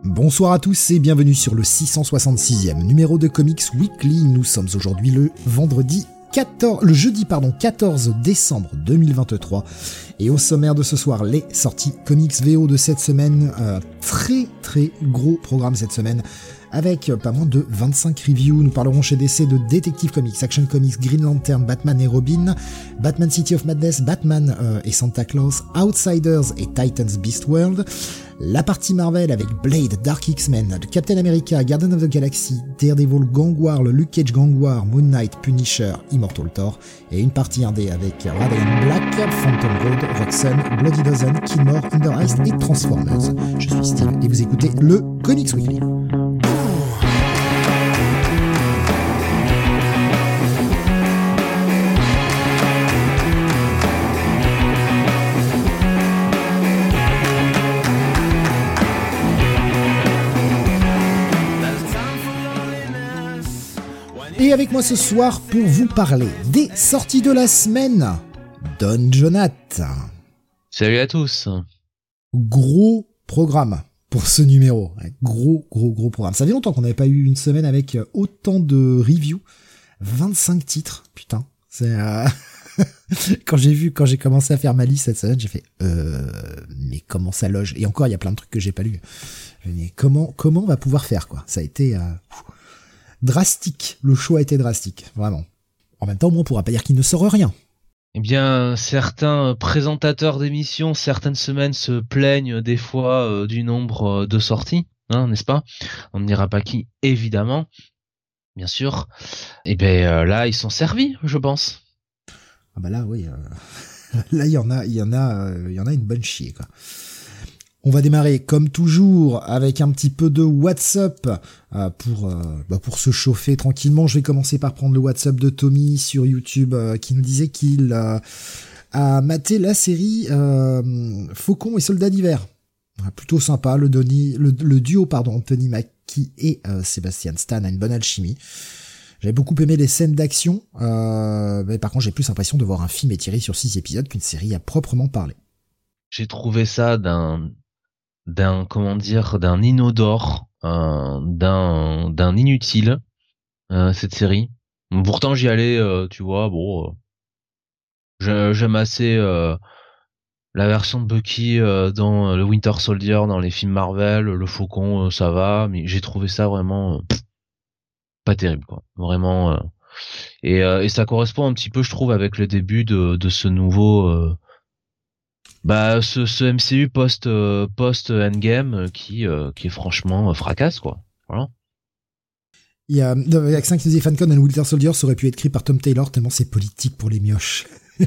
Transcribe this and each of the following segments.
Bonsoir à tous et bienvenue sur le 666e numéro de Comics Weekly. Nous sommes aujourd'hui le jeudi 14 décembre 2023 et au sommaire de ce soir, les sorties comics VO de cette semaine. Très gros programme cette semaine avec pas moins de 25 reviews. Nous parlerons chez DC de Detective Comics, Action Comics, Green Lantern, Batman et Robin, Batman City of Madness, Batman et Santa Claus, Outsiders et Titans Beast World. La partie Marvel avec Blade, Dark X-Men, Captain America, Guardian of the Galaxy, Daredevil, Gang War, le Luke Cage Gang War, Moon Knight, Punisher, Immortal Thor, et une partie indé avec Radiant Black, Phantom Road, Roxanne, Bloody Dozen, Killmore, Under Ice et Transformers. Je suis Steve et vous écoutez le Comics Weekly. Et avec moi ce soir pour vous parler des sorties de la semaine, Don Jonath. Salut à tous. Gros programme pour ce numéro. Gros programme. Ça fait longtemps qu'on n'avait pas eu une semaine avec autant de reviews. 25 titres, putain. C'est quand j'ai commencé à faire ma liste cette semaine, j'ai fait mais comment ça loge? Et encore, il y a plein de trucs que j'ai pas lus. Mais comment on va pouvoir faire, quoi? Ça a été drastique. Le choix a été drastique, vraiment. En même temps, on pourra pas dire qu'il ne sort rien. Eh bien, certains présentateurs d'émissions, certaines semaines se plaignent des fois du nombre de sorties, n'est-ce pas? On ne dira pas qui, évidemment, bien sûr. Et ben là, ils sont servis, je pense. Ah bah là, oui. Là, il y en a une bonne chier, quoi. On va démarrer comme toujours avec un petit peu de WhatsApp pour se chauffer tranquillement. Je vais commencer par prendre le WhatsApp de Tommy sur YouTube qui nous disait qu'il a maté la série Faucon et Soldat d'hiver. Plutôt sympa, le duo Anthony Mackie et Sebastian Stan a une bonne alchimie. J'avais beaucoup aimé les scènes d'action, mais par contre j'ai plus l'impression de voir un film étiré sur 6 épisodes qu'une série à proprement parler. J'ai trouvé ça d'un inodore, d'un inutile, cette série. Pourtant j'y allais, tu vois, j'aime assez la version de Bucky dans le Winter Soldier, dans les films Marvel, le Faucon, ça va, mais j'ai trouvé ça vraiment pas terrible, quoi. Vraiment, et ça correspond un petit peu, je trouve, avec le début de ce nouveau ce MCU post Endgame qui est franchement fracasse, quoi. Voilà. Il y a Accent qui nous dit Falcon and Winter Soldier ça aurait pu être écrit par Tom Taylor tellement c'est politique pour les mioches.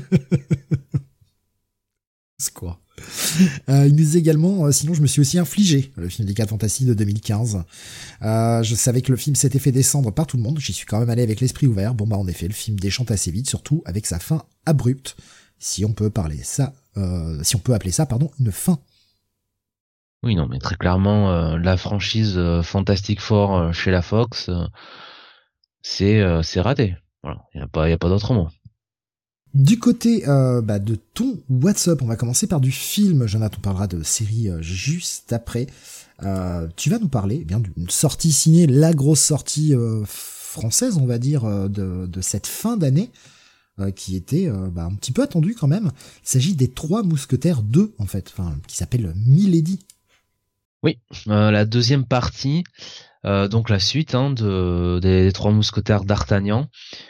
C'est quoi? Il nous dit également sinon je me suis aussi infligé le film des 4 Fantastiques de 2015. Je savais que le film s'était fait descendre par tout le monde, j'y suis quand même allé avec l'esprit ouvert. En effet, le film déchante assez vite, surtout avec sa fin abrupte, si on peut appeler ça une fin. Oui, non, mais très clairement, la franchise Fantastic Four chez la Fox, c'est raté. Voilà, y a pas d'autre mot. Du côté de ton WhatsApp, on va commencer par du film. Jonathan, on parlera de série juste après. Tu vas nous parler d'une sortie ciné, la grosse sortie française, on va dire, de cette fin d'année. Qui était un petit peu attendu quand même. Il s'agit des 3 Mousquetaires 2, en fait, qui s'appelle Milady. Oui, la deuxième partie, donc la suite des 3 Mousquetaires d'Artagnan,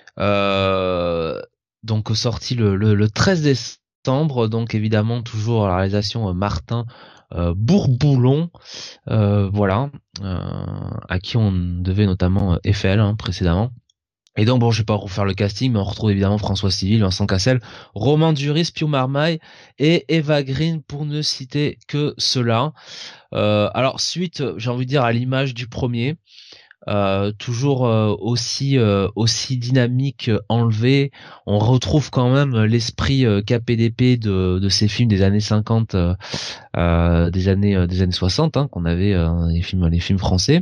donc sorti le 13 décembre, donc évidemment toujours à la réalisation Martin Bourboulon, à qui on devait notamment Eiffel précédemment. Et donc je vais pas refaire le casting, mais on retrouve évidemment François Civil, Vincent Cassel, Romain Duris, Pio Marmaille et Eva Green, pour ne citer que cela. Alors suite, j'ai envie de dire, à l'image du premier, toujours aussi dynamique, enlevé. On retrouve quand même l'esprit KPDP de ces films des années 50, des années 60, qu'on avait les films français.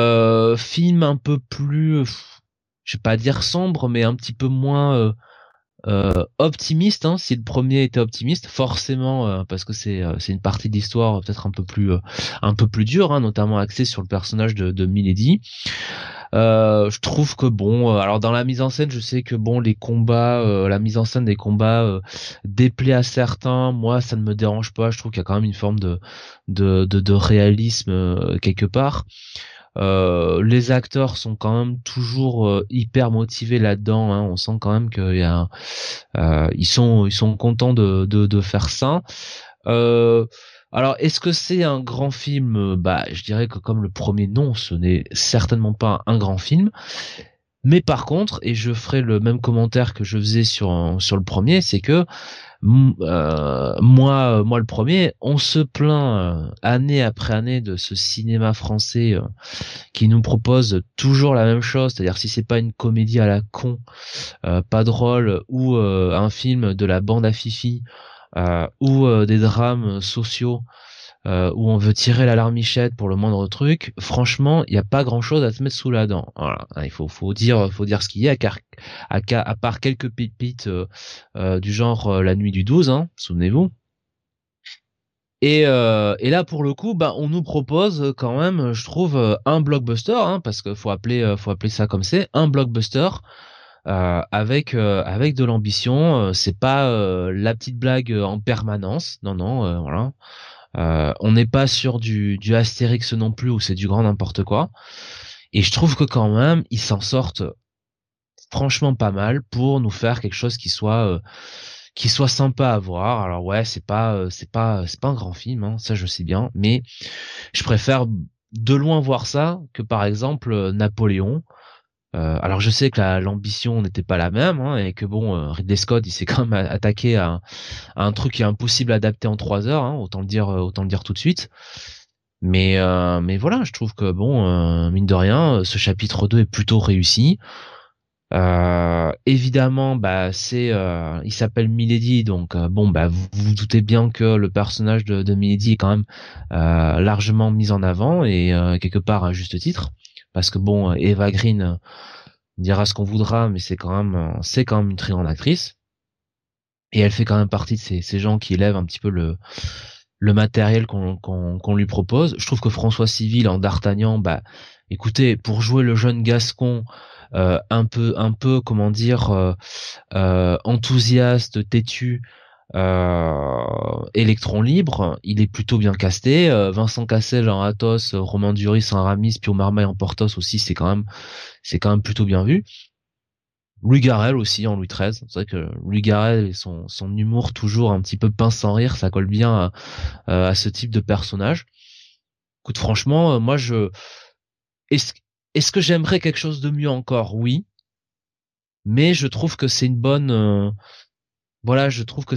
Film un peu plus, je vais pas dire sombre, mais un petit peu moins optimiste, hein, si le premier était optimiste, forcément, parce que c'est une partie de l'histoire peut-être un peu plus dure, hein, notamment axée sur le personnage de Milady. Je trouve que bon, alors dans la mise en scène, je sais que bon, les combats, la mise en scène des combats déplaît à certains. Moi, ça ne me dérange pas. Je trouve qu'il y a quand même une forme de réalisme quelque part. Les acteurs sont quand même toujours hyper motivés là-dedans, hein. On sent quand même qu'il y a, ils sont contents de faire ça. Euh, alors, est-ce que c'est un grand film? Bah, je dirais que comme le premier, non, ce n'est certainement pas un grand film. Mais par contre, et je ferai le même commentaire que je faisais sur le premier, c'est que moi le premier, on se plaint année après année de ce cinéma français qui nous propose toujours la même chose, c'est-à-dire si c'est pas une comédie à la con, pas drôle, ou un film de la bande à Fifi, ou des drames sociaux où on veut tirer la larmichette pour le moindre truc, franchement, il n'y a pas grand-chose à se mettre sous la dent. Voilà, il faut dire ce qu'il y a, à part quelques pépites du genre La Nuit du 12, hein, souvenez-vous. Et là pour le coup, bah on nous propose quand même, je trouve, un blockbuster, hein, parce que faut appeler ça comme c'est, un blockbuster avec de l'ambition. C'est pas la petite blague en permanence, non non, voilà. On n'est pas sur du Astérix non plus où c'est du grand n'importe quoi. Et je trouve que quand même ils s'en sortent franchement pas mal pour nous faire quelque chose qui soit sympa à voir. Alors ouais, c'est pas un grand film, hein, ça je sais bien, mais je préfère de loin voir ça que par exemple Napoléon. Alors je sais que l'ambition n'était pas la même, hein, et que bon, Ridley Scott il s'est quand même attaqué à un truc qui est impossible à adapter en 3 heures, hein, autant le dire tout de suite. Mais voilà, je trouve que bon, mine de rien, ce chapitre 2 est plutôt réussi. Évidemment, bah il s'appelle Milady, donc bon, bah vous vous doutez bien que le personnage de Milady est quand même largement mis en avant et quelque part à juste titre, parce que bon, Eva Green dira ce qu'on voudra, mais c'est quand même une très grande actrice et elle fait quand même partie de ces gens qui élèvent un petit peu le matériel qu'on lui propose. Je trouve que François Civil en D'Artagnan, bah écoutez, pour jouer le jeune Gascon un peu comment dire enthousiaste, têtu, électron libre, il est plutôt bien casté. Vincent Cassel en Athos, Romain Duris en Aramis, Pio Marmaille en Porthos aussi, c'est quand même plutôt bien vu. Louis Garrel aussi en Louis XIII. C'est vrai que Louis Garrel et son humour toujours un petit peu pince sans rire, ça colle bien à ce type de personnage. Écoute, franchement, moi est-ce est-ce que j'aimerais quelque chose de mieux encore? Oui, mais je trouve que c'est une bonne voilà, je trouve que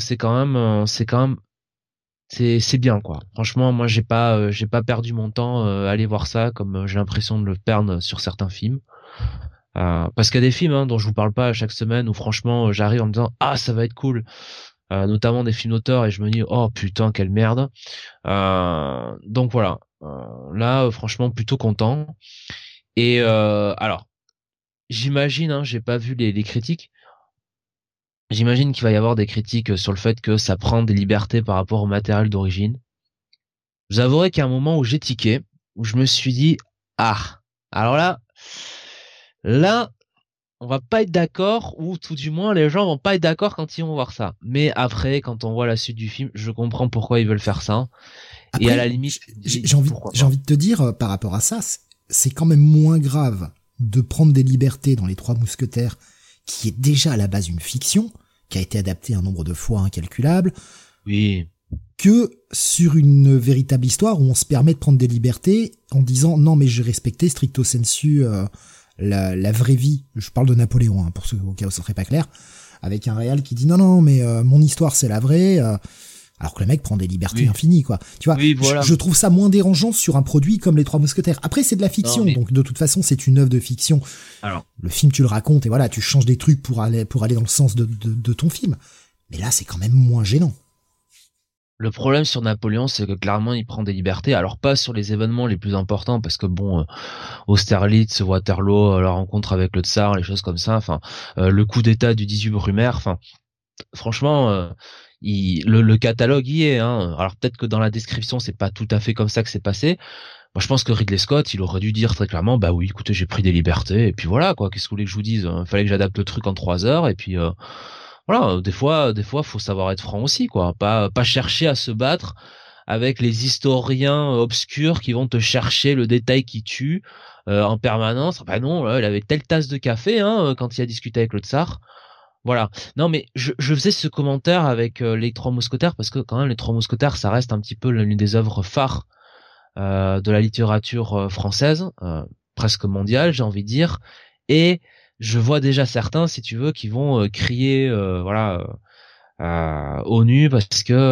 c'est bien quoi. Franchement, moi j'ai pas perdu mon temps à aller voir ça comme j'ai l'impression de le perdre sur certains films. Parce qu'il y a des films, hein, dont je vous parle pas chaque semaine où franchement j'arrive en me disant ah ça va être cool, notamment des films d'auteur et je me dis oh putain quelle merde. Donc voilà. Là franchement plutôt content. Et alors j'imagine, hein, j'ai pas vu les critiques. J'imagine qu'il va y avoir des critiques sur le fait que ça prend des libertés par rapport au matériel d'origine. Je vous avouerai qu'il y a un moment où j'ai tiqué, où je me suis dit ah alors là on va pas être d'accord, ou tout du moins les gens vont pas être d'accord quand ils vont voir ça. Mais après, quand on voit la suite du film, je comprends pourquoi ils veulent faire ça. Après, et à la limite, j'ai envie de te dire par rapport à ça, c'est quand même moins grave de prendre des libertés dans Les Trois Mousquetaires, qui est déjà à la base une fiction, qui a été adaptée un nombre de fois incalculable. Oui. Que sur une véritable histoire où on se permet de prendre des libertés en disant non mais je respectais stricto sensu la vraie vie. Je parle de Napoléon, hein, pour ceux au cas où ça serait pas clair, avec un réal qui dit non mais mon histoire c'est la vraie, alors que le mec prend des libertés infinies quoi. Tu vois, oui, voilà. je trouve ça moins dérangeant sur un produit comme Les Trois Mousquetaires. Après c'est de la fiction, donc de toute façon c'est une œuvre de fiction. Alors le film tu le racontes et voilà, tu changes des trucs pour aller dans le sens de ton film. Mais là c'est quand même moins gênant. Le problème sur Napoléon, c'est que clairement, il prend des libertés. Alors pas sur les événements les plus importants, parce que bon, Austerlitz, Waterloo, la rencontre avec le tsar, les choses comme ça. Enfin, le coup d'État du 18 Brumaire. Enfin, franchement, le catalogue y est. Hein. Alors peut-être que dans la description, c'est pas tout à fait comme ça que c'est passé. Moi, je pense que Ridley Scott, il aurait dû dire très clairement, bah oui, écoutez, j'ai pris des libertés, et puis voilà, quoi. Qu'est-ce que vous voulez que je vous dise? Fallait que j'adapte le truc en 3 heures, et puis voilà. Des fois, faut savoir être franc aussi, quoi. Pas chercher à se battre avec les historiens obscurs qui vont te chercher le détail qui tue en permanence. Bah non, là, il avait telle tasse de café, quand il a discuté avec le tsar. Voilà. Non, mais je faisais ce commentaire avec les Trois Mousquetaires parce que quand même les Trois Mousquetaires, ça reste un petit peu l'une des œuvres phares de la littérature française, presque mondiale, j'ai envie de dire. Et je vois déjà certains, si tu veux, qui vont crier, voilà, au nu parce que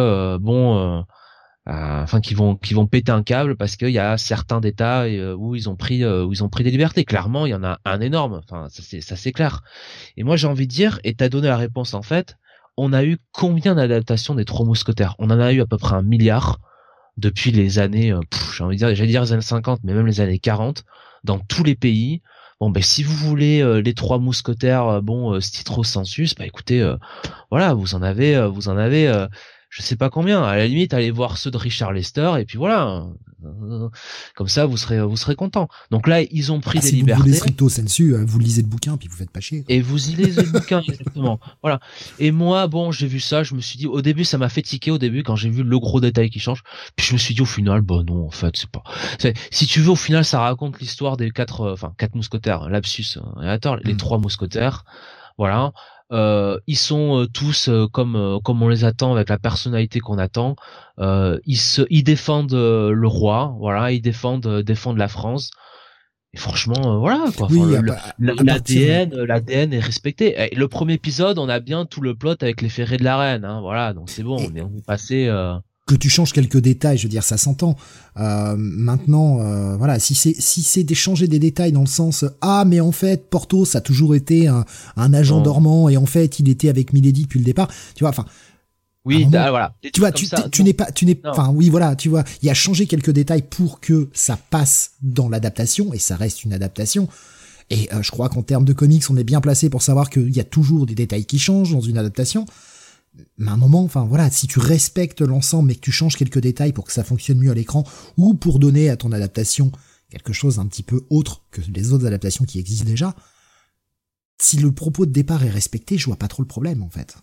enfin qui vont péter un câble parce qu'il y a certains détails où ils ont pris des libertés. Clairement, il y en a un énorme. Enfin, ça c'est clair. Et moi j'ai envie de dire, et t'as donné la réponse en fait. On a eu combien d'adaptations des Trois Mousquetaires? On en a eu à peu près 1 milliard depuis les années, j'ai envie de dire, j'allais dire les années 50, mais même les années 40, dans tous les pays. Bon, ben si vous voulez les Trois Mousquetaires, stitro sensus, bah écoutez, voilà, vous en avez, je sais pas combien. À la limite, allez voir ceux de Richard Lester et puis voilà. Comme ça, vous serez content. Donc là, ils ont pris des si libertés. vous voulez stricto sensu, vous lisez le bouquin puis vous faites pas chier. Quoi. Et vous y lisez le bouquin, exactement. Voilà. Et moi, bon, j'ai vu ça, je me suis dit, au début, ça m'a fait tiquer au début quand j'ai vu le gros détail qui change. Puis je me suis dit, au final, bah non, en fait, si tu veux, au final, ça raconte l'histoire des quatre mousquetaires. Lapsus, les trois mousquetaires. Voilà. Ils sont tous comme on les attend, avec la personnalité qu'on attend. Ils défendent le roi, voilà, ils défendent la France. Et franchement, voilà quoi. Oui, l'ADN est respecté. Et le premier épisode, on a bien tout le plot avec les ferrets de la reine, hein, voilà. Donc c'est bon, on est passé. Que tu changes quelques détails, je veux dire, ça s'entend. Maintenant, voilà, si c'est d'échanger des détails dans le sens mais en fait Porthos a toujours été un agent dormant et en fait il était avec Milady depuis le départ. Tu vois, enfin. Oui, moment, voilà. Tu vois, enfin oui, voilà, tu vois, il a changé quelques détails pour que ça passe dans l'adaptation et ça reste une adaptation. Et je crois qu'en termes de comics, on est bien placé pour savoir qu'il y a toujours des détails qui changent dans une adaptation. Mais à un moment, enfin voilà, si tu respectes l'ensemble mais que tu changes quelques détails pour que ça fonctionne mieux à l'écran ou pour donner à ton adaptation quelque chose d'un petit peu autre que les autres adaptations qui existent déjà, si le propos de départ est respecté, je vois pas trop le problème en fait.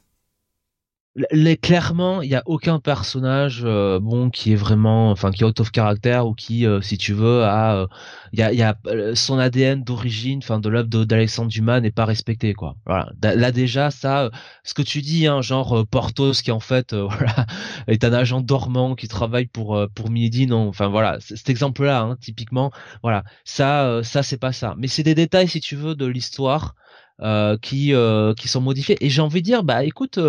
Clairement, il y a aucun personnage qui est vraiment, enfin qui est out of character ou qui, si tu veux, il y a son ADN d'origine, enfin de l'œuvre d'Alexandre Dumas n'est pas respecté quoi. Voilà. Là déjà ça, ce que tu dis, hein, genre Porthos qui en fait, voilà, est un agent dormant qui travaille pour Milady, non. Enfin voilà, cet exemple-là, hein, typiquement, voilà, ça c'est pas ça. Mais c'est des détails, si tu veux, de l'histoire qui sont modifiés. Et j'ai envie de dire, bah écoute.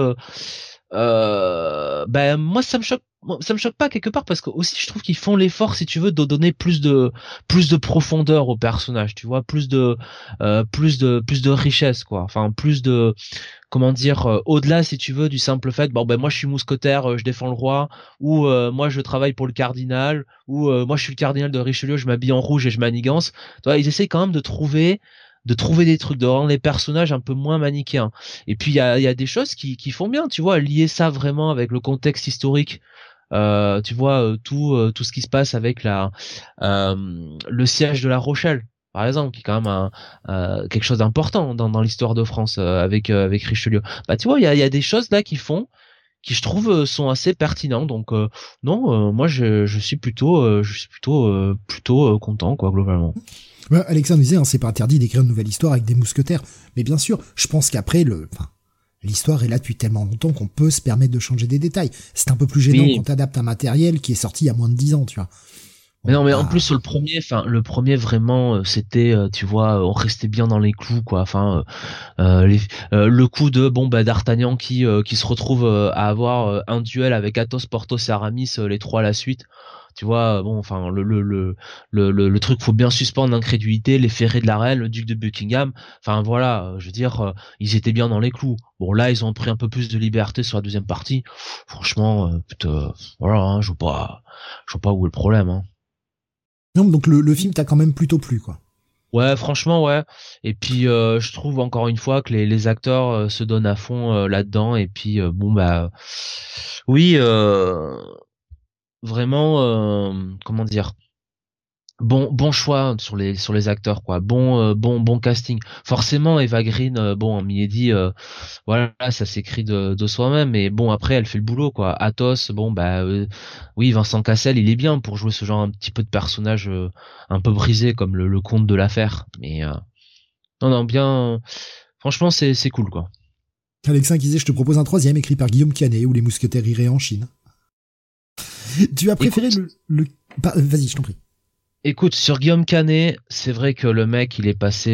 Moi ça me choque pas quelque part parce que aussi je trouve qu'ils font l'effort, si tu veux, de donner plus de profondeur au personnage, tu vois, plus de richesse quoi, enfin plus de, comment dire, au-delà, si tu veux, du simple fait moi je suis mousquetaire, je défends le roi, ou moi je travaille pour le cardinal, ou moi je suis le cardinal de Richelieu, je m'habille en rouge et je manigance. Tu vois, ils essayent quand même de trouver des trucs, de rendre les personnages un peu moins manichéens. Et puis il y a des choses qui font bien, tu vois, lier ça vraiment avec le contexte historique. Tu vois, tout ce qui se passe avec le siège de La Rochelle, par exemple, qui est quand même quelque chose d'important dans l'histoire de France, avec Richelieu. Bah tu vois, il y a des choses là qui je trouve sont assez pertinents. Donc non, moi je suis plutôt content quoi, globalement. Alexandre disait, c'est pas interdit d'écrire une nouvelle histoire avec des mousquetaires. Mais bien sûr, je pense qu'après, l'histoire est là depuis tellement longtemps qu'on peut se permettre de changer des détails. C'est un peu plus gênant quand t'adaptes un matériel qui est sorti il y a moins de 10 ans, tu vois. Mais non, mais en plus le premier vraiment, c'était, tu vois, on restait bien dans les clous, quoi. Enfin, le coup de d'Artagnan qui se retrouve à avoir un duel avec Athos, Porthos et Aramis, les trois à la suite. Tu vois, le truc, faut bien suspendre l'incrédulité, les ferrets de la reine, le duc de Buckingham. Enfin voilà, je veux dire, ils étaient bien dans les clous. Bon là, ils ont pris un peu plus de liberté sur la deuxième partie. Franchement, voilà, hein, je vois pas où est le problème. Hein. Non, donc le film t'a quand même plutôt plu, quoi. Ouais, franchement, ouais. Et puis, je trouve encore une fois que les acteurs se donnent à fond là-dedans. Et puis, bon, bah, oui, vraiment, comment dire, bon choix sur les acteurs, quoi. Bon casting. Forcément, Eva Green, bon, Milady, voilà, ça s'écrit de soi-même. Mais bon, après, elle fait le boulot, quoi. Athos, bon, bah, oui, Vincent Cassel, il est bien pour jouer ce genre un petit peu de personnage un peu brisé comme le comte de l'affaire. Mais non, non, bien. Franchement, c'est cool, quoi. Alexin qui disait, je te propose un troisième écrit par Guillaume Canet où les mousquetaires iraient en Chine. Tu as préféré Écoute, Vas-y, je t'en prie. écoute, sur Guillaume Canet, c'est vrai que le mec, il est passé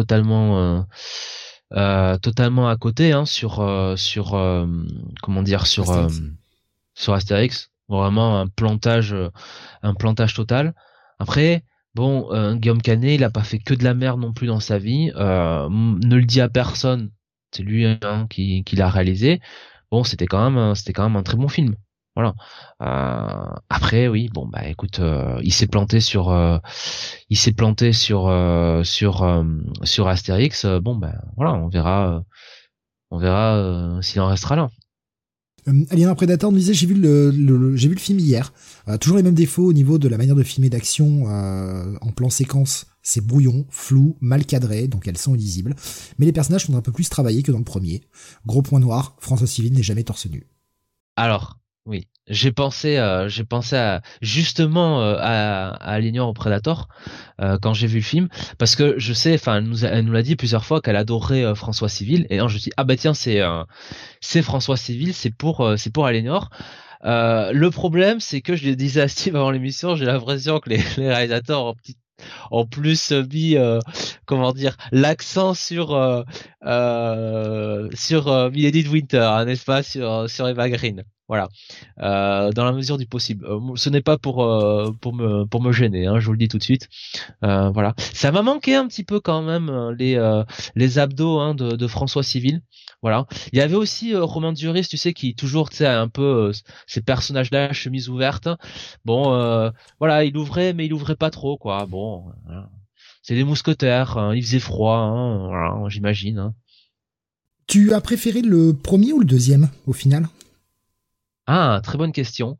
totalement à côté, hein, comment dire, Astérix. sur Astérix. Vraiment un plantage total. Après, bon, Guillaume Canet, il a pas fait que de la merde non plus dans sa vie. Ne le dit à personne. C'est lui, hein, qui l'a réalisé. Bon, c'était quand même un très bon film. Voilà. Après, oui, bon, bah, écoute, il s'est planté sur Astérix. Bon, bah, voilà, on verra s'il en restera là. Alien Predator nous disait, j'ai vu le film hier. Toujours les mêmes défauts au niveau de la manière de filmer d'action en plan séquence. C'est brouillon, flou, mal cadré, donc elles sont illisibles. Mais les personnages sont un peu plus travaillés que dans le premier. Gros point noir, François Civil n'est jamais torse nu. Alors, oui, j'ai pensé à justement à Alien au Predator quand j'ai vu le film, parce que je sais, enfin, elle nous l'a dit plusieurs fois qu'elle adorait François Civil, et alors je me suis dit, ah bah tiens, c'est François Civil, c'est pour Aliénor. Le problème, c'est que je le disais à Steve avant l'émission, j'ai l'impression que les réalisateurs ont plus mis, comment dire, l'accent sur Milady de Winter, hein, n'est-ce pas, sur Eva Green. Voilà, dans la mesure du possible. Ce n'est pas pour me gêner, hein, je vous le dis tout de suite. Voilà, ça m'a manqué un petit peu quand même les abdos, hein, de François Civil. Voilà. Il y avait aussi Romain Duris, tu sais, qui toujours, tu sais, un peu ces personnages-là, chemise ouverte. Bon, voilà, il ouvrait, mais il ouvrait pas trop, quoi. Bon, voilà. C'est des mousquetaires, hein, il faisait froid, hein, voilà, j'imagine. Hein. Tu as préféré le premier ou le deuxième, au final? Ah, très bonne question.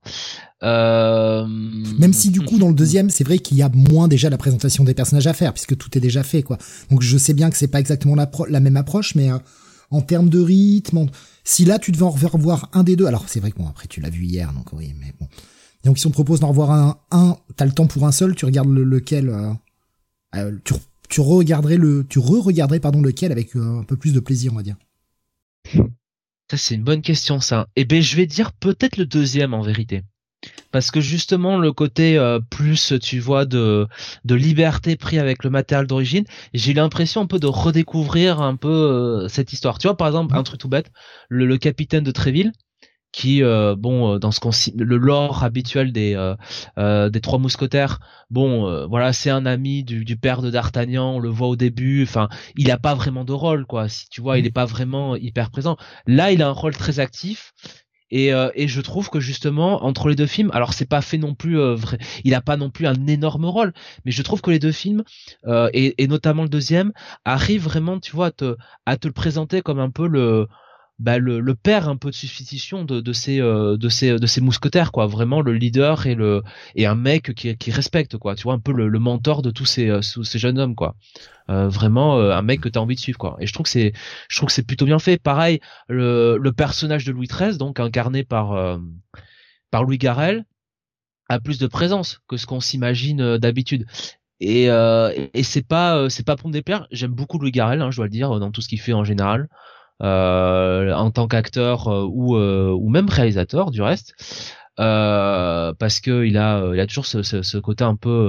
Même si du coup dans le deuxième, c'est vrai qu'il y a moins déjà la présentation des personnages à faire, puisque tout est déjà fait, quoi. Donc je sais bien que c'est pas exactement la même approche, mais en termes de rythme, si là tu devais en revoir un des deux, alors c'est vrai que bon après tu l'as vu hier, donc oui, mais bon. Donc si on te propose d'en revoir t'as le temps pour un seul, tu regardes lequel, tu re-regarderais pardon lequel avec un peu plus de plaisir, on va dire. Ça, c'est une bonne question, ça. Eh ben, je vais dire peut-être le deuxième en vérité. Parce que justement le côté plus tu vois de liberté pris avec le matériel d'origine, j'ai eu l'impression un peu de redécouvrir un peu cette histoire. Tu vois par exemple un truc tout bête, le capitaine de Tréville qui bon dans le lore habituel des trois mousquetaires, bon voilà, c'est un ami du père de D'Artagnan, on le voit au début, enfin, il a pas vraiment de rôle quoi, si tu vois, il est pas vraiment hyper présent. Là, il a un rôle très actif. Et je trouve que justement entre les deux films, alors c'est pas fait non plus vrai, il a pas non plus un énorme rôle, mais je trouve que les deux films et notamment le deuxième arrivent vraiment, tu vois, à te le présenter comme un peu le père un peu de substitution de ces mousquetaires quoi, vraiment le leader et un mec qui respecte quoi, tu vois, un peu le mentor de tous ces jeunes hommes quoi. Vraiment un mec que t'as envie de suivre quoi, et je trouve que c'est plutôt bien fait. Pareil, le personnage de Louis XIII, donc incarné par Louis Garrel, a plus de présence que ce qu'on s'imagine d'habitude. Et c'est pas pour me déplaire, j'aime beaucoup Louis Garrel, hein, je dois le dire, dans tout ce qu'il fait en général, en tant qu'acteur ou même réalisateur du reste, parce que il a toujours ce côté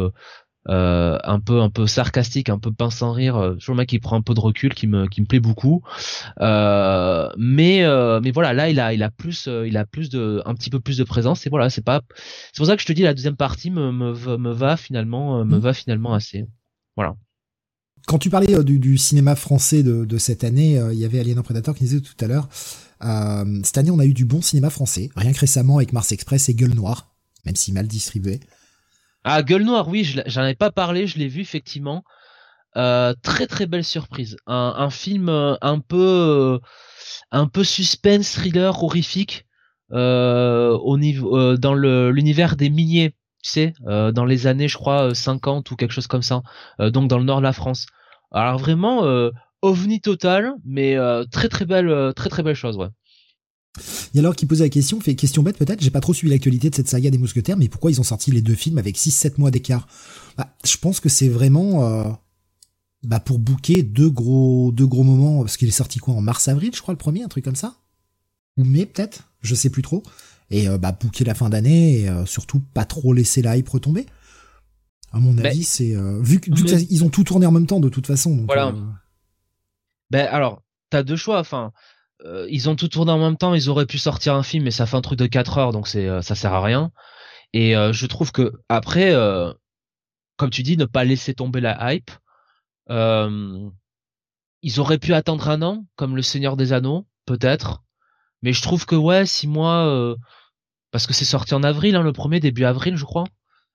un peu sarcastique, un peu pince sans rire, toujours le mec qui prend un peu de recul, qui me plaît beaucoup. Mais voilà, là il a plus de un petit peu plus de présence, et voilà, c'est pour ça que je te dis la deuxième partie me va finalement me va finalement assez. Voilà. Quand tu parlais du cinéma français de cette année, il y avait Alien Predator qui disait tout à l'heure. Cette année, on a eu du bon cinéma français, rien que récemment avec Mars Express et Gueule Noire, même si mal distribué. Ah, Gueule Noire, oui, j'en avais pas parlé, je l'ai vu effectivement. très très belle surprise. Un film un peu suspense, thriller, horrifique au niveau dans l'univers des miniers, tu sais, dans les années je crois 50 ou quelque chose comme ça. Donc dans le nord de la France. Alors vraiment ovni total, mais très très belle chose, ouais. Il y a alors qui posait la question, fait question bête peut-être, j'ai pas trop suivi l'actualité de cette saga des Mousquetaires, mais pourquoi ils ont sorti les 2 films avec 6-7 mois d'écart? Je pense que c'est vraiment pour booker deux gros moments, parce qu'il est sorti quoi en mars-avril, je crois le premier, un truc comme ça, ou mai peut-être, je sais plus trop, et booker la fin d'année et surtout pas trop laisser la hype retomber. À mon avis, c'est vu qu'ils ont tout tourné en même temps de toute façon. Donc, voilà. Alors t'as 2 choix, enfin. Ils ont tout tourné en même temps, ils auraient pu sortir un film, mais ça fait un truc de 4 heures, donc ça sert à rien. Et je trouve que après, comme tu dis, ne pas laisser tomber la hype. Ils auraient pu attendre un an, comme Le Seigneur des Anneaux, peut-être. Mais je trouve que ouais, 6 mois, parce que c'est sorti en avril, hein, le premier, début avril, je crois.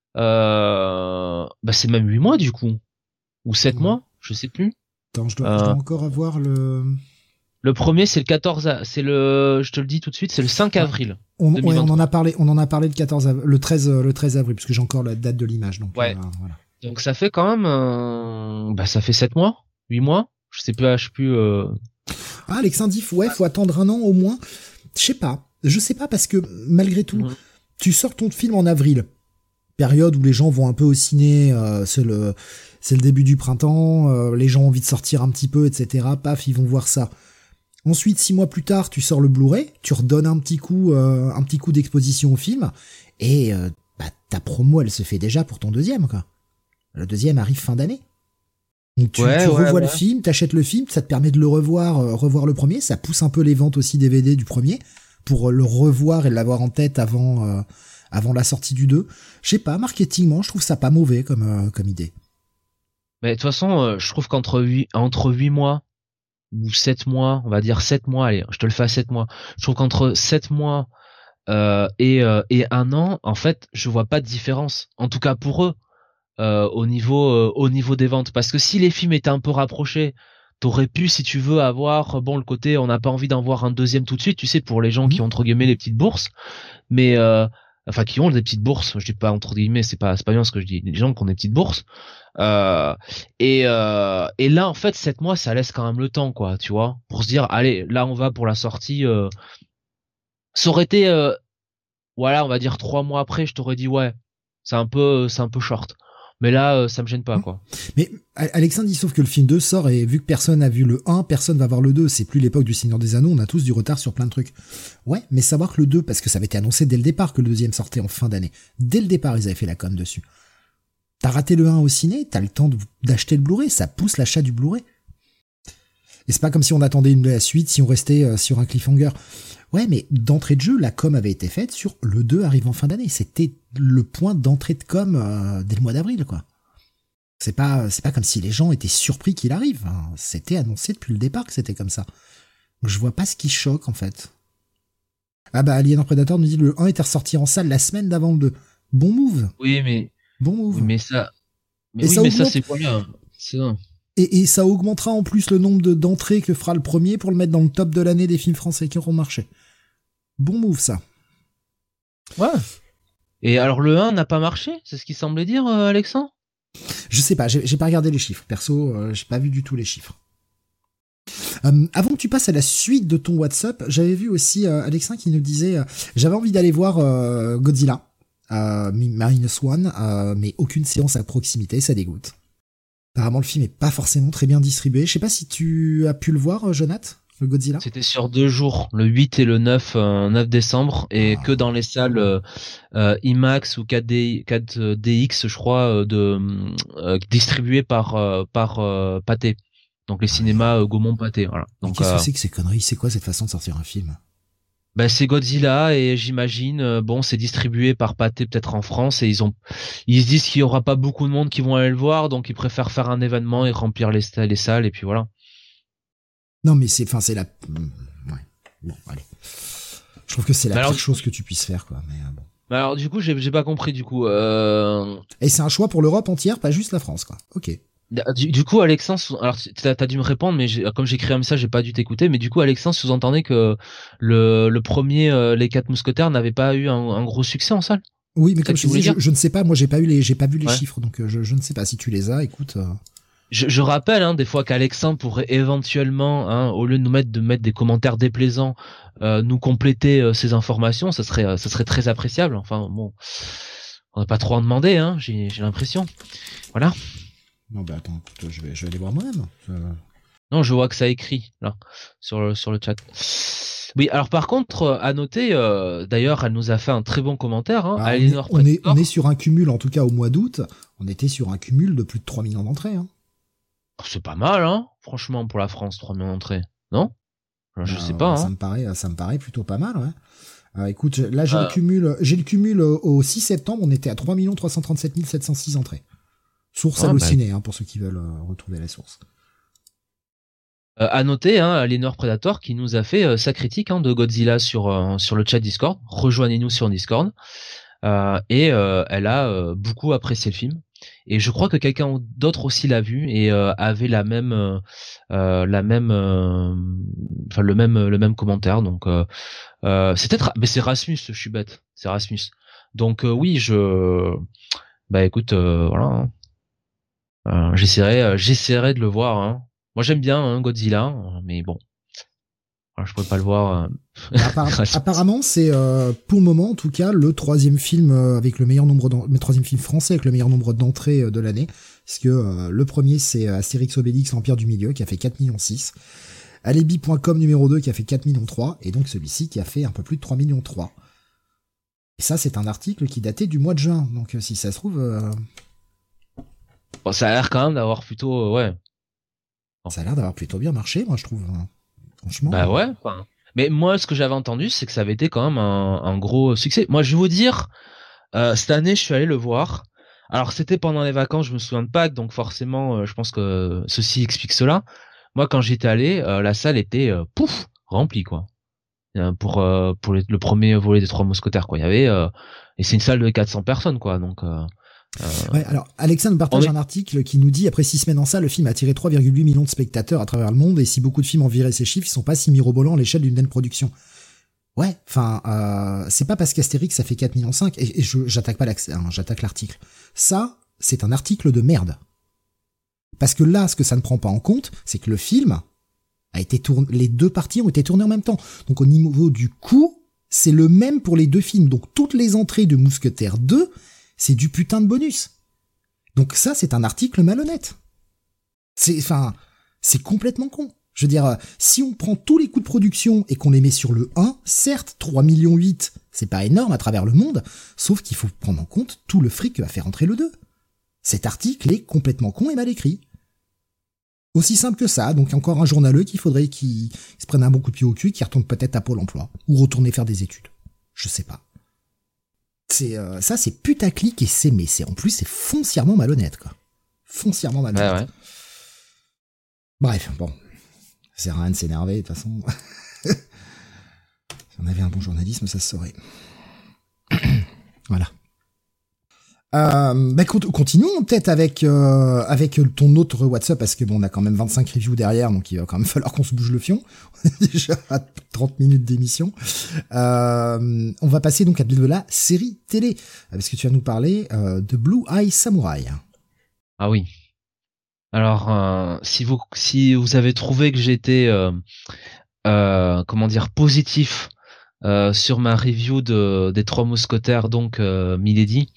C'est même 8 mois du coup. Ou 7 mois, je sais plus. Attends, je dois encore avoir le... Le premier, c'est le 14, je te le dis tout de suite, c'est le 5 avril. On en a parlé le 14 avril, le 13 avril, parce que j'ai encore la date de l'image, donc. Ouais. Voilà. Donc ça fait quand même, ça fait 7 mois, 8 mois, je sais plus. Alexandre dit, ouais, faut attendre un an au moins. Je sais pas, parce que malgré tout, tu sors ton film en avril, période où les gens vont un peu au ciné, c'est le début du printemps, les gens ont envie de sortir un petit peu, etc. Paf, ils vont voir ça. Ensuite, 6 mois plus tard, tu sors le Blu-ray, tu redonnes un petit coup d'exposition au film, et ta promo, elle se fait déjà pour ton deuxième, quoi. Le deuxième arrive fin d'année. Donc tu revois le film, t'achètes le film, ça te permet de le revoir le premier, ça pousse un peu les ventes aussi DVD du premier, pour le revoir et l'avoir en tête avant la sortie du 2. Je sais pas, marketingement, je trouve ça pas mauvais comme idée. Mais de toute façon, je trouve qu'entre 8 mois ou 7 mois, on va dire 7 mois, allez, je te le fais à 7 mois. Je trouve qu'entre 7 mois et un an, en fait, je vois pas de différence. En tout cas pour eux, au niveau des ventes. Parce que si les films étaient un peu rapprochés, t'aurais pu, si tu veux, avoir le côté, on n'a pas envie d'en voir un deuxième tout de suite, tu sais, pour les gens qui ont entre guillemets les petites bourses, mais qui ont des petites bourses. Je dis pas entre guillemets, c'est pas bien ce que je dis. Les gens qui ont des petites bourses. Et là en fait 7 mois ça laisse quand même le temps, quoi, tu vois, pour se dire allez, là on va pour la sortie. Ça aurait été on va dire 3 mois après, je t'aurais dit ouais, c'est un peu short, mais là ça me gêne pas, quoi. Mais Alexandre dit, sauf que le film 2 sort, et vu que personne a vu le 1, personne va voir le 2, c'est plus l'époque du Seigneur des Anneaux, on a tous du retard sur plein de trucs. Ouais, mais savoir que le 2, parce que ça avait été annoncé dès le départ que le deuxième sortait en fin d'année, dès le départ ils avaient fait la com dessus. T'as raté le 1 au ciné, t'as le temps d'acheter le Blu-ray, ça pousse l'achat du Blu-ray. Et c'est pas comme si on attendait la suite, si on restait sur un cliffhanger. Ouais, mais d'entrée de jeu, la com avait été faite sur le 2 arrive en fin d'année. C'était le point d'entrée de com dès le mois d'avril, quoi. C'est pas comme si les gens étaient surpris qu'il arrive. Hein. C'était annoncé depuis le départ que c'était comme ça. Donc je vois pas ce qui choque, en fait. Alien Predator nous dit le 1 était ressorti en salle la semaine d'avant le 2. Bon move. Oui, mais... Bon move. Oui, mais ça... ça c'est quoi là? C'est ça. Et ça augmentera en plus le nombre d'entrées que fera le premier pour le mettre dans le top de l'année des films français qui auront marché. Bon move, ça. Ouais. Et alors le 1 n'a pas marché? C'est ce qu'il semblait dire, Alexandre? Je sais pas, j'ai pas regardé les chiffres. Perso, j'ai pas vu du tout les chiffres. Avant que tu passes à la suite de ton WhatsApp, j'avais vu aussi Alexandre qui nous disait j'avais envie d'aller voir Godzilla. Minus One, mais aucune séance à proximité, ça dégoûte. Apparemment, le film est pas forcément très bien distribué. Je sais pas si tu as pu le voir, Jonath, le Godzilla. C'était sur 2 jours, le 8 et le 9 décembre, et que dans les salles IMAX ou 4DX, je crois, distribuées par Pathé. Donc les cinémas Gaumont Pathé, voilà. Donc qu'est-ce que c'est que ces conneries? C'est quoi cette façon de sortir un film? C'est Godzilla, et j'imagine, c'est distribué par Pathé peut-être en France, et ils se disent qu'il y aura pas beaucoup de monde qui vont aller le voir, donc ils préfèrent faire un événement et remplir les salles, et puis voilà. Non, mais c'est la... Ouais. Bon, allez. Je trouve que c'est la pire chose que tu puisses faire, quoi. Mais bon. Mais alors, du coup, j'ai pas compris, du coup. Et c'est un choix pour l'Europe entière, pas juste la France, quoi. Ok. Du coup, Alexandre, alors t'as dû me répondre, mais comme j'ai écrit un message, j'ai pas dû t'écouter. Mais du coup, Alexandre, sous-entendait que le premier Les Quatre Mousquetaires n'avait pas eu un gros succès en salle. Oui, mais C'est ça comme que je tu te voulais disais, dire? je ne sais pas, moi j'ai pas vu les Ouais. chiffres, donc je ne sais pas si tu les as, écoute. Je rappelle des fois qu'Alexandre pourrait éventuellement, au lieu de mettre des commentaires déplaisants, nous compléter ces informations. Ça serait très appréciable. Enfin bon, on n'a pas trop en demander, j'ai l'impression. Voilà. Non, bah attends, écoute, je vais aller voir moi-même. Non, je vois que ça écrit là sur le chat. Oui, alors par contre, à noter, d'ailleurs, elle nous a fait un très bon commentaire, Ah, Aliénor on est Predator. sur un cumul, en tout cas au mois d'août, on était sur un cumul de plus de 3 millions d'entrées. Hein. C'est pas mal, franchement, pour la France, 3 millions d'entrées. Non? Je sais pas, Ça me paraît plutôt pas mal, ouais. Écoute, là Euh, j'ai le cumul au 6 septembre, on était à 3 337 706 entrées. Source bah, Allociné, pour ceux qui veulent retrouver la source. à noter, Aliénor Predator qui nous a fait sa critique de Godzilla sur le chat Discord. Rejoignez-nous sur Discord. Et elle a beaucoup apprécié le film. Et je crois que quelqu'un d'autre aussi l'a vu et avait enfin le même commentaire. Donc c'est peut-être, mais c'est Rasmus, je suis bête, c'est Rasmus. Donc oui, bah écoute, voilà, j'essaierai de le voir. Moi j'aime bien Godzilla, mais bon, voilà, je pourrais pas le voir. Apparemment, c'est pour le moment, en tout cas, le troisième film avec le meilleur nombre le troisième film français avec le meilleur nombre d'entrées de l'année. Parce que le premier, c'est Astérix Obélix, l'Empire du Milieu, qui a fait 4,6 millions. Alibi.com numéro 2, qui a fait 4,3 millions. Et donc celui-ci qui a fait un peu plus de 3,3 millions. Et ça, c'est un article qui datait du mois de juin. Donc si ça se trouve... Bon, ça a l'air quand même d'avoir plutôt, ouais. Bon. Ça a l'air d'avoir plutôt bien marché, moi, je trouve. Hein. Franchement. Bah ouais. Enfin, mais moi, ce que j'avais entendu, c'est que ça avait été quand même un gros succès. Moi, je vais vous dire, cette année, je suis allé le voir. Alors, c'était pendant les vacances, je me souviens de Pâques, donc forcément, je pense que ceci explique cela. Moi, quand j'étais allé, la salle était pouf remplie, quoi. Pour le premier volet des Trois Mousquetaires, quoi. Il y avait et c'est une salle de 400 personnes, quoi. Donc Ouais, alors Alexa nous partage un article qui nous dit après 6 semaines en salle, le film a attiré 3,8 millions de spectateurs à travers le monde et si beaucoup de films enviraient ces chiffres, ils sont pas si mirobolants à l'échelle d'une production. Ouais, enfin, c'est pas parce qu'Astérix ça fait 4,5 millions et j'attaque pas l'accès, j'attaque l'article. Ça, c'est un article de merde. Parce que là, ce que ça ne prend pas en compte, c'est que le film a été tourné, les deux parties ont été tournées en même temps. Donc au niveau du coût, c'est le même pour les deux films. Donc toutes les entrées de Mousquetaires 2, c'est du putain de bonus. Donc ça, c'est un article malhonnête. C'est complètement con. Je veux dire, si on prend tous les coûts de production et qu'on les met sur le 1, certes, 3,8 millions, c'est pas énorme à travers le monde, sauf qu'il faut prendre en compte tout le fric que va faire entrer le 2. Cet article est complètement con et mal écrit. Aussi simple que ça, donc encore un journaleux qu'il faudrait qu'il se prenne un bon coup de pied au cul et qu'il retourne peut-être à Pôle emploi, ou retourner faire des études. Je sais pas. Ça, c'est putaclic et en plus, c'est foncièrement malhonnête, quoi. Foncièrement malhonnête. ouais. Bref, bon. Ça sert à rien de s'énerver, de toute façon. Si on avait un bon journalisme, ça se saurait. Voilà. Continuons peut-être avec ton autre WhatsApp, parce que bon, on a quand même 25 reviews derrière, donc il va quand même falloir qu'on se bouge le fion. On est déjà à 30 minutes d'émission. On va passer donc à de la série télé, parce que tu vas nous parler de Blue Eye Samurai. Ah oui. Alors, si vous avez trouvé que j'étais comment dire positif sur ma review des Trois Mousquetaires, donc Milady,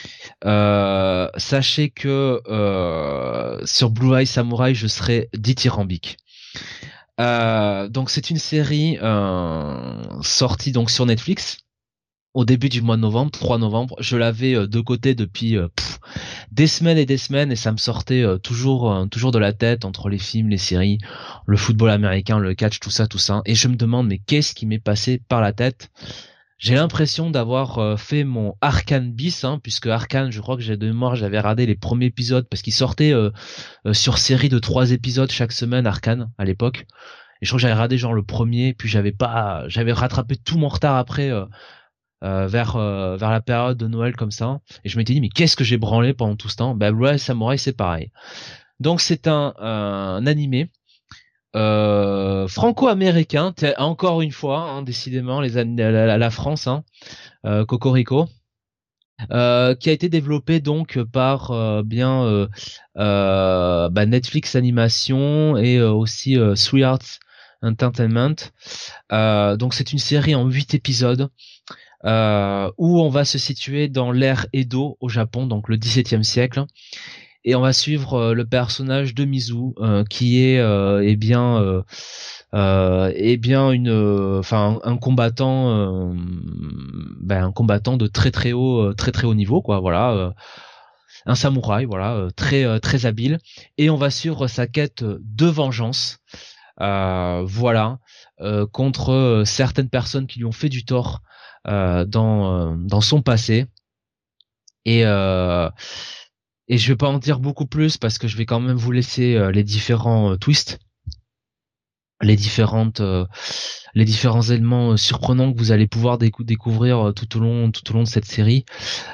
sachez que sur Blue Eye Samurai, je serai dithyrambique. Donc c'est une série sortie donc sur Netflix au début du mois de novembre, 3 novembre. Je l'avais de côté depuis des semaines et ça me sortait toujours de la tête entre les films, les séries, le football américain, le catch, tout ça. Et je me demande mais qu'est-ce qui m'est passé par la tête? J'ai l'impression d'avoir fait mon Arcane bis, puisque Arcane, je crois que j'ai de mémoire, j'avais regardé les premiers épisodes parce qu'il sortait sur série de 3 épisodes chaque semaine, Arcane à l'époque. Et je crois que j'avais regardé genre le premier, puis j'avais rattrapé tout mon retard après vers la période de Noël comme ça. Et je m'étais dit mais qu'est-ce que j'ai branlé pendant tout ce temps? Blue Eye Samurai c'est pareil. Donc c'est un animé franco-américain, encore une fois, hein, décidément la France, hein, Cocorico, qui a été développé donc par Netflix Animation et aussi 3 Arts Entertainment. Donc c'est une série en 8 épisodes où on va se situer dans l'ère Edo au Japon, donc le XVIIe siècle. Et on va suivre le personnage de Mizu, qui est un combattant, un combattant de très haut niveau, quoi. Voilà, un samouraï, voilà, très habile. Et on va suivre sa quête de vengeance, contre certaines personnes qui lui ont fait du tort dans son passé. Et je vais pas en dire beaucoup plus parce que je vais quand même vous laisser les différents twists, les différents éléments surprenants que vous allez pouvoir découvrir tout au long de cette série.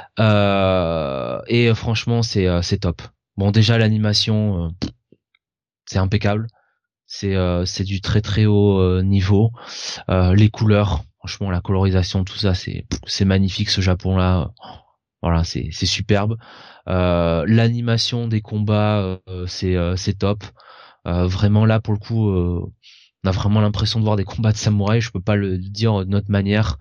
Et franchement, c'est top. Bon, déjà l'animation, c'est impeccable. C'est du très haut niveau. Les couleurs, franchement, la colorisation, tout ça, c'est magnifique, ce Japon-là. Voilà, c'est superbe. L'animation des combats, c'est top. Vraiment là, pour le coup, on a vraiment l'impression de voir des combats de samouraïs. Je peux pas le dire d'une autre manière.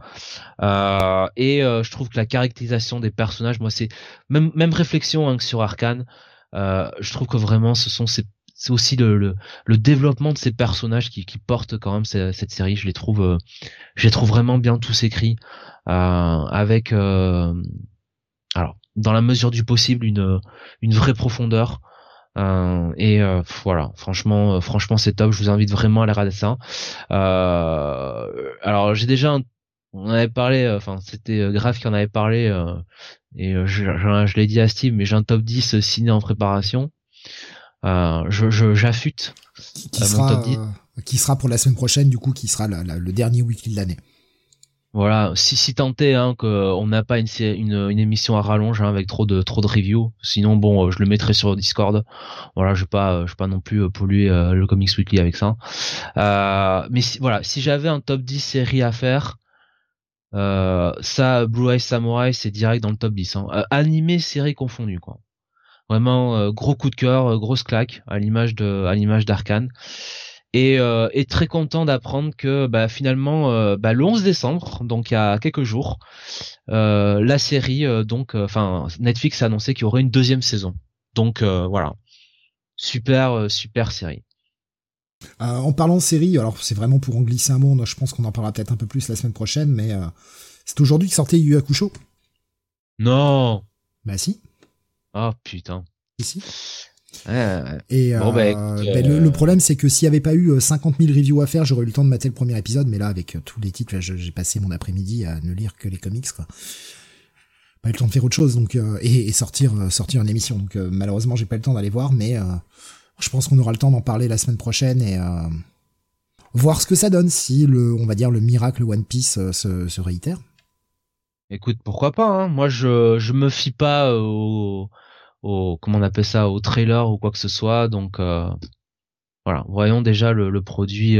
Je trouve que la caractérisation des personnages, moi, c'est même réflexion, hein, que sur Arcane. Je trouve que vraiment, c'est aussi le développement de ces personnages qui portent quand même cette série. Je les trouve vraiment bien tous écrits, avec alors, dans la mesure du possible, une vraie profondeur. Voilà, franchement, c'est top. Je vous invite vraiment à aller regarder ça. Alors, on avait parlé, c'était Graf qui en avait parlé, je l'ai dit à Steve, mais j'ai un top 10 ciné en préparation. J'affûte mon top 10. Qui sera pour la semaine prochaine, du coup, qui sera le dernier weekly de l'année. Voilà, si tant est, hein, qu'on n'a pas une émission à rallonge, hein, avec trop de reviews. Sinon, bon, je le mettrai sur Discord. Voilà, je vais pas non plus polluer le Comics Weekly avec ça. Mais si j'avais un top 10 série à faire, ça, Blue Eye Samurai, c'est direct dans le top 10. Hein. Animé, série confondue, quoi. Vraiment gros coup de cœur, grosse claque à l'image d'Arcane. Et très content d'apprendre que finalement le 11 décembre, donc il y a quelques jours, la série Netflix a annoncé qu'il y aurait une deuxième saison. Donc voilà, super série. En parlant de série, alors c'est vraiment pour en glisser un mot, je pense qu'on en parlera peut-être un peu plus la semaine prochaine, mais c'est aujourd'hui que sortait Yu Hakusho. Non. Bah si. Oh putain. Ici. Et bon, le problème, c'est que s'il n'y avait pas eu 50 000 reviews à faire, j'aurais eu le temps de mater le premier épisode, mais là, avec tous les titres, j'ai passé mon après-midi à ne lire que les comics, quoi. Pas eu le temps de faire autre chose, donc et sortir une émission. Donc malheureusement, j'ai pas eu le temps d'aller voir, mais je pense qu'on aura le temps d'en parler la semaine prochaine et voir ce que ça donne si on va dire le miracle One Piece se réitère. Écoute, pourquoi pas, hein. Moi, je me fie pas comment on appelle ça, au trailer ou quoi que ce soit. Donc voilà, voyons déjà le produit,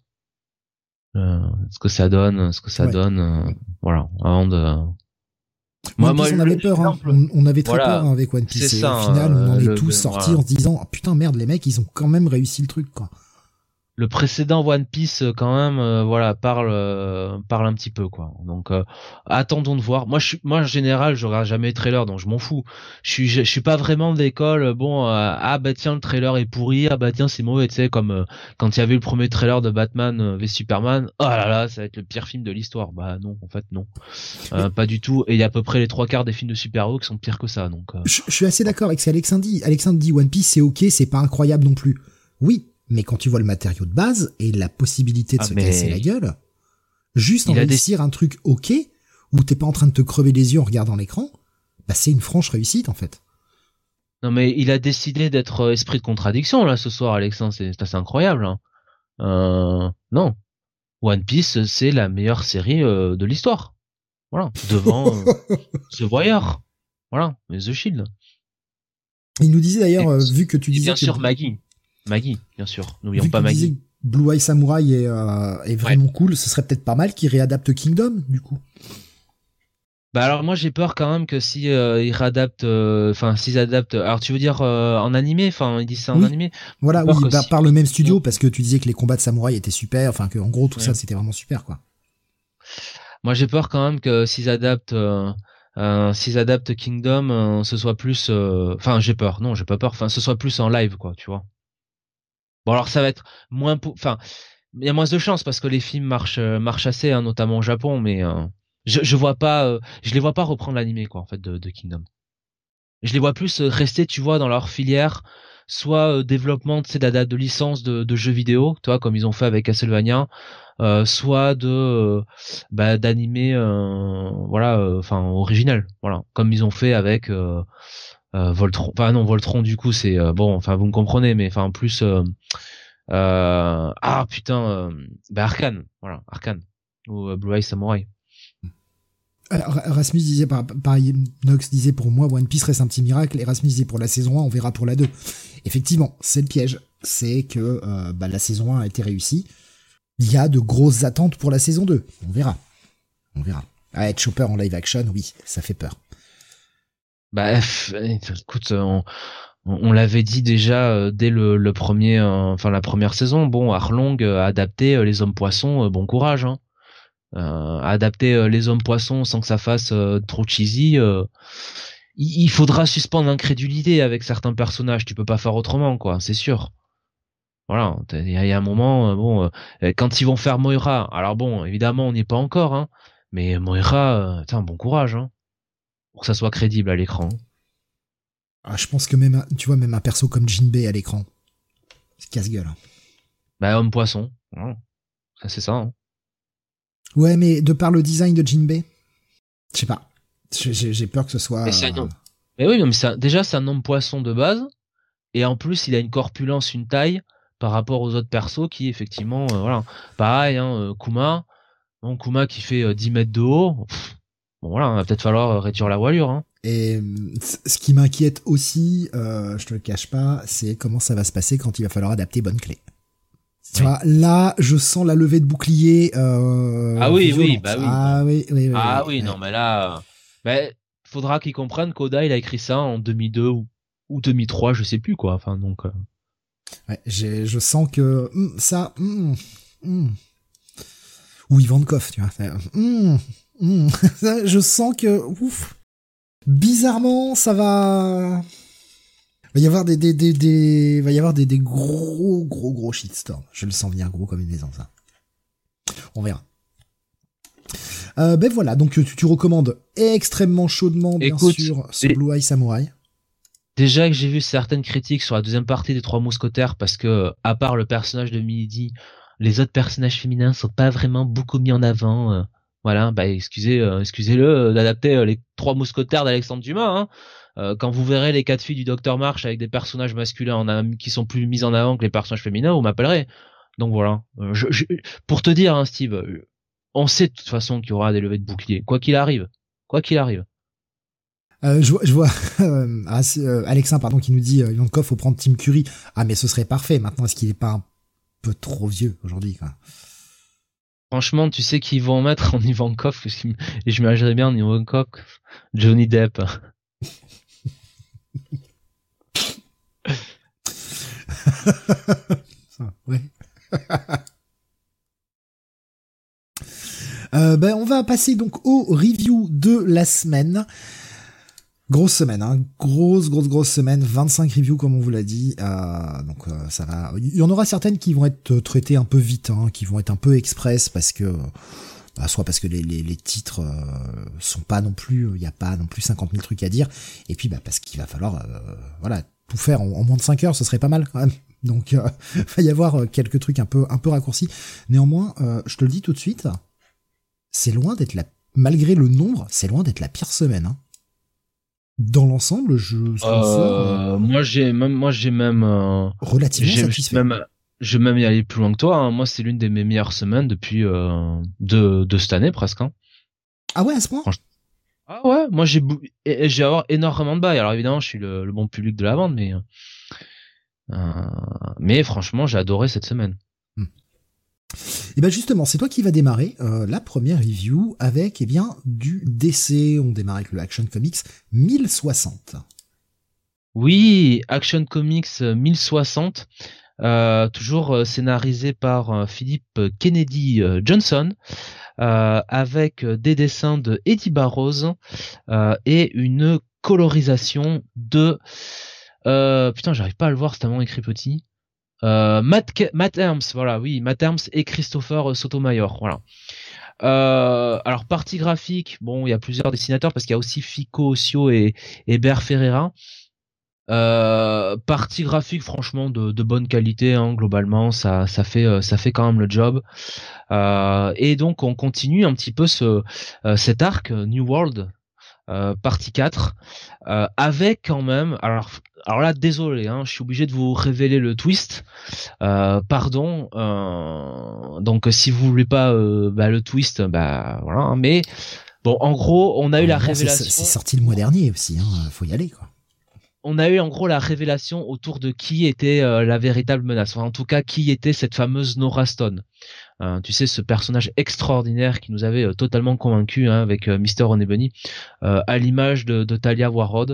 ce que ça donne, voilà, avant de. Moi, on avait peur, hein. On avait très peur, hein, avec One Piece. Et au final, on en est tous sortis en se disant, oh, putain, merde, les mecs, ils ont quand même réussi le truc, quoi. Le précédent One Piece, quand même, parle un petit peu, quoi. Donc attendons de voir. Moi en général, je regarde jamais les trailers, donc je m'en fous. Je suis pas vraiment d'école. Bon, tiens, le trailer est pourri. Tiens, c'est mauvais, tu sais, comme quand il y avait le premier trailer de Batman v Superman. Oh là là, ça va être le pire film de l'histoire. Bah non, en fait non, pas du tout. Et il y a à peu près les 3/4 des films de super-héros qui sont pires que ça. Donc je suis assez d'accord avec ce qu'Alexandre dit. Alexandre dit One Piece, c'est ok, c'est pas incroyable non plus. Oui. Mais quand tu vois le matériau de base et la possibilité de se casser la gueule, juste en réussir un truc ok, où t'es pas en train de te crever les yeux en regardant l'écran, c'est une franche réussite en fait. Non mais il a décidé d'être esprit de contradiction là ce soir, Alexandre, c'est assez incroyable. Hein. Non, One Piece c'est la meilleure série de l'histoire. Voilà, devant The Warrior. Voilà, mais The Shield. Il nous disait d'ailleurs, vu que tu disais bien sûr Maggie, bien sûr, n'oublions vu pas que tu Maggie. disais que Blue Eye Samurai est vraiment cool, ce serait peut-être pas mal qu'il réadapte Kingdom du coup. Bah alors moi j'ai peur quand même que si ils réadaptent, s'ils adaptent, alors tu veux dire en animé, ils disent ça en animé. Voilà, oui, par le même studio, parce que tu disais que les combats de samouraï étaient super, enfin que en gros tout ça c'était vraiment super quoi. Moi j'ai peur quand même que s'ils adaptent Kingdom, ce soit plus, j'ai peur, non j'ai pas peur, ce soit plus en live quoi, tu vois. Bon alors ça va être moins, il y a moins de chances parce que les films marchent assez, hein, notamment au Japon, mais je vois pas, je les vois pas reprendre l'animé quoi en fait de Kingdom. Je les vois plus rester, tu vois, dans leur filière, soit développement, tu sais, de licence de jeux vidéo, tu vois, comme ils ont fait avec Castlevania, soit d'animé, original, voilà, comme ils ont fait avec Voltron. Enfin non, Voltron du coup c'est vous me comprenez, mais en plus Arcane, voilà, Arcane ou Blue Eye Samurai. Alors, Rasmus disait, pareil, Nox disait pour moi, One Piece reste un petit miracle, et Rasmus disait pour la saison 1, on verra pour la 2. Effectivement, c'est le piège. C'est que la saison 1 a été réussie. Il y a de grosses attentes pour la saison 2. On verra. Être Chopper en live action, oui, ça fait peur. Bah, écoute, on l'avait dit déjà dès le premier, la première saison. Bon, Arlong a adapté les hommes poissons, bon courage, hein. Adapter les hommes poissons sans que ça fasse trop cheesy, il faudra suspendre l'incrédulité avec certains personnages. Tu peux pas faire autrement, quoi, c'est sûr. Voilà, il y a un moment, quand ils vont faire Moira, alors bon, évidemment, on n'y est pas encore, hein, mais Moira, bon courage, hein, pour que ça soit crédible à l'écran. Ah, je pense que même, tu vois, même un perso comme Jinbei à l'écran, c'est casse-gueule. Hein. Bah, homme poisson, voilà. Ça c'est ça. Hein. Ouais, mais de par le design de Jinbei, je sais pas. J'ai peur que ce soit. Mais oui, mais déjà c'est un homme poisson de base, et en plus il a une corpulence, une taille par rapport aux autres persos qui effectivement, voilà, pareil, hein, Kuma qui fait 10 mètres de haut. Bon voilà, il va peut-être falloir réduire la voilure. Hein. Et ce qui m'inquiète aussi, je te le cache pas, c'est comment ça va se passer quand il va falloir adapter Bonne Clé. Tu vois, là, je sens la levée de bouclier. Ah oui, violente. Bah oui. Ah oui. Non, mais là, faudra qu'ils comprennent qu'Oda il a écrit ça en 2002 ou 2003, je sais plus quoi. Enfin donc. Ouais, je sens que ça. Ou Ivankov, tu vois. Je sens que ouf. Bizarrement, ça va. Il va y avoir des gros shitstorms. Je le sens venir gros comme une maison, ça. On verra. Voilà, donc tu recommandes extrêmement chaudement, bien sûr, ce Blue Eye Samurai. Déjà que j'ai vu certaines critiques sur la deuxième partie des Trois Mousquetaires, parce que, à part le personnage de Milady, les autres personnages féminins sont pas vraiment beaucoup mis en avant. Voilà, excusez-le d'adapter les Trois Mousquetaires d'Alexandre Dumas. Hein. Quand vous verrez les 4 filles du Docteur March avec des personnages masculins qui sont plus mis en avant que les personnages féminins, vous m'appellerez. Donc voilà. Pour te dire, hein, Steve, on sait de toute façon qu'il y aura des levées de bouclier, quoi qu'il arrive. Je vois Alexin qui nous dit Ivankov faut prendre Tim Curry. Ah mais ce serait parfait. Maintenant est-ce qu'il est pas un peu trop vieux aujourd'hui quoi. Franchement, tu sais qu'ils vont mettre en Ivankov et je m'imagine bien en Ivankov Johnny Depp. Ouais. On va passer donc aux reviews de la semaine. Grosse semaine, hein. Grosse semaine, 25 reviews comme on vous l'a dit. Ça va. Il y en aura certaines qui vont être traitées un peu vite, hein, qui vont être un peu express parce que soit parce que les titres sont pas non plus, il y a pas non plus 50 000 trucs à dire, et puis parce qu'il va falloir tout faire en moins de 5 heures, ce serait pas mal quand même. Donc va y avoir quelques trucs un peu raccourcis. Néanmoins, je te le dis tout de suite, c'est loin d'être malgré le nombre, c'est loin d'être la pire semaine. Hein. Dans l'ensemble, moi j'ai même relativement satisfait. Je vais même y aller plus loin que toi. Hein. Moi, c'est l'une de mes meilleures semaines depuis de cette année presque. Hein. Ah ouais, à ce point. Ah ouais, moi j'ai avoir énormément de bails. Alors évidemment, je suis le bon public de la vente, mais franchement, j'ai adoré cette semaine. Hmm. Et ben justement, c'est toi qui va démarrer la première review avec du DC. On démarre avec le Action Comics 1060. Oui, Action Comics 1060, toujours scénarisé par Philippe Kennedy Johnson, avec des dessins de Eddie Barrows et une colorisation de putain, j'arrive pas à le voir, c'est tellement écrit petit. Matt Herms, voilà, oui, Matt Herms et Christopher Sotomayor, voilà. Alors partie graphique, bon, il y a plusieurs dessinateurs parce qu'il y a aussi Fico Ossio et Ber Ferreira. Partie graphique, franchement, de bonne qualité, hein, globalement, ça fait quand même le job. Et donc on continue un petit peu cet arc New World. Partie 4, avec quand même, alors là, désolé, hein, je suis obligé de vous révéler le twist, pardon, donc si vous voulez pas le twist, voilà, hein, mais bon, en gros, on a eu la révélation. C'est sorti le mois dernier aussi, hein, faut y aller, quoi. On a eu en gros la révélation autour de qui était la véritable menace, enfin, en tout cas qui était cette fameuse Nora Stone. Tu sais, ce personnage extraordinaire qui nous avait totalement convaincu, hein, avec Mister Onebunny, à l'image de Talia Warrod.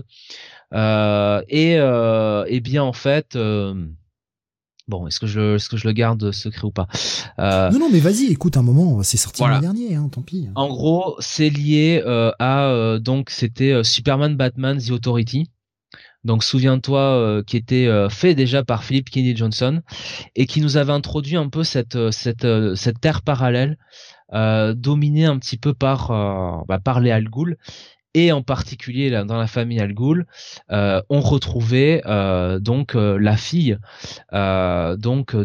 Et bien en fait, bon, est-ce que je le garde secret ou pas? Non, mais vas-y, écoute un moment, c'est sorti Voilà. le mois dernier, hein, tant pis. En gros, c'est lié à donc c'était Superman Batman The Authority. Donc souviens-toi, qui était fait déjà par Philip Kennedy Johnson et qui nous avait introduit un peu cette terre parallèle dominée un petit peu par les Al Ghul, et en particulier là, dans la famille Al Ghul, on retrouvait donc la fille donc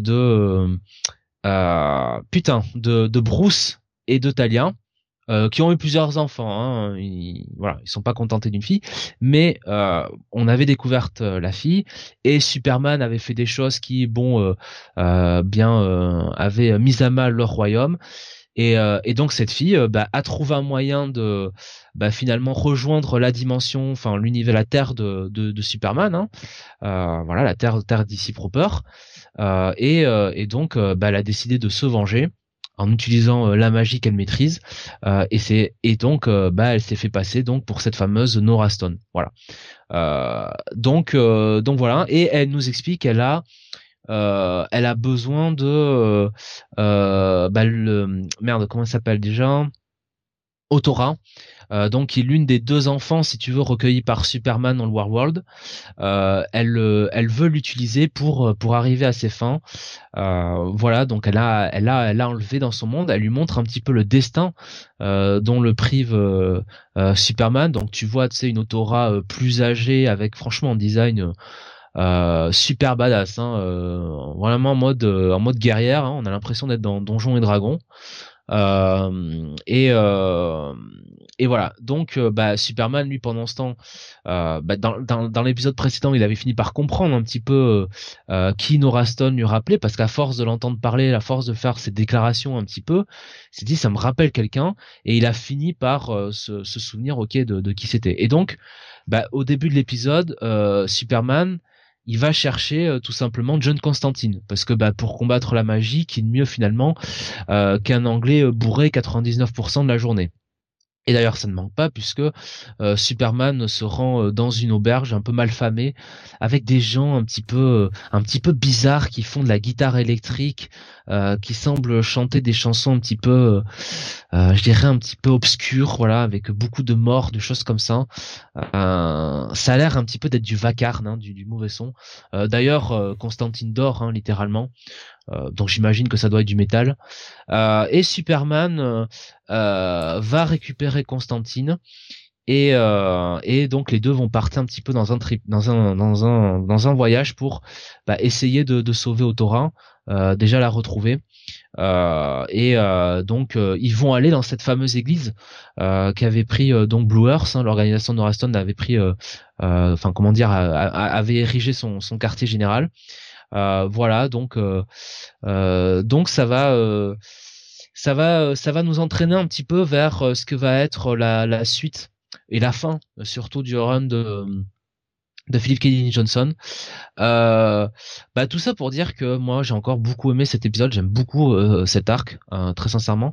de Bruce et de Talia, qui ont eu plusieurs enfants, hein. Ils sont pas contentés d'une fille, mais on avait découvert la fille, et Superman avait fait des choses qui, avaient mis à mal leur royaume, et donc cette fille a trouvé un moyen de finalement rejoindre la dimension, enfin l'univers, la terre de Superman, hein. Voilà, la terre d'ici proper, et donc elle a décidé de se venger en utilisant la magie qu'elle maîtrise, donc elle s'est fait passer donc pour cette fameuse Nora Stone, voilà. Donc voilà, et elle nous explique qu'elle a besoin de merde, comment ça s'appelle déjà, Autora, donc qui est l'une des deux enfants, si tu veux, recueillis par Superman dans le Warworld. Elle veut l'utiliser pour arriver à ses fins. Voilà, donc elle a enlevé dans son monde. Elle lui montre un petit peu le destin dont le prive Superman. Donc tu vois, tu sais, une Autora plus âgée, avec franchement un design super badass, hein, vraiment en mode guerrière, hein. On a l'impression d'être dans Donjons et Dragons. Euh, et euh, et voilà, donc Superman, lui, pendant ce temps, dans l'épisode précédent, il avait fini par comprendre un petit peu qui Nora Stone lui rappelait, parce qu'à force de l'entendre parler, à force de faire ses déclarations un petit peu, il s'est dit ça me rappelle quelqu'un, et il a fini par se souvenir, ok, de qui c'était. Et donc au début de l'épisode, Superman, il va chercher tout simplement John Constantine, parce que pour combattre la magie, qui de mieux finalement qu'un Anglais bourré 99% de la journée. Et d'ailleurs, ça ne manque pas, puisque Superman se rend dans une auberge un peu malfamée, avec des gens un petit peu bizarres, qui font de la guitare électrique, qui semblent chanter des chansons un petit peu, je dirais un petit peu obscures, voilà, avec beaucoup de morts, de choses comme ça. Ça a l'air un petit peu d'être du vacarme, hein, du mauvais son. D'ailleurs, Constantine dort, hein, littéralement. Donc j'imagine que ça doit être du métal. Et Superman va récupérer Constantine, et donc les deux vont partir un petit peu dans un trip, dans un voyage pour essayer de sauver Autora, déjà la retrouver. Donc ils vont aller dans cette fameuse église qu'avait pris donc Blue Earth, hein, l'organisation de Nora Stone avait pris, enfin comment dire, avait érigé son quartier général. Voilà, donc ça va nous entraîner un petit peu vers ce que va être la suite et la fin surtout du run de Philip Kennedy Johnson. Tout ça pour dire que moi j'ai encore beaucoup aimé cet épisode, j'aime beaucoup cet arc, très sincèrement.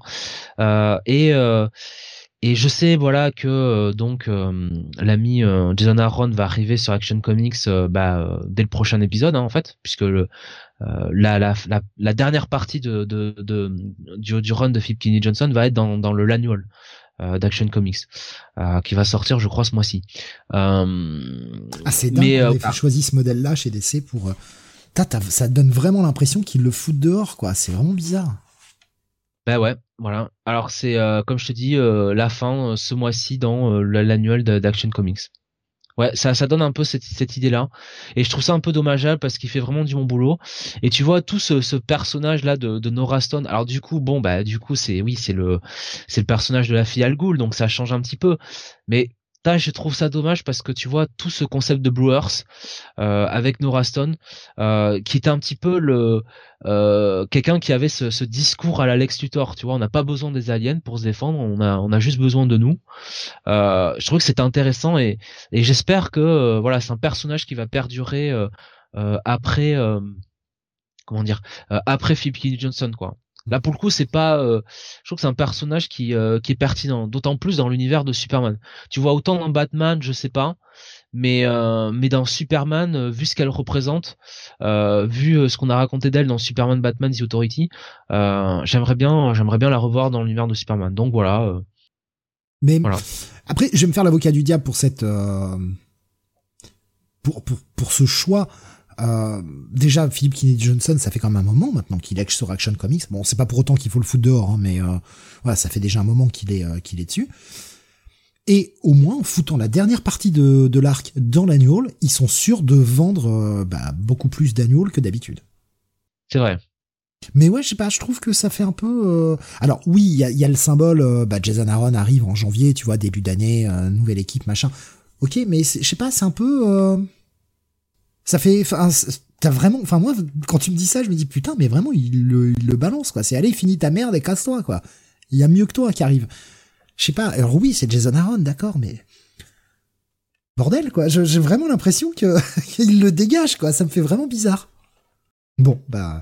Et je sais voilà que l'ami Jason Aaron va arriver sur Action Comics dès le prochain épisode en fait, puisque la dernière partie du run de Philip Kennedy Johnson va être dans le l'annual d'Action Comics qui va sortir je crois ce mois-ci. C'est dingue qu'on ait choisi ce modèle-là chez DC pour ça donne vraiment l'impression qu'ils le foutent dehors quoi, c'est vraiment bizarre. Bah ouais, voilà. Alors c'est comme je te dis la fin ce mois-ci dans l'annuel d'Action Comics. Ouais, ça donne un peu cette idée-là, et je trouve ça un peu dommageable parce qu'il fait vraiment du bon boulot. Et tu vois tout ce personnage-là de Nora Stone. Alors du coup, c'est le personnage de la fille Al Ghul, donc ça change un petit peu. Mais je trouve ça dommage parce que tu vois tout ce concept de Blue Earth avec Nora Stone, qui était un petit peu quelqu'un qui avait ce discours à la Lex Luthor. Tu vois, on n'a pas besoin des aliens pour se défendre, on a juste besoin de nous. Je trouve que c'était intéressant et j'espère que c'est un personnage qui va perdurer après après Philip Kennedy Johnson quoi. Là pour le coup c'est pas je trouve que c'est un personnage qui est pertinent, d'autant plus dans l'univers de Superman. Tu vois, autant dans Batman je sais pas, mais dans Superman, vu ce qu'elle représente, vu ce qu'on a raconté d'elle dans Superman Batman The Authority, j'aimerais bien la revoir dans l'univers de Superman. Donc voilà. Mais voilà. Après, je vais me faire l'avocat du diable pour cette pour ce choix. Déjà, Philip Kennedy Johnson, ça fait quand même un moment maintenant qu'il est sur Action Comics. Bon, c'est pas pour autant qu'il faut le foutre dehors, hein, mais voilà, ça fait déjà un moment qu'il est dessus. Et au moins, en foutant la dernière partie de l'arc dans l'annual, ils sont sûrs de vendre beaucoup plus d'annual que d'habitude. C'est vrai. Mais ouais, je sais pas, je trouve que ça fait un peu... Alors oui, il y a le symbole, Jason Aaron arrive en janvier, tu vois, début d'année, nouvelle équipe, machin. Ok, mais je sais pas, c'est un peu... Ça fait... T'as vraiment... Enfin moi, quand tu me dis ça, je me dis, putain, mais vraiment, il le balance, quoi. C'est, allez, finis ta merde et casse-toi, quoi. Il y a mieux que toi qui arrive. Je sais pas, alors oui, c'est Jason Aaron, d'accord, mais... Bordel, quoi, j'ai vraiment l'impression qu'il le dégage, quoi. Ça me fait vraiment bizarre. Bon,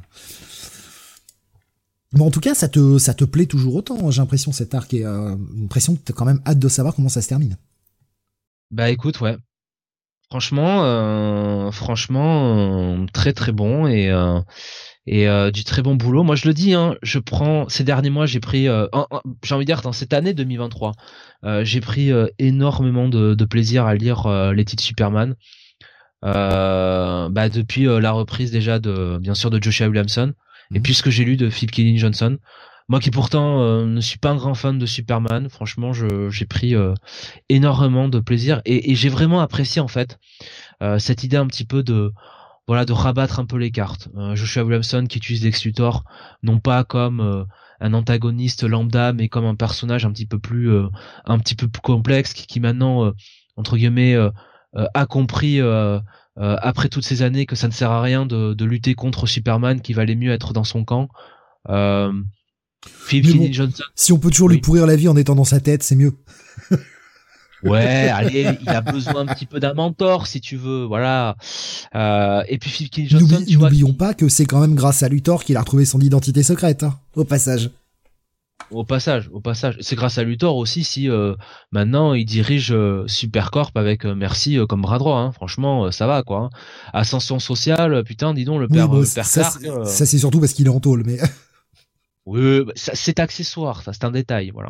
en tout cas, ça te plaît toujours autant, j'ai l'impression, cet arc, et l'impression que t'as quand même hâte de savoir comment ça se termine. Bah écoute, ouais. Franchement, très très bon et du très bon boulot. Moi je le dis, hein, je prends ces derniers mois, j'ai pris, j'ai envie de dire dans cette année 2023, j'ai pris énormément de plaisir à lire les titres Superman. Depuis la reprise déjà bien sûr de Joshua Williamson, et puis ce que j'ai lu de Philip Kennedy Johnson. Moi qui pourtant ne suis pas un grand fan de Superman, franchement j'ai pris énormément de plaisir et j'ai vraiment apprécié en fait cette idée un petit peu de rabattre un peu les cartes. Joshua Williamson qui utilise Lex Luthor non pas comme un antagoniste lambda, mais comme un personnage un petit peu plus complexe qui maintenant entre guillemets a compris après toutes ces années que ça ne sert à rien de lutter contre Superman, qu'il valait mieux être dans son camp. Philip Kennedy Johnson. Si on peut toujours lui pourrir la vie en étant dans sa tête, c'est mieux. Ouais, allez, il a besoin un petit peu d'un mentor, si tu veux, voilà. Et puis Philip Kennedy Johnson, n'oublions pas que c'est quand même grâce à Luthor qu'il a retrouvé son identité secrète, hein, au passage. Au passage. C'est grâce à Luthor aussi si maintenant il dirige Supercorp avec Merci comme bras droit. Hein. Franchement, ça va quoi. Hein. Ascension sociale, putain, dis donc le père Clark. Ça c'est surtout parce qu'il est en tôle, mais. Oui, c'est accessoire, ça c'est un détail, voilà.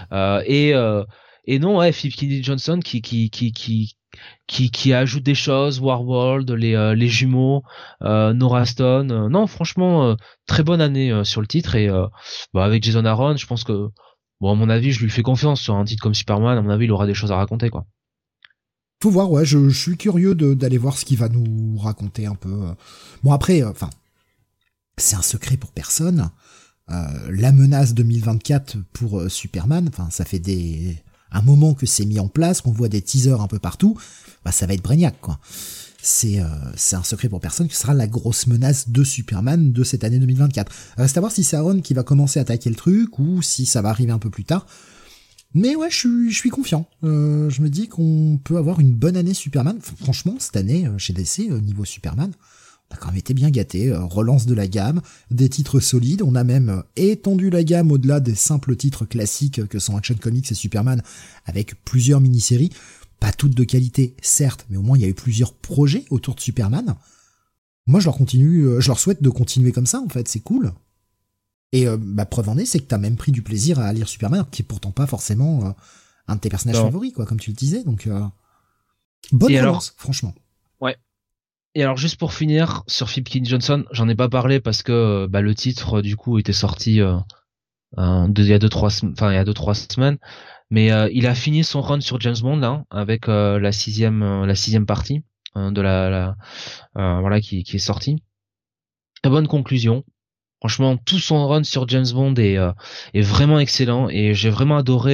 Et non, ouais, Philip Kennedy Johnson qui ajoute des choses, Warworld, les jumeaux, Nora Stone. Non, franchement, très bonne année sur le titre et avec Jason Aaron, je pense que à mon avis, je lui fais confiance sur un titre comme Superman. À mon avis, il aura des choses à raconter, quoi. Faut voir, ouais, je suis curieux d'aller voir ce qu'il va nous raconter un peu. Bon après, c'est un secret pour personne. La menace 2024 pour Superman, ça fait un moment que c'est mis en place, qu'on voit des teasers un peu partout, ça va être Brainiac, quoi. C'est un secret pour personne que ce sera la grosse menace de Superman de cette année 2024. Reste à voir si c'est Aaron qui va commencer à attaquer le truc ou si ça va arriver un peu plus tard. Mais ouais, je suis confiant. Je me dis qu'on peut avoir une bonne année Superman. Franchement, cette année, chez DC, niveau Superman, on a quand même été bien gâtés. Relance de la gamme, des titres solides. On a même étendu la gamme au-delà des simples titres classiques que sont Action Comics et Superman, avec plusieurs mini-séries. Pas toutes de qualité, certes, mais au moins il y a eu plusieurs projets autour de Superman. Moi, je leur souhaite de continuer comme ça, en fait. C'est cool. Et preuve en est, c'est que t'as même pris du plaisir à lire Superman, qui est pourtant pas forcément un de tes personnages favoris, quoi, comme tu le disais. Donc, bonne relance, franchement. Ouais. Et alors, juste pour finir, sur Philip Johnson, j'en ai pas parlé parce que le titre, du coup, était sorti il y a 2-3 semaines. Mais il a fini son run sur James Bond, là, avec la sixième partie de voilà, qui est sortie. Très bonne conclusion. Franchement, tout son run sur James Bond est vraiment excellent et j'ai vraiment adoré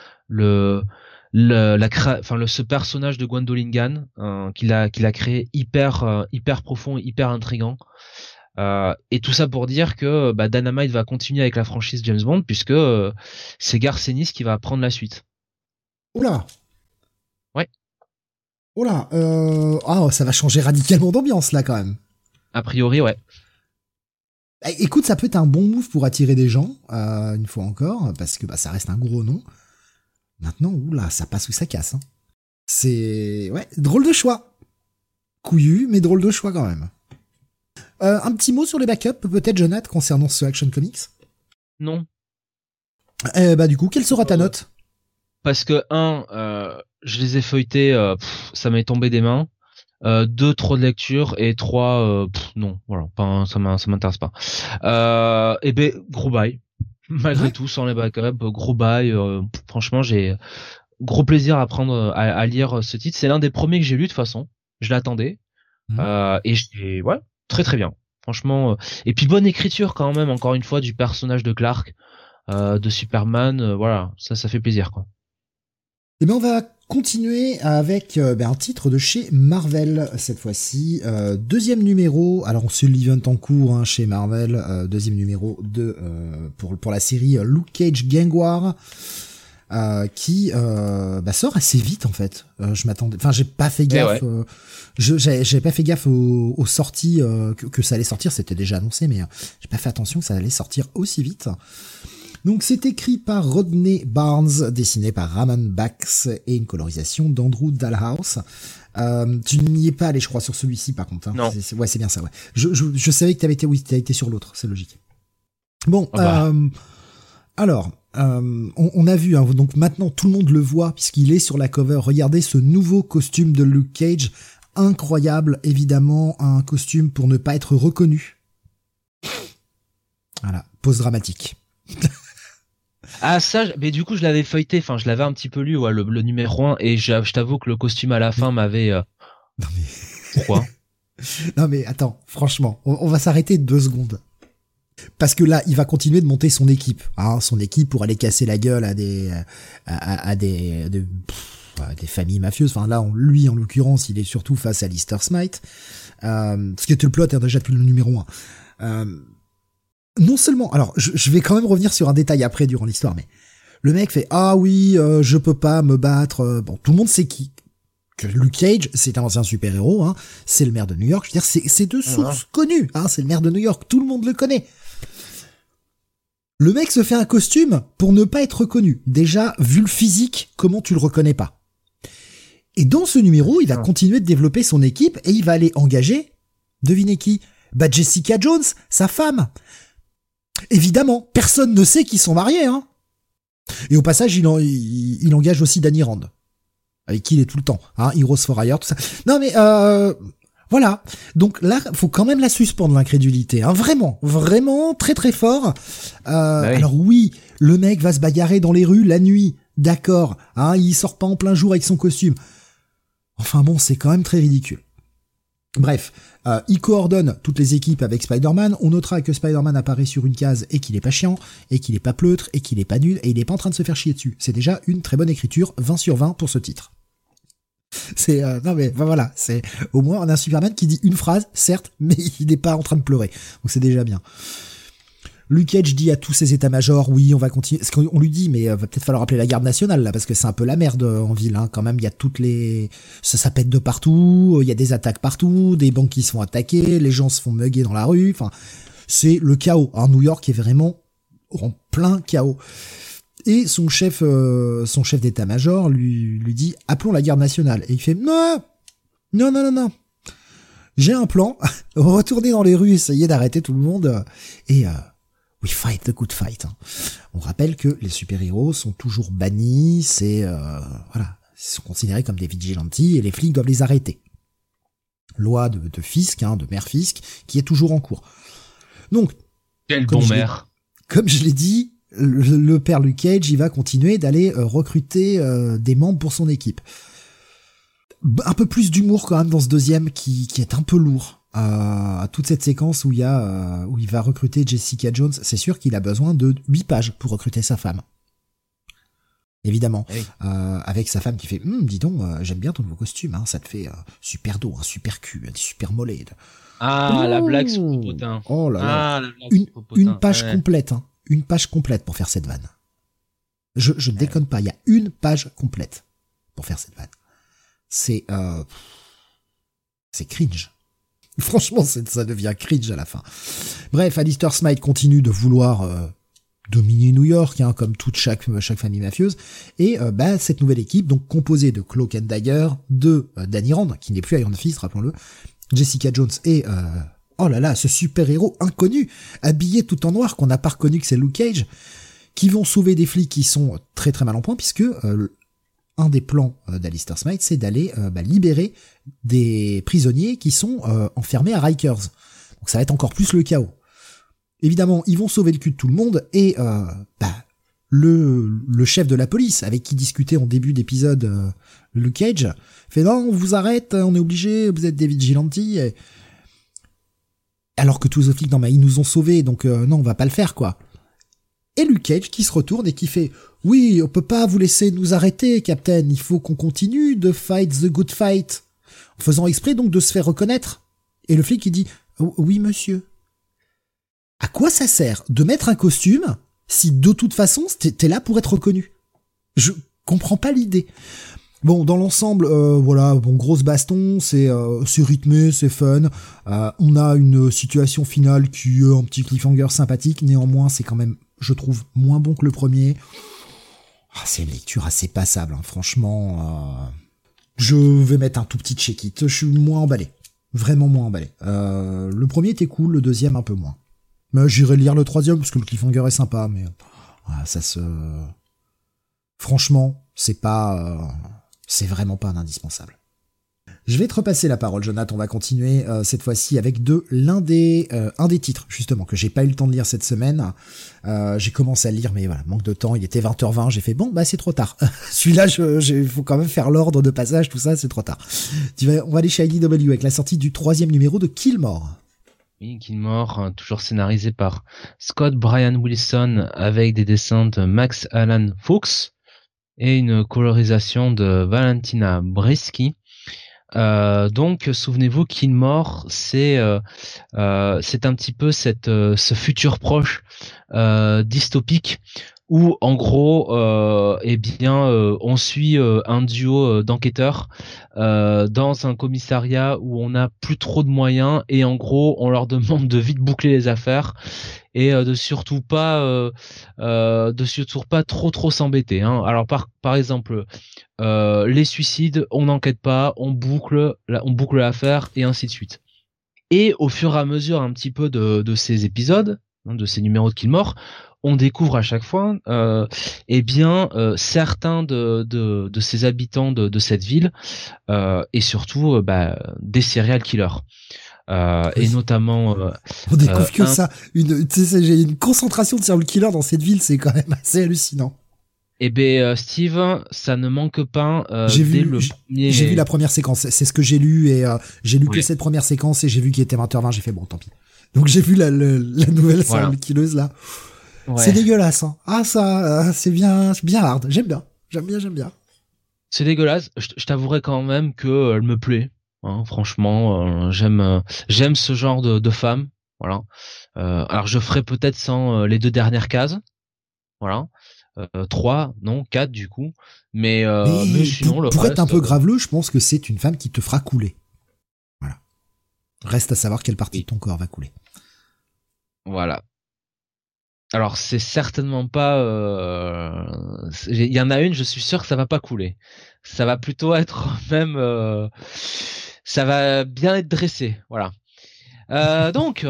ce personnage de Gwendoline Gann qu'il a créé hyper profond et hyper intriguant. Et tout ça pour dire que Dynamite va continuer avec la franchise James Bond puisque c'est Garth Ennis qui va prendre la suite. Oula. Ouais. Oula. Ça va changer radicalement d'ambiance là quand même. A priori, ouais. Écoute, ça peut être un bon move pour attirer des gens, une fois encore, parce que ça reste un gros nom. Maintenant, oula, ça passe ou ça casse. Hein. C'est... Ouais, drôle de choix. Couillu, mais drôle de choix quand même. Un petit mot sur les backups, peut-être, Jonathan, concernant ce Action Comics ? Non. Du coup, quelle sera ta note ? Parce que, je les ai feuilletés, ça m'est tombé des mains. 2, trop de lecture, et 3, non, voilà, ça m'intéresse pas. Gros bail. Malgré tout, sans les backups, gros bail. Franchement, j'ai gros plaisir à lire ce titre. C'est l'un des premiers que j'ai lu de toute façon. Je l'attendais. Et ouais, très très bien. Franchement, et puis bonne écriture quand même, encore une fois, du personnage de Clark, de Superman, voilà, ça fait plaisir, quoi. Eh ben, on va continuer avec un titre de chez Marvel cette fois-ci, deuxième numéro. Alors c'est l'event en cours chez Marvel, deuxième numéro pour la série Luke Cage Gang War, qui sort assez vite en fait. Je m'attendais, enfin j'ai pas fait gaffe, j'avais pas fait gaffe aux sorties que ça allait sortir. C'était déjà annoncé, mais j'ai pas fait attention que ça allait sortir aussi vite. Donc c'est écrit par Rodney Barnes, dessiné par Ramon Bax et une colorisation d'Andrew Dalhouse. Tu n'y es pas allé, je crois, sur celui-ci par contre. Hein. Non. C'est bien ça. Ouais. Je savais que t'avais été sur l'autre, c'est logique. Bon, alors, on a vu, donc maintenant tout le monde le voit puisqu'il est sur la cover. Regardez ce nouveau costume de Luke Cage, incroyable, évidemment, un costume pour ne pas être reconnu. Voilà, pause dramatique. Ah ça, mais du coup je l'avais feuilleté, enfin je l'avais un petit peu lu, ouais, le numéro 1, et je t'avoue que le costume à la fin m'avait... Non mais... Pourquoi ? Non mais attends, franchement, on va s'arrêter 2 secondes. Parce que là, il va continuer de monter son équipe, son équipe pour aller casser la gueule à des familles mafieuses. Enfin là, lui en l'occurrence, il est surtout face à Lister Smite, ce qui était le plot déjà depuis le numéro 1. Non seulement, alors je vais quand même revenir sur un détail après durant l'histoire, mais le mec fait je peux pas me battre. Bon, tout le monde sait que Luke Cage, c'est un ancien super-héros, c'est le maire de New York. Je veux dire, c'est de sources connues, c'est le maire de New York, tout le monde le connaît. Le mec se fait un costume pour ne pas être reconnu. Déjà, vu le physique, comment tu le reconnais pas ? Et dans ce numéro, il va continuer de développer son équipe et il va aller engager, devinez qui ? Jessica Jones, sa femme. Évidemment, personne ne sait qu'ils sont mariés, Et au passage, il engage aussi Danny Rand, avec qui il est tout le temps, Heroes for Hire, tout ça. Non mais voilà. Donc là, faut quand même la suspendre, l'incrédulité, Vraiment, vraiment très très fort. Oui. Alors oui, le mec va se bagarrer dans les rues la nuit, d'accord. Il sort pas en plein jour avec son costume. Enfin bon, c'est quand même très ridicule. Bref, il coordonne toutes les équipes avec Spider-Man. On notera que Spider-Man apparaît sur une case et qu'il est pas chiant, et qu'il est pas pleutre, et qu'il est pas nul, et il est pas en train de se faire chier dessus. C'est déjà une très bonne écriture, 20 sur 20 pour ce titre. C'est non mais voilà, c'est au moins on a un Superman qui dit une phrase, certes, mais il n'est pas en train de pleurer. Donc c'est déjà bien. Luke Cage dit à tous ses états-majors, oui, on va continuer. Parce qu'on lui dit, mais va peut-être falloir appeler la garde nationale, là, parce que c'est un peu la merde en ville, hein. Quand même, il y a ça pète de partout, il y a des attaques partout, des banques qui se font attaquer, les gens se font mugger dans la rue, enfin, c'est le chaos, hein. New York est vraiment en plein chaos. Et son chef d'état-major lui dit, appelons la garde nationale. Et il fait, non. J'ai un plan, retourner dans les rues, essayer d'arrêter tout le monde, et we fight the good fight. Hein. On rappelle que les super-héros sont toujours bannis, ils sont considérés comme des vigilantes, et les flics doivent les arrêter. Loi de Fisk, hein, de maire Fisk, qui est toujours en cours. Donc, quel bon maire. Comme je l'ai dit, le père Luke Cage, il va continuer d'aller recruter des membres pour son équipe. Un peu plus d'humour quand même dans ce deuxième qui est un peu lourd. Toute cette séquence où il va recruter Jessica Jones, c'est sûr qu'il a besoin de 8 pages pour recruter sa femme. Évidemment. Oui. Avec sa femme qui fait dis donc, j'aime bien ton nouveau costume, hein, ça te fait super dos, un super cul, un super mollet. La blague sur Popotin. Oh là là. Une page complète, hein. Une page complète pour faire cette vanne. Je ne déconne pas, il y a une page complète pour faire cette vanne. C'est cringe. Franchement, ça devient cringe à la fin. Bref, Alistair Smite continue de vouloir dominer New York, hein, comme toute chaque famille mafieuse. Et cette nouvelle équipe, donc composée de Cloak and Dagger, de Danny Rand, qui n'est plus Iron Fist, rappelons-le, Jessica Jones et oh là là, ce super-héros inconnu, habillé tout en noir, qu'on n'a pas reconnu que c'est Luke Cage, qui vont sauver des flics qui sont très très mal en point, puisque un des plans d'Alistair Smite, c'est d'aller libérer des prisonniers qui sont enfermés à Rikers. Donc ça va être encore plus le chaos. Évidemment, ils vont sauver le cul de tout le monde, et le chef de la police, avec qui discutait en début d'épisode Luke Cage, fait non, on vous arrête, on est obligé, vous êtes des vigilantes, alors que tous les autres flics, non, ils nous ont sauvés, donc non, on va pas le faire, quoi. Et Luke Cage qui se retourne et qui fait « Oui, on peut pas vous laisser nous arrêter, Captain, il faut qu'on continue de fight the good fight. » En faisant exprès donc de se faire reconnaître. Et le flic il dit « Oui, monsieur. » À quoi ça sert de mettre un costume si de toute façon t'es là pour être reconnu? Je comprends pas l'idée. Bon, dans l'ensemble, grosse baston, c'est rythmé, c'est fun. On a une situation finale qui est un petit cliffhanger sympathique. Néanmoins, c'est quand même, je trouve, moins bon que le premier. C'est une lecture assez passable, hein. Franchement. Je vais mettre un tout petit check-it. Je suis moins emballé. Vraiment moins emballé. Le premier était cool, le deuxième un peu moins. Mais j'irai lire le troisième parce que le cliffhanger est sympa, mais franchement, c'est vraiment pas un indispensable. Je vais te repasser la parole, Jonathan. On va continuer cette fois-ci avec un des titres, justement, que j'ai pas eu le temps de lire cette semaine. J'ai commencé à le lire, mais voilà, manque de temps. Il était 20h20. J'ai fait, c'est trop tard. Celui-là, il faut quand même faire l'ordre de passage, tout ça, c'est trop tard. On va aller chez IDW avec la sortie du 3e numéro de Killmore. Oui, Killmore, toujours scénarisé par Scott Bryan Wilson avec des dessins de Max Alan Fuchs et une colorisation de Valentina Brisky. Donc, souvenez-vous, Killmore, c'est un petit peu ce futur proche dystopique où, en gros, on suit un duo d'enquêteurs dans un commissariat où on n'a plus trop de moyens et en gros, on leur demande de vite boucler les affaires et de surtout pas trop s'embêter, hein. Alors par exemple, les suicides, on n'enquête pas, on boucle l'affaire et ainsi de suite. Et au fur et à mesure un petit peu de ces épisodes, hein, de ces numéros de Killmore, on découvre à chaque fois certains de ces habitants de cette ville et surtout des serial killers. Et notamment on découvre que ça, j'ai une concentration de serial killers dans cette ville, c'est quand même assez hallucinant. Steve, ça ne manque pas j'ai vu la première séquence, c'est ce que j'ai lu, et j'ai lu que cette première séquence et j'ai vu qu'il était 20h20, j'ai fait bon tant pis. Donc j'ai vu la nouvelle serial killeuse là. Ouais. C'est dégueulasse, hein. C'est bien hard. J'aime bien. C'est dégueulasse. Je t'avouerai quand même que elle me plaît. Hein, franchement, j'aime ce genre de femme. Voilà. Alors je ferai peut-être sans les 2 dernières cases. Voilà. 3, non, 4 du coup. Mais Mais sinon le pour être un reste. peu graveleux, je pense que c'est une femme qui te fera couler. Voilà. Reste à savoir quelle partie Oui. de ton corps va couler. Voilà. Alors c'est certainement pas. Il y en a une, je suis sûr que ça va pas couler. Ça va plutôt être même. Ça va bien être dressé. Voilà. Donc.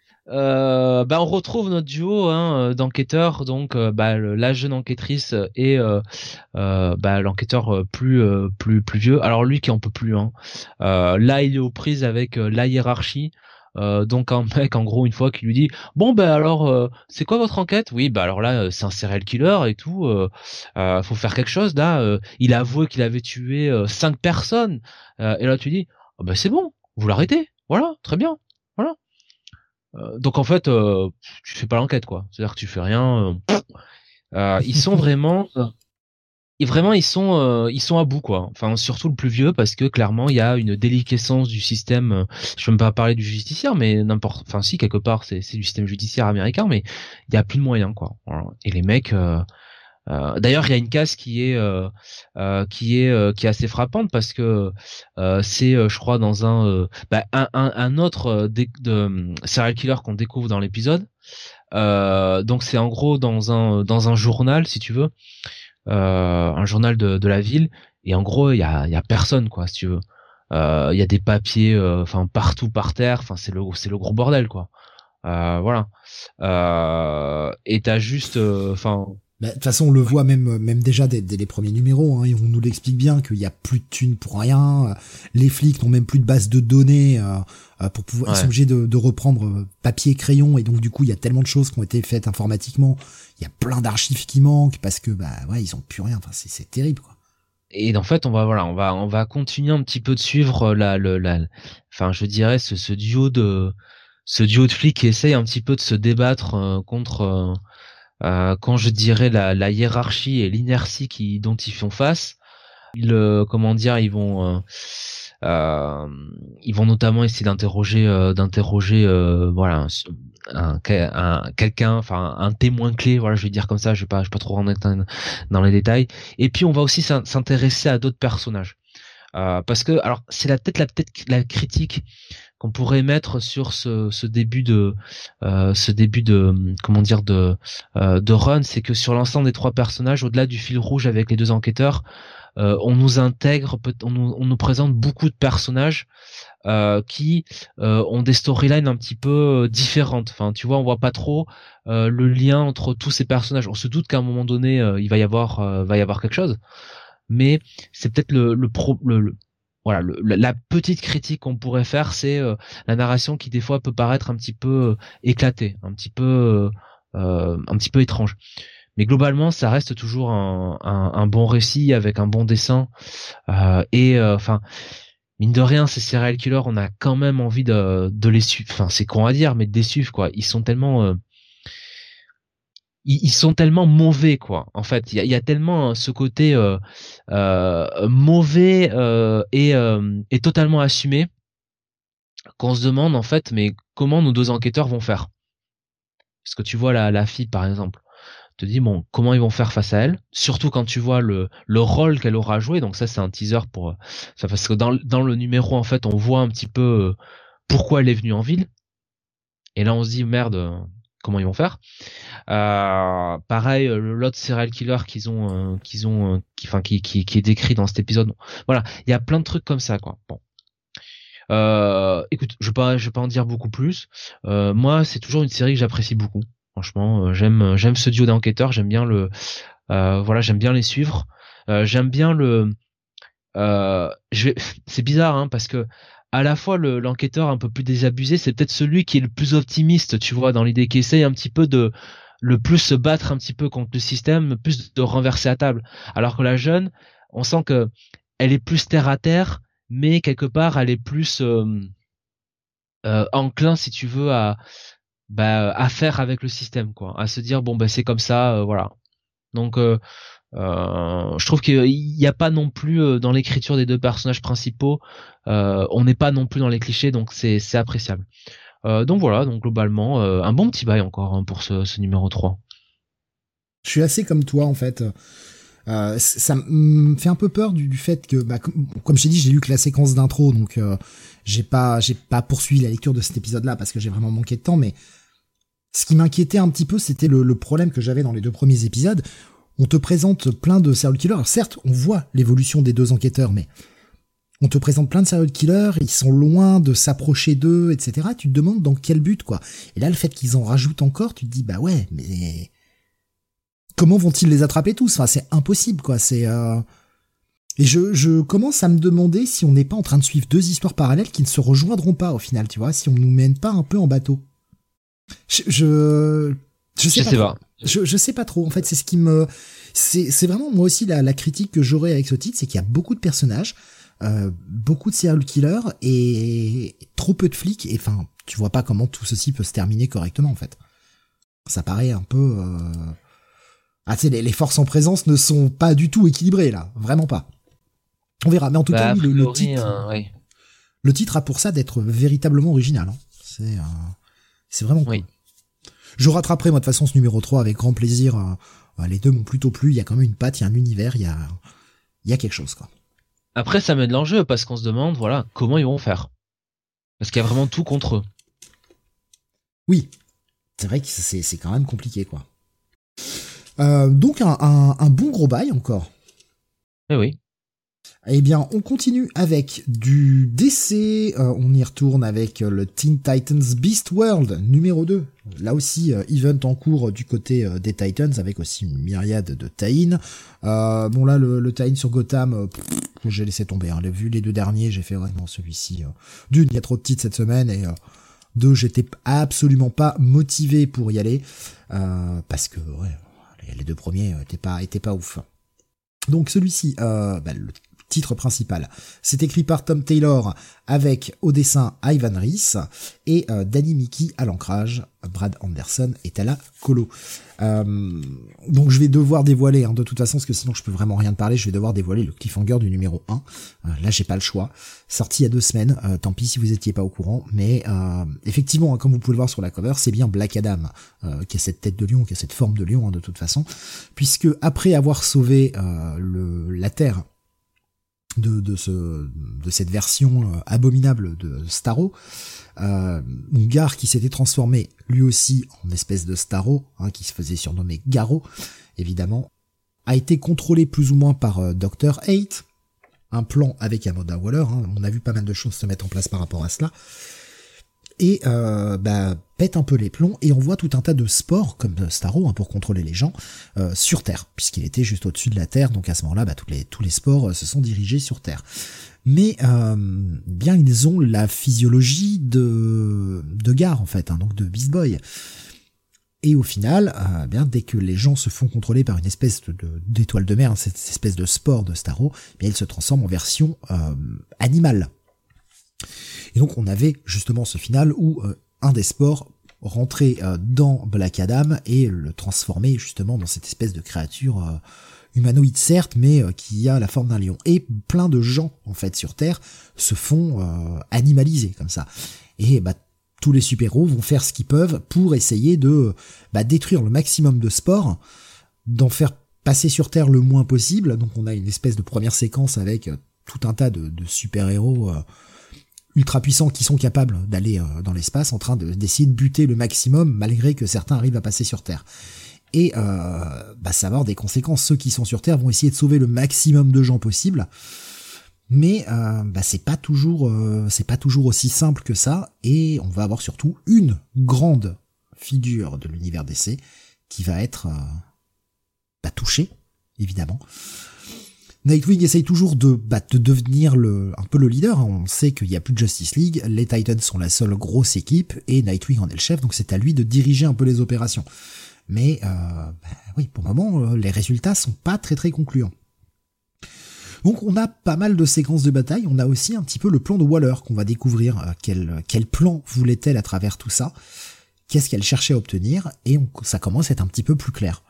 On retrouve notre duo d'enquêteurs, donc la jeune enquêtrice et l'enquêteur plus vieux. Alors lui qui en peut plus. Là, il est aux prises avec la hiérarchie. Donc un mec en gros une fois qui lui dit bon alors c'est quoi votre enquête? Oui alors là c'est un serial killer et tout. Faut faire quelque chose là. Il a avoué qu'il avait tué 5 personnes. Et là tu dis c'est bon, vous l'arrêtez. Voilà, très bien. Voilà. Donc en fait, tu fais pas l'enquête quoi. C'est-à-dire que tu fais rien. Ils sont vraiment, et vraiment ils sont à bout quoi. Enfin surtout le plus vieux parce que clairement il y a une déliquescence du système. Je peux même pas parler du judiciaire, mais n'importe. Enfin si quelque part c'est du système judiciaire américain, mais il y a plus de moyens quoi. Voilà. Et les mecs. D'ailleurs, il y a une case qui est assez frappante parce que c'est, je crois, dans un autre serial killer qu'on découvre dans l'épisode. Donc c'est en gros dans un journal, si tu veux, un journal de la ville. Et en gros, il y a personne quoi, si tu veux. Il y a des papiers, enfin partout par terre. Enfin c'est le gros bordel quoi. Voilà. Et t'as juste, enfin. De toute façon, on le voit même déjà dès les premiers numéros, hein, et on nous l'explique bien qu'il y a plus de thunes pour rien. Les flics n'ont même plus de base de données pour pouvoir. Ouais. Ils sont obligés de reprendre papier, crayon, et donc du coup, il y a tellement de choses qui ont été faites informatiquement. Il y a plein d'archives qui manquent parce que ils ont plus rien. Enfin, c'est terrible quoi. Et en fait, on va continuer un petit peu de suivre enfin, je dirais ce duo de flics qui essaye un petit peu de se débattre contre. Quand je dirais la hiérarchie et l'inertie dont ils font face, comment dire, ils vont notamment essayer d'interroger voilà quelqu'un, enfin un témoin clé, voilà, je vais dire comme ça, je vais pas trop rentrer dans les détails. Et puis on va aussi s'intéresser à d'autres personnages. Parce que alors c'est peut-être la critique qu'on pourrait mettre sur ce début de comment dire de run, c'est que sur l'ensemble des 3 personnages, au-delà du fil rouge avec les 2 enquêteurs, on nous intègre, on nous présente beaucoup de personnages qui ont des storylines un petit peu différentes. Enfin, tu vois, on voit pas trop le lien entre tous ces personnages. On se doute qu'à un moment donné, il va y avoir quelque chose, mais c'est peut-être voilà, la petite critique qu'on pourrait faire, c'est la narration qui des fois peut paraître un petit peu éclatée, un petit peu étrange. Mais globalement, ça reste toujours un bon récit avec un bon dessin. Enfin, mine de rien, ces serial killers, on a quand même envie de les suivre. Enfin, c'est con à dire, mais de les suivre quoi. Ils sont tellement ils sont tellement mauvais quoi. En fait, il y a tellement ce côté mauvais et totalement assumé qu'on se demande en fait mais comment nos 2 enquêteurs vont faire. Parce que tu vois la fille par exemple, te dis bon comment ils vont faire face à elle, surtout quand tu vois le rôle qu'elle aura joué. Donc ça c'est un teaser pour ça, parce que dans le numéro en fait on voit un petit peu pourquoi elle est venue en ville. Et là on se dit merde, comment ils vont faire. Pareil, l'autre serial killer qui est décrit dans cet épisode. Bon, voilà, il y a plein de trucs comme ça, quoi. Bon. Écoute, je vais pas en dire beaucoup plus. Moi, c'est toujours une série que j'apprécie beaucoup. Franchement, j'aime ce duo d'enquêteurs. J'aime bien les suivre. J'aime bien c'est bizarre, hein, parce que à la fois l'enquêteur un peu plus désabusé, c'est peut-être celui qui est le plus optimiste, tu vois, dans l'idée, qui essaye un petit peu de le plus se battre un petit peu contre le système, le plus de renverser à table. Alors que la jeune, on sent que elle est plus terre à terre, mais quelque part elle est plus enclin, si tu veux, à faire avec le système, quoi, à se dire bon c'est comme ça, voilà. Donc je trouve qu'il n'y a pas non plus dans l'écriture des 2 personnages principaux, on n'est pas non plus dans les clichés, donc c'est appréciable. Donc voilà, donc globalement, un bon petit bail encore hein, pour ce numéro 3. Je suis assez comme toi en fait. Ça me fait un peu peur du fait que, comme je t'ai dit, j'ai lu que la séquence d'intro, donc j'ai pas poursuivi la lecture de cet épisode-là parce que j'ai vraiment manqué de temps. Mais ce qui m'inquiétait un petit peu, c'était le problème que j'avais dans les 2 premiers épisodes. On te présente plein de serial killers. Alors certes, on voit l'évolution des 2 enquêteurs, mais on te présente plein de serial killers, ils sont loin de s'approcher d'eux, etc. Tu te demandes dans quel but, quoi. Et là, le fait qu'ils en rajoutent encore, tu te dis, bah ouais, mais comment vont-ils les attraper tous? Enfin, c'est impossible, quoi. Et je commence à me demander si on n'est pas en train de suivre 2 histoires parallèles qui ne se rejoindront pas au final, tu vois, si on nous mène pas un peu en bateau. Je sais pas. Je sais pas trop. En fait, c'est ce qui me, c'est vraiment moi aussi la critique que j'aurais avec ce titre, c'est qu'il y a beaucoup de personnages, beaucoup de serial killers et trop peu de flics. Et enfin, tu vois pas comment tout ceci peut se terminer correctement, en fait. Ça paraît un peu. Ah, tu sais, les forces en présence ne sont pas du tout équilibrées là, vraiment pas. On verra. Mais en tout cas, le titre, oui. Le titre a pour ça d'être véritablement original. Hein. C'est vraiment cool. Oui. Je rattraperai moi de toute façon ce numéro 3 avec grand plaisir. Les 2 m'ont plutôt plu. Il y a quand même une patte, il y a un univers, il y a quelque chose, quoi. Après, ça met de l'enjeu parce qu'on se demande, voilà, comment ils vont faire. Parce qu'il y a vraiment tout contre eux. Oui, c'est vrai que c'est quand même compliqué, quoi. Donc un bon gros bail encore. Eh oui. Eh bien, on continue avec du DC, on y retourne avec le Teen Titans Beast World numéro 2. Là aussi, event en cours du côté des Titans, avec aussi une myriade de tie-in. Bon là, le tie-in sur Gotham, j'ai laissé tomber. Hein. Vu les 2 derniers, j'ai fait vraiment celui-ci. D'une, il y a trop de titres cette semaine, et 2, j'étais absolument pas motivé pour y aller, parce que ouais, les 2 premiers étaient pas ouf. Donc celui-ci, le titre principal, c'est écrit par Tom Taylor avec au dessin Ivan Reis et Danny Miki à l'ancrage. Brad Anderson est à la colo. Donc je vais devoir dévoiler, hein, de toute façon, parce que sinon je peux vraiment rien te parler, je vais devoir dévoiler le cliffhanger du numéro 1. Là j'ai pas le choix. Sorti il y a 2 semaines, tant pis si vous étiez pas au courant, mais effectivement, hein, comme vous pouvez le voir sur la cover, c'est bien Black Adam qui a cette tête de lion, qui a cette forme de lion, hein, de toute façon, puisque après avoir sauvé la Terre de cette version abominable de Starro, Ungar qui s'était transformé lui aussi en espèce de Starro, hein, qui se faisait surnommer Garro, évidemment, a été contrôlé plus ou moins par Dr. Hate, un plan avec Amanda Waller, hein, on a vu pas mal de choses se mettre en place par rapport à cela, et pète un peu les plombs, et on voit tout un tas de spores, comme Starro, hein, pour contrôler les gens, sur Terre, puisqu'il était juste au-dessus de la Terre, donc à ce moment-là, tous les spores se sont dirigés sur Terre. Mais bien ils ont la physiologie de Gar, en fait, hein, donc de Beast Boy. Et au final, dès que les gens se font contrôler par une espèce d'étoile de mer, hein, cette espèce de spore de Starro, bien ils se transforment en version animale. Et donc on avait justement ce final où un des spores rentrait dans Black Adam et le transformait justement dans cette espèce de créature humanoïde certes, mais qui a la forme d'un lion. Et plein de gens en fait sur Terre se font animaliser comme ça. Et tous les super-héros vont faire ce qu'ils peuvent pour essayer de détruire le maximum de spores, d'en faire passer sur Terre le moins possible. Donc on a une espèce de première séquence avec tout un tas de super-héros ultra puissants qui sont capables d'aller dans l'espace en train d'essayer de buter le maximum malgré que certains arrivent à passer sur Terre. Et ça va avoir des conséquences. Ceux qui sont sur Terre vont essayer de sauver le maximum de gens possible, mais c'est pas toujours aussi simple que ça. Et on va avoir surtout une grande figure de l'univers DC qui va être touchée, évidemment. Nightwing essaye toujours de devenir un peu le leader. On sait qu'il n'y a plus de Justice League, les Titans sont la seule grosse équipe et Nightwing en est le chef, donc c'est à lui de diriger un peu les opérations. Mais oui, pour le moment, les résultats sont pas très très concluants. Donc on a pas mal de séquences de bataille, on a aussi un petit peu le plan de Waller qu'on va découvrir, quel plan voulait-elle à travers tout ça, qu'est-ce qu'elle cherchait à obtenir, et ça commence à être un petit peu plus clair.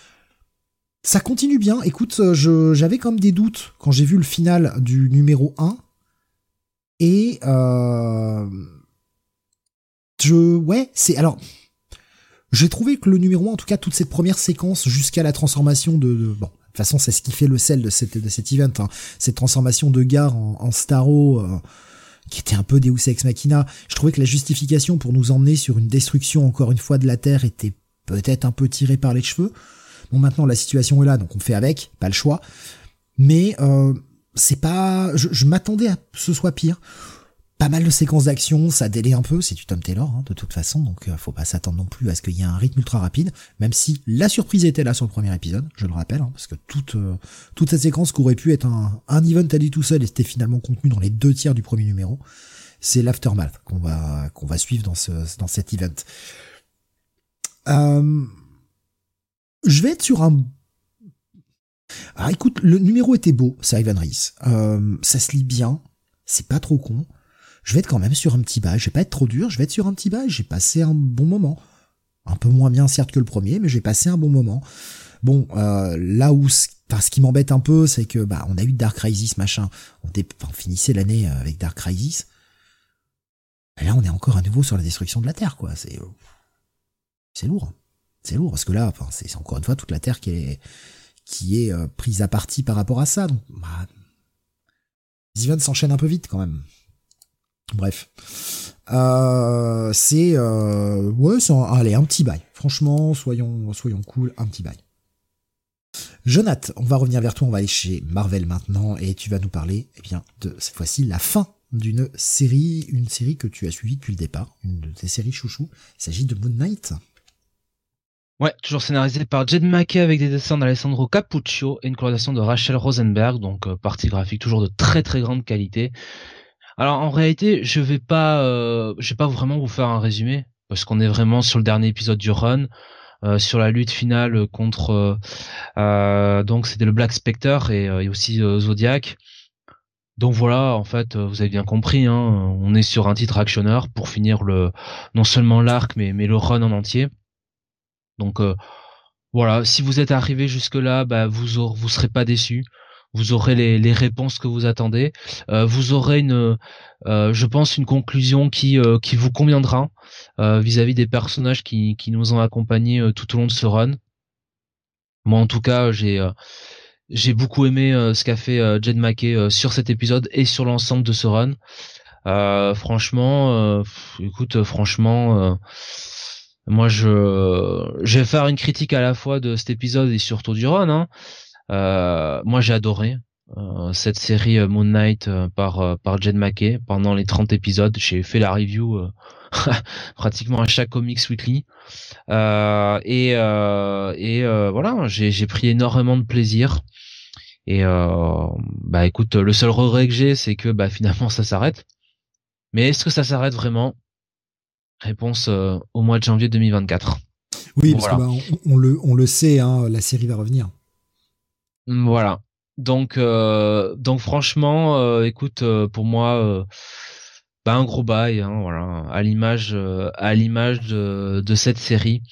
Ça continue bien, écoute, j'avais quand même des doutes quand j'ai vu le final du numéro 1, et alors, j'ai trouvé que le numéro 1, en tout cas, toute cette première séquence jusqu'à la transformation bon, de toute façon, c'est ce qui fait le sel de cet event, hein, cette transformation de Gar en Starro, qui était un peu Deus Ex Machina. Je trouvais que la justification pour nous emmener sur une destruction, encore une fois, de la Terre était peut-être un peu tirée par les cheveux. Bon, maintenant, la situation est là, donc on fait avec, pas le choix. Mais, c'est pas, je m'attendais à ce que ce soit pire. Pas mal de séquences d'action, ça délaie un peu, c'est du Tom Taylor, hein, de toute façon, donc faut pas s'attendre non plus à ce qu'il y ait un rythme ultra rapide, même si la surprise était là sur le premier épisode, je le rappelle, hein, parce que toute cette séquence qui aurait pu être un event à lui tout seul et c'était finalement contenu dans les 2/3 du premier numéro, c'est l'aftermath qu'on va suivre dans cet event. Je vais être sur un... Alors écoute, le numéro était beau, c'est Ivan Reis, ça se lit bien, c'est pas trop con. Je vais être quand même sur un petit bail, je vais pas être trop dur, je vais être sur un petit bail, j'ai passé un bon moment. Un peu moins bien certes que le premier, mais j'ai passé un bon moment. Bon, là où, ce qui m'embête un peu, c'est que, on a eu Dark Crisis, machin. On finissait l'année avec Dark Crisis. Et là, on est encore à nouveau sur la destruction de la Terre, quoi. C'est lourd. C'est lourd, parce que là, c'est encore une fois toute la Terre qui est prise à partie par rapport à ça. Donc, les events s'enchaînent un peu vite, quand même. Bref. C'est allez, un petit bail. Franchement, soyons cool, un petit bail. Jonath, on va revenir vers toi, on va aller chez Marvel maintenant, et tu vas nous parler, de cette fois-ci, la fin une série que tu as suivie depuis le départ, une de tes séries chouchou. Il s'agit de Moon Knight. Ouais, toujours scénarisé par Jed MacKay avec des dessins d'Alessandro Cappuccio et une colorisation de Rachel Rosenberg, donc partie graphique toujours de très très grande qualité. Alors en réalité, je vais pas vraiment vous faire un résumé parce qu'on est vraiment sur le dernier épisode du run, sur la lutte finale contre donc c'était le Black Spectre et aussi Zodiac. Donc voilà, en fait, vous avez bien compris, hein, on est sur un titre actionneur pour finir non seulement l'arc mais le run en entier. Donc voilà, si vous êtes arrivé jusque là, vous serez pas déçus. Vous aurez les réponses que vous attendez. Vous aurez je pense, une conclusion qui vous conviendra vis-à-vis des personnages qui nous ont accompagnés tout au long de ce run. Moi, en tout cas, j'ai beaucoup aimé ce qu'a fait Jed MacKay sur cet épisode et sur l'ensemble de ce run. Franchement, moi, je vais faire une critique à la fois de cet épisode et surtout du run, hein. Moi j'ai adoré cette série Moon Knight par Jed MacKay pendant les 30 épisodes. J'ai fait la review pratiquement à chaque Comics Weekly et voilà, j'ai pris énormément de plaisir et écoute, le seul regret que j'ai, c'est que finalement ça s'arrête. Mais est-ce que ça s'arrête vraiment? Réponse au mois de janvier 2024. Oui, parce que on le sait, hein, la série va revenir. Voilà. Donc franchement, écoute, pour moi, un gros bail, hein, voilà, à l'image de cette série.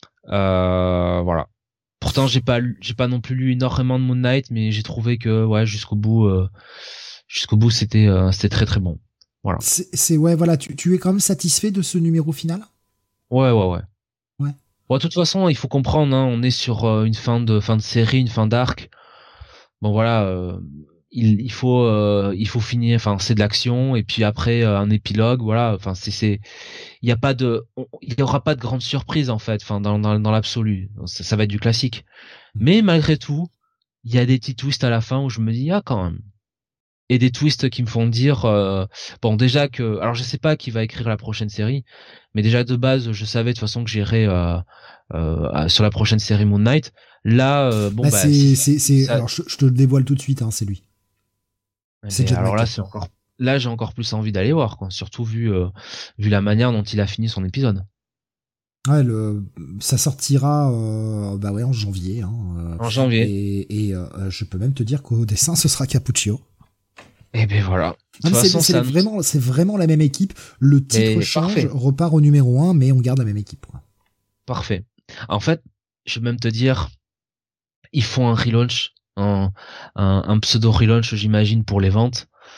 Voilà. Pourtant, j'ai pas non plus lu énormément de Moon Knight, mais j'ai trouvé que jusqu'au bout, c'était très très bon. Voilà. Voilà, tu es quand même satisfait de ce numéro final? Ouais. Bon, de toute façon, il faut comprendre, hein, on est sur une fin de série, une fin d'arc. Bon voilà, il faut finir, enfin c'est de l'action et puis après un épilogue, voilà, enfin il y aura pas de grande surprise en fait, enfin dans l'absolu, ça va être du classique. Mais malgré tout, il y a des petits twists à la fin où je me dis quand même. Et des twists qui me font dire bon déjà que, alors je sais pas qui va écrire la prochaine série, mais déjà de base je savais de toute façon que j'irais sur la prochaine série Moon Knight. Là alors je te le dévoile tout de suite, hein, c'est lui. C'est alors là j'ai encore plus envie d'aller voir, quoi, surtout vu la manière dont il a fini son épisode. Ouais, ça sortira en janvier, hein, en janvier. Et je peux même te dire qu'au dessin ce sera Cappuccio. Et ben voilà. C'est vraiment la même équipe. Le titre change, repart au numéro 1, mais on garde la même équipe, quoi. Parfait. En fait, je vais même te dire, ils font un relaunch, un pseudo relaunch, j'imagine, pour les ventes.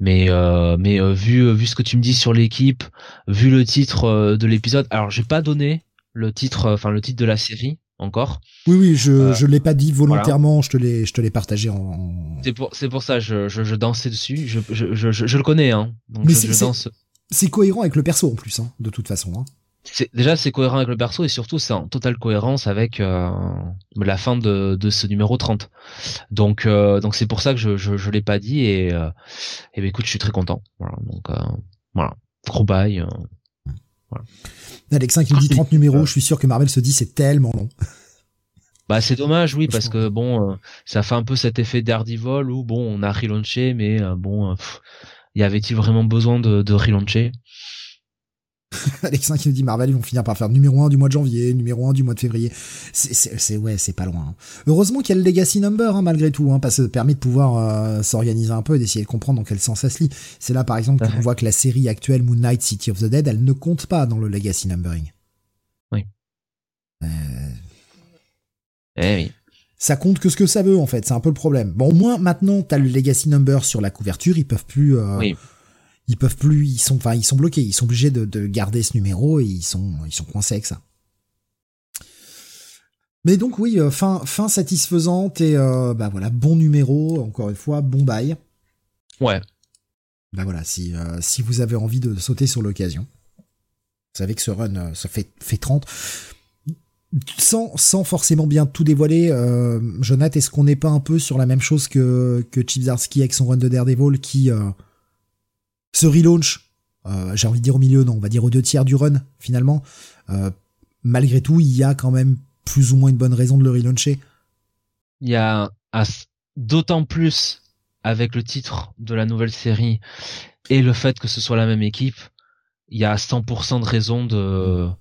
Mais vu ce que tu me dis sur l'équipe, vu le titre de l'épisode, alors j'ai pas donné le titre, le titre de la série encore. Oui, je l'ai pas dit volontairement, voilà. je te l'ai partagé en... C'est pour ça, je dansais dessus, je le connais, hein. Donc Mais je danse. C'est cohérent avec le perso en plus, hein, de toute façon. Hein. C'est cohérent avec le perso et surtout c'est en totale cohérence avec la fin de ce numéro 30. Donc c'est pour ça que je l'ai pas dit et ben écoute, je suis très content. Voilà, donc voilà, gros bail. Voilà. Alexin qui nous dit 30 numéros, je suis sûr que Marvel se dit c'est tellement long. Bah c'est dommage, oui, parce que bon, ça fait un peu cet effet Daredevil où bon, on a relaunché, mais y avait-il vraiment besoin de relauncher? Alexin qui nous dit Marvel, ils vont finir par faire numéro 1 du mois de janvier, numéro 1 du mois de février. C'est pas loin. Hein. Heureusement qu'il y a le Legacy Number, hein, malgré tout, hein, parce que ça permet de pouvoir s'organiser un peu et d'essayer de comprendre dans quel sens ça se lit. C'est là, par exemple, qu'on voit que la série actuelle Moon Knight City of the Dead, elle ne compte pas dans le Legacy Numbering. Oui. Oui. Ça compte que ce que ça veut, en fait. C'est un peu le problème. Bon, au moins, maintenant, t'as le Legacy Number sur la couverture, ils peuvent plus... Oui. Ils peuvent plus, ils sont bloqués, ils sont obligés de garder ce numéro et ils sont coincés avec ça. Mais donc oui, fin satisfaisante et bah voilà, bon numéro, encore une fois, bon bail. Ouais. Bah voilà, si vous avez envie de sauter sur l'occasion. Vous savez que ce run, ça fait 30. Sans forcément bien tout dévoiler, Jonathan, est-ce qu'on n'est pas un peu sur la même chose que Chip Zdarsky avec son run de Daredevil qui ce relaunch, j'ai envie de dire au milieu, non, on va dire aux 2/3 du run, finalement. Malgré tout, il y a quand même plus ou moins une bonne raison de le relauncher. Il y a d'autant plus avec le titre de la nouvelle série et le fait que ce soit la même équipe, il y a 100% de raison voilà.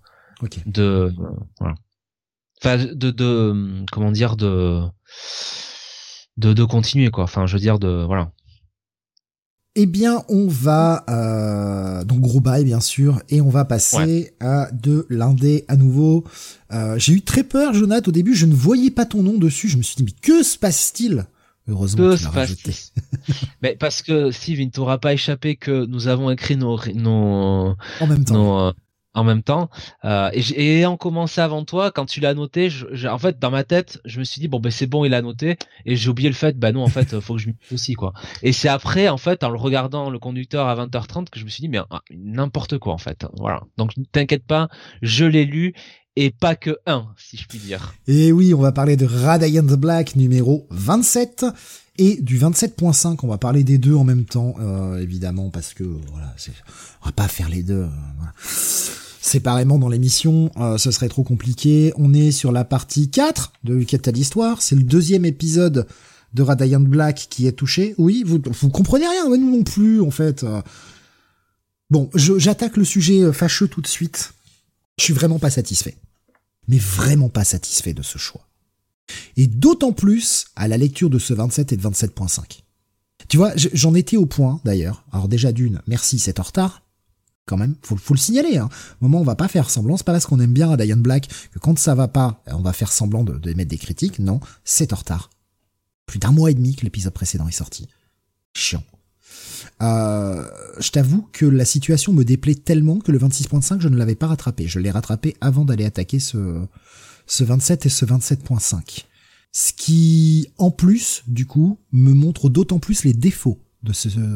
Enfin, comment dire, de continuer, quoi. Enfin, je veux dire, voilà. Eh bien, on va donc gros bail bien sûr, et on va passer à de l'indé à nouveau. J'ai eu très peur, Jonathan, au début, je ne voyais pas ton nom dessus, je me suis dit mais que se passe-t-il? Heureusement que tu l'as rajouté. Mais parce que Steve, il ne t'aura pas échappé que nous avons écrit nos en même temps. En même temps, et ayant commencé avant toi, quand tu l'as noté, en fait, dans ma tête, je me suis dit bon ben c'est bon, il a noté, et j'ai oublié le fait, bah non, en fait, faut que je m'y mette aussi, quoi. Et c'est après, en fait, en le regardant le conducteur à 20h30 que je me suis dit mais n'importe quoi, en fait. Voilà. Donc t'inquiète pas, je l'ai lu. Et pas que un, si je puis dire. Et oui, on va parler de Radiant Black numéro 27 et du 27.5. On va parler des deux en même temps, évidemment, parce que voilà, on va pas faire les deux. Voilà. Séparément dans l'émission, ce serait trop compliqué. On est sur la partie 4 de Quête à l'histoire. C'est le deuxième épisode de Radiant Black qui est touché. Oui, vous comprenez rien, nous non plus, en fait. Bon, j'attaque le sujet fâcheux tout de suite. Je suis vraiment pas satisfait. Mais vraiment pas satisfait de ce choix. Et d'autant plus à la lecture de ce 27 et de 27.5. Tu vois, j'en étais au point, d'ailleurs. Alors déjà d'une, merci, c'est en retard. Quand même, faut le signaler, hein. Au moment, on va pas faire semblant, c'est pas parce qu'on aime bien Radiant Black que quand ça va pas, on va faire semblant de mettre des critiques. Non, c'est en retard. Plus d'1 mois et demi que l'épisode précédent est sorti. Chiant. Je t'avoue que la situation me déplaît tellement que le 26.5 je ne l'avais pas rattrapé. Je l'ai rattrapé avant d'aller attaquer ce 27 et ce 27.5. Ce qui, en plus, du coup, me montre d'autant plus les défauts de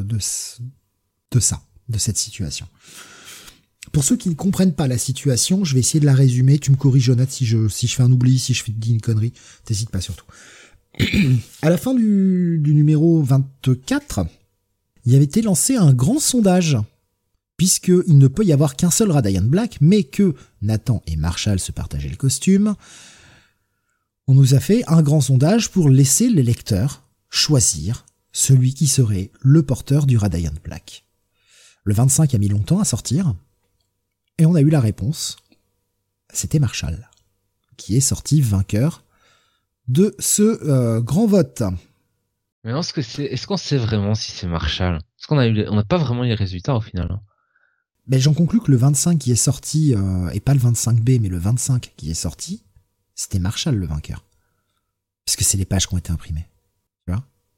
cette situation. Pour ceux qui ne comprennent pas la situation, je vais essayer de la résumer. Tu me corriges, Jonathan, si je fais un oubli, si je dis une connerie. T'hésites pas surtout. À la fin du numéro 24, il avait été lancé un grand sondage, puisqu'il ne peut y avoir qu'un seul Radiant Black, mais que Nathan et Marshall se partageaient le costume. On nous a fait un grand sondage pour laisser les lecteurs choisir celui qui serait le porteur du Radiant Black. Le 25 a mis longtemps à sortir, et on a eu la réponse. C'était Marshall, qui est sorti vainqueur de ce grand vote. Mais non, est-ce qu'on sait vraiment si c'est Marshall? Est-ce qu'on n'a pas vraiment les résultats au final, hein? Ben, j'en conclus que le 25 qui est sorti, et pas le 25B, mais le 25 qui est sorti, c'était Marshall le vainqueur. Parce que c'est les pages qui ont été imprimées. Tu vois?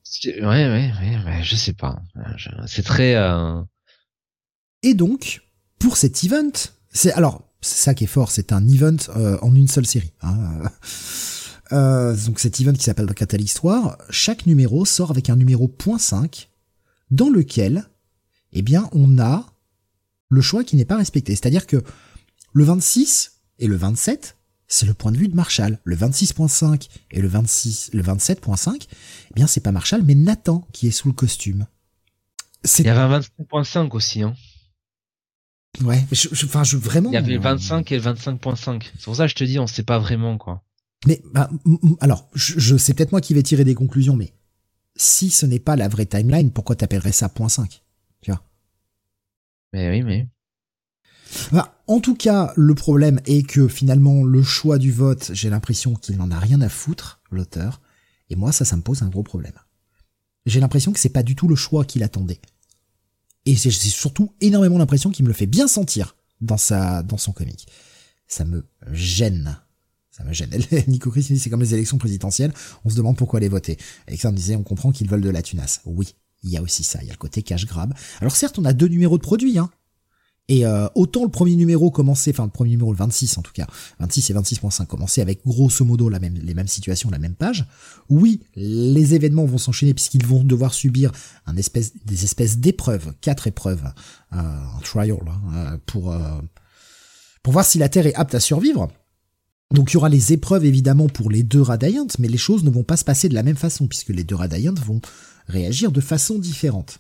Ouais, je sais pas. C'est très. Et donc, pour cet event, c'est ça qui est fort, c'est un event en une seule série. Hein. Donc cet event qui s'appelle Catalyst War, chaque numéro sort avec un numéro .5 dans lequel, eh bien, on a le choix qui n'est pas respecté. C'est-à-dire que le 26 et le 27, c'est le point de vue de Marshall. Le 26.5 et le 27.5, eh bien, c'est pas Marshall, mais Nathan qui est sous le costume. Il y avait un 25.5 aussi, hein. Ouais, vraiment. Il y avait le 25 et le 25.5. C'est pour ça que je te dis, on sait pas vraiment, quoi. Mais, alors, je sais peut-être moi qui vais tirer des conclusions, mais si ce n'est pas la vraie timeline, pourquoi t'appellerais ça .5? Tu vois? Mais oui, mais. En tout cas, le problème est que finalement, le choix du vote, j'ai l'impression qu'il n'en a rien à foutre, l'auteur. Et moi, ça me pose un gros problème. J'ai l'impression que c'est pas du tout le choix qu'il attendait. Et c'est surtout énormément l'impression qu'il me le fait bien sentir dans son comic. Ça me gêne. Ça me gêne. Nico Chris dit c'est comme les élections présidentielles, on se demande pourquoi les voter. Alexandre disait on comprend qu'ils veulent de la tunasse. Oui, il y a aussi ça, il y a le côté cash grab. Alors certes, on a 2 numéros de produits, hein. Et autant le premier numéro commençait, enfin le premier numéro, le 26 en tout cas, 26 et 26.5 commençaient avec grosso modo les mêmes situations, la même page. Oui, les événements vont s'enchaîner puisqu'ils vont devoir subir des espèces d'épreuves, 4 épreuves, un trial, pour voir si la Terre est apte à survivre. Donc il y aura les épreuves évidemment pour les 2 Radiants, mais les choses ne vont pas se passer de la même façon puisque les 2 Radiants vont réagir de façon différente.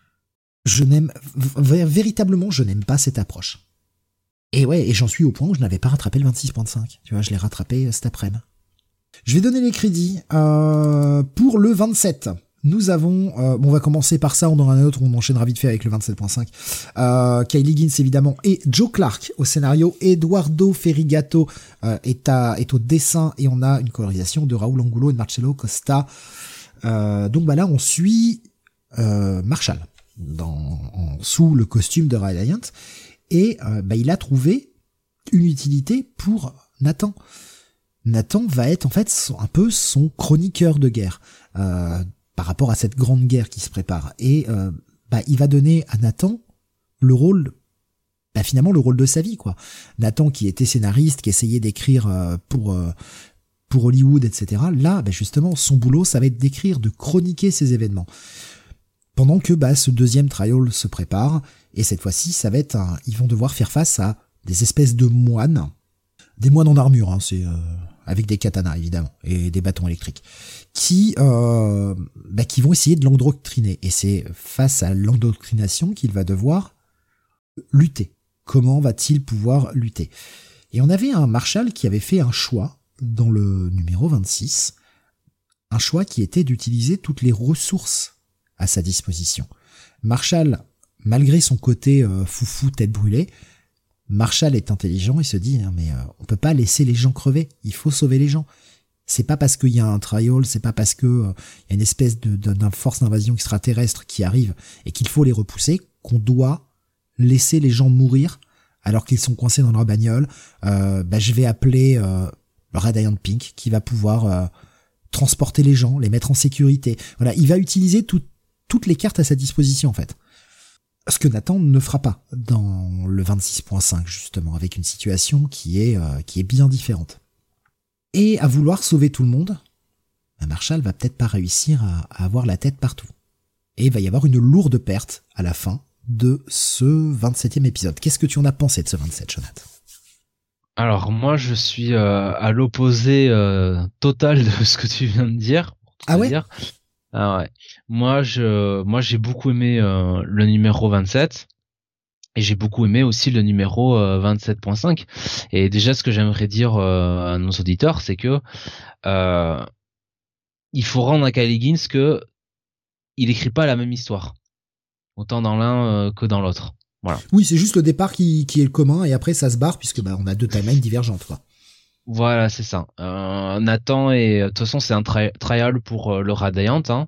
Véritablement, je n'aime pas cette approche. Et ouais, et j'en suis au point où je n'avais pas rattrapé le 26.5. Tu vois, je l'ai rattrapé cet après-midi. Je vais donner les crédits. Pour le 27, nous avons... on va commencer par ça, on en a un autre, on enchaînera vite fait avec le 27.5. Kyle Higgins, évidemment, et Joe Clark au scénario. Eduardo Ferrigato est au dessin, et on a une colorisation de Raúl Angulo et de Marcelo Costa. Donc bah là, on suit Marshall. Sous le costume de Radiant, et il a trouvé une utilité pour Nathan. Nathan va être en fait un peu son chroniqueur de guerre par rapport à cette grande guerre qui se prépare, et il va donner à Nathan le rôle, finalement le rôle de sa vie, quoi. Nathan qui était scénariste, qui essayait d'écrire pour Hollywood, etc. Là, justement, son boulot, ça va être d'écrire, de chroniquer ces événements. Pendant que ce deuxième trial se prépare, et cette fois-ci, ça va être ils vont devoir faire face à des espèces de moines, des moines en armure, hein, c'est avec des katanas évidemment et des bâtons électriques, qui vont essayer de l'endoctriner. Et c'est face à l'endoctrination qu'il va devoir lutter. Comment va-t-il pouvoir lutter? Et on avait un Marshall qui avait fait un choix dans le numéro 26, un choix qui était d'utiliser toutes les ressources à sa disposition. Marshall, malgré son côté foufou, tête brûlée, Marshall est intelligent et se dit mais on peut pas laisser les gens crever, il faut sauver les gens. C'est pas parce qu'il y a un trial, c'est pas parce que il y a une espèce d'une force d'invasion extraterrestre qui arrive et qu'il faut les repousser qu'on doit laisser les gens mourir alors qu'ils sont coincés dans leur bagnole. Je vais appeler Radiant Pink qui va pouvoir transporter les gens, les mettre en sécurité. Voilà, il va utiliser toutes les cartes à sa disposition en fait. Ce que Nathan ne fera pas dans le 26.5 justement, avec une situation qui est bien différente. Et à vouloir sauver tout le monde, Marshall va peut-être pas réussir à avoir la tête partout. Et il va y avoir une lourde perte à la fin de ce 27e épisode. Qu'est-ce que tu en as pensé de ce 27, Jonathan? Alors moi je suis à l'opposé total de ce que tu viens de dire. Ah ouais? Ah ouais. Moi j'ai beaucoup aimé le numéro 27 et j'ai beaucoup aimé aussi le numéro 27.5. Et déjà ce que j'aimerais dire à nos auditeurs, c'est que il faut rendre à Kyle Higgins que il écrit pas la même histoire, autant dans l'un que dans l'autre. Voilà. Oui, c'est juste le départ qui est le commun et après ça se barre puisque on a 2 timelines divergentes, quoi. Voilà, c'est ça. Nathan et de toute façon c'est un trial pour le Radiant, hein.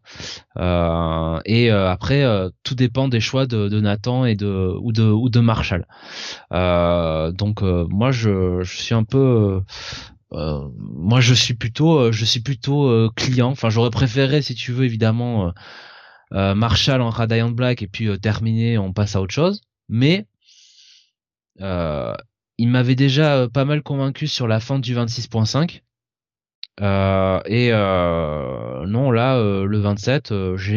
Après tout dépend des choix de Nathan et de Marshall. Donc moi je suis un peu moi je suis plutôt client. Enfin, j'aurais préféré, si tu veux, évidemment, Marshall en Radiant Black et puis terminer, on passe à autre chose. Mais il m'avait déjà pas mal convaincu sur la fin du 26.5. Non, là, le 27,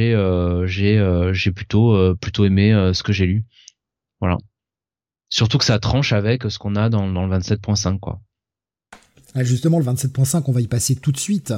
j'ai plutôt aimé ce que j'ai lu. Voilà. Surtout que ça tranche avec ce qu'on a dans le 27.5, quoi. Justement, le 27.5, on va y passer tout de suite,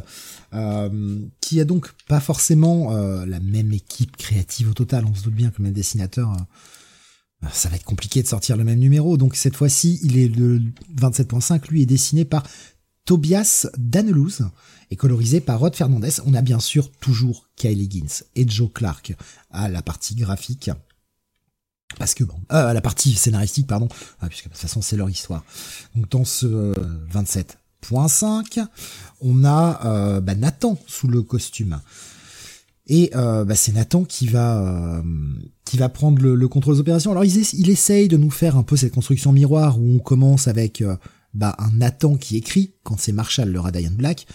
qui a donc pas forcément la même équipe créative au total. On se doute bien que même dessinateur, ça va être compliqué de sortir le même numéro. Donc cette fois-ci, le 27.5, lui, est dessiné par Tobias Danelouz et colorisé par Rod Fernandez. On a bien sûr toujours Kyle Higgins et Joe Clark à la partie graphique. Parce que à la partie scénaristique, pardon, puisque de toute façon c'est leur histoire. Donc dans ce 27.5, on a Nathan sous le costume. Et c'est Nathan qui va prendre le contrôle des opérations. Alors il essaye de nous faire un peu cette construction miroir où on commence avec un Nathan qui écrit quand c'est Marshall le Radiant Black.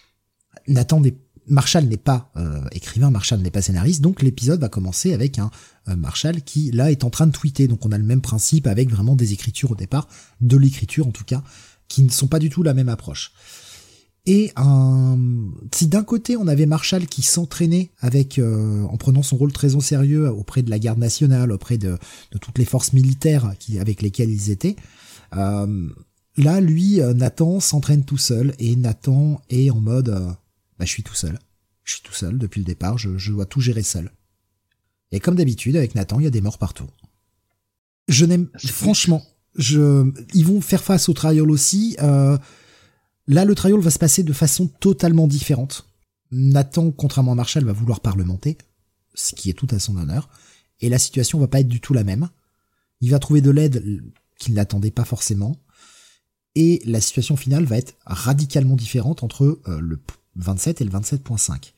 Marshall n'est pas écrivain, Marshall n'est pas scénariste, donc l'épisode va commencer avec un Marshall qui là est en train de tweeter. Donc on a le même principe avec vraiment des écritures au départ, de l'écriture en tout cas, qui ne sont pas du tout la même approche. Et si d'un côté on avait Marshall qui s'entraînait avec en prenant son rôle très au sérieux auprès de la garde nationale, auprès de toutes les forces militaires avec lesquelles ils étaient, là lui Nathan s'entraîne tout seul et Nathan est en mode je suis tout seul depuis le départ, je dois tout gérer seul. Et comme d'habitude avec Nathan, il y a des morts partout. Je n'aime franchement, ils vont faire face au trial aussi. Là, le trial va se passer de façon totalement différente. Nathan, contrairement à Marshall, va vouloir parlementer, ce qui est tout à son honneur, et la situation va pas être du tout la même. Il va trouver de l'aide qu'il n'attendait pas forcément, et la situation finale va être radicalement différente entre le 27 et le 27.5.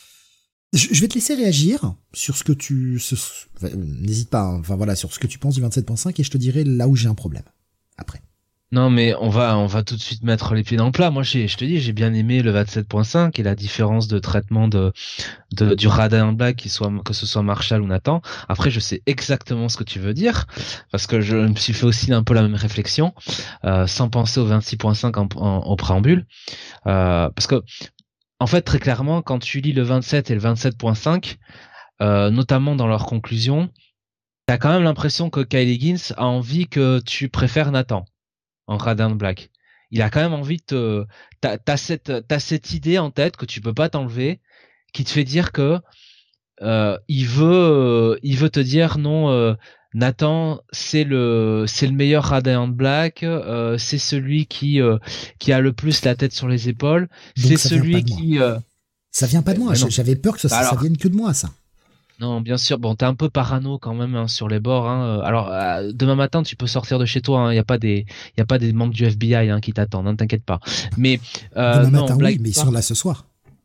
Je vais te laisser réagir sur ce que n'hésite pas, hein, sur ce que tu penses du 27.5 et je te dirai là où j'ai un problème. Après. Non, mais on va tout de suite mettre les pieds dans le plat. Moi, je te dis, j'ai bien aimé le 27.5 et la différence de traitement du Radiant Black que ce soit Marshall ou Nathan. Après, je sais exactement ce que tu veux dire parce que je me suis fait aussi un peu la même réflexion, sans penser au 26.5 au préambule, parce que en fait, très clairement, quand tu lis le 27 et le 27.5, notamment dans leurs conclusions, t'as quand même l'impression que Kyle Higgins a envie que tu préfères Nathan en Radiant Black. Il a quand même envie de t'as cette idée en tête que tu peux pas t'enlever, qui te fait dire que il veut te dire non, Nathan c'est le meilleur Radiant Black, c'est celui qui a le plus la tête sur les épaules, donc c'est celui qui ça vient pas de moi, j'avais peur que ça vienne que de moi, ça. Non, bien sûr. Bon, t'es un peu parano quand même sur les bords. Alors, demain matin, tu peux sortir de chez toi. Il y a pas des membres du FBI qui t'attendent. T'inquiète pas. Mais demain matin, oui, mais ils sont là ce soir.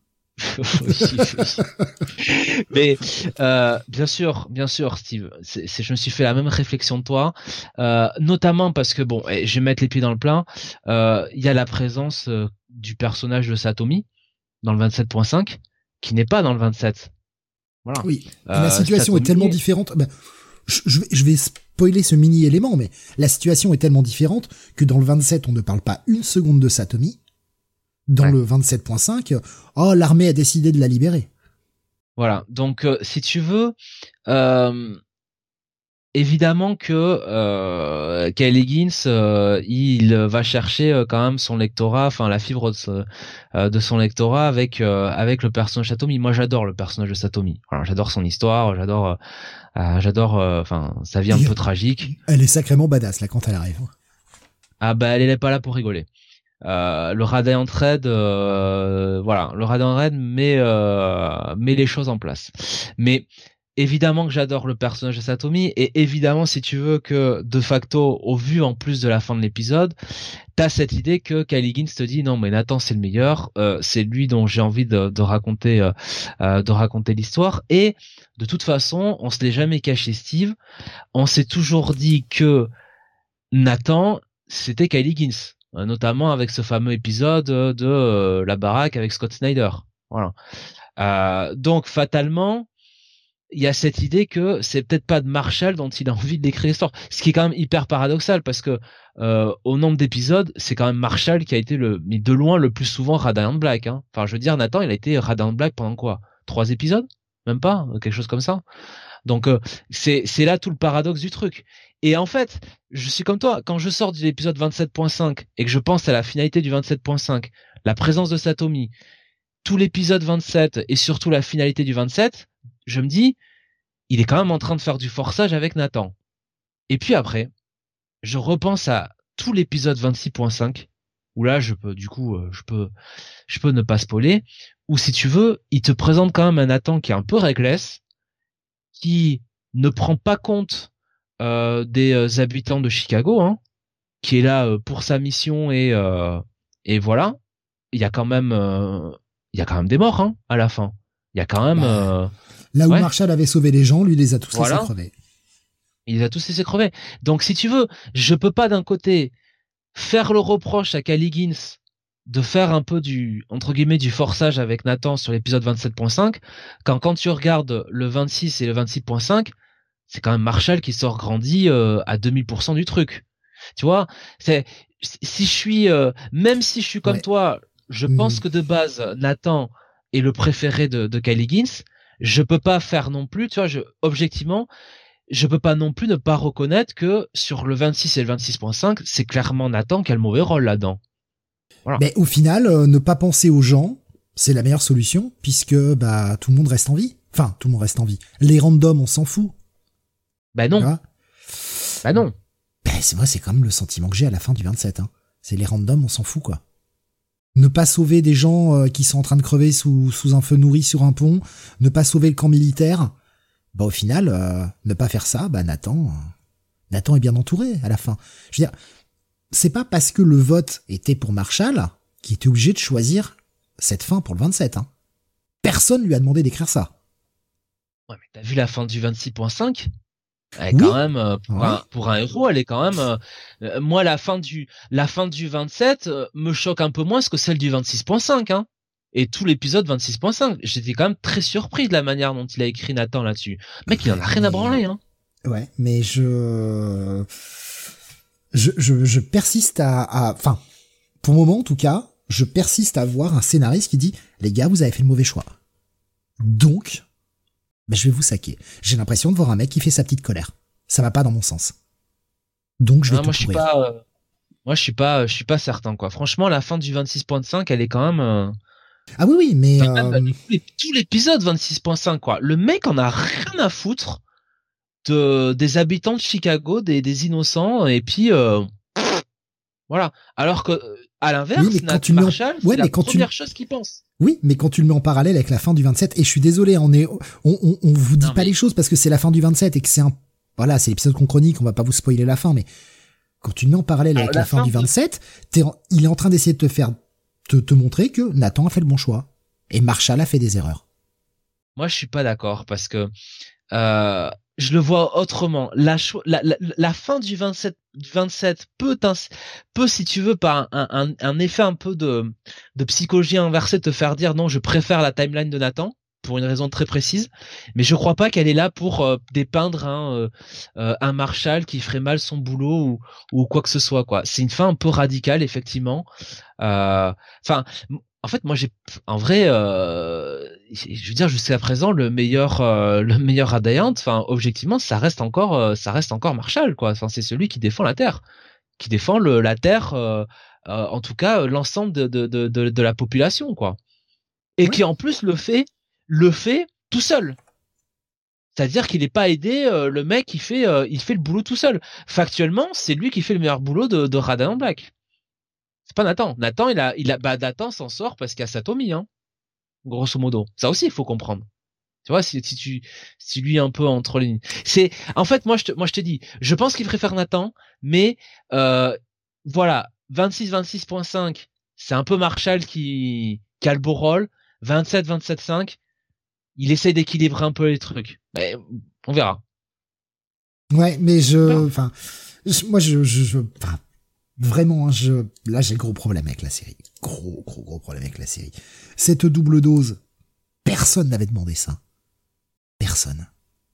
Mais bien sûr, Steve. Je me suis fait la même réflexion de toi, notamment parce que je vais mettre les pieds dans le plat. Il y a la présence du personnage de Satomi dans le 27.5 qui n'est pas dans le 27. Voilà. Oui, la situation est tellement différente. Je vais spoiler ce mini-élément, mais la situation est tellement différente que dans le 27, on ne parle pas une seconde de Satomi. Dans le 27.5, l'armée a décidé de la libérer. Voilà, donc si tu veux, évidemment que Kyle Higgins, il va chercher quand même son lectorat, enfin la fibre de son lectorat avec le personnage Satomi. Moi, j'adore le personnage de Satomi. Voilà, j'adore son histoire, j'adore sa vie un peu tragique. Elle est sacrément badass là quand elle arrive. Ah elle est pas là pour rigoler. Le Radiant Red, le Radiant Red met les choses en place. Mais évidemment que j'adore le personnage de Satomi, et évidemment, si tu veux que, de facto, au vu en plus de la fin de l'épisode, t'as cette idée que Kyle Higgins te dit non mais Nathan c'est le meilleur, c'est lui dont j'ai envie de raconter l'histoire, et de toute façon, on se l'est jamais caché, Steve, on s'est toujours dit que Nathan, c'était Kyle Higgins. notamment avec ce fameux épisode de la baraque avec Scott Snyder. Voilà. Donc fatalement, il y a cette idée que c'est peut-être pas de Marshall dont il a envie d'écrire l'histoire, ce qui est quand même hyper paradoxal parce que au nombre d'épisodes, c'est quand même Marshall qui a été mais de loin le plus souvent Radiant Black. Hein. Enfin, je veux dire, Nathan, il a été Radiant Black pendant quoi? 3 épisodes? Même pas, quelque chose comme ça. Donc c'est là tout le paradoxe du truc. Et en fait, je suis comme toi, quand je sors de l'épisode 27.5 et que je pense à la finalité du 27.5, la présence de Satomi, tout l'épisode 27 et surtout la finalité du 27, je me dis, il est quand même en train de faire du forçage avec Nathan. Et puis après, je repense à tout l'épisode 26.5, où là, je peux ne pas spoiler, où si tu veux, il te présente quand même un Nathan qui est un peu reckless, qui ne prend pas compte des habitants de Chicago, hein, qui est là pour sa mission et voilà. Il y a quand même des morts hein, à la fin. Il y a quand même là où Marshall avait sauvé les gens, lui les a tous laissés crever. Il les a tous laissés crever. Donc si tu veux, je peux pas d'un côté faire le reproche à Calligins de faire un peu entre guillemets du forçage avec Nathan sur l'épisode 27.5 quand tu regardes le 26 et le 26.5, c'est quand même Marshall qui sort grandi à 2000% du truc. Tu vois, si je suis même si je suis comme toi, je pense que de base Nathan est le préféré de Calligins, je peux pas faire non plus, tu vois, objectivement, je peux pas non plus ne pas reconnaître que sur le 26 et le 26.5, c'est clairement Nathan qui a le mauvais rôle là-dedans. Voilà. Mais au final, ne pas penser aux gens, c'est la meilleure solution, puisque tout le monde reste en vie. Enfin, tout le monde reste en vie. Les randoms, on s'en fout. Bah non. Non. C'est quand même le sentiment que j'ai à la fin du 27. Hein. C'est les randoms, on s'en fout, quoi. Ne pas sauver des gens qui sont en train de crever sous un feu nourri sur un pont, ne pas sauver le camp militaire. Au final, ne pas faire ça, Nathan est bien entouré à la fin. Je veux dire, c'est pas parce que le vote était pour Marshall qu'il était obligé de choisir cette fin pour le 27. Hein. Personne lui a demandé d'écrire ça. Ouais, mais t'as vu la fin du 26.5 ? Elle est quand même pour un héros, elle est quand même moi la fin du 27 me choque un peu moins que celle du 26.5 hein. Et tout l'épisode 26.5, j'étais quand même très surpris de la manière dont il a écrit Nathan là-dessus. Mec, il en a rien à branler hein. Ouais, mais je persiste enfin pour le moment en tout cas, je persiste à voir un scénariste qui dit les gars, vous avez fait le mauvais choix. Donc je vais vous saquer. J'ai l'impression de voir un mec qui fait sa petite colère. Ça va pas dans mon sens. Donc je vais tout pourrir. Moi je suis pas certain quoi. Franchement, la fin du 26.5, elle est quand même Ah oui, mais tout l'épisode 26.5 quoi. Le mec en a rien à foutre des habitants de Chicago, des innocents et puis voilà. Alors que à l'inverse, Nat Marshall, c'est la première chose qu'il pense. Oui, mais quand tu le mets en parallèle avec la fin du 27, et je suis désolé, on vous dit pas les choses parce que c'est la fin du 27 et que c'est l'épisode qu'on chronique, on va pas vous spoiler la fin, mais quand tu le mets en parallèle avec la fin du 27, il est en train d'essayer de te faire, te montrer que Nathan a fait le bon choix. Et Marshall a fait des erreurs. Moi, je suis pas d'accord parce que, je le vois autrement. La fin du 27 peut, si tu veux, par un effet un peu de psychologie inversée, te faire dire non, je préfère la timeline de Nathan pour une raison très précise. Mais je crois pas qu'elle est là pour dépeindre un Marshall qui ferait mal son boulot ou quoi que ce soit, quoi. C'est une fin un peu radicale, effectivement. Enfin. En fait, moi, je veux dire, jusqu'à présent, le meilleur Radiant, enfin, objectivement, ça reste encore Marshall, quoi. Enfin, c'est celui qui défend la Terre, qui défend la Terre, en tout cas, l'ensemble de la population, quoi. Et qui, en plus, le fait tout seul. C'est-à-dire qu'il n'est pas aidé, le mec, il fait le boulot tout seul. Factuellement, c'est lui qui fait le meilleur boulot de Radiant Black. C'est pas Nathan. Nathan s'en sort parce qu'il y a Satomi, hein. Grosso modo. Ça aussi, il faut comprendre. Tu vois, si lui un peu entre les lignes. En fait, moi, je te dis, je pense qu'il préfère Nathan, mais, voilà. 26.5, c'est un peu Marshall qui a le beau rôle. 27.5, il essaie d'équilibrer un peu les trucs. Mais, on verra. Ouais, mais Vraiment, hein, là j'ai gros problème avec la série. Gros problème avec la série. Cette double dose, personne n'avait demandé ça. Personne.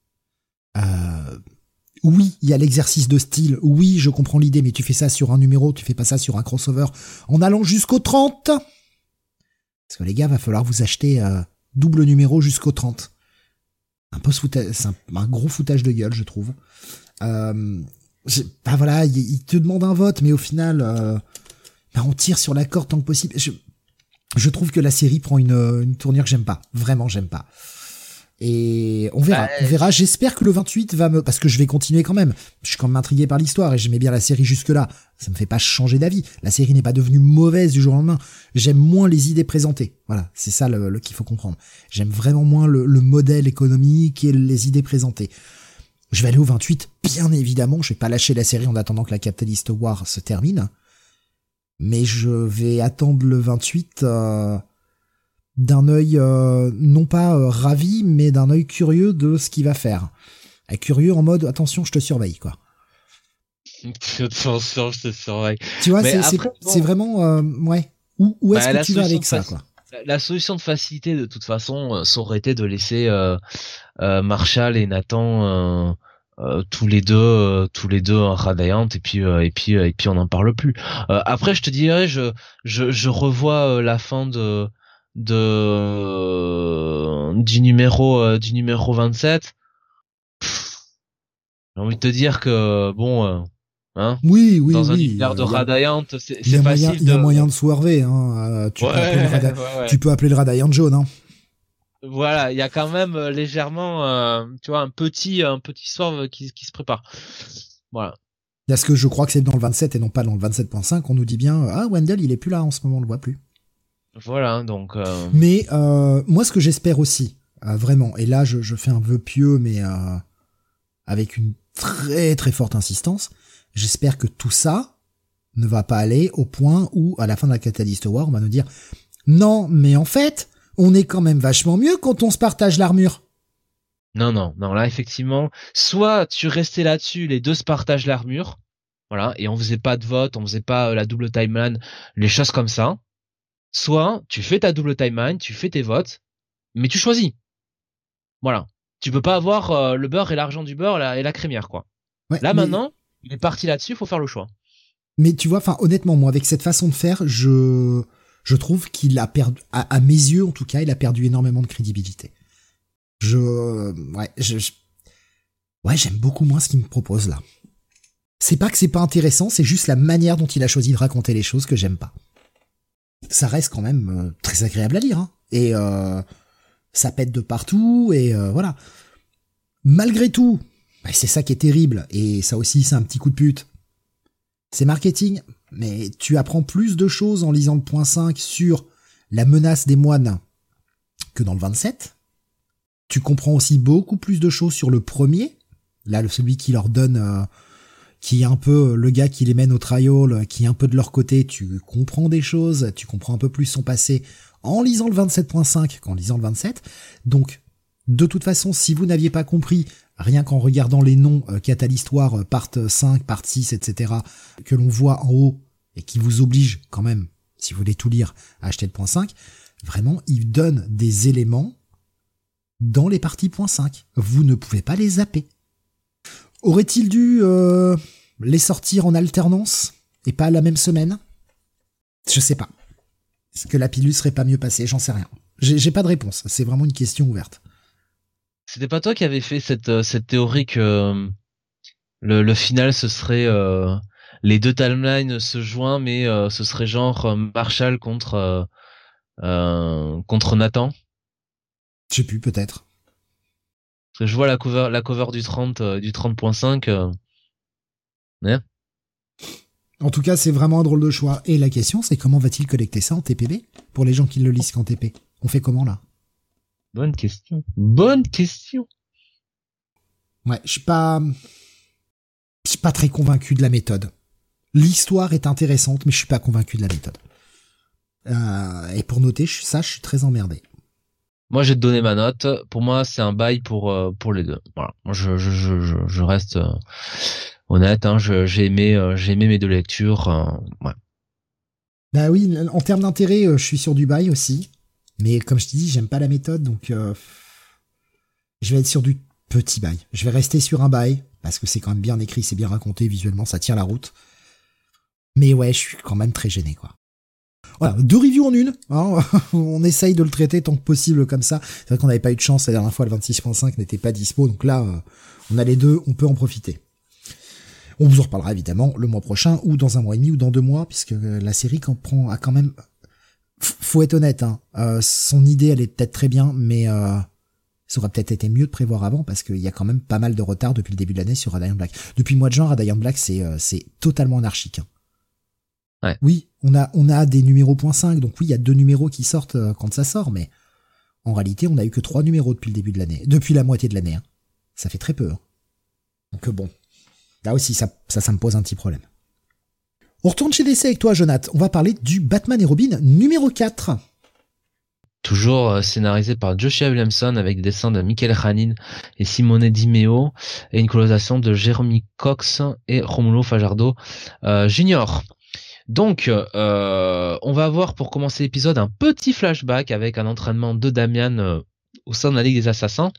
Oui, il y a l'exercice de style. Oui, je comprends l'idée, mais tu fais ça sur un numéro, tu fais pas ça sur un crossover en allant jusqu'au 30. Parce que les gars, va falloir vous acheter double numéro jusqu'au 30. Un peu c'est un gros foutage de gueule, je trouve. Voilà, il te demande un vote, mais au final, on tire sur la corde tant que possible. Je trouve que la série prend une tournure que j'aime pas. Vraiment, j'aime pas. Et on verra. J'espère que le 28 parce que je vais continuer quand même. Je suis quand même intrigué par l'histoire et j'aimais bien la série jusque-là. Ça me fait pas changer d'avis. La série n'est pas devenue mauvaise du jour au lendemain. J'aime moins les idées présentées. Voilà, c'est ça le qu'il faut comprendre. J'aime vraiment moins le modèle économique et les idées présentées. Je vais aller au 28, bien évidemment. Je vais pas lâcher la série en attendant que la Catalyst War se termine. Mais je vais attendre le 28 d'un œil non pas ravi, mais d'un œil curieux de ce qu'il va faire. Curieux en mode attention, je te surveille, quoi. Attention, je te surveille. Tu vois, c'est vraiment ouais. Où est-ce que tu vas avec ça, quoi? La solution de facilité, de toute façon, ça aurait été de laisser Marshall et Nathan tous les deux Radiant et puis on n'en parle plus. Après, je te dirais, je revois la fin du numéro 27. J'ai envie de te dire que bon oui, dans un univers de Radiant, c'est facile. Il y a moyen de swerver, hein. Tu peux appeler le Radiant jaune, hein. Voilà, il y a quand même légèrement tu vois un petit swerve qui se prépare. Voilà. Parce que je crois que c'est dans le 27 et non pas dans le 27.5, on nous dit bien Wendell, il est plus là en ce moment, on le voit plus. Voilà, donc Mais moi ce que j'espère aussi, vraiment, et là je fais un vœu pieux mais avec une très très forte insistance, j'espère que tout ça ne va pas aller au point où à la fin de la Catalyst War on va nous dire non mais en fait on est quand même vachement mieux quand on se partage l'armure. Non, là effectivement, soit tu restais là-dessus, les deux se partagent l'armure, voilà, et on faisait pas de vote, on faisait pas la double timeline, les choses comme ça. Soit tu fais ta double timeline, tu fais tes votes, mais tu choisis. Voilà. Tu peux pas avoir le beurre et l'argent du beurre et la crémière, quoi. Ouais, là maintenant, il est parti là-dessus, faut faire le choix. Mais tu vois, enfin honnêtement, moi avec cette façon de faire, je trouve qu'il a perdu, à mes yeux en tout cas, il a perdu énormément de crédibilité. J'aime beaucoup moins ce qu'il me propose là. C'est pas que c'est pas intéressant, c'est juste la manière dont il a choisi de raconter les choses que j'aime pas. Ça reste quand même très agréable à lire, hein. Et ça pète de partout, et voilà. Malgré tout, c'est ça qui est terrible, et ça aussi c'est un petit coup de pute. C'est marketing, mais tu apprends plus de choses en lisant le point 5 sur la menace des moines que dans le 27. Tu comprends aussi beaucoup plus de choses sur le premier, là celui qui leur donne, qui est un peu le gars qui les mène au trial, qui est un peu de leur côté. Tu comprends des choses, tu comprends un peu plus son passé en lisant le 27.5 qu'en lisant le 27. Donc, de toute façon, si vous n'aviez pas compris, rien qu'en regardant les noms Catalyst War, part 5, part 6, etc., que l'on voit en haut, et qui vous oblige quand même, si vous voulez tout lire, à acheter le point 5, vraiment, il donne des éléments dans les parties point 5. Vous ne pouvez pas les zapper. Aurait-il dû les sortir en alternance et pas la même semaine? Je sais pas. Est-ce que la pilule serait pas mieux passée? J'en sais rien. J'ai pas de réponse. C'est vraiment une question ouverte. C'était pas toi qui avais fait cette théorie que le final ce serait les deux timelines se joignent, mais ce serait genre Marshall contre Nathan? Je sais plus, peut-être. Parce que je vois la cover du 30.5. Ouais. En tout cas, c'est vraiment un drôle de choix. Et la question, c'est comment va-t-il collecter ça en TPB? Pour les gens qui le lisent qu'en TP. On fait comment, là? Bonne question. Ouais, je suis pas très convaincu de la méthode. L'histoire est intéressante, mais je suis pas convaincu de la méthode. Et pour noter, je suis très emmerdé. Moi, je vais te donner ma note. Pour moi, c'est un bail pour les deux. Voilà. Moi, je reste. honnête, hein, j'ai aimé mes deux lectures. Ouais. Bah oui, en termes d'intérêt, je suis sur du bail aussi. Mais comme je te dis, j'aime pas la méthode, donc je vais être sur du petit bail. Je vais rester sur un bail, parce que c'est quand même bien écrit, c'est bien raconté, visuellement, ça tient la route. Mais ouais, je suis quand même très gêné, quoi. Voilà, 2 reviews en une, hein. On essaye de le traiter tant que possible comme ça. C'est vrai qu'on n'avait pas eu de chance la dernière fois, le 26.5 n'était pas dispo, donc là, on a les deux, on peut en profiter. On vous en reparlera évidemment le mois prochain, ou dans un mois et demi, ou dans 2 mois, puisque la série a quand même... Faut être honnête, hein. Son idée, elle est peut-être très bien, mais ça aurait peut-être été mieux de prévoir avant, parce qu'il y a quand même pas mal de retard depuis le début de l'année sur Radiant Black. Depuis le mois de juin, Radiant Black, c'est totalement anarchique, hein. Ouais. Oui, on a des numéros .5, donc oui, il y a 2 numéros qui sortent quand ça sort, mais en réalité, on a eu que 3 numéros depuis le début de l'année, depuis la moitié de l'année, hein. Ça fait très peu, hein. Donc bon, là aussi, ça me pose un petit problème. On retourne chez DC avec toi, Jonathan. On va parler du Batman et Robin numéro 4. Toujours scénarisé par Joshua Williamson avec des dessins de Michael Janin et Simone Di Meo et une colorisation de Jeremy Cox et Romulo Fajardo Jr. Donc, on va avoir pour commencer l'épisode un petit flashback avec un entraînement de Damian au sein de la Ligue des Assassins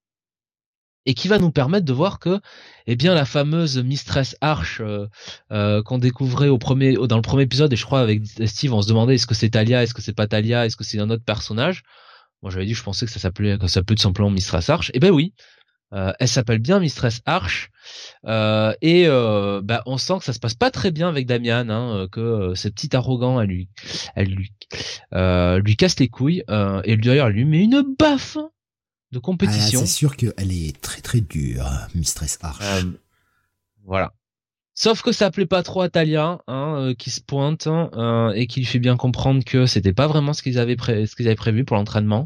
et qui va nous permettre de voir que, eh bien, la fameuse Mistress Arch qu'on découvrait dans le premier épisode, et je crois avec Steve, on se demandait est-ce que c'est Talia, est-ce que c'est pas Talia, est-ce que c'est un autre personnage. Moi, j'avais dit, je pensais que ça s'appelait tout simplement Mistress Arch. Eh ben oui, elle s'appelle bien Mistress Arch. Et on sent que ça se passe pas très bien avec Damian, hein, que ce petit arrogant, elle lui casse les couilles, et d'ailleurs elle lui met une baffe de compétition. Ah, c'est sûr qu'elle est très très dure, Mistress Arch. Voilà. Sauf que ça plaît pas trop à Talia, hein, qui se pointe et qui lui fait bien comprendre que c'était pas vraiment ce qu'ils avaient prévu pour l'entraînement.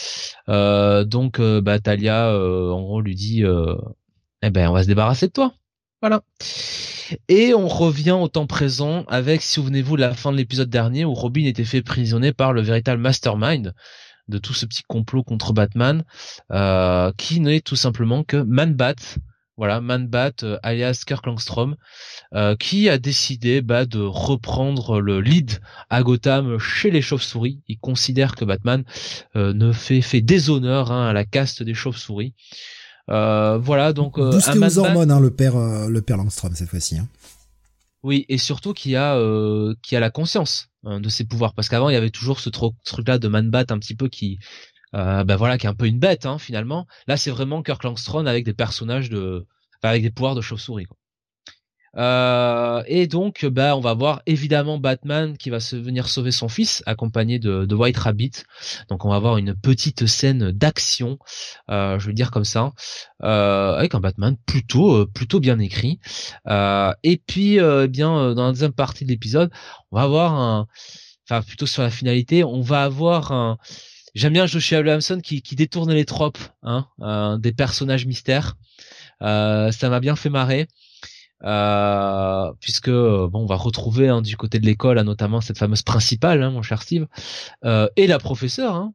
Donc Talia en gros lui dit on va se débarrasser de toi. Voilà. Et on revient au temps présent avec, souvenez-vous, la fin de l'épisode dernier où Robin était fait prisonnier par le véritable mastermind de tout ce petit complot contre Batman, qui n'est tout simplement que Man-Bat. Voilà, Man-Bat alias Kirk Langstrom, qui a décidé de reprendre le lead à Gotham chez les chauves-souris. Il considère que Batman ne fait déshonneur à la caste des chauves-souris. Voilà, donc boosté aux hormones, hein, le père Langstrom cette fois-ci, hein. Oui, et surtout qui a la conscience de ses pouvoirs, parce qu'avant il y avait toujours ce truc-là de Man-Bat un petit peu qui qui est un peu une bête, hein, finalement. Là, c'est vraiment Kirk Langstrom avec des personnages avec des pouvoirs de chauve-souris, quoi. Et donc, on va voir évidemment Batman qui va venir sauver son fils, accompagné de White Rabbit. Donc, on va avoir une petite scène d'action, je veux dire comme ça, avec un Batman plutôt bien écrit. Et puis, dans la deuxième partie de l'épisode, on va avoir plutôt sur la finalité, on va avoir j'aime bien Joshua Williamson qui détourne les tropes, des personnages mystères. Ça m'a bien fait marrer. Puisque on va retrouver du côté de l'école notamment cette fameuse principale, mon cher Steve, et la professeure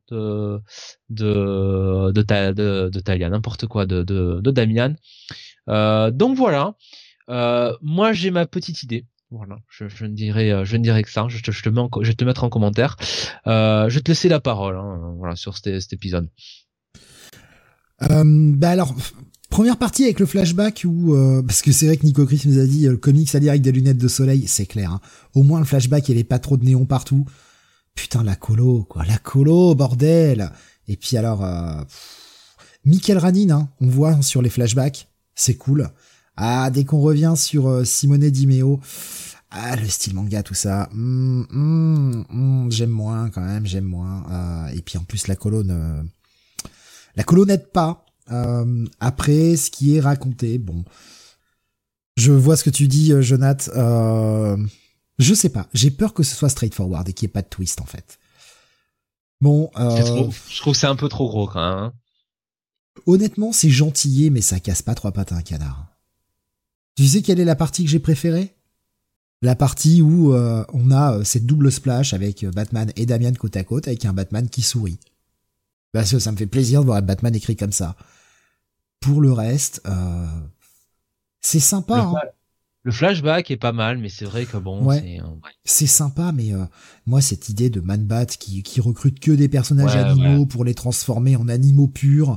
de Talia, n'importe quoi, de Damian. Donc voilà, moi j'ai ma petite idée. Voilà, je ne dirais que ça. Je vais te mettre en commentaire. Je vais te laisser la parole, voilà, sur cet épisode. Alors, première partie avec le flashback où parce que c'est vrai que Nico Chris nous a dit le comics à lire avec des lunettes de soleil, c'est clair, hein. Au moins le flashback il y avait pas trop de néon partout. Putain, la colo, bordel. Et puis alors Michael Janin, hein, on voit sur les flashbacks, c'est cool. Ah, dès qu'on revient sur Simone Di Meo, le style manga, tout ça, j'aime moins quand même, et puis en plus la colo n'aide pas. Après, ce qui est raconté, bon, je vois ce que tu dis, Jonathan. Je sais pas, j'ai peur que ce soit straightforward et qu'il n'y ait pas de twist en fait. Bon, je trouve que c'est un peu trop gros quand même, hein. Honnêtement, c'est gentillé, mais ça casse pas 3 pattes à un canard. Tu sais quelle est la partie que j'ai préférée ? La partie où on a cette double splash avec Batman et Damian côte à côte, avec un Batman qui sourit. Parce que ça me fait plaisir de voir Batman écrit comme ça. Pour le reste, c'est sympa. Le flashback est pas mal, mais c'est vrai que bon, Ouais, c'est c'est sympa, mais moi, cette idée de Man-Bat qui recrute que des personnages ouais, ouais. animaux pour les transformer en animaux purs,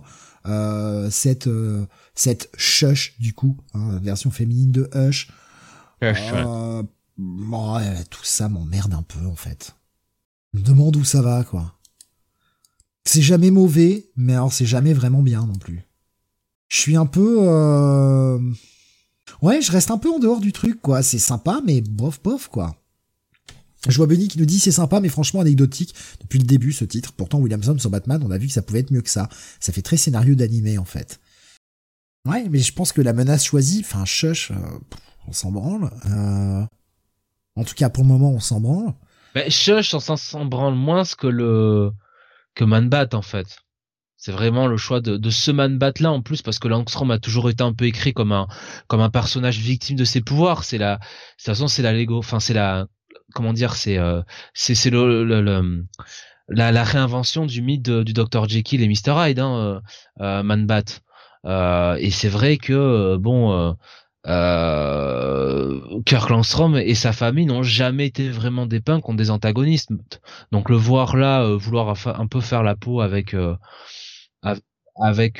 cette Shush, du coup, hein, version féminine de Hush, Hush, ouais. ouais, tout ça m'emmerde un peu, en fait. Je me demande où ça va, quoi. C'est jamais mauvais, mais alors c'est jamais vraiment bien non plus. Je suis un peu... Ouais, je reste un peu en dehors du truc, quoi. C'est sympa, mais bof, bof, quoi. Je vois Benny qui nous dit c'est sympa, mais franchement anecdotique depuis le début ce titre. Pourtant, Williamson sur Batman, on a vu que ça pouvait être mieux que ça. Ça fait très scénario d'animé, en fait. Ouais, mais je pense que la menace choisie, enfin, Shush, on s'en branle. En tout cas, pour le moment, on s'en branle. Mais Shush, on s'en branle moins que Man-Bat, en fait. C'est vraiment le choix de ce Man-Bat là en plus parce que Langstrom a toujours été un peu écrit comme un personnage victime de ses pouvoirs. De toute façon c'est la Lego, enfin c'est la comment dire c'est la réinvention du mythe du Dr Jekyll et Mr Hyde Man-Bat. Et c'est vrai que Kirk Langstrom et sa famille n'ont jamais été vraiment dépeints contre des antagonistes. Donc le voir là vouloir un peu faire la peau av- avec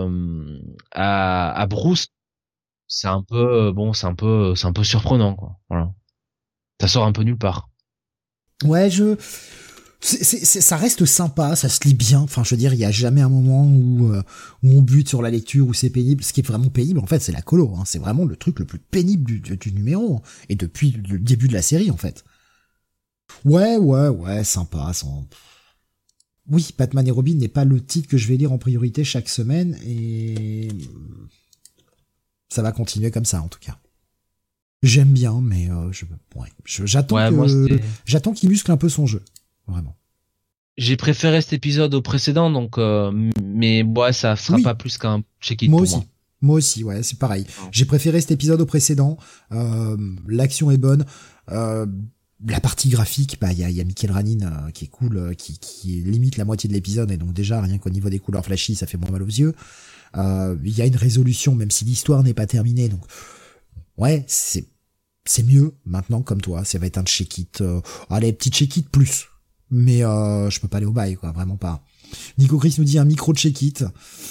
à Bruce, c'est un peu c'est un peu surprenant quoi. Voilà. Ça sort un peu nulle part. Ouais, ça reste sympa, ça se lit bien. Enfin, je veux dire, il y a jamais un moment où on bute sur la lecture, où c'est pénible. Ce qui est vraiment pénible, en fait, c'est la colo. Hein. C'est vraiment le truc le plus pénible du numéro. Et depuis le début de la série, en fait. Ouais, sympa. Oui, Batman et Robin n'est pas le titre que je vais lire en priorité chaque semaine. Et ça va continuer comme ça, en tout cas. J'aime bien, mais Ouais, moi c'était j'attends qu'il muscle un peu son jeu. Vraiment. j'ai préféré cet épisode au précédent donc mais ouais ça sera Oui, pas plus qu'un check-it moi pour aussi. moi. Moi aussi, ouais, c'est pareil. Ouais. J'ai préféré cet épisode au précédent. L'action est bonne. La partie graphique, bah il y a Michael Ranin qui est cool, qui limite la moitié de l'épisode et donc déjà rien qu'au niveau des couleurs flashy, ça fait moins mal aux yeux. Il y a une résolution, même si l'histoire n'est pas terminée. Donc ouais, c'est mieux maintenant comme toi. Ça va être un check-it. Allez, petit check-it plus. Mais je peux pas aller au bail, quoi, vraiment pas. Nico Chris nous dit un micro check-it.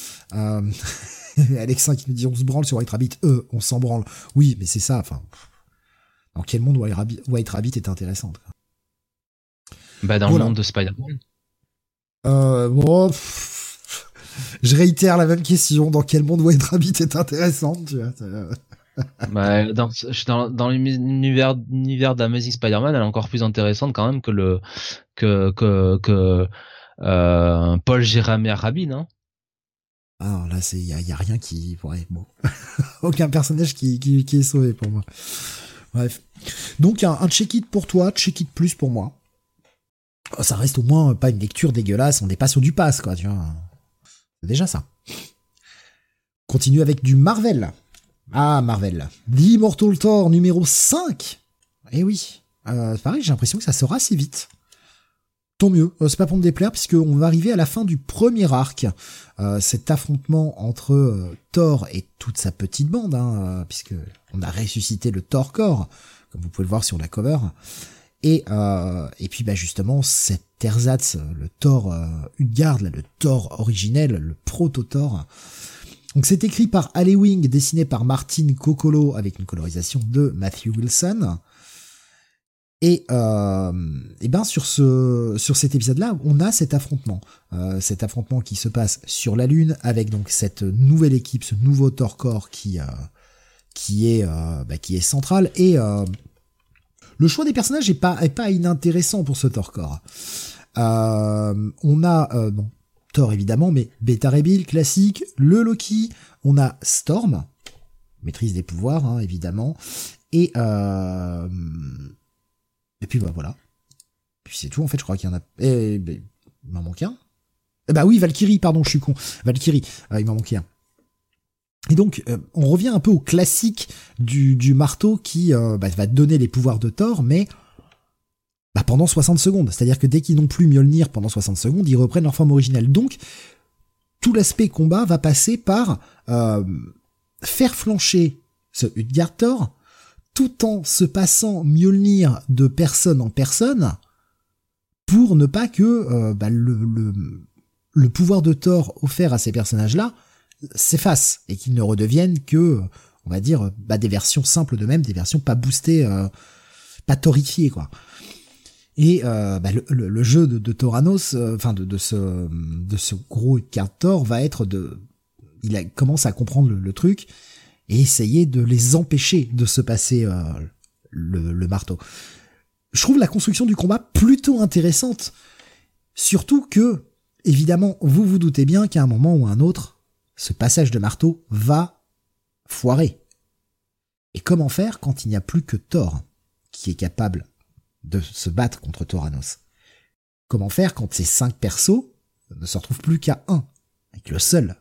Alexin qui nous dit on se branle sur White Rabbit. On s'en branle. Oui, mais c'est ça. Enfin, dans quel monde White Rabbit est intéressante, quoi. Bah dans le Voilà. monde de Spider-Man. Bon, je réitère la même question. Dans quel monde White Rabbit est intéressante, tu vois. Bah, dans l'univers d'Amazing Spider-Man, elle est encore plus intéressante quand même que Paul Jérémy Rabin, hein. Alors là, y a rien qui, ouais, bon. Aucun personnage qui est sauvé pour moi. Bref. Donc, un check-it pour toi, check-it plus pour moi. Ça reste au moins pas une lecture dégueulasse, on n'est pas sur du pass, quoi, tu vois. C'est déjà ça. Continue avec du Marvel. Ah, Marvel. The Immortal Thor numéro 5. Eh oui. C'est pareil, j'ai l'impression que ça sort assez vite. Tant mieux, c'est pas pour me déplaire puisqu'on va arriver à la fin du premier arc. Cet affrontement entre Thor et toute sa petite bande, hein, puisque on a ressuscité le Thor Corps, comme vous pouvez le voir sur la cover. Et puis bah justement cet ersatz, le Thor Utgard, là, le Thor originel, le proto-Thor. Donc c'est écrit par Ali Wing, dessiné par Martin Coccolo avec une colorisation de Matthew Wilson. Et ben sur cet épisode-là, on a cet affrontement qui se passe sur la Lune avec donc cette nouvelle équipe, ce nouveau Thor Corps qui est central et le choix des personnages est pas inintéressant pour ce Thor Corps. On a bon, Thor évidemment, mais Beta Ray Bill classique, le Loki, on a Storm, maîtrise des pouvoirs hein, évidemment, et puis bah voilà. Puis c'est tout en fait, je crois qu'il y en a. Il m'en manque un. Bah oui, Valkyrie, pardon, je suis con. Valkyrie, il m'en manquait un. Et donc, on revient un peu au classique du marteau qui va donner les pouvoirs de Thor, mais pendant 60 secondes. C'est-à-dire que dès qu'ils n'ont plus Mjolnir pendant 60 secondes, ils reprennent leur forme originelle. Donc, tout l'aspect combat va passer par faire flancher ce Utgard Thor, tout en se passant Mjolnir de personne en personne, pour ne pas que le pouvoir de Thor offert à ces personnages-là s'efface et qu'ils ne redeviennent que, on va dire, des versions simples d'eux-mêmes, des versions pas boostées, pas torifiées, quoi. Et le jeu de Thoranos, de ce gros card Thor va être commence à comprendre le truc et essayer de les empêcher de se passer le marteau. Je trouve la construction du combat plutôt intéressante, surtout que, évidemment, vous vous doutez bien qu'à un moment ou à un autre, ce passage de marteau va foirer. Et comment faire quand il n'y a plus que Thor qui est capable de se battre contre Thoranos? Comment faire quand ces 5 persos ne se retrouvent plus qu'à 1, avec le seul?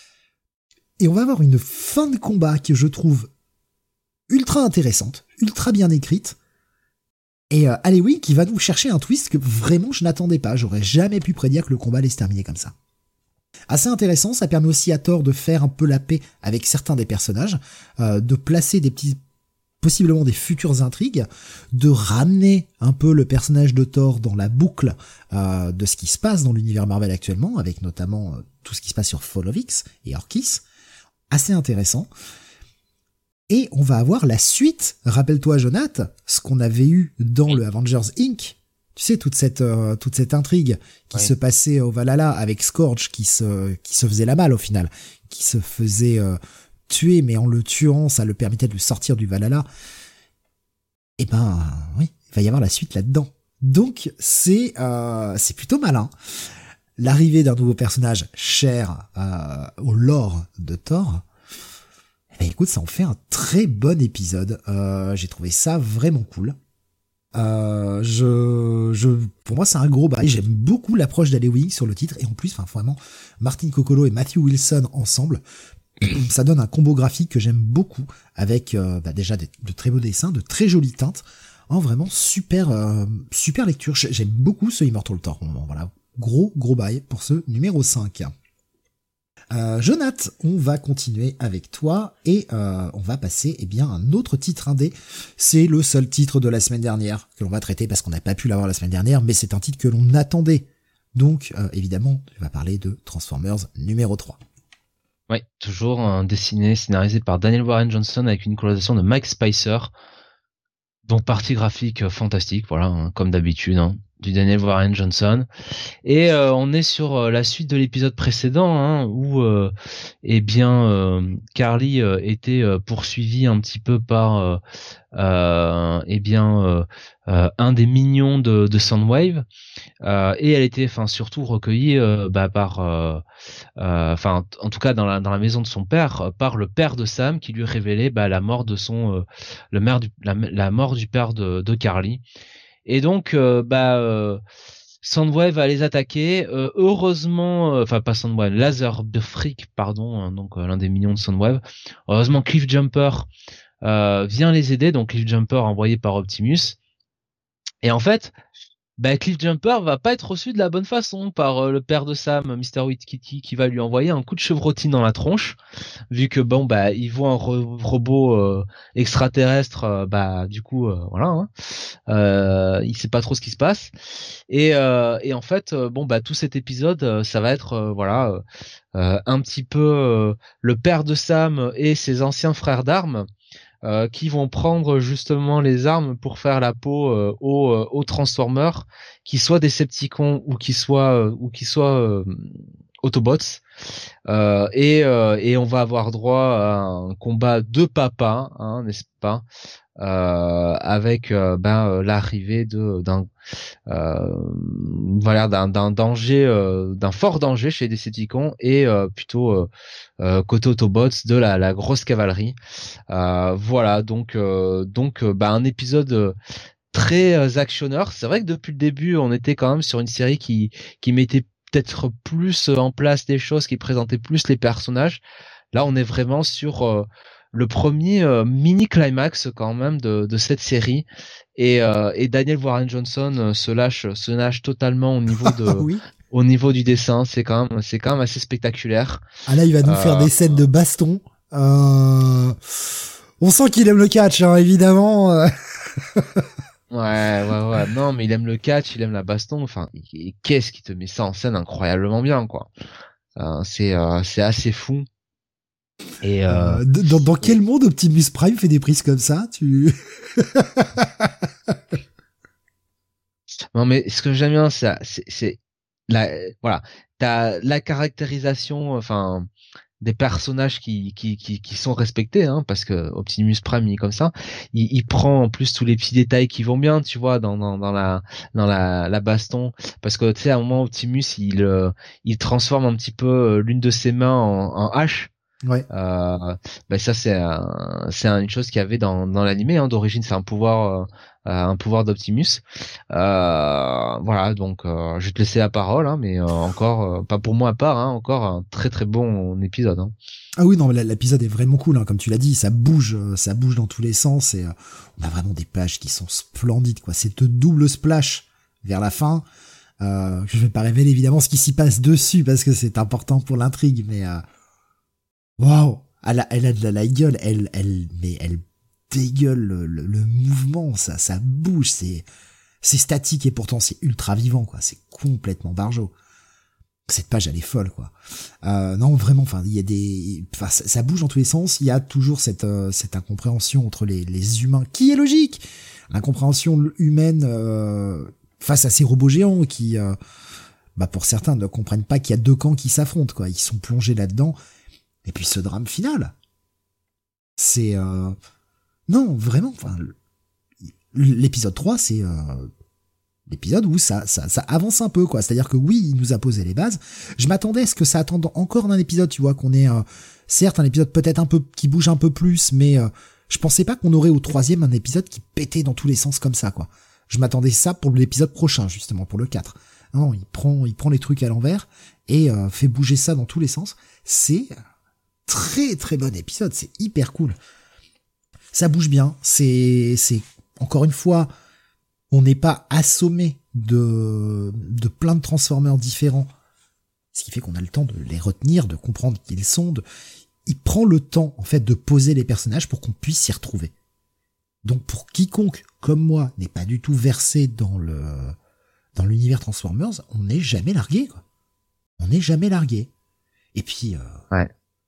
Et on va avoir une fin de combat que je trouve ultra intéressante, ultra bien écrite, et allez oui, qui va nous chercher un twist que vraiment je n'attendais pas. J'aurais jamais pu prédire que le combat allait se terminer comme ça. Assez intéressant, ça permet aussi à Thor de faire un peu la paix avec certains des personnages, de placer possiblement des futures intrigues, de ramener un peu le personnage de Thor dans la boucle de ce qui se passe dans l'univers Marvel actuellement, avec notamment tout ce qui se passe sur Fall of X et Orkis. Assez intéressant. Et on va avoir la suite, rappelle-toi Jonath, ce qu'on avait eu dans le Avengers Inc., tu sais, toute cette intrigue qui se passait au Valhalla avec Scourge qui se faisait la malle au final, qui se faisait tuer, mais en le tuant, ça le permettait de lui sortir du Valhalla. Et oui, il va y avoir la suite là-dedans. Donc, c'est plutôt malin. L'arrivée d'un nouveau personnage cher au lore de Thor, écoute, ça en fait un très bon épisode. J'ai trouvé ça vraiment cool. Pour moi, c'est un gros bail. J'aime beaucoup l'approche d'Alewing sur le titre, et en plus, vraiment, Martin Coccolo et Matthew Wilson ensemble, ça donne un combo graphique que j'aime beaucoup, avec déjà de très beaux dessins, de très jolies teintes. Vraiment super lecture. J'aime beaucoup ce Immortal Thor. Voilà, gros bail pour ce numéro 5. Jonath, on va continuer avec toi et on va passer à un autre titre indé. C'est le seul titre de la semaine dernière que l'on va traiter parce qu'on n'a pas pu l'avoir la semaine dernière, mais c'est un titre que l'on attendait. Donc évidemment, tu vas parler de Transformers numéro 3. Oui, toujours dessiné, scénarisé par Daniel Warren Johnson avec une colorisation de Mike Spicer. Donc partie graphique fantastique, voilà, comme d'habitude, du Daniel Warren Johnson. Et on est sur la suite de l'épisode précédent, où Carly était poursuivie un petit peu par un des mignons de Soundwave, et elle était surtout recueillie en tout cas dans la maison de son père, par le père de Sam, qui lui révélait la mort de la mort du père de Carly. Et donc Soundwave va les attaquer, heureusement, pas Soundwave, Laserfreak, pardon, donc l'un des mignons de Soundwave. Heureusement, Cliffjumper vient les aider, donc Cliffjumper envoyé par Optimus. Et en fait, Cliffjumper va pas être reçu de la bonne façon par le père de Sam, Mr. Wit-Kitty, qui va lui envoyer un coup de chevrotine dans la tronche, vu que il voit un robot extraterrestre, il sait pas trop ce qui se passe, et en fait tout cet épisode ça va être un petit peu le père de Sam et ses anciens frères d'armes qui vont prendre justement les armes pour faire la peau aux Transformers, qui soient Decepticons ou qui soient Autobots, et on va avoir droit à un combat de papa, n'est-ce pas, avec l'arrivée d'un fort danger chez Decepticons, et plutôt côté Autobots de la grosse cavalerie. Donc un épisode très actionneur. C'est vrai que depuis le début, on était quand même sur une série qui mettait peut-être plus en place des choses, qui présentait plus les personnages. Là, on est vraiment sur le premier mini climax quand même de cette série, et Daniel Warren Johnson se lâche totalement au niveau de oui. Au niveau du dessin. C'est quand même assez spectaculaire. Là, il va nous faire des scènes de baston. On sent qu'il aime le catch, hein, évidemment. Ouais. Non, mais il aime le catch, il aime la baston. Enfin, qu'est-ce qui te met ça en scène incroyablement bien, quoi. C'est assez fou. Et Dans quel monde Optimus Prime fait des prises comme ça, Non, mais ce que j'aime bien, c'est voilà, t'as la caractérisation, enfin, des personnages qui sont respectés, hein, parce que Optimus Prime, il est comme ça. Il prend en plus tous les petits détails qui vont bien, tu vois, dans la baston, parce que tu sais, à un moment, Optimus, il transforme un petit peu l'une de ses mains en hache. Ouais. Ben ça c'est une chose qu'il y avait dans l'animé, hein, d'origine, c'est un pouvoir d'Optimus. Voilà, donc je vais te laisser la parole, hein, mais encore pas pour moi à part, hein, encore un très très bon épisode, hein. Ah oui, non, mais l'épisode est vraiment cool, hein, comme tu l'as dit, ça bouge dans tous les sens et on a vraiment des pages qui sont splendides, quoi. Cette double splash vers la fin. Je vais pas révéler évidemment ce qui s'y passe dessus parce que c'est important pour l'intrigue, mais waouh, elle a de la gueule, elle dégueule le mouvement, ça bouge, c'est statique et pourtant c'est ultra vivant, quoi. C'est complètement barjo. Cette page, elle est folle, quoi. Non, vraiment, enfin, il y a ça bouge dans tous les sens. Il y a toujours cette incompréhension entre les humains, qui est logique. L'incompréhension humaine face à ces robots géants qui, pour certains, ne comprennent pas qu'il y a deux camps qui s'affrontent, quoi. Ils sont plongés là-dedans. Et puis ce drame final, c'est non, vraiment, enfin, l'épisode 3, c'est l'épisode où ça avance un peu, quoi. C'est-à-dire que oui, il nous a posé les bases. Je m'attendais à ce que ça attende encore d'un épisode, tu vois, qu'on ait certes un épisode peut-être un peu qui bouge un peu plus, mais je pensais pas qu'on aurait au troisième un épisode qui pétait dans tous les sens comme ça, quoi. Je m'attendais ça pour l'épisode prochain, justement, pour le 4. Non, il prend les trucs à l'envers et fait bouger ça dans tous les sens. C'est très très bon épisode, c'est hyper cool. Ça bouge bien, c'est encore une fois, on n'est pas assommé de plein de Transformers différents, ce qui fait qu'on a le temps de les retenir, de comprendre qui ils sont. Il prend le temps en fait de poser les personnages pour qu'on puisse s'y retrouver. Donc pour quiconque comme moi n'est pas du tout versé dans l'univers Transformers, on n'est jamais largué, quoi. On n'est jamais largué. Et puis ouais.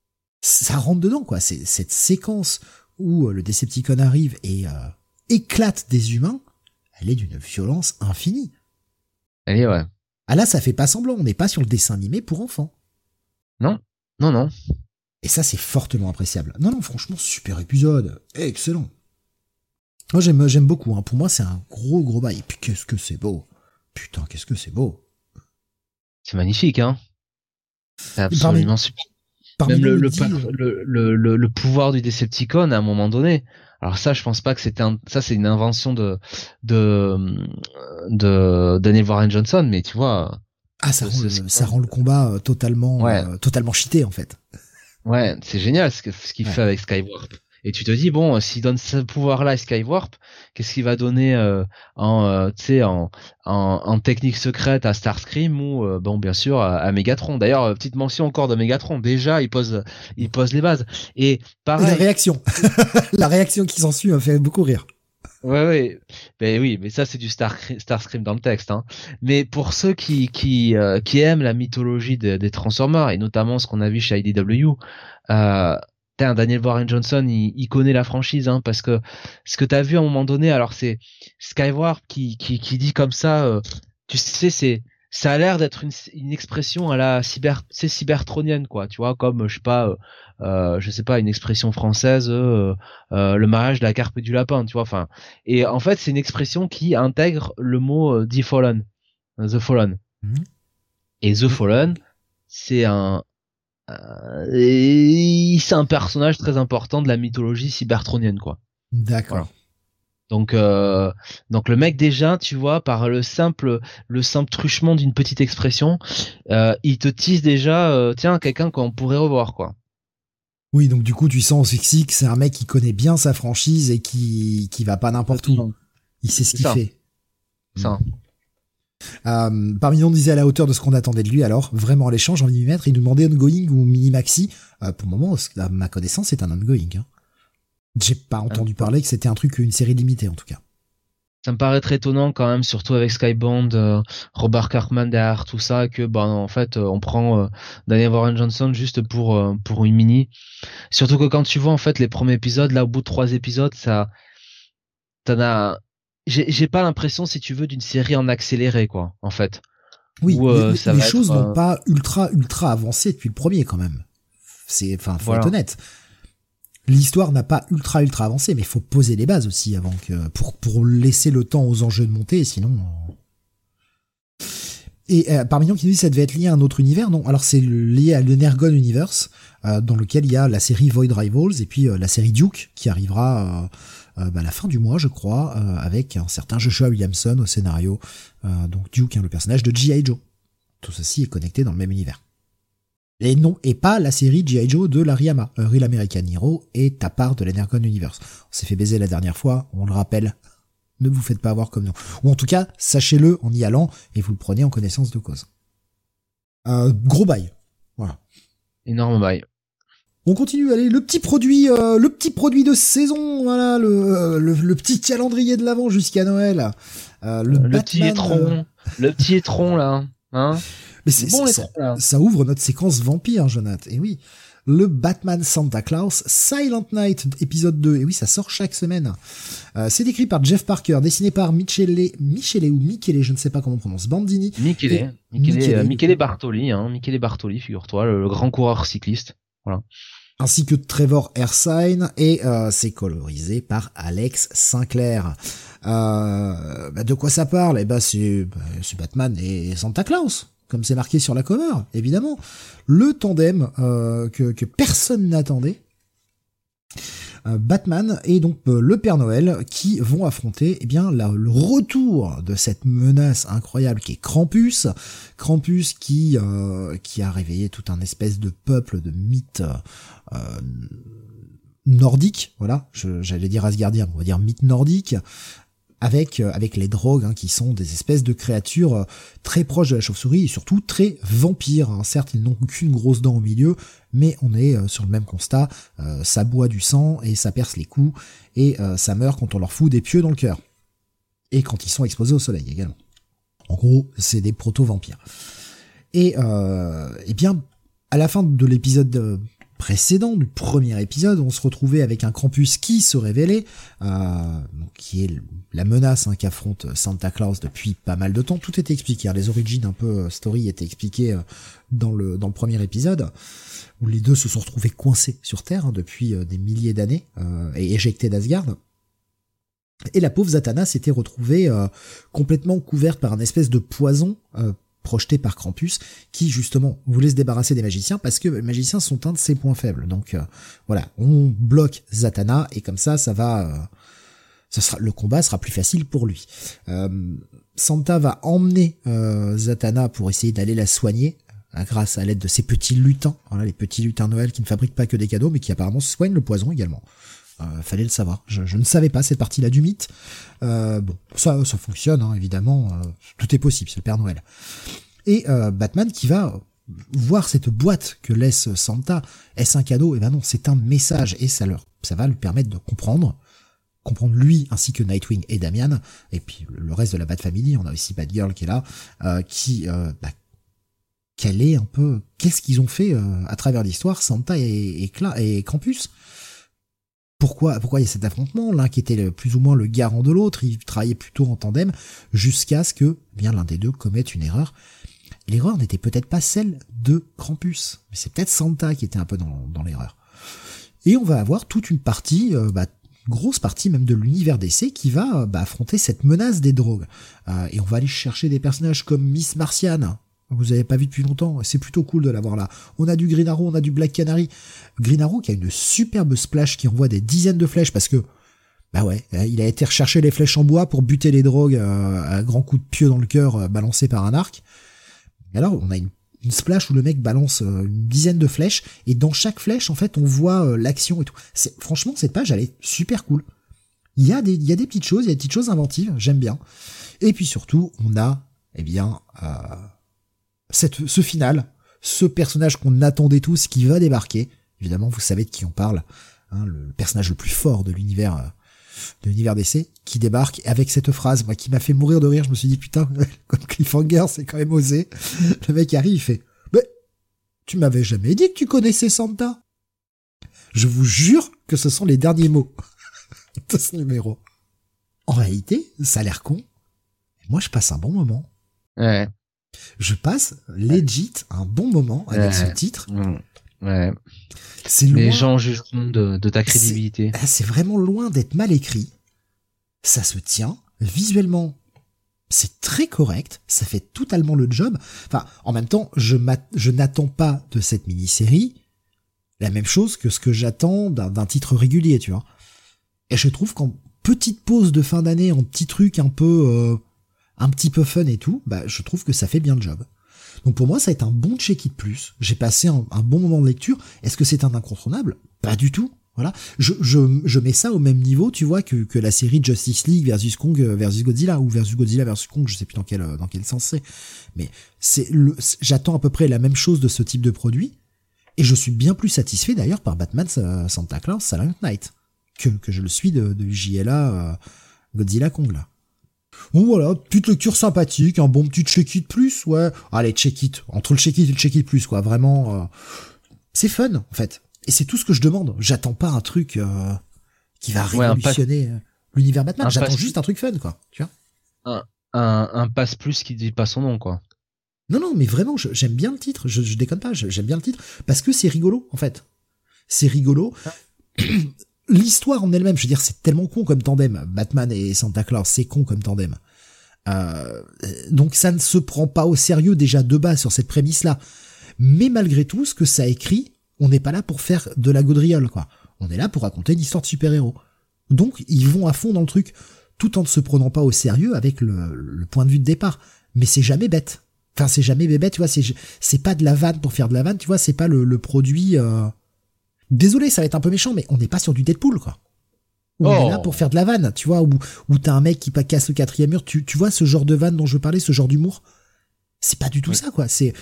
Ça rentre dedans, quoi. C'est cette séquence où le Decepticon arrive et éclate des humains, elle est d'une violence infinie. Elle est, ouais. Ah là, ça fait pas semblant, on n'est pas sur le dessin animé pour enfants. Non. Et ça, c'est fortement appréciable. Non, franchement, super épisode. Excellent. Moi, j'aime beaucoup, hein. Pour moi, c'est un gros bail. Et puis, qu'est-ce que c'est beau. Putain, qu'est-ce que c'est beau. C'est magnifique, hein. C'est absolument super. Même le pouvoir du Decepticon à un moment donné. Alors ça, je pense pas que c'est une invention de Daniel Warren Johnson, mais tu vois. Ah, ça rend le combat totalement cheaté, en fait. Ouais, c'est génial ce qu'il fait avec Skywarp. Et tu te dis, bon, s'il donne ce pouvoir-là à Skywarp, qu'est-ce qu'il va donner en technique secrète à Starscream ou bon, bien sûr à Megatron. D'ailleurs, petite mention encore de Megatron. Déjà, il pose les bases. Et pareil. La réaction qui s'ensuit m'a fait beaucoup rire. Ouais. Ben oui, mais ça c'est du Starscream dans le texte, hein. Mais pour ceux qui aiment la mythologie des Transformers et notamment ce qu'on a vu chez IDW, Daniel Warren Johnson, il connaît la franchise, hein, parce que ce que t'as vu à un moment donné, alors c'est Skywarp qui dit comme ça, tu sais, ça a l'air d'être une expression à la cybertronienne, quoi, tu vois, comme je sais pas, une expression française, le mariage de la carpe et du lapin, tu vois, enfin, et en fait c'est une expression qui intègre le mot The Fallen. Et The Fallen, c'est c'est un personnage très important de la mythologie cybertronienne, quoi. D'accord. Voilà. Donc le mec déjà, tu vois, par le simple truchement d'une petite expression, il te tease déjà, tiens, quelqu'un qu'on pourrait revoir, quoi. Oui, donc du coup, tu sens aussi que c'est un mec qui connaît bien sa franchise et qui va pas n'importe où. Il sait ce qu'il fait. Ça. Parmi nous, on disait à la hauteur de ce qu'on attendait de lui, alors vraiment à l'échange en millimètres, il nous demandait ongoing ou mini maxi. Pour le moment, à ma connaissance, c'est un ongoing. Hein. J'ai pas entendu parler que c'était un truc, une série limitée en tout cas. Ça me paraît très étonnant quand même, surtout avec Skybound, Robert Kirkman derrière tout ça, que en fait on prend Daniel Warren Johnson juste pour une mini. Surtout que quand tu vois en fait les premiers épisodes, là au bout de 3 épisodes, ça, t'en as, j'ai pas l'impression si tu veux d'une série en accéléré quoi, en fait. Oui, Où ça les va choses être, n'ont pas ultra avancé depuis le premier quand même. Faut voilà. être honnête. L'histoire n'a pas ultra avancé, mais il faut poser les bases aussi avant que pour laisser le temps aux enjeux de monter, sinon. Et parmi nous qui nous dit que ça devait être lié à un autre univers, non. Alors c'est lié à l'Energon Universe, dans lequel il y a la série Void Rivals et puis la série Duke qui arrivera à la fin du mois, je crois, avec un certain Joshua Williamson au scénario. Donc Duke, le personnage de G.I. Joe. Tout ceci est connecté dans le même univers. Et non, et pas la série G.I. Joe de Larry Hama. Real American Hero est à part de l'Energon Universe. On s'est fait baiser la dernière fois, on le rappelle. Ne vous faites pas avoir comme nous. Ou en tout cas, sachez-le en y allant et vous le prenez en connaissance de cause. Gros bail. Voilà. Énorme bail. On continue, allez, le petit produit de saison, voilà, le petit calendrier de l'avant jusqu'à Noël. Le petit étron, là, hein. Mais c'est bon, ça ouvre notre séquence vampire, Jonathan. Et oui, le Batman Santa Claus Silent Night épisode 2. Et oui, ça sort chaque semaine. C'est écrit par Jeff Parker, dessiné par Michele, je ne sais pas comment on prononce, Bandini. Michele Bartoli, Michele Bartoli, figure-toi, le grand coureur cycliste. Voilà. Ainsi que Trevor Ersine, et c'est colorisé par Alex Sinclair. De quoi ça parle? C'est Batman et Santa Claus, comme c'est marqué sur la cover, évidemment. Le tandem que personne n'attendait. Batman et donc le Père Noël qui vont affronter le retour de cette menace incroyable qui est Krampus. Krampus qui a réveillé tout un espèce de peuple de mythes nordiques, voilà, j'allais dire asgardien, on va dire mythes nordiques, avec les drogues qui sont des espèces de créatures très proches de la chauve-souris et surtout très vampires. Certes, ils n'ont qu'une grosse dent au milieu, mais on est sur le même constat. Ça boit du sang et ça perce les coups et ça meurt quand on leur fout des pieux dans le cœur. Et quand ils sont exposés au soleil également. En gros, c'est des proto-vampires. Et à la fin de l'épisode précédent, du premier épisode, on se retrouvait avec un Krampus qui se révélait, qui est la menace qu'affronte Santa Claus depuis pas mal de temps. Tout était expliqué, les origines un peu story étaient expliquées dans le premier épisode, où les deux se sont retrouvés coincés sur Terre depuis des milliers d'années et éjectés d'Asgard. Et la pauvre Zatanna s'était retrouvée complètement couverte par un espèce de poison projeté par Krampus, qui justement voulait se débarrasser des magiciens, parce que les magiciens sont un de ses points faibles. Donc voilà, on bloque Zatanna, et comme ça le combat sera plus facile pour lui. Santa va emmener Zatanna pour essayer d'aller la soigner, grâce à l'aide de ces petits lutins, voilà, les petits lutins Noël qui ne fabriquent pas que des cadeaux, mais qui apparemment soignent le poison également. Fallait le savoir. Je ne savais pas cette partie-là du mythe. Ça fonctionne, évidemment. Tout est possible, c'est le Père Noël. Et Batman qui va voir cette boîte que laisse Santa. Est-ce un cadeau? Eh ben non, c'est un message. Et ça va lui permettre de comprendre lui ainsi que Nightwing et Damian. Et puis le reste de la Bat Family. On a aussi Batgirl qui est là, quel est un peu, qu'est-ce qu'ils ont fait à travers l'histoire, Santa et Krampus? Pourquoi il y a cet affrontement, l'un qui était plus ou moins le garant de l'autre, ils travaillaient plutôt en tandem, jusqu'à ce que l'un des deux commette une erreur. Et l'erreur n'était peut-être pas celle de Krampus, mais c'est peut-être Santa qui était un peu dans l'erreur. Et on va avoir toute une partie, grosse partie même de l'univers DC qui va affronter cette menace des drogues. Et on va aller chercher des personnages comme Miss Martian, vous avez pas vu depuis longtemps, c'est plutôt cool de l'avoir là. On a du Green Arrow, on a du Black Canary. Green Arrow qui a une superbe splash qui envoie des dizaines de flèches parce que, il a été rechercher les flèches en bois pour buter les drogues à grands coups de pieu dans le cœur balancés par un arc. Et alors, on a une splash où le mec balance une dizaine de flèches et dans chaque flèche, en fait, on voit l'action et tout. Franchement, cette page, elle est super cool. Il y a des petites choses, il y a des petites choses inventives, j'aime bien. Et puis surtout, on a, ce final, ce personnage qu'on attendait tous qui va débarquer. Évidemment, vous savez de qui on parle. hein, le personnage le plus fort de l'univers DC, qui débarque avec cette phrase, moi, qui m'a fait mourir de rire. Je me suis dit, putain, comme cliffhanger, c'est quand même osé. Le mec arrive, il fait, mais tu m'avais jamais dit que tu connaissais Santa. Je vous jure que ce sont les derniers mots de ce numéro. En réalité, ça a l'air con. Moi, je passe un bon moment. Ouais. Je passe legit un bon moment avec ce titre. Ouais. C'est loin. Les gens jugeront de ta crédibilité. C'est vraiment loin d'être mal écrit. Ça se tient. Visuellement, c'est très correct. Ça fait totalement le job. Enfin, en même temps, je n'attends pas de cette mini-série la même chose que ce que j'attends d'un titre régulier, tu vois. Et je trouve qu'en petite pause de fin d'année, en petit truc un petit peu fun et tout, bah, je trouve que ça fait bien le job. Donc pour moi, ça va être un bon check-it plus. J'ai passé un bon moment de lecture. Est-ce que c'est un incontournable? Pas du tout. Voilà. Je mets ça au même niveau, tu vois, que la série Justice League versus Kong versus Godzilla, ou versus Godzilla versus Kong, je sais plus dans quel sens c'est. Mais j'attends à peu près la même chose de ce type de produit. Et je suis bien plus satisfait d'ailleurs par Batman Santa Claus Silent Night que je le suis de JLA Godzilla Kong là. Bon voilà, petite lecture sympathique, un bon petit check-it plus, ouais. Allez, check-it, entre le check-it et le check-it plus, quoi, vraiment, c'est fun, en fait. Et c'est tout ce que je demande. J'attends pas un truc qui va révolutionner l'univers Batman, j'attends juste un truc fun, quoi, tu vois. Un passe plus qui dit pas son nom, quoi. Non, mais vraiment, j'aime bien le titre, je déconne pas, j'aime bien le titre, parce que c'est rigolo, en fait. C'est rigolo. L'histoire en elle-même, je veux dire, c'est tellement con comme tandem. Batman et Santa Claus, c'est con comme tandem. Donc ça ne se prend pas au sérieux déjà de base sur cette prémisse-là. Mais malgré tout, ce que ça écrit, on n'est pas là pour faire de la gaudriole, quoi. On est là pour raconter une histoire de super-héros. Donc ils vont à fond dans le truc, tout en ne se prenant pas au sérieux avec le point de vue de départ. Mais c'est jamais bête. Enfin, c'est jamais bébête, tu vois, c'est pas de la vanne pour faire de la vanne, tu vois, c'est pas le produit... Désolé, ça va être un peu méchant, mais on n'est pas sur du Deadpool, quoi. Où on est là pour faire de la vanne, tu vois, où t'as un mec qui casse le 4e mur, tu vois ce genre de vanne dont je parlais, ce genre d'humour. C'est pas du tout ça, quoi. C'est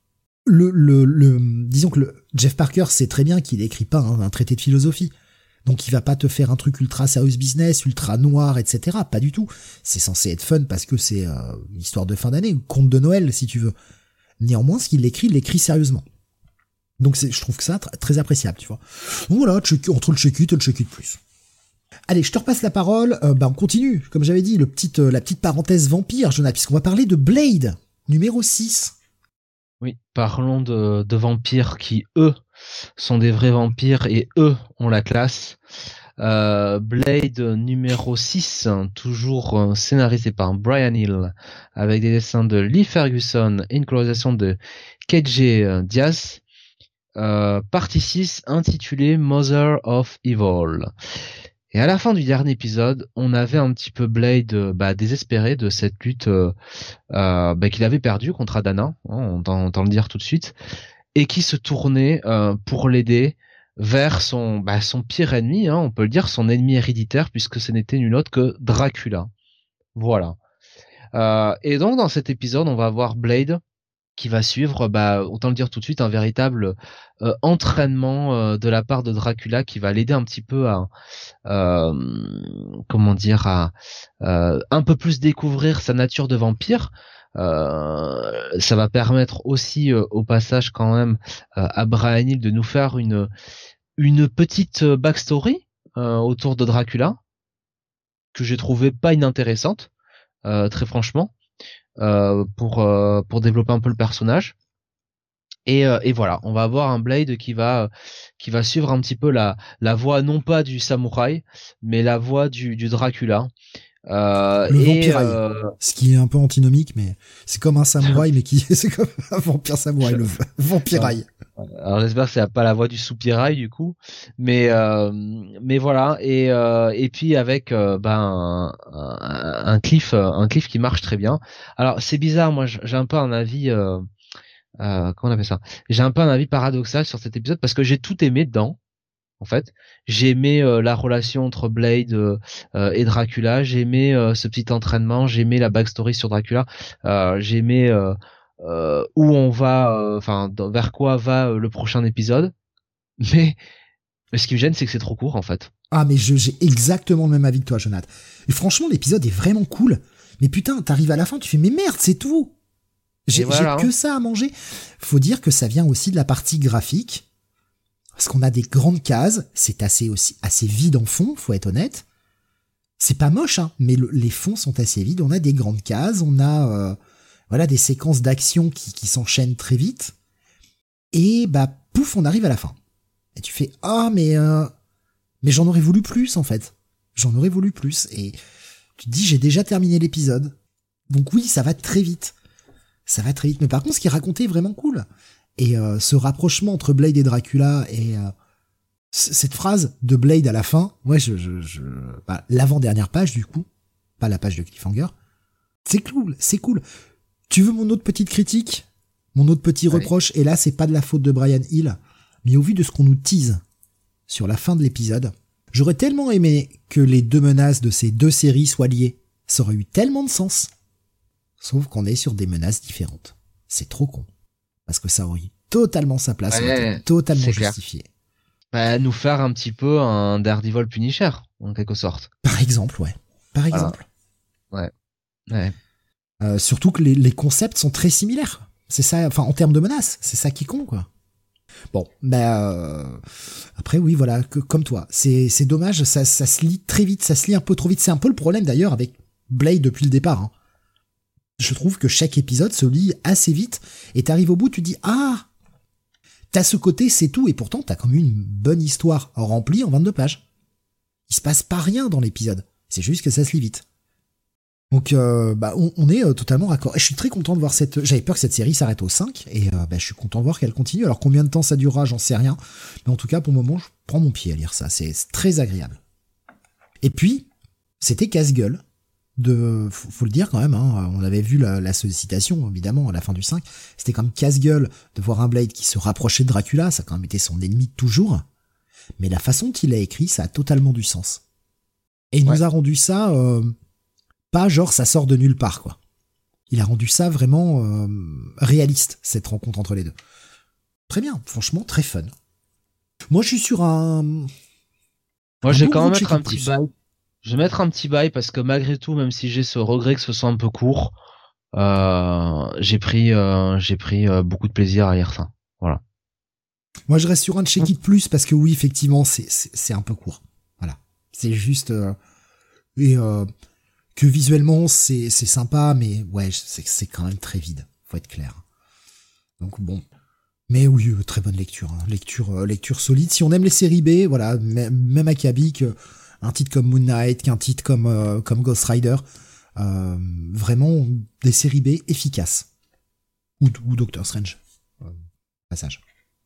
disons que Jeff Parker sait très bien qu'il écrit pas un traité de philosophie. Donc il va pas te faire un truc ultra serious business, ultra noir, etc. Pas du tout. C'est censé être fun parce que c'est une histoire de fin d'année, conte de Noël, si tu veux. Néanmoins, ce qu'il écrit, il l'écrit sérieusement. Donc je trouve que ça très appréciable, tu vois. Donc voilà, entre le check-it et le check-it plus. Allez, je te repasse la parole. On continue, comme j'avais dit, la petite parenthèse vampire, Jonathan, puisqu'on va parler de Blade, numéro 6. Oui, parlons de vampires qui, eux, sont des vrais vampires et eux ont la classe. Blade numéro 6, toujours scénarisé par Brian Hill, avec des dessins de Lee Ferguson et une colorisation de KJ Diaz. Partie 6 intitulée Mother of Evil. Et à la fin du dernier épisode, on avait un petit peu Blade désespéré de cette lutte qu'il avait perdue contre Adana, on t'en le dire tout de suite, et qui se tournait pour l'aider vers son pire ennemi, on peut le dire, son ennemi héréditaire, puisque ce n'était nul autre que Dracula. Voilà. Et donc dans cet épisode, on va voir Blade qui va suivre, autant le dire tout de suite, un véritable entraînement de la part de Dracula qui va l'aider un petit peu à un peu plus découvrir sa nature de vampire. Ça va permettre aussi au passage quand même à Brian Hill de nous faire une petite backstory autour de Dracula que j'ai trouvé pas inintéressante, très franchement. Pour développer un peu le personnage et voilà, on va avoir un Blade qui va suivre un petit peu la voie non pas du samouraï mais la voie du Dracula, le vampirail, ce qui est un peu antinomique, mais c'est comme un samouraï mais c'est comme un vampire samouraï, le vampirail. Alors j'espère que c'est pas la voie du soupirail du coup, mais voilà, et puis avec un cliff qui marche très bien. Alors c'est bizarre, moi j'ai un peu un avis comment on appelle ça, j'ai un peu un avis paradoxal sur cet épisode parce que j'ai tout aimé dedans. En fait, j'ai aimé la relation entre Blade et Dracula, j'ai aimé ce petit entraînement, j'ai aimé la backstory sur Dracula, j'ai aimé où on va, vers quoi va le prochain épisode. Mais Mais ce qui me gêne, c'est que c'est trop court, en fait. Ah, mais j'ai exactement le même avis que toi, Jonathan. Et franchement, l'épisode est vraiment cool. Mais putain, t'arrives à la fin, tu fais, mais merde, c'est tout. J'ai que ça à manger. Faut dire que ça vient aussi de la partie graphique. Parce qu'on a des grandes cases. C'est assez vide en fond, faut être honnête. C'est pas moche, hein, mais les fonds sont assez vides. On a des grandes cases. On a, des séquences d'action qui s'enchaînent très vite. Et pouf, on arrive à la fin. Et tu fais, mais j'en aurais voulu plus, en fait. J'en aurais voulu plus. Et tu te dis, j'ai déjà terminé l'épisode. Donc oui, ça va très vite. Ça va très vite. Mais par contre, ce qui est raconté est vraiment cool. Et ce rapprochement entre Blade et Dracula et cette phrase de Blade à la fin, l'avant-dernière page, du coup, pas la page de cliffhanger, c'est cool. Tu veux mon autre petite critique? Mon autre petit reproche? Et là, c'est pas de la faute de Brian Hill, mais au vu de ce qu'on nous tease sur la fin de l'épisode, j'aurais tellement aimé que les deux menaces de ces deux séries soient liées. Ça aurait eu tellement de sens. Sauf qu'on est sur des menaces différentes. C'est trop con. Parce que ça aurait eu totalement sa place, totalement justifié. Nous faire un petit peu un Daredevil Punisher, en quelque sorte. Par exemple, ouais. Ouais. Surtout que les concepts sont très similaires. C'est ça, enfin, en termes de menaces, c'est ça qui est con, quoi. Bon, après, oui, voilà, comme toi. C'est dommage, ça se lit très vite, ça se lit un peu trop vite. C'est un peu le problème, d'ailleurs, avec Blade depuis le départ, hein. Je trouve que chaque épisode se lit assez vite, et t'arrives au bout, tu dis, t'as ce côté, c'est tout, et pourtant t'as comme une bonne histoire remplie en 22 pages. Il se passe pas rien dans l'épisode, c'est juste que ça se lit vite. Donc on est totalement raccord. Et je suis très content de voir j'avais peur que cette série s'arrête au 5, et je suis content de voir qu'elle continue. Alors combien de temps ça durera, j'en sais rien, mais en tout cas pour le moment, je prends mon pied à lire ça, c'est très agréable. Et puis, c'était casse-gueule. Faut le dire quand même, hein, on avait vu la sollicitation évidemment à la fin du 5, c'était quand même casse-gueule de voir un Blade qui se rapprochait de Dracula, ça a quand même été son ennemi de toujours, mais la façon dont il a écrit, ça a totalement du sens. Et il nous a rendu ça, pas genre ça sort de nulle part, quoi. Il a rendu ça vraiment réaliste, cette rencontre entre les deux. Très bien, franchement très fun. Moi je suis sur Moi je vais quand même mettre un petit bail. Je vais mettre un petit bail parce que malgré tout, même si j'ai ce regret que ce soit un peu court, j'ai pris beaucoup de plaisir à lire ça. Voilà. Moi, je reste sur un check it plus parce que oui, effectivement, c'est un peu court. Voilà. C'est juste que visuellement c'est sympa, mais ouais, c'est quand même très vide. Faut être clair. Donc bon. Mais oui, très bonne lecture. Hein. Lecture solide. Si on aime les séries B, voilà, même Akabi, un titre comme Moon Knight, qu'un titre comme Ghost Rider, vraiment des séries B efficaces. Ou Doctor Strange. Passage.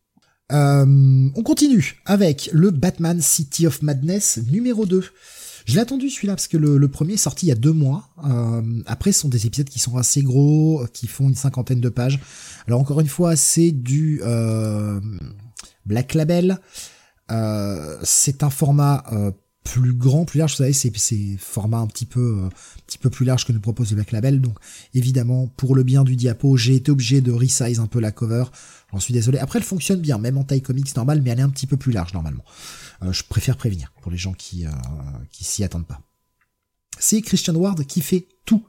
On continue avec le Batman City of Madness numéro 2. Je l'ai attendu celui-là parce que le premier est sorti il y a 2 mois. Après, ce sont des épisodes qui sont assez gros, qui font une 50aine de pages. Alors encore une fois, c'est du Black Label. C'est un format plus grand, plus large, vous savez, c'est format un petit peu plus large que nous propose le Black Label. Donc évidemment, pour le bien du diapo, j'ai été obligé de resize un peu la cover. J'en suis désolé. Après, elle fonctionne bien, même en taille comics normale, mais elle est un petit peu plus large normalement. Je préfère prévenir pour les gens qui s'y attendent pas. C'est Christian Ward qui fait tout.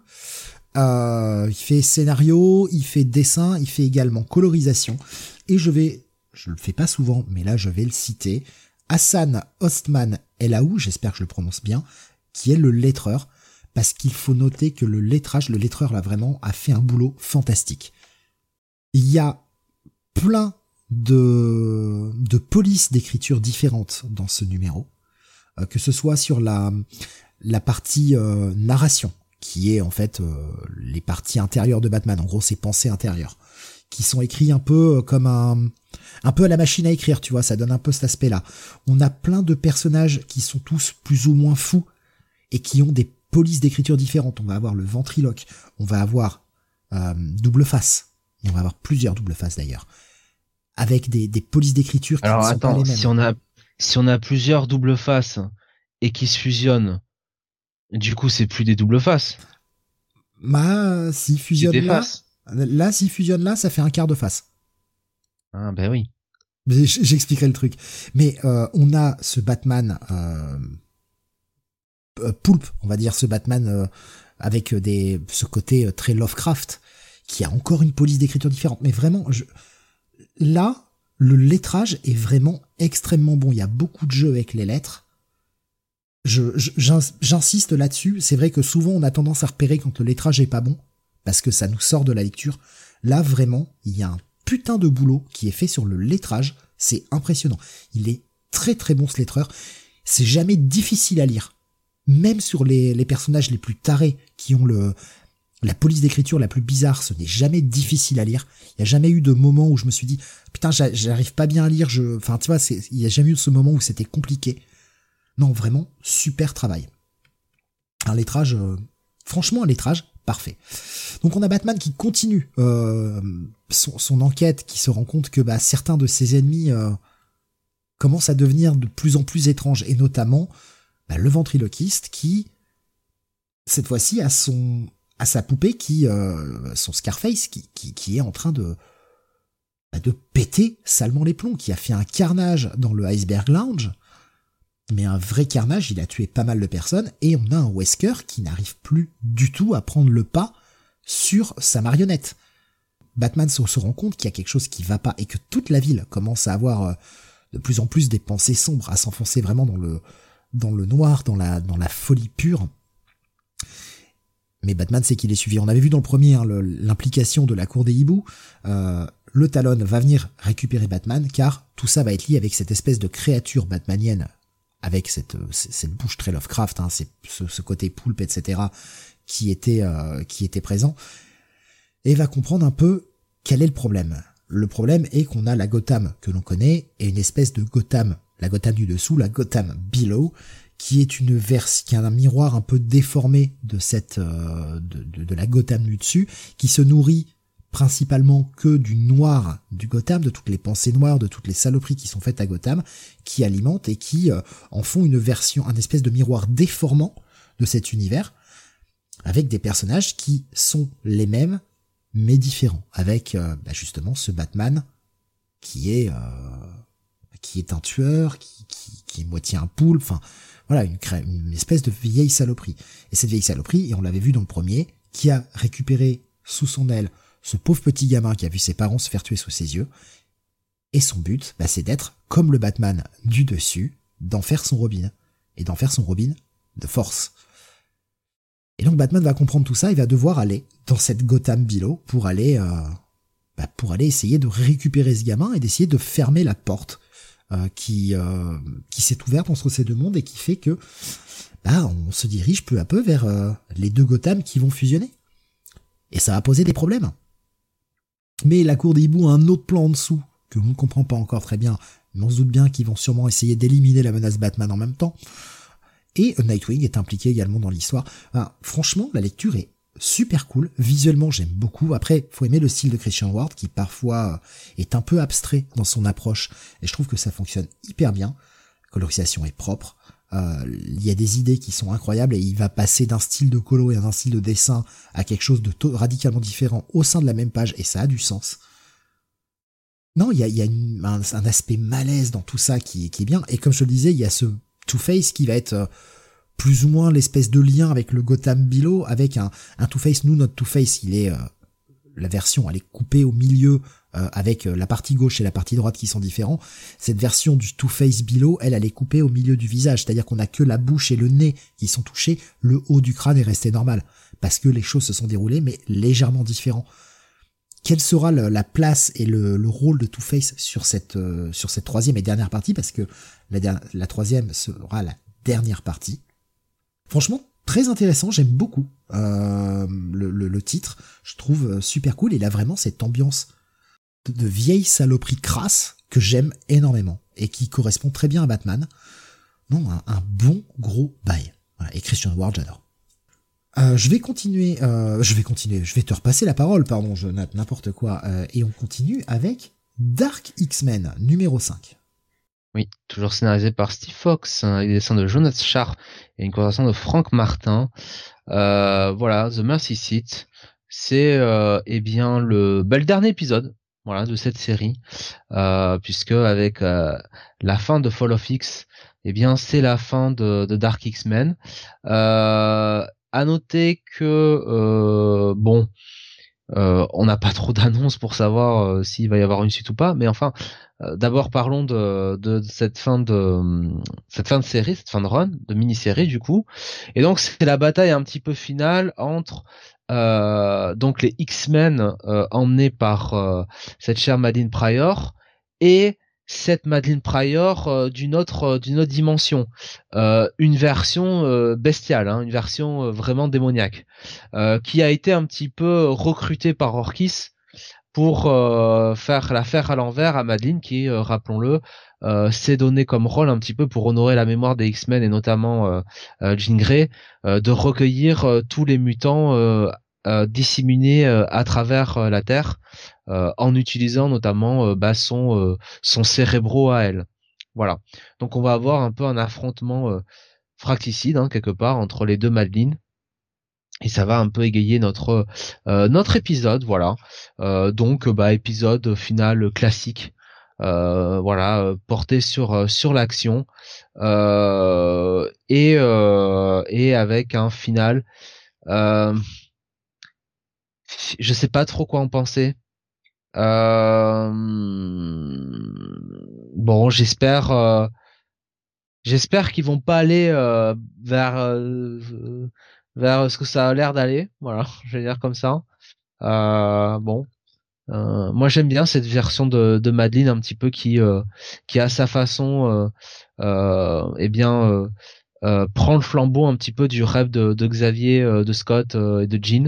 Il fait scénario, il fait dessin, il fait également colorisation. Et je le fais pas souvent, mais là je vais le citer. Hassan Ostman Elaou, j'espère que je le prononce bien, qui est le lettreur, parce qu'il faut noter que le lettreur là vraiment a fait un boulot fantastique. Il y a plein de polices d'écriture différentes dans ce numéro, que ce soit sur la partie narration, qui est en fait les parties intérieures de Batman, en gros ses pensées intérieures, qui sont écrits un peu comme un peu à la machine à écrire, tu vois, ça donne un peu cet aspect-là. On a plein de personnages qui sont tous plus ou moins fous et qui ont des polices d'écriture différentes. On va avoir le ventriloque, on va avoir double face, et on va avoir plusieurs double faces d'ailleurs, avec des polices d'écriture qui ne sont pas les mêmes. Si on a plusieurs double faces et qui se fusionnent, du coup c'est plus des double faces. S'ils fusionnent là, s'ils fusionnent là, ça fait un quart de face. Ah ben oui. Mais j'expliquerai le truc. Mais on a ce Batman poulpe, on va dire, ce Batman avec ce côté très Lovecraft, qui a encore une police d'écriture différente. Mais vraiment, là, le lettrage est vraiment extrêmement bon. Il y a beaucoup de jeux avec les lettres. J'insiste là-dessus. C'est vrai que souvent, on a tendance à repérer quand le lettrage est pas bon, parce que ça nous sort de la lecture. Là, vraiment, il y a un putain de boulot qui est fait sur le lettrage. C'est impressionnant. Il est très très bon, ce lettreur. C'est jamais difficile à lire. Même sur les personnages les plus tarés qui ont la police d'écriture la plus bizarre, ce n'est jamais difficile à lire. Il n'y a jamais eu de moment où je me suis dit putain, j'arrive pas bien à lire, enfin tu vois, il n'y a jamais eu ce moment où c'était compliqué. Non, vraiment, super travail. Un lettrage, franchement un lettrage parfait. Donc on a Batman qui continue son enquête, qui se rend compte que certains de ses ennemis commencent à devenir de plus en plus étranges, et notamment le ventriloquiste qui, cette fois-ci, a sa poupée son Scarface, qui est en train de péter salement les plombs, qui a fait un carnage dans le Iceberg Lounge, mais un vrai carnage. Il a tué pas mal de personnes, et on a un Wesker qui n'arrive plus du tout à prendre le pas sur sa marionnette. Batman se rend compte qu'il y a quelque chose qui va pas, et que toute la ville commence à avoir de plus en plus des pensées sombres, à s'enfoncer vraiment dans le noir, dans la folie pure. Mais Batman sait qu'il est suivi. On avait vu dans le premier l'implication de la cour des hiboux. Le Talon va venir récupérer Batman, car tout ça va être lié avec cette espèce de créature batmanienne, avec cette bouche très Lovecraft, hein, ce côté poulpe, etc., qui était présent, et va comprendre un peu quel est le problème. Le problème est qu'on a la Gotham que l'on connaît, et une espèce de Gotham, la Gotham du dessous, la Gotham Below, qui est qui a un miroir un peu déformé de de la Gotham du dessus, qui se nourrit principalement que du noir du Gotham, de toutes les pensées noires, de toutes les saloperies qui sont faites à Gotham, qui alimentent et qui en font une version, un espèce de miroir déformant de cet univers, avec des personnages qui sont les mêmes, mais différents, avec justement ce Batman qui est un tueur, qui est moitié un poulpe, enfin voilà, une espèce de vieille saloperie. Et cette vieille saloperie, et on l'avait vu dans le premier, qui a récupéré sous son aile ce pauvre petit gamin qui a vu ses parents se faire tuer sous ses yeux, et son but, c'est d'être comme le Batman du dessus, d'en faire son Robin, et d'en faire son Robin de force. Et donc Batman va comprendre tout ça, il va devoir aller dans cette Gotham Below pour aller essayer de récupérer ce gamin et d'essayer de fermer la porte qui s'est ouverte entre ces deux mondes, et qui fait que on se dirige peu à peu vers les deux Gotham qui vont fusionner. Et ça va poser des problèmes. Mais la cour des hiboux a un autre plan en dessous que l'on ne comprend pas encore très bien, mais on se doute bien qu'ils vont sûrement essayer d'éliminer la menace Batman en même temps. Et Nightwing est impliqué également dans l'histoire. Franchement, la lecture est super cool. Visuellement, j'aime beaucoup. Après, faut aimer le style de Christian Ward, qui parfois est un peu abstrait dans son approche, et je trouve que ça fonctionne hyper bien. La colorisation est propre. Il y a des idées qui sont incroyables, et il va passer d'un style de colo et d'un style de dessin à quelque chose de radicalement différent au sein de la même page, et ça a du sens. Non, il y a un aspect malaise dans tout ça qui est bien, et comme je te le disais, il y a ce Two-Face qui va être plus ou moins l'espèce de lien avec le Gotham Below, avec un Two-Face. Nous, notre Two-Face, il est la version, elle est coupée au milieu, avec la partie gauche et la partie droite qui sont différents. Cette version du Two-Face Below, elle est coupée au milieu du visage, c'est-à-dire qu'on a que la bouche et le nez qui sont touchés, le haut du crâne est resté normal, parce que les choses se sont déroulées, mais légèrement différents. Quelle sera la place et le rôle de Two-Face sur cette troisième et dernière partie, parce que la troisième sera la dernière partie. Franchement, très intéressant, j'aime beaucoup le titre, je trouve super cool, et il a vraiment cette ambiance de vieille saloperie crasse que j'aime énormément, et qui correspond très bien à Batman. Non, un bon gros bail. Voilà, et Christian Ward, j'adore. Je vais te repasser la parole, pardon, je note n'importe quoi, et on continue avec Dark X-Men, numéro 5. Oui, toujours scénarisé par Steve Fox, avec des dessins de Jonas Scharf et une colorisation de Frank Martin. Voilà, The Mercy Seat, c'est le dernier épisode voilà, de cette série, puisque avec la fin de Fall of X, eh bien c'est la fin de Dark X-Men. À noter que on n'a pas trop d'annonces pour savoir s'il va y avoir une suite ou pas, mais enfin, d'abord parlons de cette fin de série, cette fin de run, de mini-série du coup. Et donc c'est la bataille un petit peu finale entre donc les X-Men emmenés par cette chère Madeline Pryor et cette Madeline Pryor d'une autre dimension, une version bestiale, hein, une version vraiment démoniaque, qui a été un petit peu recrutée par Orchis pour faire l'affaire à l'envers à Madeline, qui, rappelons-le, s'est donné comme rôle un petit peu pour honorer la mémoire des X-Men et notamment Jean Grey, de recueillir tous les mutants disséminés à travers la Terre, en utilisant notamment son cérébro à elle. Voilà. Donc on va avoir un peu un affrontement fracticide, hein, quelque part, entre les deux Madeline. Et ça va un peu égayer notre épisode, voilà. Donc épisode final classique, porté sur l'action, et avec un final. Je sais pas trop quoi en penser. Bon, j'espère qu'ils vont pas aller vers ce que ça a l'air d'aller. Voilà, je vais dire comme ça. Moi j'aime bien cette version de Madeline un petit peu qui à sa façon prend le flambeau un petit peu du rêve de Xavier, de Scott et de Jean.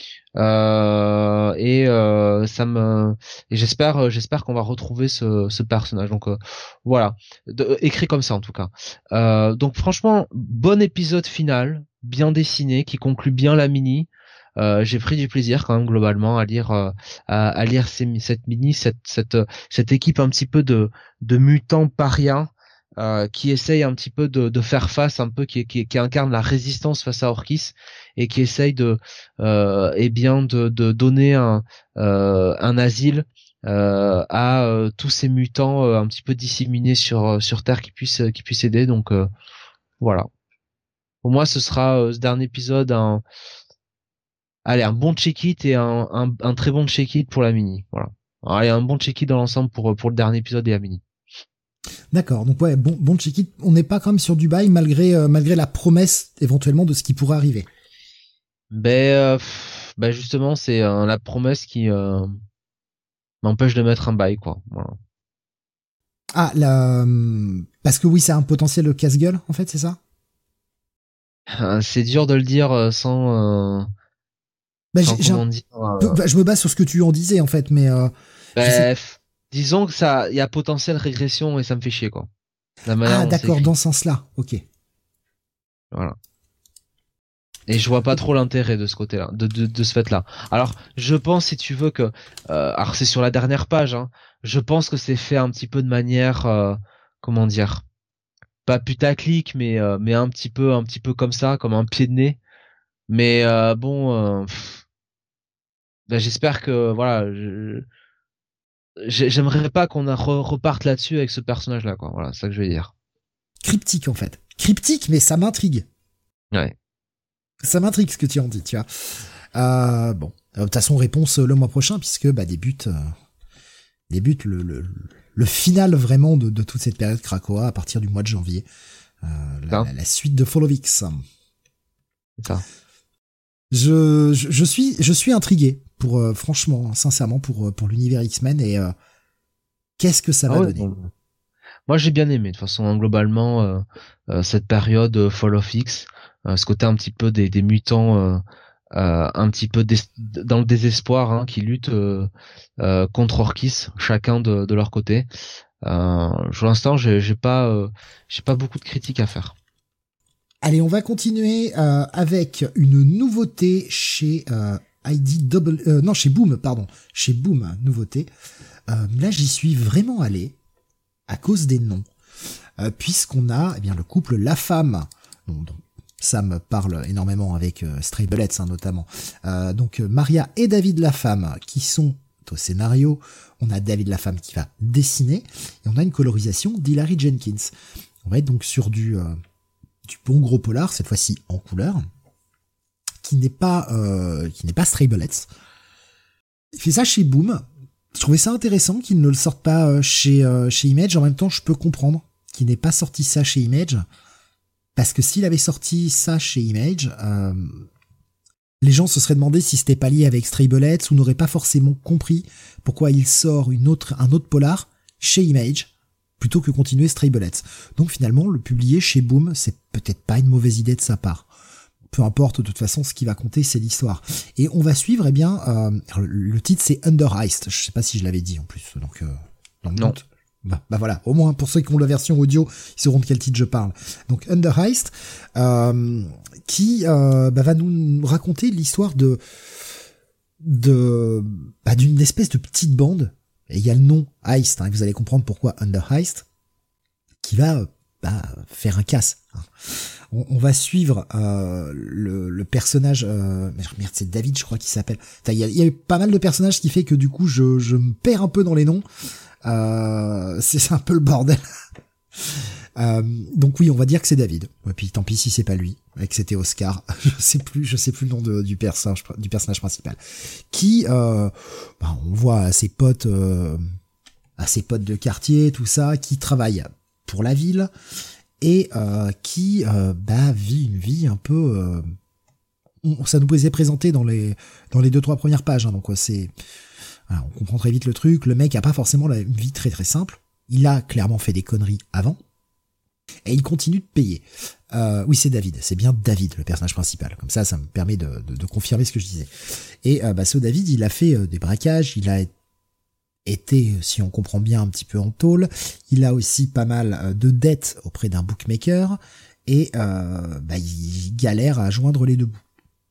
J'espère qu'on va retrouver ce personnage. Donc voilà, écrit comme ça en tout cas. Donc franchement, bon épisode final, bien dessiné, qui conclut bien la mini. J'ai pris du plaisir quand même globalement à lire cette mini, cette équipe un petit peu de mutants parias, qui essaye un petit peu de faire face, un peu qui incarne la résistance face à Orchis, et qui essaye de donner un asile à tous ces mutants un petit peu disséminés sur Terre, qui puissent aider. Donc voilà. Pour moi, ce sera ce dernier épisode un bon check-it et un très bon check-it pour la mini. Voilà. Allez, un bon check-it dans l'ensemble pour le dernier épisode et la mini. D'accord, donc ouais, bon check-it. On n'est pas quand même sur du bail malgré la promesse éventuellement de ce qui pourrait arriver. Justement, c'est la promesse qui m'empêche de mettre un bail, quoi. Voilà. Ah, parce que oui, c'est un potentiel casse-gueule, en fait, c'est ça? C'est dur de le dire sans je me base sur ce que tu en disais, en fait, mais disons que il y a potentiel régression et ça me fait chier, quoi. D'accord, dans ce sens-là, ok. Voilà. Et je vois pas trop l'intérêt de ce côté-là, de ce fait-là. Alors, je pense, si tu veux, que alors c'est sur la dernière page, hein, je pense que c'est fait un petit peu de manière, comment dire, pas putaclic, mais un petit peu comme ça, comme un pied de nez. Mais j'espère que voilà, j'aimerais pas qu'on reparte là-dessus avec ce personnage-là, quoi. Voilà, c'est ça que je vais dire. Cryptique, en fait. Cryptique, mais ça m'intrigue. Ouais. Ça m'intrigue ce que tu en dis, tu vois. De toute façon, réponse le mois prochain, puisque débute le final vraiment de toute cette période Krakoa à partir du mois de janvier. La suite de Fall of X. C'est ça. Je suis intrigué franchement, sincèrement, pour l'univers X-Men, et qu'est-ce que ça va donner. Moi, j'ai bien aimé, de toute façon, globalement, cette période Fall of X, ce côté un petit peu des mutants, un petit peu dans le désespoir, hein, qui luttent contre Orchis, chacun de leur côté. Pour l'instant, j'ai pas beaucoup de critiques à faire. Allez, on va continuer avec une nouveauté chez chez Boom, pardon, chez Boom, nouveauté. Là, j'y suis vraiment allé à cause des noms, puisqu'on a le couple La Femme, dont Sam parle énormément avec Stray Bullets, hein, notamment. Donc Maria et David La Femme, qui sont au scénario, on a David Laflamme qui va dessiner, et on a une colorisation d'Hilary Jenkins. On va être donc sur du bon gros polar, cette fois-ci en couleur, qui n'est pas Stray Bullets. Il fait ça chez Boom. Je trouvais ça intéressant qu'il ne le sorte pas chez Image. En même temps, je peux comprendre qu'il n'ait pas sorti ça chez Image, parce que s'il avait sorti ça chez Image, les gens se seraient demandé si c'était pas lié avec Stray Bullets, ou n'auraient pas forcément compris pourquoi il sort un autre polar chez Image plutôt que continuer Stray Bullets. Donc finalement, le publier chez Boom, c'est peut-être pas une mauvaise idée de sa part. Peu importe, de toute façon, ce qui va compter, c'est l'histoire. Et on va suivre, le titre, c'est Under Heist. Je sais pas si je l'avais dit, en plus. Donc, dans le non. doute. Bah voilà. Au moins, pour ceux qui ont la version audio, ils sauront de quel titre je parle. Donc, Under Heist, qui va nous raconter l'histoire d'une espèce de petite bande. Et il y a le nom Heist, et vous allez comprendre pourquoi Under Heist, qui va faire un casse. On va suivre le personnage, merde, c'est David, je crois qu'il s'appelle. Il y a eu pas mal de personnages, ce qui fait que du coup je me perds un peu dans les noms. C'est un peu le bordel. Donc oui, on va dire que c'est David. Et puis tant pis si c'est pas lui, et que c'était Oscar. Je sais plus le nom du personnage principal. Qui, on voit à ses potes de quartier, tout ça, qui travaillent pour la ville. Et qui vit une vie un peu ça nous est présenté dans les 2-3 premières pages, donc on comprend très vite le truc. Le mec a pas forcément une vie très très simple, il a clairement fait des conneries avant et il continue de payer. Oui, c'est David, c'est bien David le personnage principal, comme ça me permet de confirmer ce que je disais. Et ce David, il a fait des braquages, il a été, si on comprend bien, un petit peu en tôle. Il a aussi pas mal de dettes auprès d'un bookmaker et il galère à joindre les deux bouts.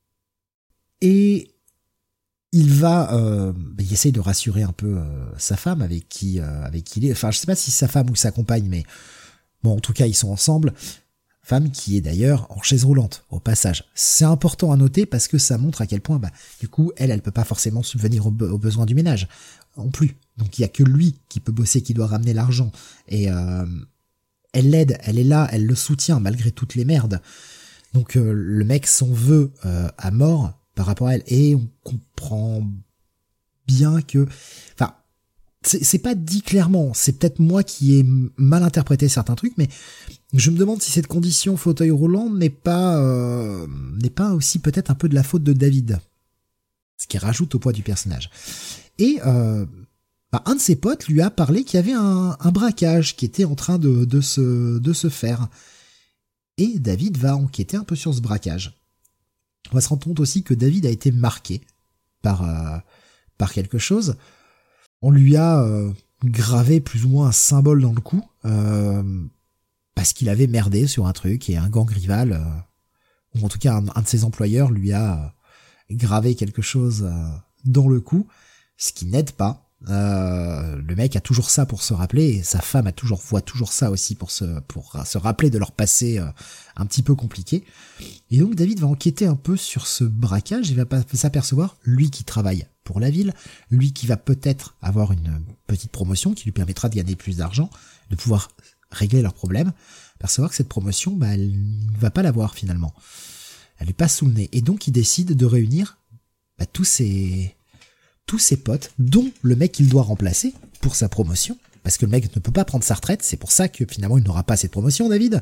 Et il va, il essaye de rassurer un peu sa femme avec qui il est. Enfin, je sais pas si sa femme ou sa compagne, mais bon, en tout cas, ils sont ensemble. Femme qui est d'ailleurs en chaise roulante, au passage. C'est important à noter parce que ça montre à quel point, du coup, elle peut pas forcément subvenir aux besoins du ménage non plus. Donc il y a que lui qui peut bosser, qui doit ramener l'argent. Et elle l'aide, elle est là, elle le soutient malgré toutes les merdes. Donc le mec s'en veut à mort par rapport à elle. Et on comprend bien que... Enfin, c'est pas dit clairement, c'est peut-être moi qui ai mal interprété certains trucs, mais je me demande si cette condition fauteuil roulant n'est pas aussi peut-être un peu de la faute de David. Ce qui rajoute au poids du personnage. Et un de ses potes lui a parlé qu'il y avait un braquage qui était en train de se faire. Et David va enquêter un peu sur ce braquage. On va se rendre compte aussi que David a été marqué par quelque chose. On lui a gravé plus ou moins un symbole dans le cou, parce qu'il avait merdé sur un truc, et un gang rival, ou en tout cas un de ses employeurs lui a gravé quelque chose dans le cou, ce qui n'aide pas. Le mec a toujours ça pour se rappeler, et sa femme voit toujours ça aussi pour se rappeler de leur passé un petit peu compliqué. Et donc David va enquêter un peu sur ce braquage, il va s'apercevoir, lui qui travaille pour la ville, lui qui va peut-être avoir une petite promotion qui lui permettra de gagner plus d'argent, de pouvoir régler leurs problèmes, percevoir que cette promotion, elle ne va pas l'avoir finalement. Elle lui passe sous le nez. Et donc il décide de réunir tous ses potes, dont le mec qu'il doit remplacer pour sa promotion, parce que le mec ne peut pas prendre sa retraite, c'est pour ça que finalement il n'aura pas cette promotion, David,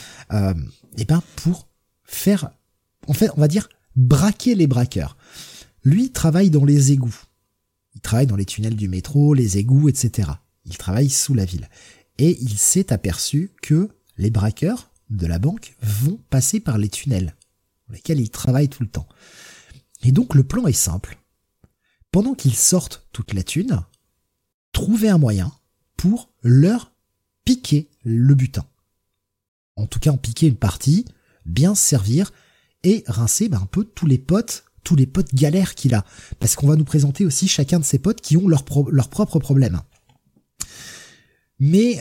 pour faire, en fait, on va dire, braquer les braqueurs. Lui travaille dans les égouts, il travaille dans les tunnels du métro, les égouts, etc. Il travaille sous la ville. Et il s'est aperçu que les braqueurs de la banque vont passer par les tunnels, dans lesquels il travaille tout le temps. Et donc le plan est simple. Pendant qu'ils sortent toute la thune, trouver un moyen pour leur piquer le butin. En tout cas, en piquer une partie, bien se servir et rincer un peu tous les potes galères qu'il a. Parce qu'on va nous présenter aussi chacun de ses potes qui ont leurs propres problèmes. Mais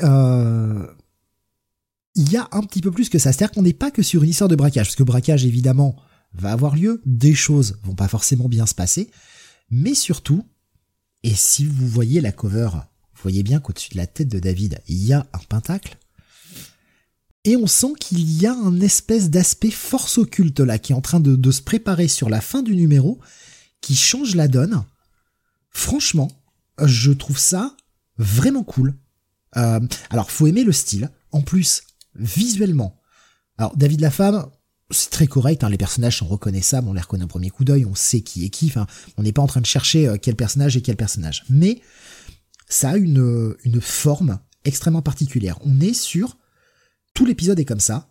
il y a un petit peu plus que ça. C'est-à-dire qu'on n'est pas que sur une histoire de braquage. Parce que le braquage, évidemment, va avoir lieu. Des choses vont pas forcément bien se passer. Mais surtout, Et si vous voyez la cover, vous voyez bien qu'au-dessus de la tête de David, il y a un pentacle. Et on sent qu'il y a un espèce d'aspect force occulte là, qui est en train de se préparer sur la fin du numéro, qui change la donne. Franchement, je trouve ça vraiment cool. Alors, faut aimer le style. En plus, visuellement. Alors, David la Femme, c'est très correct, hein, les personnages sont reconnaissables, on les reconnaît au premier coup d'œil, on sait qui est qui, enfin, on n'est pas en train de chercher quel personnage est quel personnage. Mais ça a une forme extrêmement particulière. On est sur... Tout l'épisode est comme ça.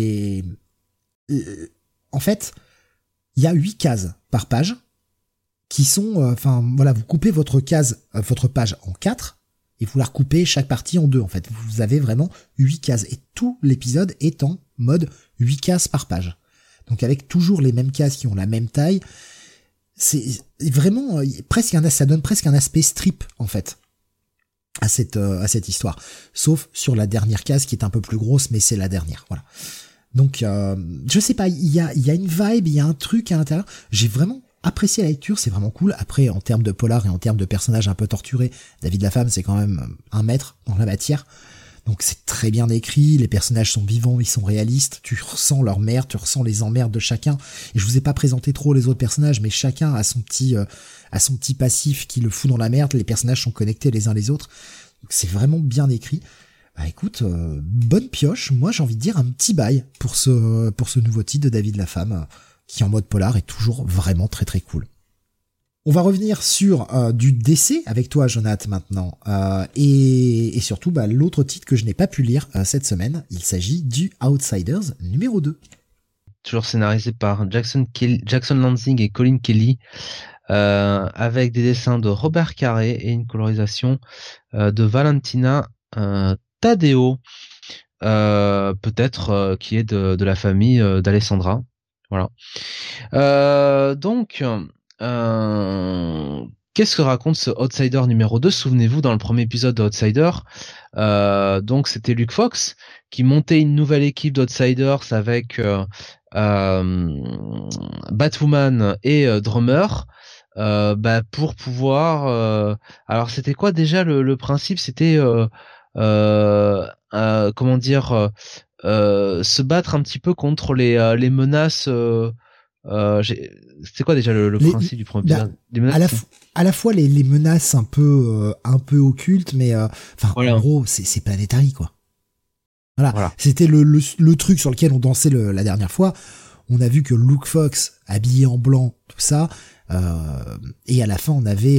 En fait, il y a 8 cases par page qui sont... vous coupez votre page en 4 et vous la recoupez chaque partie en 2, en fait. Vous avez vraiment 8 cases. Et tout l'épisode est en mode 8 cases par page. Donc avec toujours les mêmes cases qui ont la même taille. C'est vraiment ça donne presque un aspect strip, en fait, à cette histoire. Sauf sur la dernière case qui est un peu plus grosse, mais c'est la dernière. Voilà. Donc, je sais pas, il y a une vibe, il y a un truc à l'intérieur. J'ai vraiment apprécié la lecture, c'est vraiment cool. Après, en termes de polar et en termes de personnages un peu torturés, David la Femme, c'est quand même un maître dans la matière. Donc c'est très bien écrit, les personnages sont vivants, ils sont réalistes, tu ressens leur merde, tu ressens les emmerdes de chacun. Et je vous ai pas présenté trop les autres personnages, mais chacun a son petit passif qui le fout dans la merde, les personnages sont connectés les uns les autres. Donc c'est vraiment bien écrit. Bah écoute, bonne pioche, moi j'ai envie de dire un petit bail pour ce nouveau titre de David la Femme, qui en mode polar est toujours vraiment très très cool. On va revenir sur du DC avec toi, Jonathan, maintenant. Et surtout, l'autre titre que je n'ai pas pu lire cette semaine, il s'agit du Outsiders numéro 2. Toujours scénarisé par Jackson Lansing et Colin Kelly, avec des dessins de Robert Carré et une colorisation de Valentina Tadeo, peut-être qui est de la famille d'Alessandra. Voilà. Qu'est-ce que raconte ce Outsider numéro 2? Souvenez-vous, dans le premier épisode d'Outsider, donc c'était Luke Fox qui montait une nouvelle équipe d'Outsiders avec Batwoman et Drummer, pour pouvoir... alors c'était quoi déjà le principe? C'était se battre un petit peu contre les menaces... c'est quoi déjà le principe du premier épisode? À la fois les menaces un peu occultes, mais voilà. En gros c'est Planetary, quoi. Voilà. C'était le truc sur lequel on dansait la dernière fois. On a vu que Luke Fox habillé en blanc, tout ça, et à la fin on avait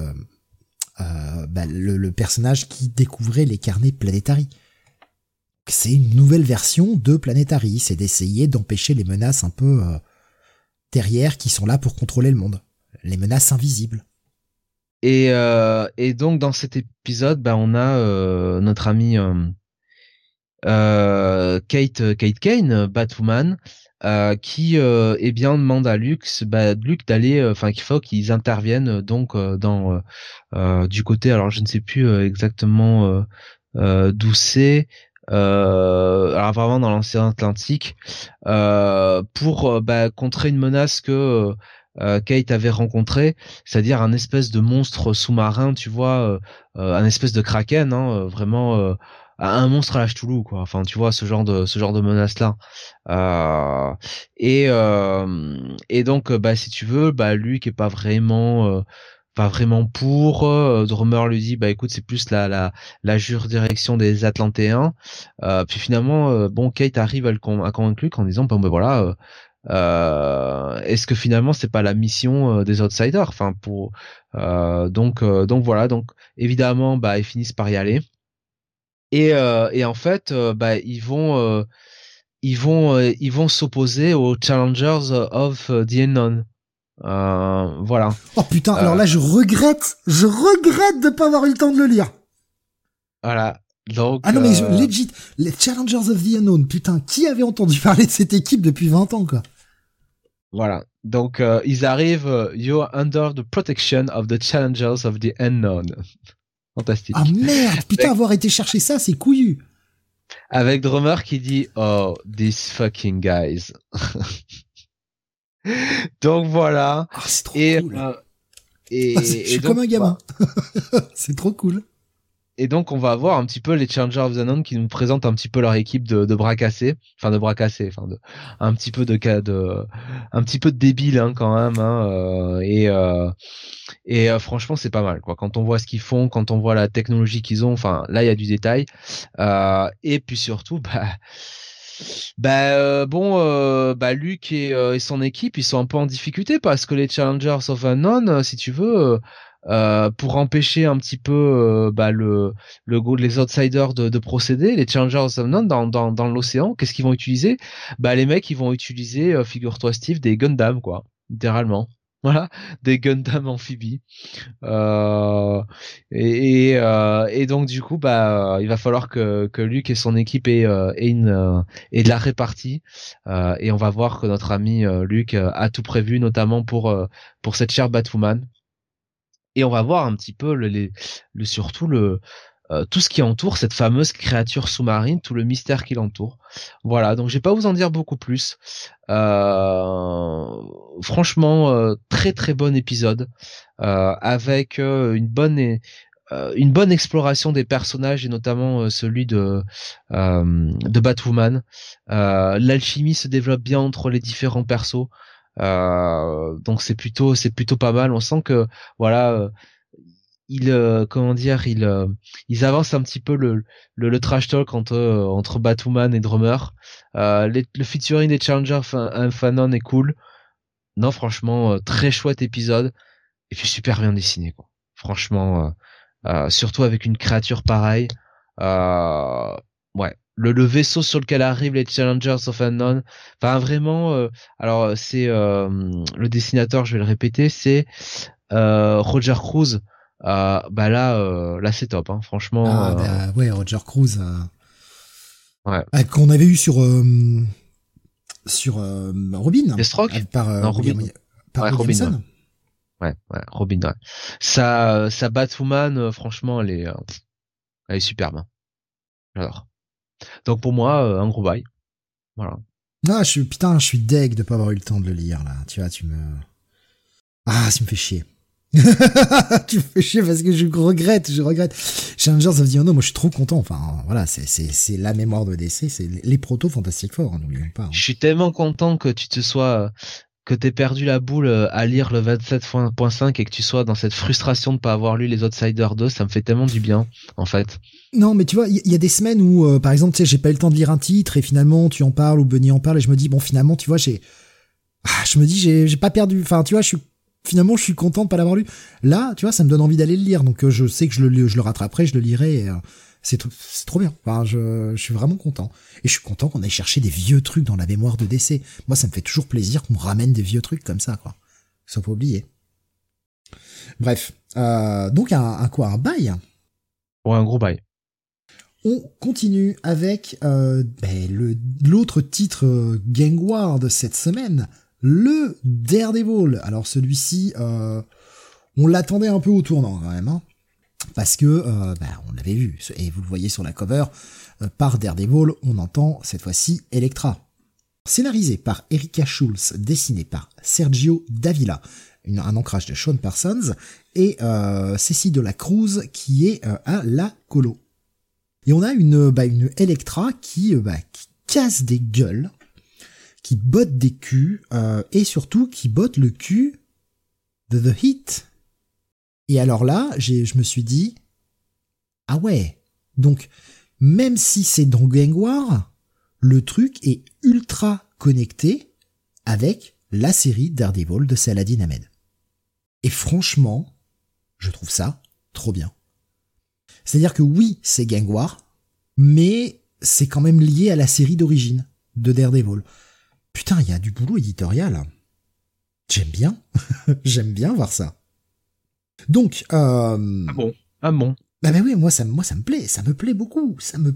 le personnage qui découvrait les carnets Planetary. C'est une nouvelle version de Planetary, c'est d'essayer d'empêcher les menaces un peu derrière qui sont là pour contrôler le monde, les menaces invisibles. Et donc dans cet épisode, on a notre ami Kate Kane, Batwoman, qui demande à Luke d'aller, qu'il faut qu'ils interviennent donc dans du côté, alors je ne sais plus exactement d'où c'est. Alors vraiment dans l'océan Atlantique, pour contrer une menace que Kate avait rencontrée, c'est-à-dire un espèce de monstre sous-marin, tu vois, un espèce de kraken, vraiment un monstre à la Cthulhu, quoi. Enfin, tu vois, ce genre de menace là. Et donc si tu veux, lui qui est pas vraiment pour, Drummer lui dit écoute, c'est plus la juridiction des Atlantéens, puis finalement Kate arrive à convaincre Luke en disant est-ce que finalement c'est pas la mission des Outsiders, donc voilà, donc évidemment ils finissent par y aller, et en fait ils vont s'opposer aux Challengers of the Unknown. Voilà. Oh putain, alors là je regrette de pas avoir eu le temps de le lire. Voilà. Donc, non mais legit, les Challengers of the Unknown, putain, qui avait entendu parler de cette équipe depuis 20 ans, quoi. Voilà. Donc ils arrivent, you're under the protection of the Challengers of the Unknown. Fantastique. Ah merde, putain, avoir été chercher ça, c'est couillu. Avec Drummer qui dit oh, these fucking guys. Donc voilà. Oh, c'est trop cool. Je suis donc, comme un gamin. C'est trop cool. Et donc on va avoir un petit peu les Challengers of the Unknown qui nous présentent un petit peu leur équipe de bras cassés, un petit peu un petit peu de débile hein, quand même hein, franchement c'est pas mal quoi. Quand on voit ce qu'ils font, quand on voit la technologie qu'ils ont, enfin là il y a du détail et puis surtout Luke et son équipe ils sont un peu en difficulté parce que les Challengers of Unknown si tu veux pour empêcher un petit peu les outsiders de procéder, les Challengers of Unknown dans l'océan, qu'est-ce qu'ils vont utiliser? Les mecs ils vont utiliser, figure-toi Steve, des Gundam quoi, littéralement. Voilà, des Gundam amphibies. Et donc du coup il va falloir que Luke et son équipe aient de la répartie. Et on va voir que notre ami Luke a tout prévu, notamment pour cette chère Batwoman. Et on va voir un petit peu surtout tout ce qui entoure cette fameuse créature sous-marine, tout le mystère qui l'entoure. Voilà, donc je vais pas vous en dire beaucoup plus. Franchement, très très bon épisode avec une bonne exploration des personnages et notamment celui de Batwoman. L'alchimie se développe bien entre les différents persos. Donc c'est plutôt pas mal. On sent que voilà ils avancent un petit peu le trash talk entre Batwoman et Drummer. Le featuring des Challengers Unknown est cool. Non franchement très chouette épisode et puis super bien dessiné quoi. Franchement surtout avec une créature pareille. Ouais. Le vaisseau sur lequel arrivent les Challengers of Unknown, enfin vraiment alors c'est le dessinateur, je vais le répéter, c'est Roger Cruz. Là c'est top hein, franchement Ouais, Roger Cruz ouais. Qu'on avait eu sur Robin Deathstroke par Robin. par Robin, Williamson. Ouais, Robin ouais. Sa Batwoman franchement elle est superbe hein. J'adore. Donc pour moi, un gros bail. Voilà. Ah, je suis deg de pas avoir eu le temps de le lire, là. Tu vois, ça me fait chier. Tu me fais chier parce que je regrette. Challengers of the Unknown, moi je suis trop content. Enfin, voilà, c'est la mémoire de DC, c'est les protos Fantastic Four, hein, n'oublions pas. Hein. Je suis tellement content que que t'aies perdu la boule à lire le 27.5 et que tu sois dans cette frustration de pas avoir lu les Outsiders 2, ça me fait tellement du bien, en fait. Non, mais tu vois, il y a des semaines où, par exemple, tu sais, j'ai pas eu le temps de lire un titre et finalement tu en parles ou Bunny en parle et je me dis, bon, finalement, tu vois, j'ai pas perdu, enfin, tu vois, je suis content de pas l'avoir lu. Là, tu vois, ça me donne envie d'aller le lire, donc je sais que je le rattraperai, je le lirai et, c'est trop bien. Enfin, je suis vraiment content. Et je suis content qu'on aille chercher des vieux trucs dans la mémoire de DC. Moi, ça me fait toujours plaisir qu'on me ramène des vieux trucs comme ça, quoi. Faut pas oublier. Bref. Donc, un bail. Ouais, un gros bail. On continue avec, l'autre titre Gang War de cette semaine. Le Daredevil. Alors, celui-ci, on l'attendait un peu au tournant, quand même, hein. Parce que on l'avait vu, et vous le voyez sur la cover, par Daredevil, on entend cette fois-ci Elektra. Scénarisé par Erika Schulz, dessiné par Sergio Davila, un ancrage de Sean Parsons, et Cécile de la Cruz qui est à la colo. Et on a une Elektra qui casse des gueules, qui botte des culs, et surtout qui botte le cul de The Heat. Et alors là, je me suis dit, ah ouais, donc même si c'est dans Gang War, le truc est ultra connecté avec la série Daredevil de Saladin Ahmed. Et franchement, je trouve ça trop bien. C'est-à-dire que oui, c'est Gang War, mais c'est quand même lié à la série d'origine de Daredevil. Putain, il y a du boulot éditorial. J'aime bien. J'aime bien voir ça. Donc, Ah bon. Bah oui, moi ça me plaît, ça me plaît beaucoup.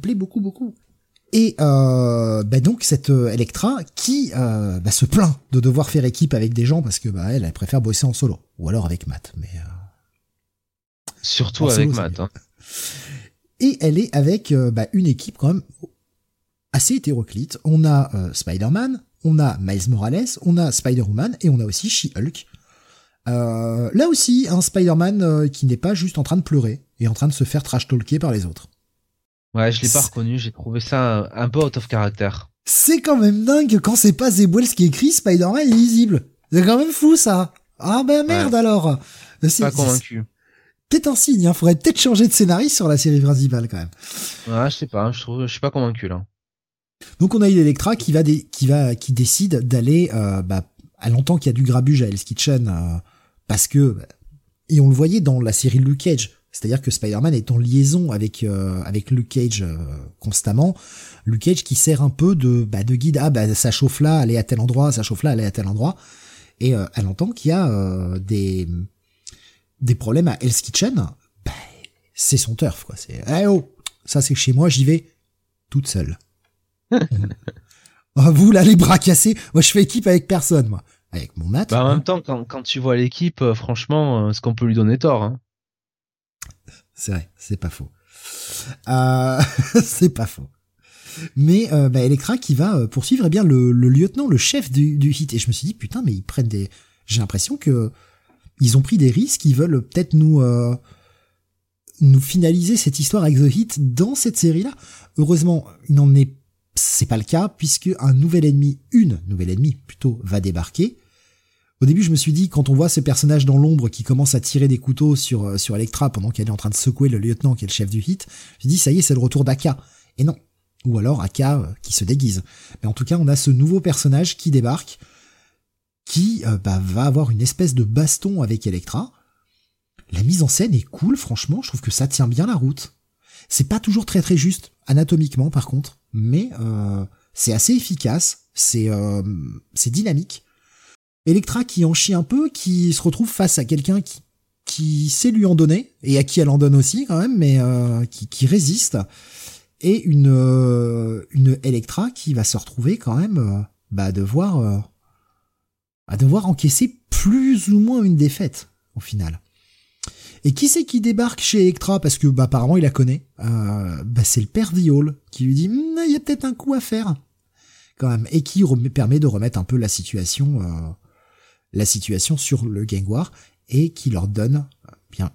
Et donc cette Elektra qui se plaint de devoir faire équipe avec des gens parce que elle préfère bosser en solo ou alors avec Matt, mais surtout avec Matt. Hein. Et elle est avec une équipe quand même assez hétéroclite. On a Spider-Man, on a Miles Morales, on a Spider-Woman et on a aussi She-Hulk. Là aussi, un Spider-Man qui n'est pas juste en train de pleurer et en train de se faire trash-talker par les autres. Ouais, je l'ai pas reconnu, j'ai trouvé ça un peu out of character. C'est quand même dingue quand c'est pas Zeb Wells qui écrit Spider-Man invisible. C'est quand même fou, ça. Ah ben merde alors. Pas convaincu. Peut-être un signe, faudrait peut-être changer de scénariste sur la série principale quand même. Ouais, je sais pas, je suis pas convaincu là. Donc on a eu Elektra qui décide d'aller, à longtemps qu'il y a du grabuge à Hell's Kitchen, parce que, et on le voyait dans la série Luke Cage, c'est-à-dire que Spider-Man est en liaison avec Luke Cage constamment. Luke Cage qui sert un peu de guide. Ça chauffe là, allez à tel endroit, ça chauffe là, allez à tel endroit. Et elle entend qu'il y a des problèmes à Hell's Kitchen. C'est son turf, quoi. C'est ça c'est chez moi, j'y vais toute seule. Vous là, les bras cassés. Moi, je fais équipe avec personne, moi. Avec mon Matt. En même temps, quand tu vois l'équipe, franchement, est-ce qu'on peut lui donner tort, hein? C'est vrai, c'est pas faux. C'est pas faux. Mais Elektra qui va poursuivre bien le lieutenant, le chef du hit. Et je me suis dit, putain, mais ils prennent des... J'ai l'impression que ils ont pris des risques, ils veulent peut-être nous finaliser cette histoire avec The Hit dans cette série-là. Heureusement, c'est pas le cas, puisque une nouvelle ennemie plutôt, va débarquer. Au début, je me suis dit, quand on voit ce personnage dans l'ombre qui commence à tirer des couteaux sur Elektra pendant qu'elle est en train de secouer le lieutenant qui est le chef du hit, je me dis, ça y est, c'est le retour d'Aka. Et non. Ou alors Aka qui se déguise. Mais en tout cas, on a ce nouveau personnage qui débarque, qui va avoir une espèce de baston avec Elektra. La mise en scène est cool, franchement, je trouve que ça tient bien la route. C'est pas toujours très très juste, anatomiquement par contre, mais c'est assez efficace, c'est dynamique. Elektra qui en chie un peu, qui se retrouve face à quelqu'un qui sait lui en donner, et à qui elle en donne aussi quand même, mais qui résiste, et une Elektra qui va se retrouver quand même à devoir encaisser plus ou moins une défaite au final. Et qui c'est qui débarque chez Elektra, parce que apparemment il la connaît, c'est le père Viol qui lui dit il y a peut-être un coup à faire quand même, et qui permet de remettre un peu la situation sur le Gang War, et qui leur donne bien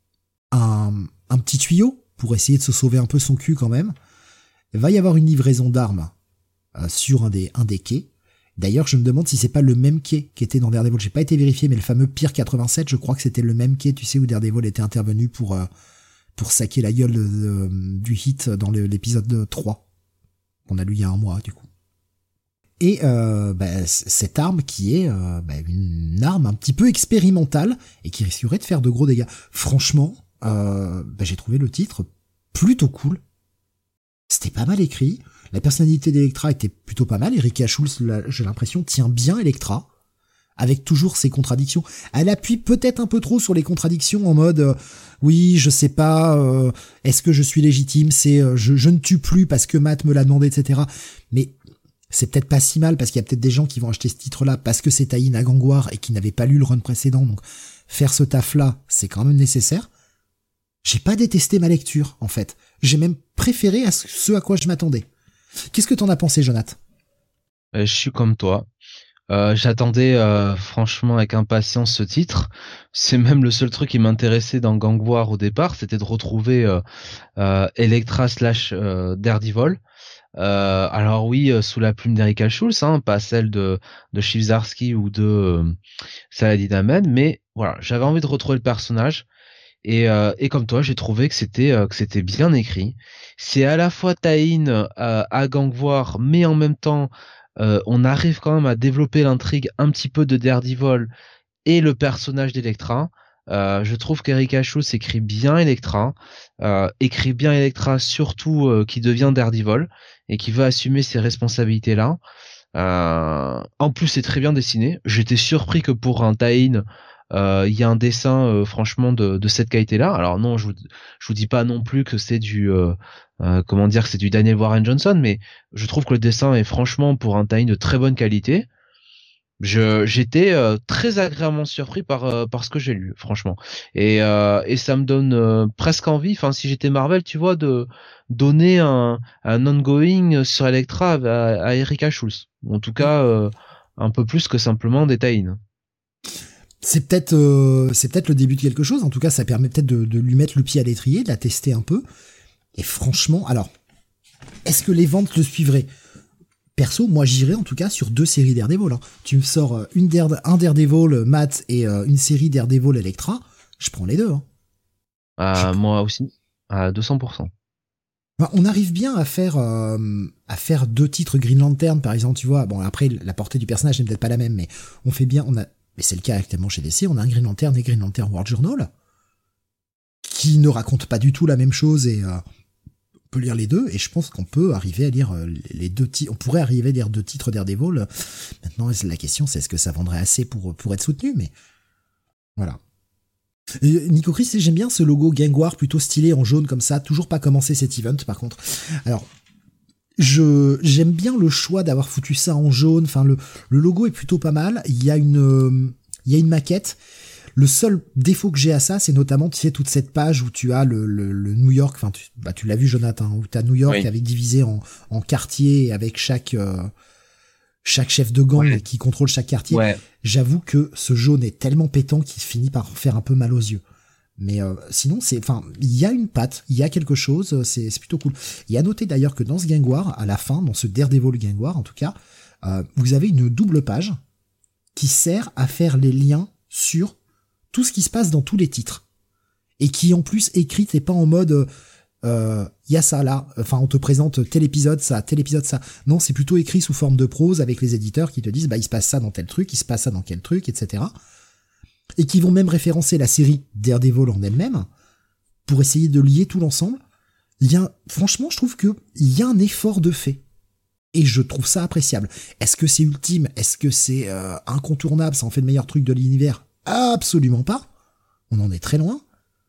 un petit tuyau pour essayer de se sauver un peu son cul quand même. Il va y avoir une livraison d'armes sur un des quais. D'ailleurs, je me demande si c'est pas le même quai qui était dans Daredevil. J'ai pas été vérifié, mais le fameux Pier 87, je crois que c'était le même quai, tu sais, où Daredevil était intervenu pour saquer la gueule du hit dans l'épisode 3. On a lu il y a un mois, du coup. Et cette arme qui est une arme un petit peu expérimentale et qui risquerait de faire de gros dégâts. Franchement, j'ai trouvé le titre plutôt cool. C'était pas mal écrit. La personnalité d'Elektra était plutôt pas mal. Erika Schultz, j'ai l'impression, tient bien Elektra, avec toujours ses contradictions. Elle appuie peut-être un peu trop sur les contradictions en mode oui, je sais pas, est-ce que je suis légitime, c'est je ne tue plus parce que Matt me l'a demandé, etc. Mais c'est peut-être pas si mal, parce qu'il y a peut-être des gens qui vont acheter ce titre-là parce que c'est Taïn à Gang War et qui n'avaient pas lu le run précédent, donc faire ce taf-là, c'est quand même nécessaire. J'ai pas détesté ma lecture, en fait. J'ai même préféré à ce à quoi je m'attendais. Qu'est-ce que t'en as pensé, Jonathan ? Je suis comme toi. J'attendais franchement avec impatience ce titre. C'est même le seul truc qui m'intéressait dans Gang War au départ, c'était de retrouver Elektra / Daredevil. Alors oui, sous la plume d'Erika Schultz, pas celle de Chip Zdarsky ou de Saladin Ahmed, mais voilà, j'avais envie de retrouver le personnage. Et comme toi, j'ai trouvé que c'était bien écrit. C'est à la fois tie-in à Gang War, mais en même temps, on arrive quand même à développer l'intrigue un petit peu de Daredevil et le personnage d'Elektra. Je trouve qu'Erika Schultz écrit bien Elektra, surtout qui devient Daredevil et qui veut assumer ses responsabilités-là. En plus, c'est très bien dessiné. J'étais surpris que pour un tie-in, il y a un dessin franchement de cette qualité-là. Alors non, je vous dis pas non plus que c'est que c'est du Daniel Warren Johnson, mais je trouve que le dessin est franchement pour un tie-in de très bonne qualité. J'étais très agréablement surpris par ce que j'ai lu, franchement, et ça me donne presque envie, enfin si j'étais Marvel, tu vois, de donner un ongoing sur Elektra à Erika Schultz, en tout cas un peu plus que simplement des tie-in. c'est peut-être le début de quelque chose. En tout cas, ça permet peut-être de lui mettre le pied à l'étrier, de la tester un peu. Et franchement, alors, est-ce que les ventes le suivraient? Perso, moi j'irais en tout cas sur 2 séries Daredevil. Hein. Tu me sors un Daredevil Matt et une série Daredevil Electra, je prends les deux. Hein. Moi aussi, à 200%. Enfin, on arrive bien à faire 2 titres Green Lantern, par exemple, tu vois. Bon, après, la portée du personnage n'est peut-être pas la même, mais on fait bien, mais c'est le cas actuellement chez DC, on a un Green Lantern et Green Lantern World Journal, qui ne racontent pas du tout la même chose et on peut lire les deux, et je pense qu'on peut arriver à lire les 2 titres, on pourrait arriver à lire 2 titres Daredevil. Maintenant, la question, c'est est-ce que ça vendrait assez pour être soutenu, mais voilà. Nico Chris, j'aime bien ce logo Guingoire plutôt stylé en jaune comme ça, toujours pas commencé cet event par contre. Alors, j'aime bien le choix d'avoir foutu ça en jaune, enfin le logo est plutôt pas mal, il y a une maquette. Le seul défaut que j'ai à ça, c'est notamment, tu sais, toute cette page où tu as le New York, enfin, tu l'as vu, Jonathan, où tu as New York avec divisé en quartiers avec chaque chef de gang qui contrôle chaque quartier. Ouais. J'avoue que ce jaune est tellement pétant qu'il finit par faire un peu mal aux yeux. Mais sinon, il y a une patte, il y a quelque chose, c'est plutôt cool. Il y a noté d'ailleurs que dans ce Guingoire, à la fin, dans ce Daredevil Guingoire en tout cas, vous avez une double page qui sert à faire les liens sur tout ce qui se passe dans tous les titres. Et qui en plus écrite et pas en mode y a ça là, enfin on te présente tel épisode ça. Non, c'est plutôt écrit sous forme de prose avec les éditeurs qui te disent il se passe ça dans tel truc, il se passe ça dans quel truc, etc. Et qui vont même référencer la série Daredevil en elle-même pour essayer de lier tout l'ensemble. Franchement, je trouve que il y a un effort de fait. Et je trouve ça appréciable. Est-ce que c'est ultime? Est-ce que c'est incontournable? Ça en fait le meilleur truc de l'univers? Absolument pas. On en est très loin.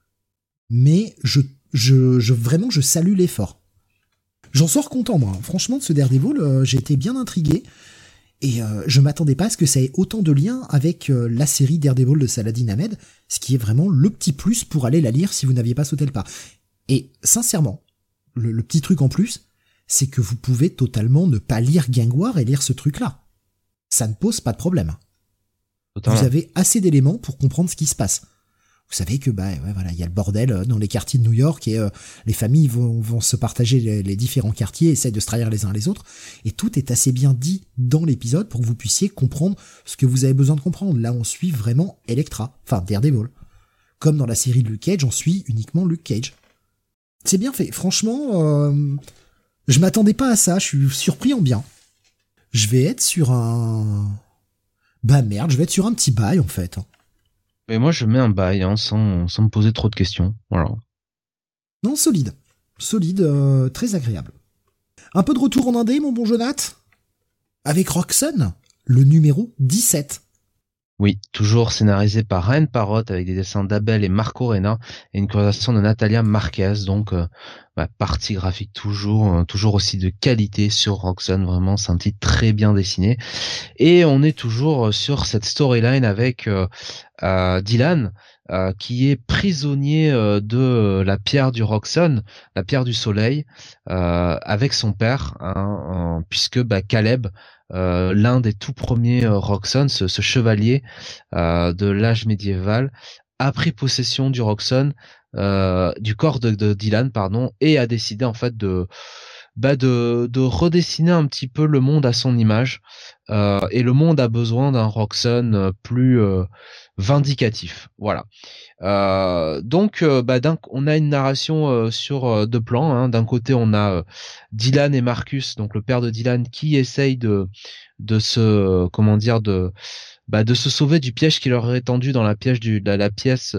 Mais vraiment, je salue l'effort. J'en sors content, moi. Franchement, de ce Daredevil, j'ai été bien intrigué. Et je m'attendais pas à ce que ça ait autant de liens avec la série Daredevil de Saladin Ahmed, ce qui est vraiment le petit plus pour aller la lire si vous n'aviez pas sauté le pas. Et sincèrement, le petit truc en plus, c'est que vous pouvez totalement ne pas lire Guingoire et lire ce truc-là. Ça ne pose pas de problème. Totalement. Vous avez assez d'éléments pour comprendre ce qui se passe. Vous savez que il y a le bordel dans les quartiers de New York et les familles vont se partager les différents quartiers, essayent de se trahir les uns les autres, et tout est assez bien dit dans l'épisode pour que vous puissiez comprendre ce que vous avez besoin de comprendre. Là, on suit vraiment Elektra, enfin Daredevil. Comme dans la série de Luke Cage, on suit uniquement Luke Cage. C'est bien fait. Franchement, je m'attendais pas à ça. Je suis surpris en bien. Je vais être sur un... je vais être sur un petit bail en fait. Mais moi, je mets un bail, sans me poser trop de questions. Voilà. Non, solide. Solide, très agréable. Un peu de retour en indé, mon bon Jonath? Avec Roxxon, le numéro 17. Oui, toujours scénarisé par Ryan Parrott avec des dessins d'Abel et Marco Rena et une colorisation de Natalia Marquez, donc partie graphique toujours aussi de qualité sur Roxxon, vraiment c'est un titre très bien dessiné. Et on est toujours sur cette storyline avec Dylan qui est prisonnier de la pierre du Roxxon, la pierre du soleil, avec son père, puisque Caleb, l'un des tout premiers Roxxon, ce chevalier de l'âge médiéval, a pris possession du Roxxon, du corps de Dylan, et a décidé en fait de redessiner un petit peu le monde à son image, et le monde a besoin d'un Roxxon plus vindicatif. Voilà. Donc on a une narration sur 2 plans. D'un côté, on a Dylan et Marcus, donc le père de Dylan, qui essaye de se de se sauver du piège qui leur est tendu dans la piège la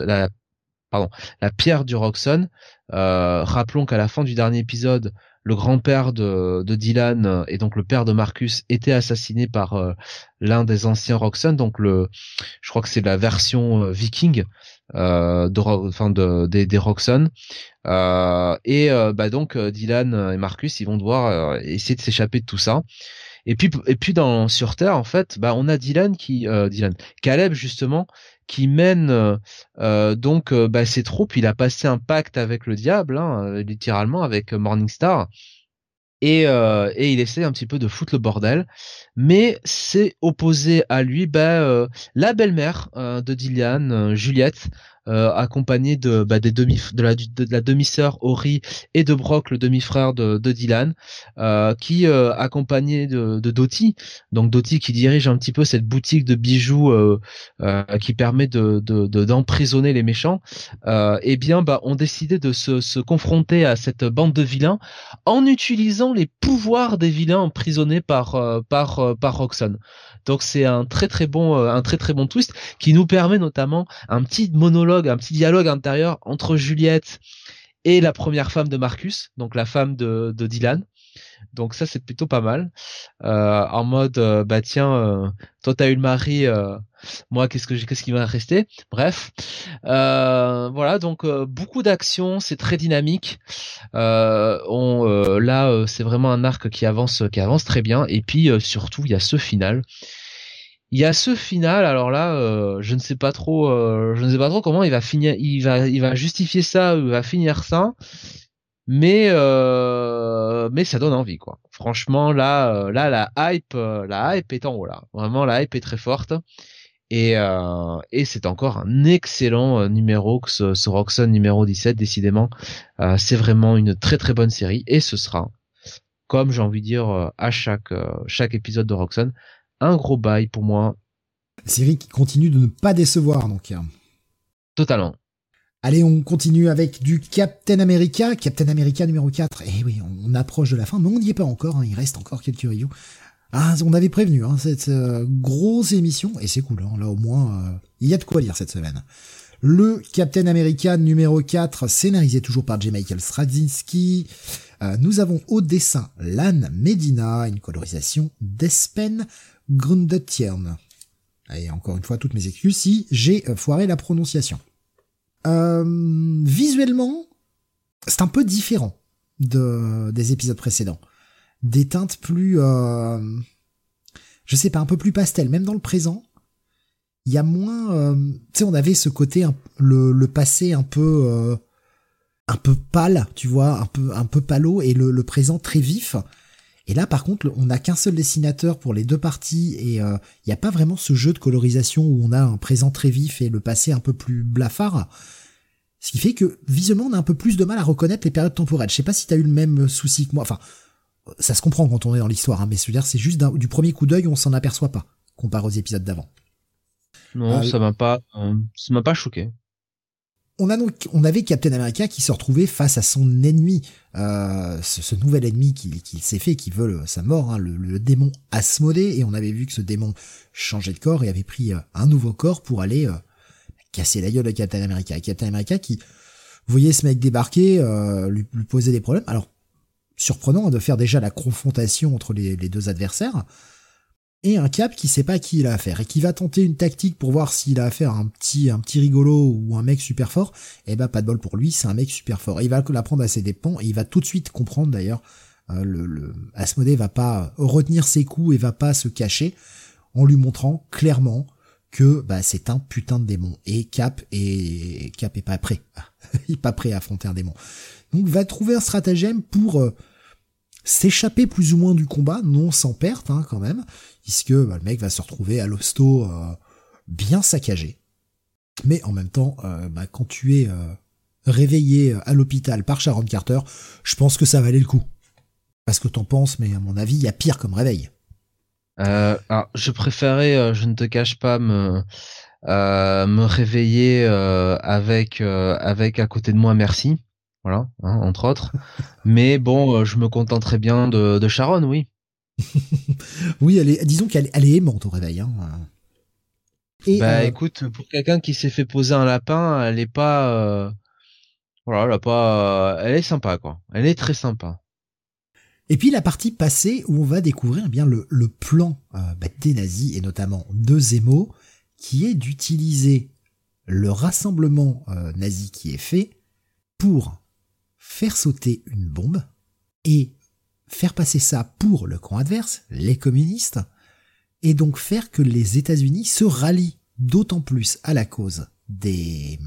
pierre du Roxxon. Rappelons qu'à la fin du dernier épisode, le grand-père de Dylan et donc le père de Marcus était assassiné par l'un des anciens Roxxon, donc je crois que c'est la version viking des Roxxon. Donc Dylan et Marcus, ils vont devoir essayer de s'échapper de tout ça. Et puis sur Terre, en fait, on a Caleb justement, qui mène ses troupes. Il a passé un pacte avec le diable, littéralement avec Morningstar, et il essaie un petit peu de foutre le bordel, mais c'est opposé à lui la belle-mère de Dillian, Juliette, accompagnée de la demi-sœur Ori et de Brock, le demi-frère de Dylan, qui accompagné de Dottie, donc Dottie qui dirige un petit peu cette boutique de bijoux qui permet d'emprisonner les méchants, ont décidé de se confronter à cette bande de vilains en utilisant les pouvoirs des vilains emprisonnés par Roxxon. Donc c'est un très très bon twist qui nous permet notamment un petit monologue, un petit dialogue intérieur entre Juliette et la première femme de Marcus, donc la femme de Dylan. Donc ça c'est plutôt pas mal. En mode toi t'as eu le mari, moi qu'est-ce qui va rester. Bref, voilà, donc beaucoup d'action, c'est très dynamique. C'est vraiment un arc qui avance très bien. Et puis surtout il y a ce final. Alors là, je ne sais pas trop comment il va finir, il va justifier ça, il va finir ça, mais ça donne envie, quoi. Franchement, là, la hype est en haut, là. Vraiment, la hype est très forte, et c'est encore un excellent numéro que ce Roxxon numéro 17, décidément. C'est vraiment une très très bonne série, et ce sera, comme j'ai envie de dire, à chaque épisode de Roxxon, un gros bail pour moi. Série qui continue de ne pas décevoir, donc. Totalement. Allez, on continue avec du Captain America numéro 4. Eh oui, on approche de la fin, mais on n'y est pas encore, hein, il reste encore quelques reviews. Ah, on avait prévenu, hein, cette grosse émission, et c'est cool, hein, là au moins, il y a de quoi lire cette semaine. Le Captain America numéro 4, scénarisé toujours par J. Michael Straczynski. Nous avons au dessin Lan Medina, une colorisation d'Espen Grundetjern. Et encore une fois, toutes mes excuses si j'ai foiré la prononciation. Visuellement, c'est un peu différent des épisodes précédents. Des teintes plus, je sais pas, un peu plus pastel. Même dans le présent, il y a moins, tu sais, on avait ce côté, le passé un peu pâle, tu vois, un peu palo, et le présent très vif. Et là, par contre, on n'a qu'un seul dessinateur pour les deux parties, et il n'y a pas vraiment ce jeu de colorisation où on a un présent très vif et le passé un peu plus blafard. Ce qui fait que, visuellement, on a un peu plus de mal à reconnaître les périodes temporelles. Je sais pas si t'as eu le même souci que moi. Enfin, ça se comprend quand on est dans l'histoire, hein, mais c'est juste du premier coup d'œil, on s'en aperçoit pas, comparé aux épisodes d'avant. Non, ça m'a pas choqué. On avait Captain America qui se retrouvait face à son ennemi, ce nouvel ennemi qu'il s'est fait, qui veut sa mort, hein, le démon Asmodée, et on avait vu que ce démon changeait de corps et avait pris un nouveau corps pour aller casser la gueule de Captain America. Et Captain America qui voyait ce mec débarquer, lui poser des problèmes. Alors, surprenant de faire déjà la confrontation entre les deux adversaires, et un Cap qui sait pas à qui il a affaire, et qui va tenter une tactique pour voir s'il a affaire à un petit rigolo ou un mec super fort. Et bah, pas de bol pour lui, c'est un mec super fort. Et il va l'apprendre à ses dépens, et il va tout de suite comprendre d'ailleurs, Asmodée va pas retenir ses coups et va pas se cacher, en lui montrant clairement que bah c'est un putain de démon, et Cap est pas prêt. Il est pas prêt à affronter un démon. Donc va trouver un stratagème pour s'échapper plus ou moins du combat, non sans perte, hein, quand même, puisque le mec va se retrouver à l'hosto bien saccagé. Mais en même temps, quand tu es réveillé à l'hôpital par Sharon Carter, je pense que ça valait le coup. Pas ce que t'en penses, mais à mon avis, il y a pire comme réveil. Alors, je préférais, je ne te cache pas, me réveiller avec à côté de moi Merci, voilà, hein, entre autres. Mais bon, je me contenterais bien de Sharon, oui. Oui, disons qu'elle est aimante au réveil. Hein. Et écoute, pour quelqu'un qui s'est fait poser un lapin, elle est pas, voilà, elle est sympa, quoi. Elle est très sympa. Et puis la partie passée où on va découvrir eh bien le plan des nazis, et notamment de Zemo, qui est d'utiliser le rassemblement nazi qui est fait pour faire sauter une bombe et faire passer ça pour le camp adverse, les communistes, et donc faire que les États-Unis se rallient d'autant plus à la cause des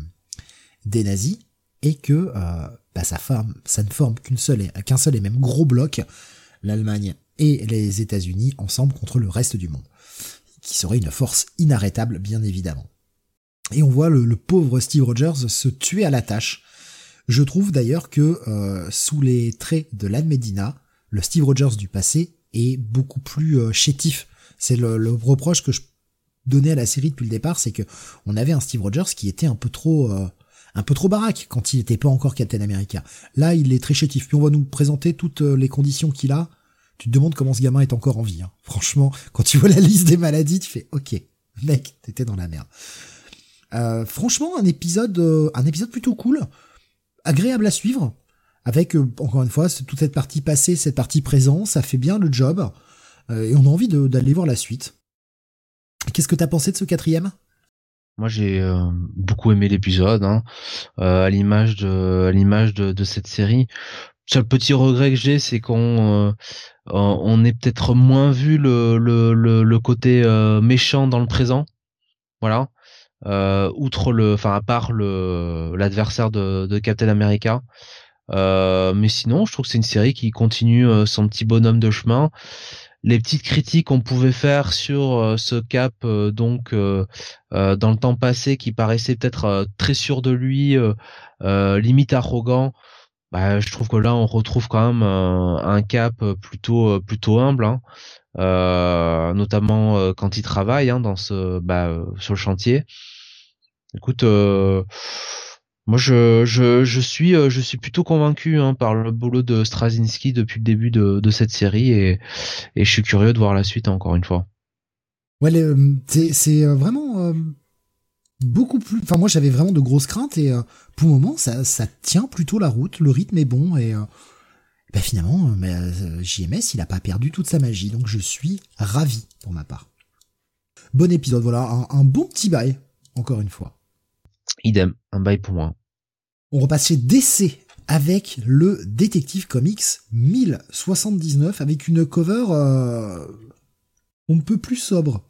nazis, et que ça ne forme qu'un seul et même gros bloc l'Allemagne et les États-Unis ensemble contre le reste du monde, qui serait une force inarrêtable, bien évidemment. Et on voit le pauvre Steve Rogers se tuer à la tâche. Je trouve d'ailleurs que sous les traits de Lan Medina, le Steve Rogers du passé est beaucoup plus chétif. C'est le reproche que je donnais à la série depuis le départ, c'est que on avait un Steve Rogers qui était un peu trop baraque quand il n'était pas encore Captain America. Là, il est très chétif. Puis on va nous présenter toutes les conditions qu'il a. Tu te demandes comment ce gamin est encore en vie. Hein. Franchement, quand tu vois la liste des maladies, tu fais OK, mec, t'étais dans la merde. Franchement, un épisode plutôt cool, agréable à suivre, avec encore une fois toute cette partie passée, cette partie présent, ça fait bien le job, et on a envie d'aller voir la suite. Qu'est-ce que t'as pensé de ce 4e ? Moi, j'ai beaucoup aimé l'épisode, hein, à l'image de cette série. Le seul petit regret que j'ai, c'est qu'on ait peut-être moins vu le côté méchant dans le présent. Voilà. À part l'adversaire de Captain America. Mais sinon, je trouve que c'est une série qui continue son petit bonhomme de chemin. Les petites critiques qu'on pouvait faire sur ce Cap, dans le temps passé, qui paraissait peut-être très sûr de lui, limite arrogant. Bah, je trouve que là, on retrouve quand même un Cap plutôt humble, hein. Notamment quand il travaille, hein, sur le chantier. Écoute, moi je suis plutôt convaincu, hein, par le boulot de Straczynski depuis le début de cette série, et je suis curieux de voir la suite encore une fois. Ouais, c'est vraiment beaucoup plus. Enfin, moi j'avais vraiment de grosses craintes, et pour le moment ça tient plutôt la route, le rythme est bon, et finalement JMS il a pas perdu toute sa magie, donc je suis ravi pour ma part. Bon épisode, voilà, un bon petit bail encore une fois. Idem, un bail pour moi. On repasse chez DC avec le Detective Comics 1079 avec une cover on ne peut plus sobre.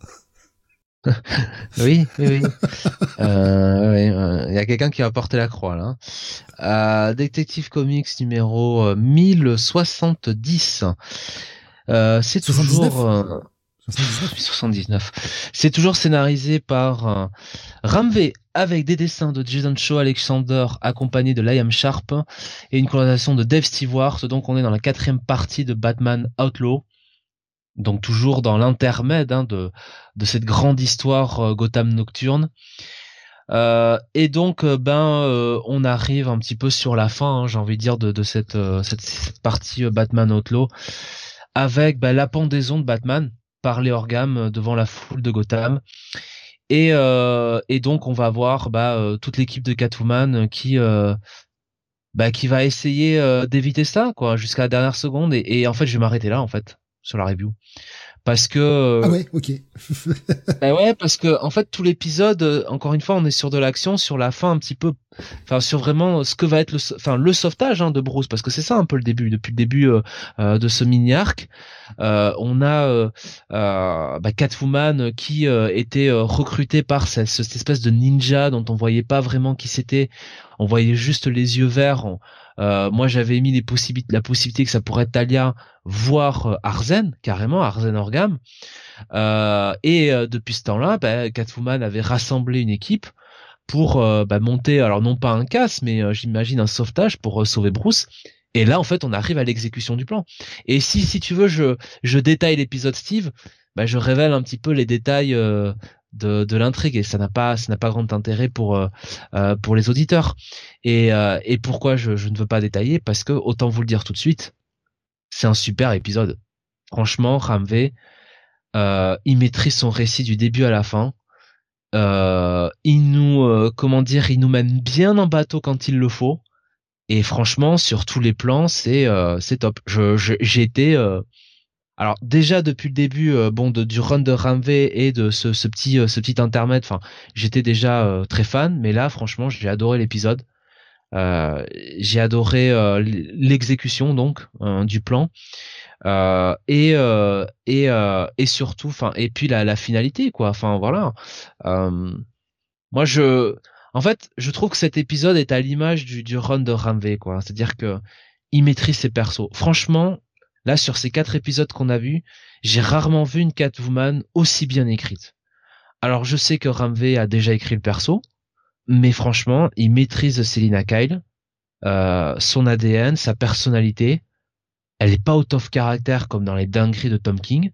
Oui. Il y a quelqu'un qui va porter la croix là. Detective Comics numéro 1070. C'est 79. toujours 79. C'est toujours scénarisé par Ram V, avec des dessins de Jason Shaw Alexander accompagné de Liam Sharp et une colorisation de Dave Stewart. Donc on est dans la 4e partie de Batman Outlaw. Donc toujours dans l'intermède, hein, de cette grande histoire Gotham Nocturne. Et donc on arrive un petit peu sur la fin, hein, j'ai envie de dire, de cette partie Batman Outlaw, avec la pendaison de Batman par les orgames devant la foule de Gotham, et donc on va voir toute l'équipe de Catwoman qui va essayer d'éviter ça, quoi, jusqu'à la dernière seconde, et en fait je vais m'arrêter là en fait sur la review, parce que ah ouais, ok. Parce que en fait tout l'épisode, encore une fois, on est sur de l'action, sur la fin un petit peu, enfin sur vraiment ce que va être le sauvetage, hein, de Bruce, parce que c'est ça un peu le début. Depuis le début de ce mini arc, on a Catwoman qui était recrutée par cette espèce de ninja dont on voyait pas vraiment qui c'était, on voyait juste les yeux verts. Moi j'avais mis la possibilité que ça pourrait être Talia, voire Arzen, carrément Arzen Orgam. Depuis ce temps-là, Catwoman avait rassemblé une équipe pour monter, alors non pas un casse, mais j'imagine un sauvetage pour sauver Bruce. Et là, en fait, on arrive à l'exécution du plan. Et si tu veux, je détaille l'épisode Steve, je révèle un petit peu les détails de l'intrigue, et ça n'a pas grand intérêt pour les auditeurs. Et pourquoi je ne veux pas détailler, parce que autant vous le dire tout de suite, c'est un super épisode. Franchement, Ram V, il maîtrise son récit du début à la fin. Il nous mène bien en bateau quand il le faut. Et franchement, sur tous les plans, c'est top. J'ai été alors déjà depuis le début, du run de Ram V et de ce petit intermède. Enfin, j'étais déjà très fan, mais là, franchement, j'ai adoré l'épisode. J'ai adoré l'exécution donc du plan. Et surtout, enfin, et puis la finalité, quoi. Enfin voilà. Moi je trouve que cet épisode est à l'image du run de Ram V, quoi. C'est-à-dire que il maîtrise ses persos. Franchement, Là, sur ces 4 épisodes qu'on a vus, j'ai rarement vu une Catwoman aussi bien écrite. Alors, je sais que Ramvé a déjà écrit le perso, mais franchement, il maîtrise Selina Kyle, son ADN, sa personnalité. Elle est pas out of character comme dans les dingueries de Tom King,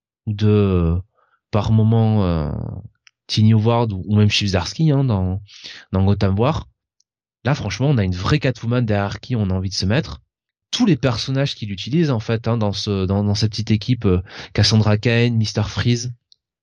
par moment Tiny Howard ou même Chief Zdarsky dans Gotham War. Là, franchement, on a une vraie Catwoman derrière qui on a envie de se mettre. Tous les personnages qu'il utilise en fait dans cette petite équipe, Cassandra Cain, Mr. Freeze,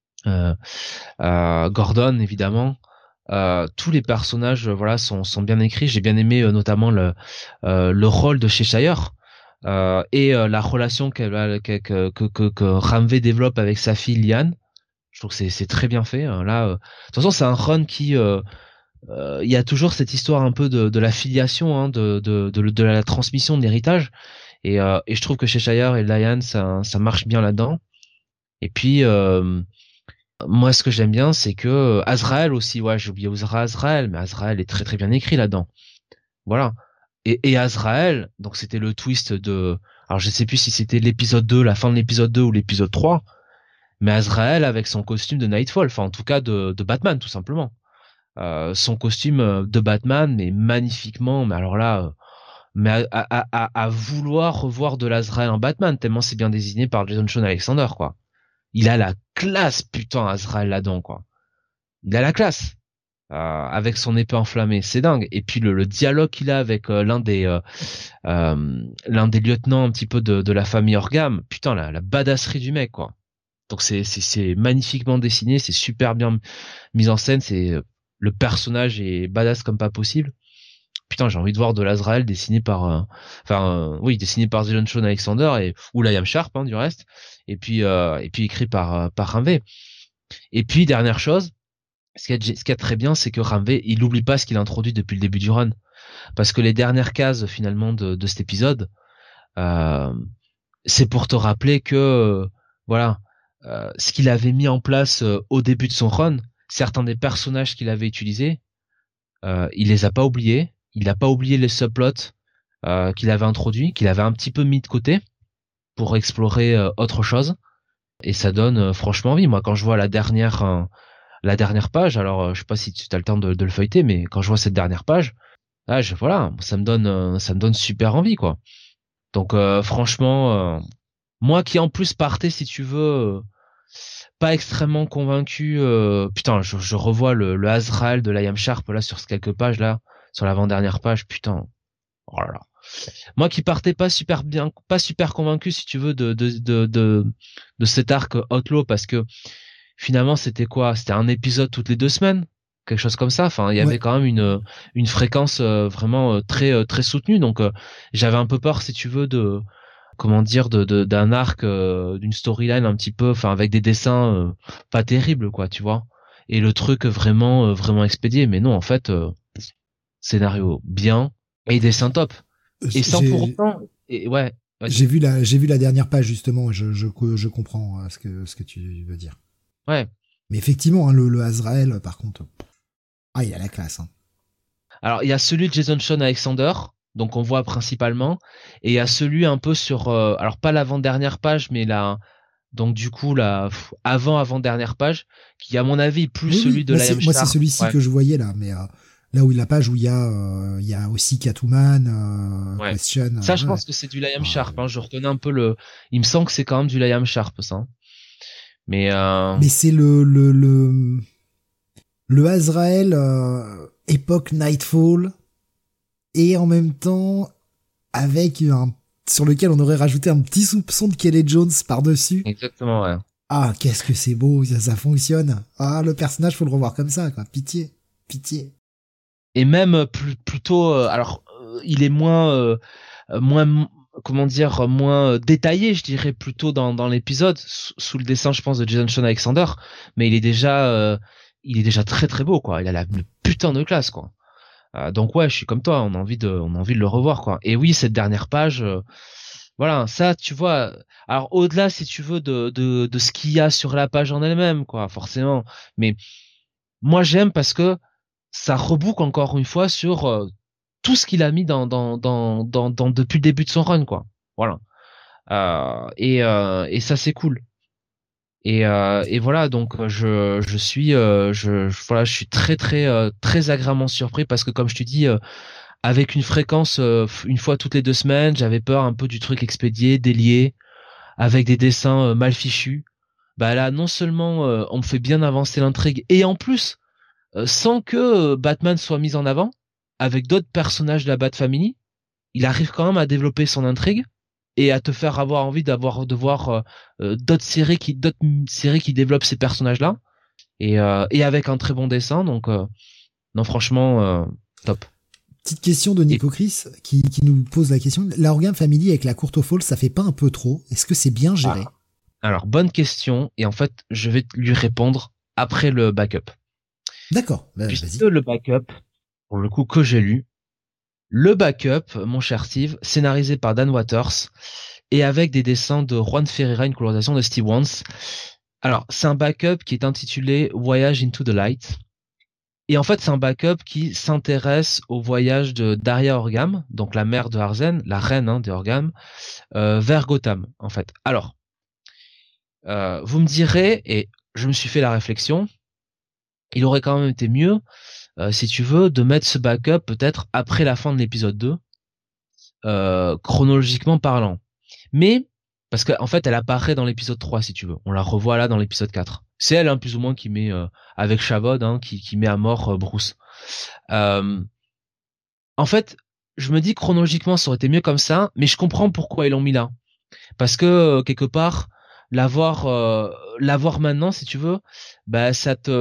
Gordon évidemment, tous les personnages voilà sont bien écrits. J'ai bien aimé notamment le rôle de Cheshire et la relation que Ramvé développe avec sa fille Liane. Je trouve que c'est très bien fait. Là, de toute façon, c'est un run qui il y a toujours cette histoire un peu de la filiation, hein, de la transmission de l'héritage, et je trouve que chez Shire et Lion ça marche bien là-dedans. Et puis moi ce que j'aime bien c'est que Azrael aussi, ouais, j'ai oublié Azrael, mais Azrael est très très bien écrit là-dedans. Voilà. Et Azrael, donc c'était le twist alors je sais plus si c'était l'épisode 2, la fin de l'épisode 2 ou l'épisode 3, mais Azrael avec son costume de Nightfall, enfin en tout cas de Batman tout simplement. Son costume de Batman, mais magnifiquement, mais alors là, mais à vouloir revoir de l'Azrael en Batman, tellement c'est bien désigné par Jason Shawn Alexander, quoi. Il a la classe, putain, Azrael là-dedans, quoi. Il a la classe. Avec son épée enflammée, c'est dingue. Et puis le dialogue qu'il a avec l'un des lieutenants un petit peu de la famille Orgam, putain, la badasserie du mec, quoi. Donc c'est magnifiquement dessiné, c'est super bien mis en scène, le personnage est badass comme pas possible. Putain, j'ai envie de voir de l'Azrael dessiné par dessiné par Jason Shawn Alexander ou Liam Sharp, hein, du reste, et puis écrit par Ramvé. Et puis dernière chose, ce qui est très bien, c'est que Ramvé, il n'oublie pas ce qu'il a introduit depuis le début du run, parce que les dernières cases finalement de cet épisode, c'est pour te rappeler que voilà, ce qu'il avait mis en place au début de son run, certains des personnages qu'il avait utilisés, il les a pas oubliés. Il n'a pas oublié les subplots qu'il avait introduits, qu'il avait un petit peu mis de côté pour explorer autre chose. Et ça donne franchement envie. Moi, quand je vois la dernière page, alors je sais pas si tu as le temps de le feuilleter, mais quand je vois cette dernière page, là, voilà, ça me donne super envie, quoi. Donc franchement, moi qui en plus partais, si tu veux, pas extrêmement convaincu. Putain, je revois le Azrael de Liam Sharp là sur quelques pages là, sur l'avant-dernière page. Putain, oh là là. Moi qui partais pas super convaincu si tu veux de cet arc Outlaw, parce que finalement c'était quoi? C'était un épisode toutes les 2 semaines, quelque chose comme ça. Enfin, il y avait quand même une fréquence vraiment très très soutenue. Donc j'avais un peu peur, si tu veux, comment dire, d'un arc, d'une storyline un petit peu, enfin avec des dessins pas terribles, quoi, tu vois. Et le truc vraiment vraiment expédié, mais non, en fait, scénario bien et dessin top. Et sans pour autant, et ouais. J'ai vu la dernière page justement. Je comprends ce que tu veux dire. Ouais. Mais effectivement, hein, le Azrael, par contre, il a la classe. Hein. Alors il y a celui de Jason Shawn Alexander, donc on voit principalement, et il y a celui un peu sur, alors pas l'avant-dernière page, mais donc du coup la avant-dernière page, qui à mon avis plus celui de Liam Sharp. Moi c'est celui-ci que je voyais là, mais là où la page où il y a aussi Catwoman, Question. Ça je pense que c'est du Liam Sharp. Hein, je reconnais un peu il me semble que c'est quand même du Liam Sharp, ça. Mais c'est le Azrael époque Nightfall, et en même temps avec sur lequel on aurait rajouté un petit soupçon de Kelly Jones par-dessus. Exactement, ouais. Ah, qu'est-ce que c'est beau, ça fonctionne. Ah, le personnage, faut le revoir comme ça, quoi. Pitié. Et même plutôt, alors il est moins comment dire, moins détaillé, je dirais, plutôt dans l'épisode, sous le dessin, je pense, de Jason Shawn Alexander, mais il est déjà très très beau, quoi. Il a une putain de classe, quoi. Donc ouais, je suis comme toi, on a envie de le revoir, quoi. Et oui, cette dernière page, voilà, ça, tu vois. Alors au-delà, si tu veux, de ce qu'il y a sur la page en elle-même, quoi, forcément. Mais moi, j'aime parce que ça reboucle encore une fois sur tout ce qu'il a mis dans depuis le début de son run, quoi. Voilà. Et ça c'est cool. Et voilà, donc voilà, je suis très très très agréablement surpris parce que comme je te dis, avec une fréquence une fois toutes les 2 semaines, j'avais peur un peu du truc expédié, délié, avec des dessins mal fichus. Bah là, non seulement on me fait bien avancer l'intrigue, et en plus, sans que Batman soit mis en avant, avec d'autres personnages de la Bat Family, il arrive quand même à développer son intrigue et à te faire avoir envie de voir d'autres séries qui développent ces personnages-là et avec un très bon dessin. Donc non, franchement, top. Petite question de Et Nico Chris qui nous pose la question. La Organe Family avec la courte au fall, ça fait pas un peu trop? Est-ce que c'est bien géré? alors bonne question, et en fait je vais lui répondre après le backup. D'accord, Puisque vas-y. le backup, pour le coup que j'ai lu, le backup, mon cher Steve, scénarisé par Dan Waters et avec des dessins de Juan Ferreira, une colorisation de Steve Wands. Alors, c'est un backup qui est intitulé Voyage into the Light. Et en fait, c'est un backup qui s'intéresse au voyage de Daria Orgam, donc la mère de Arzen, la reine des Orgam, vers Gotham, en fait. Alors, vous me direz, et je me suis fait la réflexion, il aurait quand même été mieux, si tu veux, de mettre ce backup peut-être après la fin de l'épisode 2, chronologiquement parlant. Mais, parce qu'en fait, elle apparaît dans l'épisode 3, si tu veux. On la revoit là dans l'épisode 4. C'est elle, hein, plus ou moins, qui met, avec Chavod, hein, qui met à mort Bruce. Euh, En fait, je me dis chronologiquement, ça aurait été mieux comme ça, mais je comprends pourquoi ils l'ont mis là. Parce que, quelque part, l'avoir l'avoir maintenant, si tu veux, bah,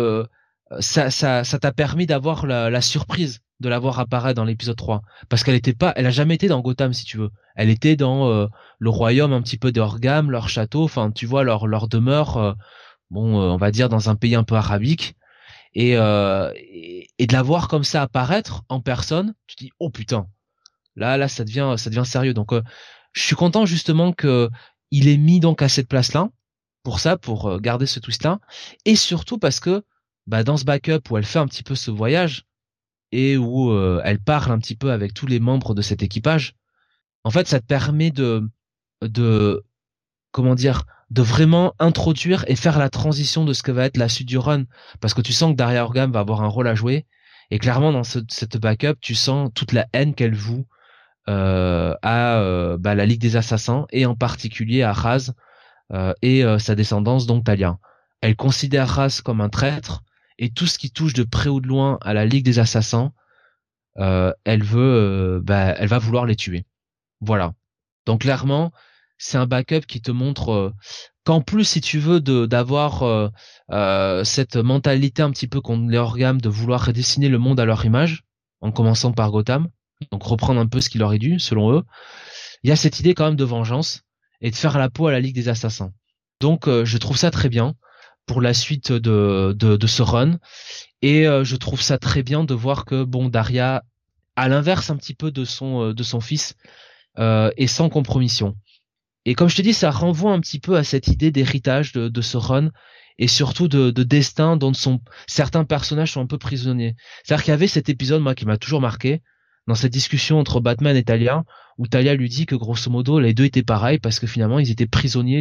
ça t'a permis d'avoir la surprise de la voir apparaître dans l'épisode 3. Parce elle a jamais été dans Gotham, si tu veux. Elle était dans le royaume un petit peu des Orgam, leur château, enfin, tu vois, leur demeure, on va dire dans un pays un peu arabique. Et de la voir comme ça apparaître en personne, tu te dis, oh putain, là, ça devient sérieux. Donc, je suis content justement que il est mis donc à cette place-là, pour ça, pour garder ce twist-là. Et surtout parce que, bah, dans ce backup où elle fait un petit peu ce voyage, et où elle parle un petit peu avec tous les membres de cet équipage, en fait, ça te permet de, comment dire, de vraiment introduire et faire la transition de ce que va être la suite du run, parce que tu sens que Daria Orgam va avoir un rôle à jouer, et clairement dans cette backup, tu sens toute la haine qu'elle voue à bah, la Ligue des Assassins, et en particulier à Raz et sa descendance, donc Talia. Elle considère Raz comme un traître, et tout ce qui touche de près ou de loin à la Ligue des Assassins, elle va vouloir les tuer. Voilà. Donc clairement, c'est un backup qui te montre qu'en plus, si tu veux, d'avoir cette mentalité un petit peu qu'ont les Orgam de vouloir redessiner le monde à leur image, en commençant par Gotham, donc reprendre un peu ce qu'il aurait dû, selon eux, il y a cette idée quand même de vengeance et de faire la peau à la Ligue des Assassins. Donc je trouve ça très bien pour la suite de ce run, et je trouve ça très bien de voir que bon, Daria, à l'inverse un petit peu de son fils, est sans compromission. Et comme je te dis, ça renvoie un petit peu à cette idée d'héritage de ce run, et surtout de destin dont certains personnages sont un peu prisonniers. C'est-à-dire qu'il y avait cet épisode, moi, qui m'a toujours marqué, dans cette discussion entre Batman et Talia, où Talia lui dit que grosso modo, les deux étaient pareils parce que finalement, ils étaient prisonniers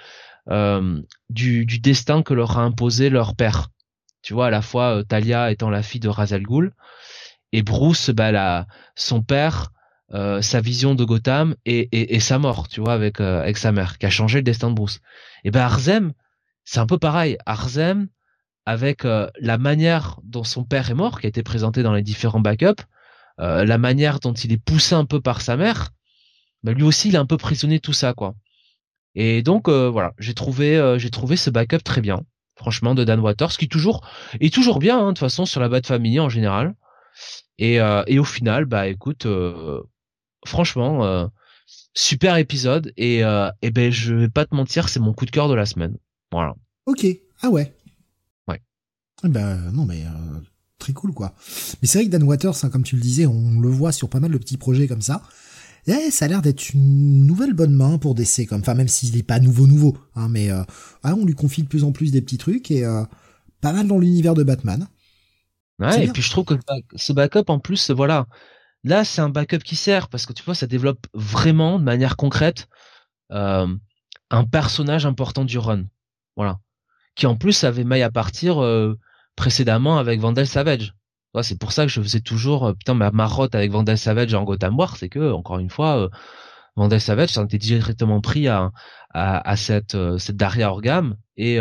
du destin que leur a imposé leur père. Tu vois, à la fois, Talia étant la fille de Ra's al Ghul, et Bruce, bah, son père, sa vision de Gotham et sa mort, tu vois, avec sa mère, qui a changé le destin de Bruce. Et ben Arzem, c'est un peu pareil. Arzem, avec la manière dont son père est mort, qui a été présenté dans les différents backups, la manière dont il est poussé un peu par sa mère, ben lui aussi, il est un peu prisonnier de tout ça, quoi. Et donc voilà, j'ai trouvé ce backup très bien, franchement, de Dan Waters, qui est toujours bien, hein, de toute façon, sur la Bat Family en général. Et au final, bah écoute, franchement, super épisode, et ben je vais pas te mentir, c'est mon coup de cœur de la semaine. Voilà. Ok, ah ouais. Ouais. Non mais très cool quoi. Mais c'est vrai que Dan Waters, hein, comme tu le disais, on le voit sur pas mal de petits projets comme ça. Et ça a l'air d'être une nouvelle bonne main pour DC, comme, enfin même s'il est pas nouveau, hein, mais on lui confie de plus en plus des petits trucs et pas mal dans l'univers de Batman. C'est Ouais, et bien. puis je trouve que ce backup en plus, voilà, là c'est un backup qui sert parce que tu vois, ça développe vraiment de manière concrète euh, un personnage important du run. Voilà. Qui en plus avait maille à partir précédemment avec Vandal Savage. Ouais, c'est pour ça que je faisais toujours putain ma marotte avec Vandal Savage en Gotham War, c'est que encore une fois Vandal Savage s'en était directement pris à cette Daria Orgam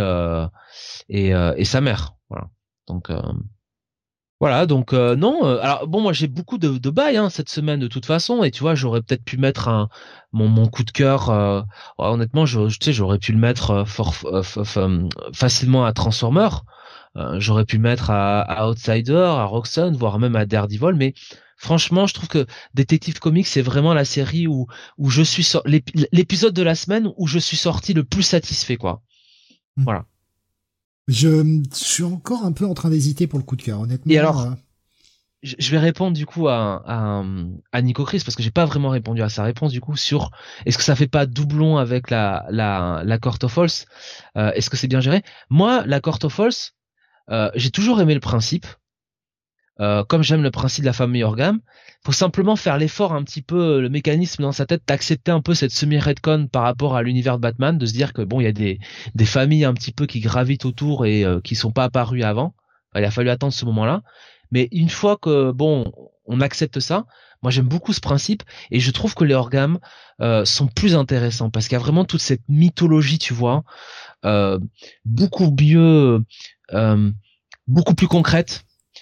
et sa mère. Voilà. Donc voilà, donc non. Alors bon, moi j'ai beaucoup de bails cette semaine de toute façon, et tu vois, j'aurais peut-être pu mettre mon coup de cœur. Ouais, honnêtement, tu sais, j'aurais pu le mettre facilement à Transformer. J'aurais pu le mettre à Outsider, à Roxxon, voire même à Daredevil, mais franchement, je trouve que Detective Comics c'est vraiment la série où je suis l'épisode de la semaine où je suis sorti le plus satisfait, quoi. Voilà. Je suis encore un peu en train d'hésiter pour le coup de cœur, honnêtement. Et alors, je vais répondre du coup à Nico Chris parce que j'ai pas vraiment répondu à sa réponse du coup sur est-ce que ça fait pas doublon avec la Court of Owls, est-ce que c'est bien géré? Moi, la Court of Owls, j'ai toujours aimé le principe. Comme j'aime le principe de la famille Orgam, faut simplement faire l'effort un petit peu, le mécanisme dans sa tête d'accepter un peu cette semi-redcon par rapport à l'univers de Batman, de se dire que bon, il y a des familles un petit peu qui gravitent autour et qui sont pas apparues avant. Enfin, il a fallu attendre ce moment-là. Mais une fois que bon, on accepte ça, moi j'aime beaucoup ce principe et je trouve que les Orgam sont plus intéressants parce qu'il y a vraiment toute cette mythologie, tu vois, beaucoup mieux, beaucoup plus concrète.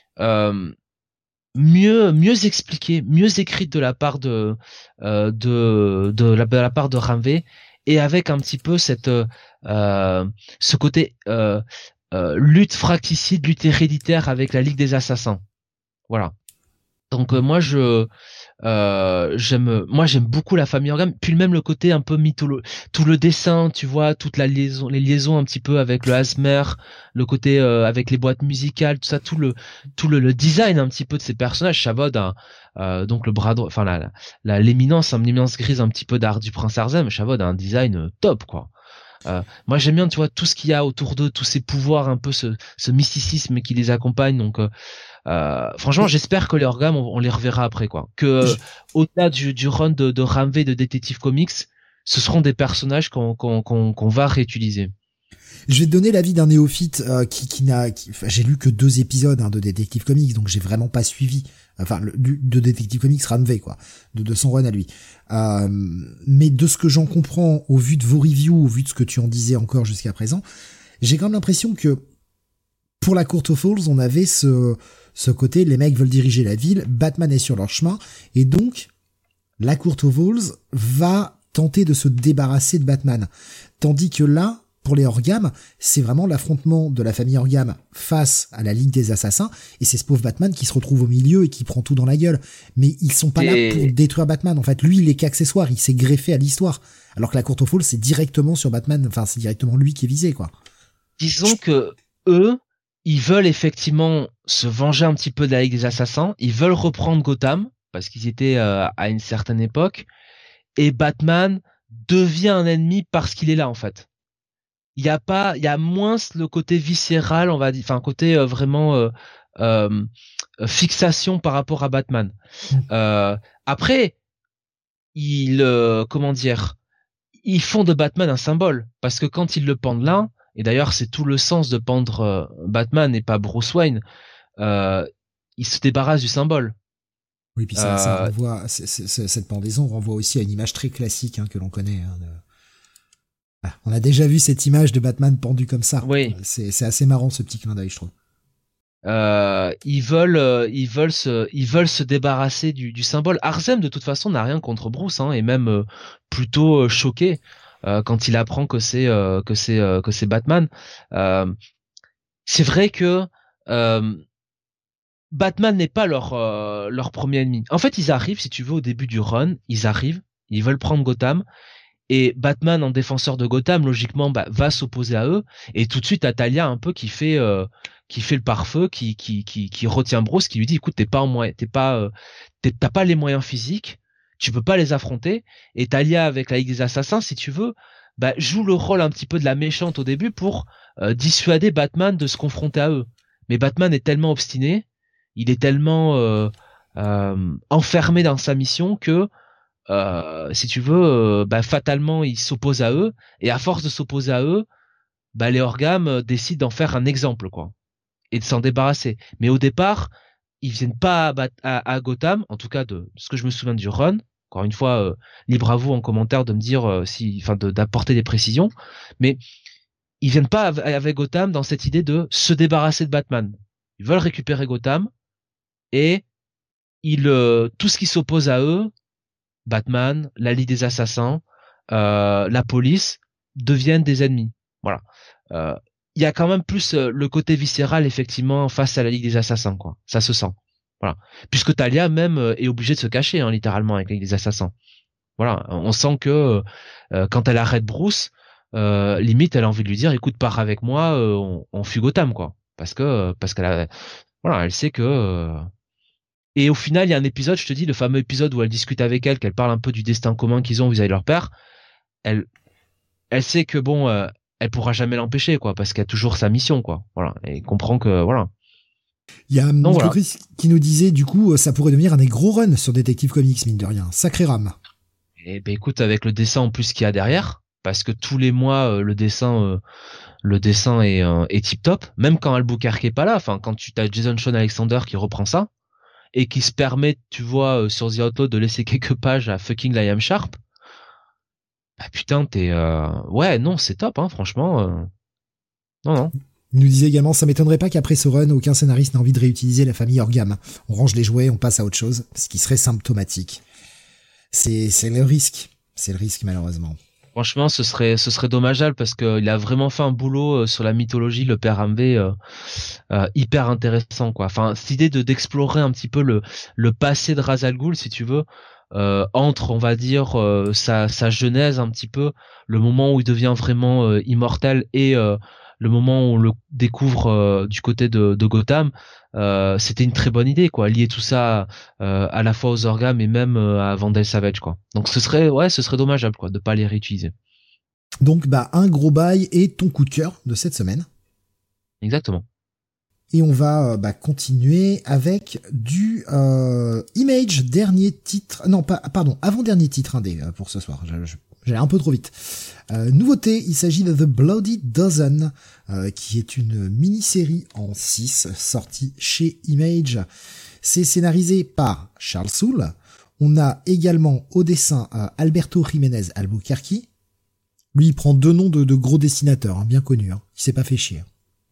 Mieux expliqué, mieux écrite de la part de la part de Ramvé et avec un petit peu ce côté lutte fracticide, lutte héréditaire avec la Ligue des Assassins. Voilà. Donc j'aime beaucoup la famille Orgam, puis même le côté un peu mytholo, tout le dessin, tu vois, toute la liaison, les liaisons un petit peu avec le Hasmer, le côté avec les boîtes musicales, tout ça, tout le design un petit peu de ces personnages. Chavod, donc le bras droit, enfin l'éminence, l'éminence grise un petit peu d'art du Prince Arzem. Chavod a un design top, quoi. Moi j'aime bien, tu vois, tout ce qu'il y a autour d'eux, tous ces pouvoirs, un peu ce mysticisme qui les accompagne. Donc franchement, j'espère que les Orgam, on les reverra après, quoi. Que au-delà du run de Ramvé de Detective Comics, ce seront des personnages qu'on va réutiliser. Je vais te donner l'avis d'un néophyte enfin, j'ai lu que 2 épisodes de Detective Comics, donc j'ai vraiment pas suivi. Enfin, de Detective Comics Ramvé, quoi, de son run à lui. Mais de ce que j'en comprends, au vu de vos reviews, au vu de ce que tu en disais encore jusqu'à présent, j'ai quand même l'impression que pour la Court of Owls, on avait ce côté, les mecs veulent diriger la ville, Batman est sur leur chemin, et donc la Court of Owls va tenter de se débarrasser de Batman. Tandis que là, pour les Orgam, c'est vraiment l'affrontement de la famille Orgam face à la Ligue des Assassins, et c'est ce pauvre Batman qui se retrouve au milieu et qui prend tout dans la gueule. Mais ils sont pas là pour détruire Batman, en fait. Lui, il est qu'accessoire, il s'est greffé à l'histoire. Alors que la Court of Owls, c'est directement sur Batman, enfin, c'est directement lui qui est visé, quoi. Disons que eux, ils veulent effectivement se venger un petit peu de la Ligue des Assassins, ils veulent reprendre Gotham, parce qu'ils étaient à une certaine époque, et Batman devient un ennemi parce qu'il est là, en fait. Il y a moins le côté viscéral, on va dire, enfin, côté vraiment fixation par rapport à Batman. Après, comment dire, ils font de Batman un symbole, parce que quand ils le pendent là, et d'ailleurs c'est tout le sens de pendre Batman et pas Bruce Wayne, ils se débarrassent du symbole. Oui, puis ça renvoie, cette pendaison renvoie aussi à une image très classique que l'on connaît. On a déjà vu cette image de Batman pendu comme ça. Oui. C'est assez marrant ce petit clin d'œil, je trouve. Ils veulent se débarrasser du symbole. Arzem de toute façon n'a rien contre Bruce, et même plutôt choqué quand il apprend que c'est Batman. C'est vrai que Batman n'est pas leur premier ennemi. En fait, ils arrivent, si tu veux, au début du run, ils veulent prendre Gotham. Et Batman, en défenseur de Gotham, logiquement, va s'opposer à eux. Et tout de suite, t'as Talia un peu qui fait le pare-feu, qui retient Bruce, qui lui dit, écoute, t'as pas les moyens physiques, tu peux pas les affronter. Et Talia, avec la Ligue des Assassins, si tu veux, joue le rôle un petit peu de la méchante au début pour dissuader Batman de se confronter à eux. Mais Batman est tellement obstiné, il est tellement enfermé dans sa mission que si tu veux, fatalement, il s'oppose à eux, et à force de s'opposer à eux, les Orgam décident d'en faire un exemple, quoi, et de s'en débarrasser. Mais au départ, ils viennent pas à Gotham, en tout cas de ce que je me souviens du run. Encore une fois, libre à vous en commentaire de me dire d'apporter des précisions. Mais ils viennent pas avec Gotham dans cette idée de se débarrasser de Batman. Ils veulent récupérer Gotham et tout ce qui s'oppose à eux, Batman, la Ligue des Assassins, la police, deviennent des ennemis. Voilà. Il y a quand même plus le côté viscéral effectivement face à la Ligue des Assassins, quoi. Ça se sent. Voilà. Puisque Talia même est obligée de se cacher, hein, littéralement avec la Ligue des Assassins. Voilà. On sent que quand elle arrête Bruce, limite elle a envie de lui dire, écoute, pars avec moi, on fuit Gotham, quoi. Parce qu'elle a, voilà, elle sait que. Et au final, il y a un épisode, je te dis, le fameux épisode où elle discute avec elle, qu'elle parle un peu du destin commun qu'ils ont vis-à-vis de leur père. Elle sait que bon, elle pourra jamais l'empêcher, quoi, parce qu'elle a toujours sa mission, quoi. Voilà, et comprend que voilà. Il y a Donc, Nico Chris qui nous disait, du coup, ça pourrait devenir un des gros runs sur Detective Comics, mine de rien. Sacré rame. Et ben écoute, avec le dessin en plus qu'il y a derrière, parce que tous les mois le dessin est tip top. Même quand Albuquerque est pas là, enfin quand tu as Jason Shawn Alexander qui reprend ça et qui se permet, tu vois, sur The Outlaw de laisser quelques pages à fucking Liam Sharp. Bah putain, ouais, non, c'est top, hein, franchement. Non. Il nous disait également, ça m'étonnerait pas qu'après ce run, aucun scénariste n'ait envie de réutiliser la famille Orgam. On range les jouets, on passe à autre chose, ce qui serait symptomatique. C'est le risque. C'est le risque, malheureusement. Franchement, ce serait dommageable parce que il a vraiment fait un boulot sur la mythologie, le père Hamvé, hyper intéressant, quoi. Enfin, cette idée d'explorer un petit peu le passé de Ra's al Ghul, si tu veux, entre, on va dire, sa genèse un petit peu, le moment où il devient vraiment immortel et le moment où on le découvre du côté de Gotham, c'était une très bonne idée, quoi. Lier tout ça à la fois aux Orgam et même à Vandal Savage, quoi. Donc ce serait dommageable, quoi, de pas les réutiliser. Donc un gros bail et ton coup de cœur de cette semaine. Exactement. Et on va continuer avec du Image, dernier titre. Non, avant-dernier titre indé pour ce soir. J'allais un peu trop vite. Nouveauté, il s'agit de The Bloody Dozen, qui est une mini-série en 6 sortie chez Image. C'est scénarisé par Charles Soule. On a également au dessin Alberto Jiménez Albuquerque. Lui, il prend 2 noms de gros dessinateurs, hein, bien connus. Hein. Il s'est pas fait chier.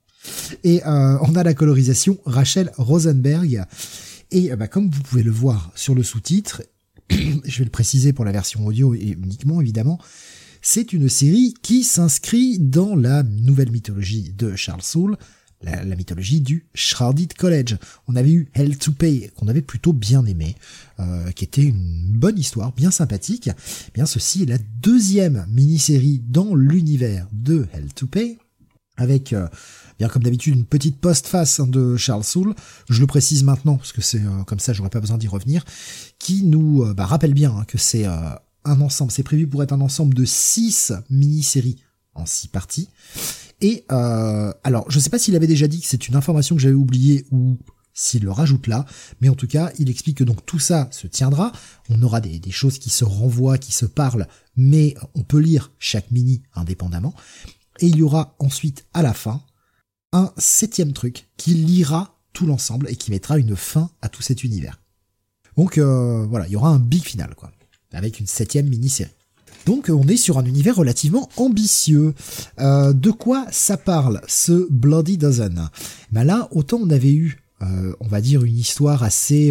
Et on a la colorisation Rachel Rosenberg. Et comme vous pouvez le voir sur le sous-titre, je vais le préciser pour la version audio et uniquement évidemment, c'est une série qui s'inscrit dans la nouvelle mythologie de Charles Soule, la mythologie du Shrouded College. On avait eu Hell to Pay, qu'on avait plutôt bien aimé, qui était une bonne histoire, bien sympathique. Bien, ceci est la 2e mini-série dans l'univers de Hell to Pay, avec bien comme d'habitude une petite postface de Charles Soule, je le précise maintenant parce que c'est comme ça j'aurais pas besoin d'y revenir, qui nous rappelle bien que c'est un ensemble, c'est prévu pour être un ensemble de 6 mini-séries en 6 parties. Et alors je sais pas s'il avait déjà dit que c'est une information que j'avais oubliée ou s'il le rajoute là, mais en tout cas il explique que donc tout ça se tiendra, on aura des choses qui se renvoient, qui se parlent, mais on peut lire chaque mini indépendamment. Et il y aura ensuite, à la fin, un 7e truc qui liera tout l'ensemble et qui mettra une fin à tout cet univers. Donc voilà, il y aura un big final, quoi, avec une 7e mini-série. Donc on est sur un univers relativement ambitieux. De quoi ça parle, ce Bloody Dozen ? Là, autant on avait eu, on va dire, une histoire assez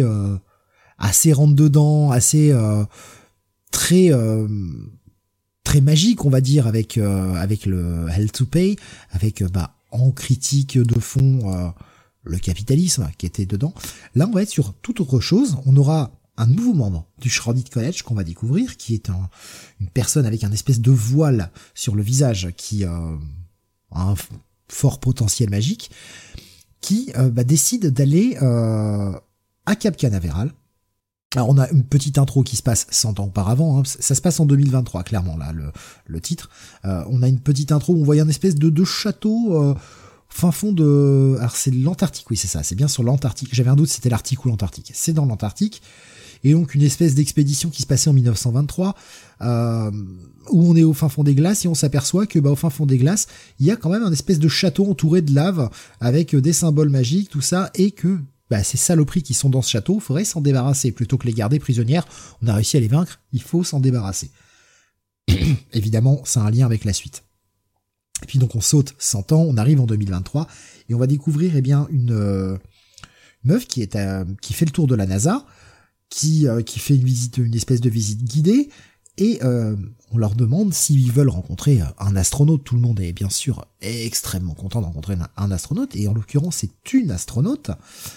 rentre-dedans, assez très magique, on va dire, avec le Hell to Pay, avec en critique de fond le capitalisme qui était dedans. Là, on va être sur toute autre chose. On aura un nouveau membre du Shrouded College qu'on va découvrir, qui est une personne avec un espèce de voile sur le visage qui a un fort potentiel magique, qui décide d'aller à Cap Canaveral. Alors on a une petite intro qui se passe 100 ans auparavant, hein. Ça se passe en 2023 clairement là le titre. On a une petite intro où on voit un espèce de château fin fond de... Alors c'est l'Antarctique, oui c'est ça, c'est bien sur l'Antarctique. J'avais un doute, c'était l'Arctique ou l'Antarctique. C'est dans l'Antarctique. et donc une espèce d'expédition qui se passait en 1923, où on est au fin fond des glaces et on s'aperçoit que au fin fond des glaces, il y a quand même un espèce de château entouré de lave avec des symboles magiques, tout ça, et que ces saloperies qui sont dans ce château, il faudrait s'en débarrasser plutôt que les garder prisonnières. On a réussi à les vaincre, il faut s'en débarrasser. Évidemment, c'est un lien avec la suite. Et puis donc on saute 100 ans, on arrive en 2023 et on va découvrir une meuf qui fait le tour de la NASA, qui fait une espèce de visite guidée, et on leur demande s'ils veulent rencontrer un astronaute. Tout le monde est bien sûr extrêmement content de rencontrer un astronaute, et en l'occurrence c'est une astronaute.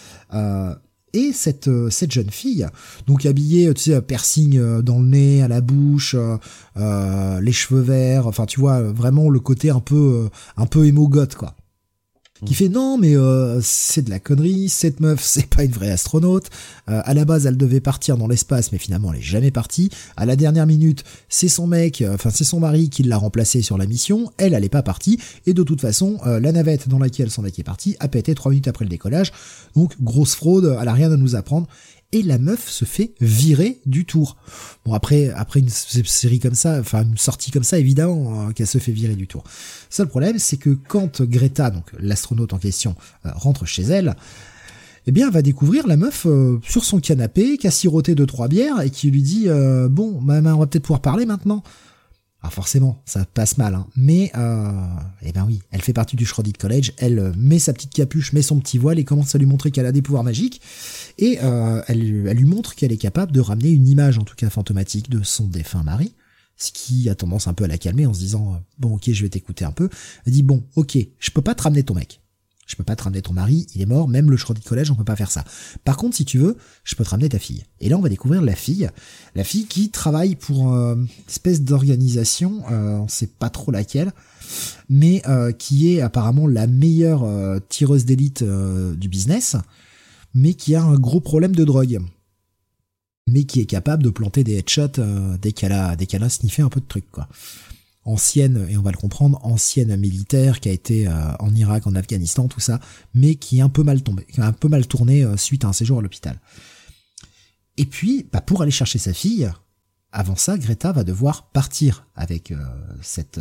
Et cette jeune fille, donc habillée, tu sais, piercing dans le nez, à la bouche, les cheveux verts, enfin tu vois vraiment le côté un peu émo goth, quoi. Qui fait non mais c'est de la connerie, cette meuf c'est pas une vraie astronaute, à la base elle devait partir dans l'espace mais finalement elle est jamais partie, à la dernière minute c'est son mari qui l'a remplacée sur la mission, elle est pas partie, et de toute façon la navette dans laquelle son mec est parti a pété 3 minutes après le décollage, donc grosse fraude, elle a rien à nous apprendre. Et la meuf se fait virer du tour. Bon, après une série comme ça, enfin une sortie comme ça, évidemment qu'elle se fait virer du tour. Seul problème, c'est que quand Greta, donc l'astronaute en question, rentre chez elle, eh bien, elle va découvrir la meuf sur son canapé, qui a siroté 2-3 bières et qui lui dit bon, on va peut-être pouvoir parler maintenant. Alors forcément, ça passe mal, hein. Mais eh ben oui, elle fait partie du Shrouded College, elle met sa petite capuche, met son petit voile et commence à lui montrer qu'elle a des pouvoirs magiques, et elle lui montre qu'elle est capable de ramener une image, en tout cas fantomatique, de son défunt mari, ce qui a tendance un peu à la calmer en se disant bon ok, je vais t'écouter un peu. Elle dit bon ok, je peux pas te ramener ton mec. Je peux pas te ramener ton mari, il est mort, même le Shrouded College, on peut pas faire ça. Par contre, si tu veux, je peux te ramener ta fille. Et là, on va découvrir la fille qui travaille pour une espèce d'organisation, on sait pas trop laquelle, mais qui est apparemment la meilleure tireuse d'élite du business, mais qui a un gros problème de drogue. Mais qui est capable de planter des headshots dès qu'elle a sniffé un peu de trucs, quoi. Ancienne, et on va le comprendre, ancienne militaire qui a été en Irak, en Afghanistan, tout ça, mais qui est un peu mal tourné suite à un séjour à l'hôpital. Et puis, pour aller chercher sa fille, avant ça, Greta va devoir partir avec cette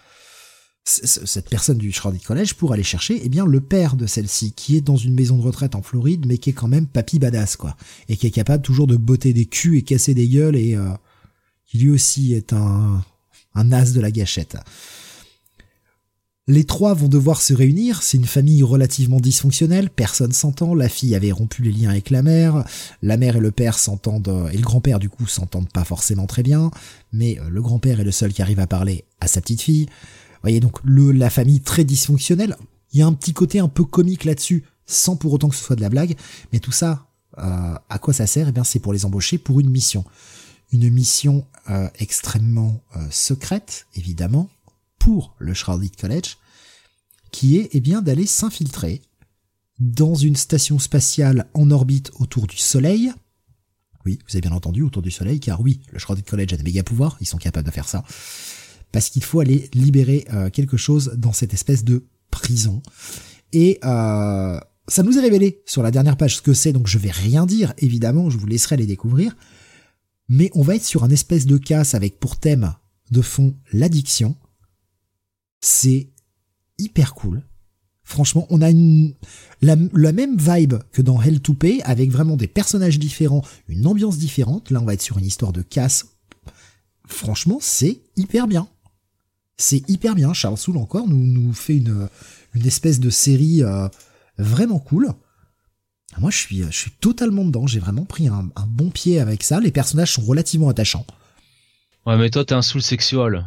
personne du Shrouded College pour aller chercher le père de celle-ci, qui est dans une maison de retraite en Floride, mais qui est quand même papy badass, quoi, et qui est capable toujours de botter des culs et casser des gueules, et qui lui aussi est un as de la gâchette. Les trois vont devoir se réunir, c'est une famille relativement dysfonctionnelle, personne s'entend, la fille avait rompu les liens avec la mère et le père s'entendent, et le grand-père du coup s'entendent pas forcément très bien, mais le grand-père est le seul qui arrive à parler à sa petite fille. Vous voyez donc la famille très dysfonctionnelle, il y a un petit côté un peu comique là-dessus, sans pour autant que ce soit de la blague, mais tout ça, à quoi ça sert? Eh bien c'est pour les embaucher pour une mission. Une mission extrêmement secrète, évidemment, pour le Shrouded College, qui est d'aller s'infiltrer dans une station spatiale en orbite autour du Soleil. Oui, vous avez bien entendu, autour du Soleil, car oui, le Shrouded College a des méga pouvoirs, ils sont capables de faire ça, parce qu'il faut aller libérer quelque chose dans cette espèce de prison. Et ça nous est révélé sur la dernière page ce que c'est, donc je vais rien dire, évidemment, je vous laisserai les découvrir. Mais on va être sur un espèce de casse avec pour thème de fond l'addiction. C'est hyper cool. Franchement, on a la même vibe que dans Hell to Pay, avec vraiment des personnages différents, une ambiance différente. Là, on va être sur une histoire de casse. Franchement, c'est hyper bien. C'est hyper bien. Charles Soule encore nous fait une espèce de série vraiment cool. Moi, je suis totalement dedans. J'ai vraiment pris un bon pied avec ça. Les personnages sont relativement attachants. Ouais, mais toi, t'es un soul sexual.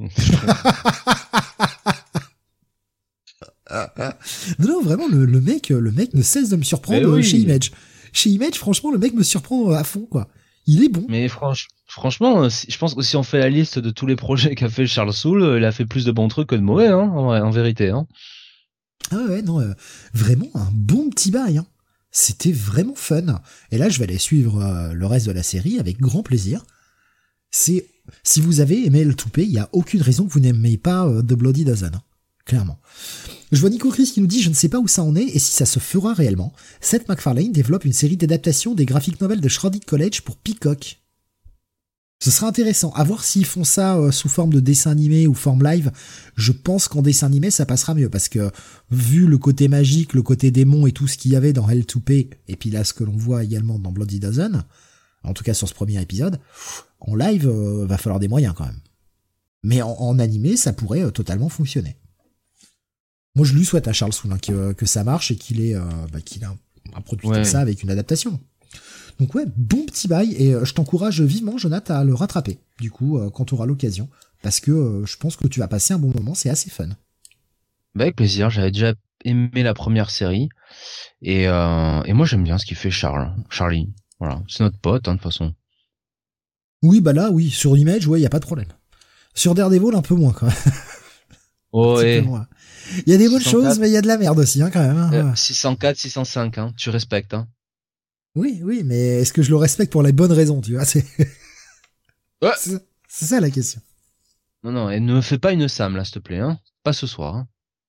Non, vraiment, le mec ne cesse de me surprendre chez Image. Chez Image, franchement, le mec me surprend à fond, quoi. Il est bon. Mais franchement, je pense que si on fait la liste de tous les projets qu'a fait Charles Soule, il a fait plus de bons trucs que de mauvais, hein, en vérité, hein. Ah ouais, non, vraiment un bon petit bail, hein. C'était vraiment fun. Et là, je vais aller suivre le reste de la série avec grand plaisir. Si vous avez aimé le toupet, il n'y a aucune raison que vous n'aimiez pas The Bloody Dozen. Hein. Clairement. Je vois Nico Chris qui nous dit « Je ne sais pas où ça en est et si ça se fera réellement. Seth MacFarlane développe une série d'adaptations des graphic novels de Shoreditch College pour Peacock. » Ce sera intéressant. À voir s'ils font ça sous forme de dessin animé ou forme live. Je pense qu'en dessin animé, ça passera mieux parce que vu le côté magique, le côté démon et tout ce qu'il y avait dans Hell to Pay, et puis là ce que l'on voit également dans Bloody Dozen, en tout cas sur ce premier épisode, en live, va falloir des moyens quand même. Mais en animé, ça pourrait totalement fonctionner. Moi, je lui souhaite à Charles Soule que ça marche et qu'il ait un produit comme ça avec une adaptation. Donc ouais, bon petit bail, et je t'encourage vivement, Jonathan, à le rattraper, du coup, quand tu auras l'occasion, parce que je pense que tu vas passer un bon moment, c'est assez fun. Bah avec plaisir, j'avais déjà aimé la première série, et moi j'aime bien ce qu'il fait Charlie, voilà, c'est notre pote, de toute façon. Oui, bah là, oui, sur Image, ouais, y a pas de problème. Sur Daredevil, un peu moins, quand même. Oh, ouais. Il y a des bonnes choses, mais il y a de la merde aussi, quand même. Hein. 604, 605, tu respectes, Oui, mais est-ce que je le respecte pour les bonnes raisons, tu vois, ouais. C'est ça la question. Non, et ne me fais pas une Sam, là, s'il te plaît, pas ce soir,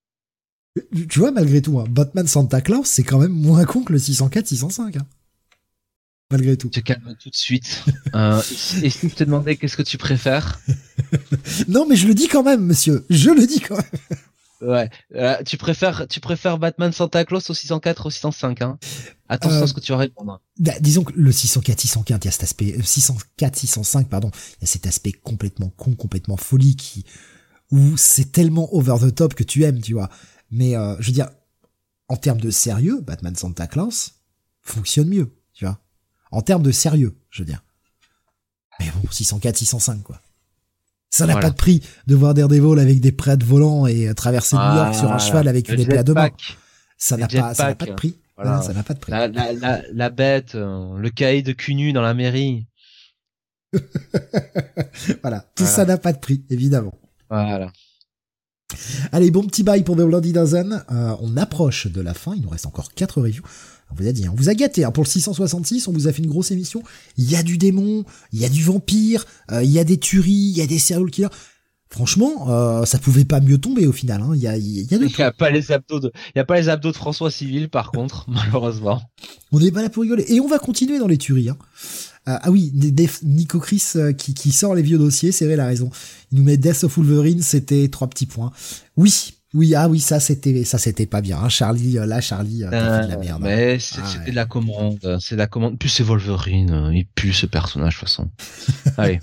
Tu vois, malgré tout, Batman Santa Claus, c'est quand même moins con que le 604, 605, malgré tout. Je te calme tout de suite. Et si je te demandais qu'est-ce que tu préfères? Non, mais je le dis quand même, monsieur. Je le dis quand même. Ouais. Tu préfères Batman Santa Claus au 604 au 605, Attention à ce que tu vas répondre. Disons que le 604, 604, il y a cet aspect, 604, 605, pardon, il y a cet aspect complètement con, complètement folie où c'est tellement over the top que tu aimes, tu vois. Mais, je veux dire, en termes de sérieux, Batman Santa Claus fonctionne mieux, tu vois. En termes de sérieux, je veux dire. Mais bon, 604, 605, quoi. Ça n'a pas de prix de voir Daredevil avec des prêtres volants et traverser New York sur un cheval avec une épée à deux mains. Ça n'a pas de prix. Voilà. Non, ça n'a pas de prix. La bête, le cahier de cul dans la mairie. Voilà. Tout ça n'a pas de prix, évidemment. Voilà. Allez, bon petit bail pour The Bloody Dozen. On approche de la fin. Il nous reste encore 4 reviews. On vous a dit, on vous a gâté. Pour le 666, on vous a fait une grosse émission. Il y a du démon, il y a du vampire, il y a des tueries, il y a des serial killers. Franchement, ça pouvait pas mieux tomber au final. Il y a pas les abdos de François Civil, par contre, malheureusement. On n'est pas là pour rigoler. Et on va continuer dans les tueries. Oui, Nico Chris qui sort les vieux dossiers, c'est vrai, il a raison. Il nous met Death of Wolverine, c'était 3 petits points. Oui, ça c'était pas bien. Charlie, t'as fait de la merde. Mais c'était de la commande. C'est de la commande. Plus c'est Wolverine, il pue ce personnage de toute façon. Allez.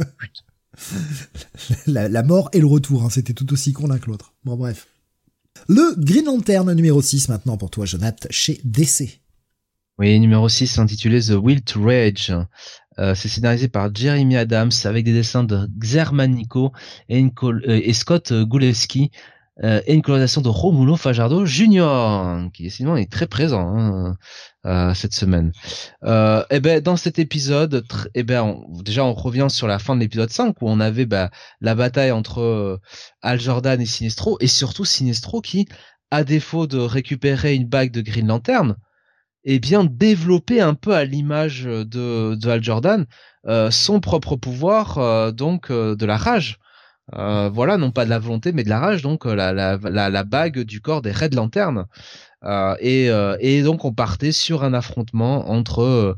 La mort et le retour, c'était tout aussi con l'un que l'autre. Bon, bref. Le Green Lantern numéro 6 maintenant pour toi, Jonathan, chez DC. Oui, numéro 6 intitulé The Will to Rage. C'est scénarisé par Jeremy Adams avec des dessins de Xermanico et Scott Gulewski et une colorisation de Romulo Fajardo Jr. qui décidément est très présent cette semaine. Dans cet épisode, déjà on revient sur la fin de l'épisode 5 où on avait la bataille entre Hal Jordan et Sinestro, et surtout Sinestro qui, à défaut de récupérer une bague de Green Lantern, développer un peu à l'image de Hal Jordan son propre pouvoir, de la rage. Non pas de la volonté mais de la rage, donc la bague du corps des Red Lantern. Et donc on partait sur un affrontement entre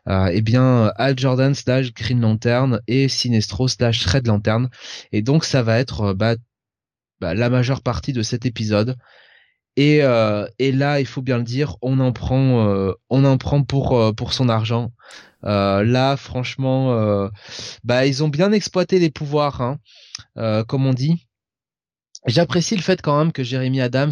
Hal Jordan / Green Lantern et Sinestro / Red Lantern, et donc ça va être la majeure partie de cet épisode. Et là, il faut bien le dire, on en prend pour son argent. Là, franchement, ils ont bien exploité les pouvoirs, comme on dit. J'apprécie le fait quand même que Jeremy Adams,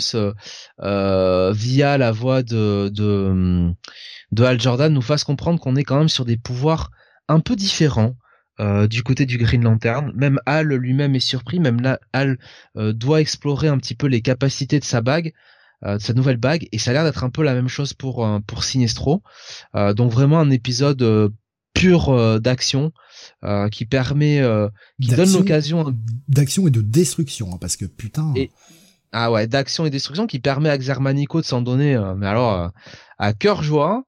via la voix de Hal Jordan, nous fasse comprendre qu'on est quand même sur des pouvoirs un peu différents. Du côté du Green Lantern, même Hal lui-même est surpris, même là Hal doit explorer un petit peu les capacités de sa bague, de sa nouvelle bague, et ça a l'air d'être un peu la même chose pour Sinestro. Donc vraiment un épisode pur d'action qui permet, qui donne l'occasion d'action et de destruction, parce que putain. D'action et destruction, qui permet à Xermanico de s'en donner, mais alors à cœur joie.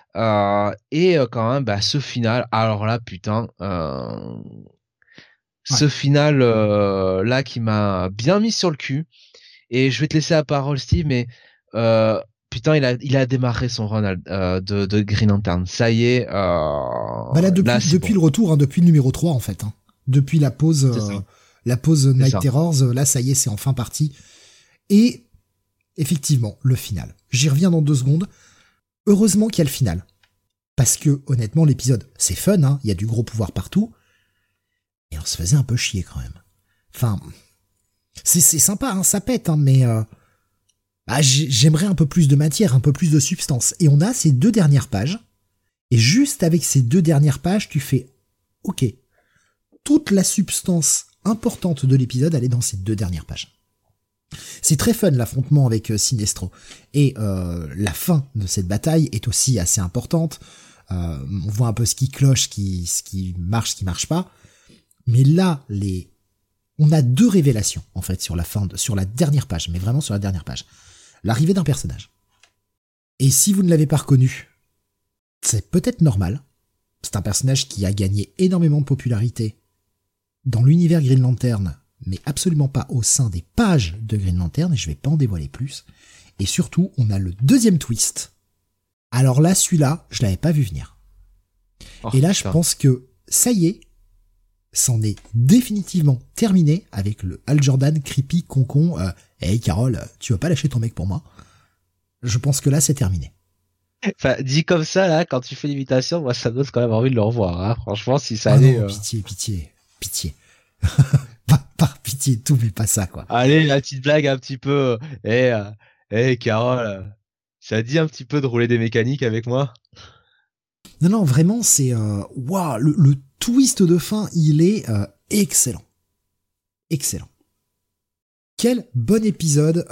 Et quand même, ce final, alors là, putain, ce final là qui m'a bien mis sur le cul. Et je vais te laisser la parole, Steve, mais putain, il a démarré son run de Green Lantern. Ça y est. Bah là, depuis bon. le retour, hein, depuis le numéro 3 en fait. Hein. Depuis la pause Night Terrors, là ça y est, c'est enfin parti. Et effectivement, le final. J'y reviens dans 2 secondes. Heureusement qu'il y a le final. Parce que, honnêtement, l'épisode, c'est fun, hein, il y a du gros pouvoir partout. Et on se faisait un peu chier quand même. Enfin, c'est sympa, hein, ça pète, hein, mais j'aimerais un peu plus de matière, un peu plus de substance. Et on a ces 2 dernières pages. Et juste avec ces 2 dernières pages, tu fais ok. Toute la substance importante de l'épisode, elle est dans ces 2 dernières pages. C'est très fun l'affrontement avec Sinestro. Et la fin de cette bataille est aussi assez importante. On voit un peu ce qui cloche, ce qui marche pas. Mais là, on a 2 révélations en fait sur la dernière page, mais vraiment sur la dernière page. L'arrivée d'un personnage. Et si vous ne l'avez pas reconnu, c'est peut-être normal. C'est un personnage qui a gagné énormément de popularité dans l'univers Green Lantern, mais absolument pas au sein des pages de Green Lantern, et je vais pas en dévoiler plus. Et surtout, on a le 2e twist. Alors là, celui-là, je l'avais pas vu venir. Oh, et là, je pense que ça y est, c'en est définitivement terminé avec le Hal Jordan creepy concon. Hey Carole, tu vas pas lâcher ton mec pour moi? Je pense que là, c'est terminé. Enfin, dit comme ça, là, quand tu fais l'imitation, moi, ça me donne quand même envie de le revoir, hein. Franchement, si ça allait... Non, pitié. Par pitié, tout, mais pas ça, quoi. Allez, la petite blague un petit peu. Carole, ça dit un petit peu de rouler des mécaniques avec moi? Non, vraiment, c'est... Waouh, le twist de fin, il est excellent. Excellent. Quel bon épisode.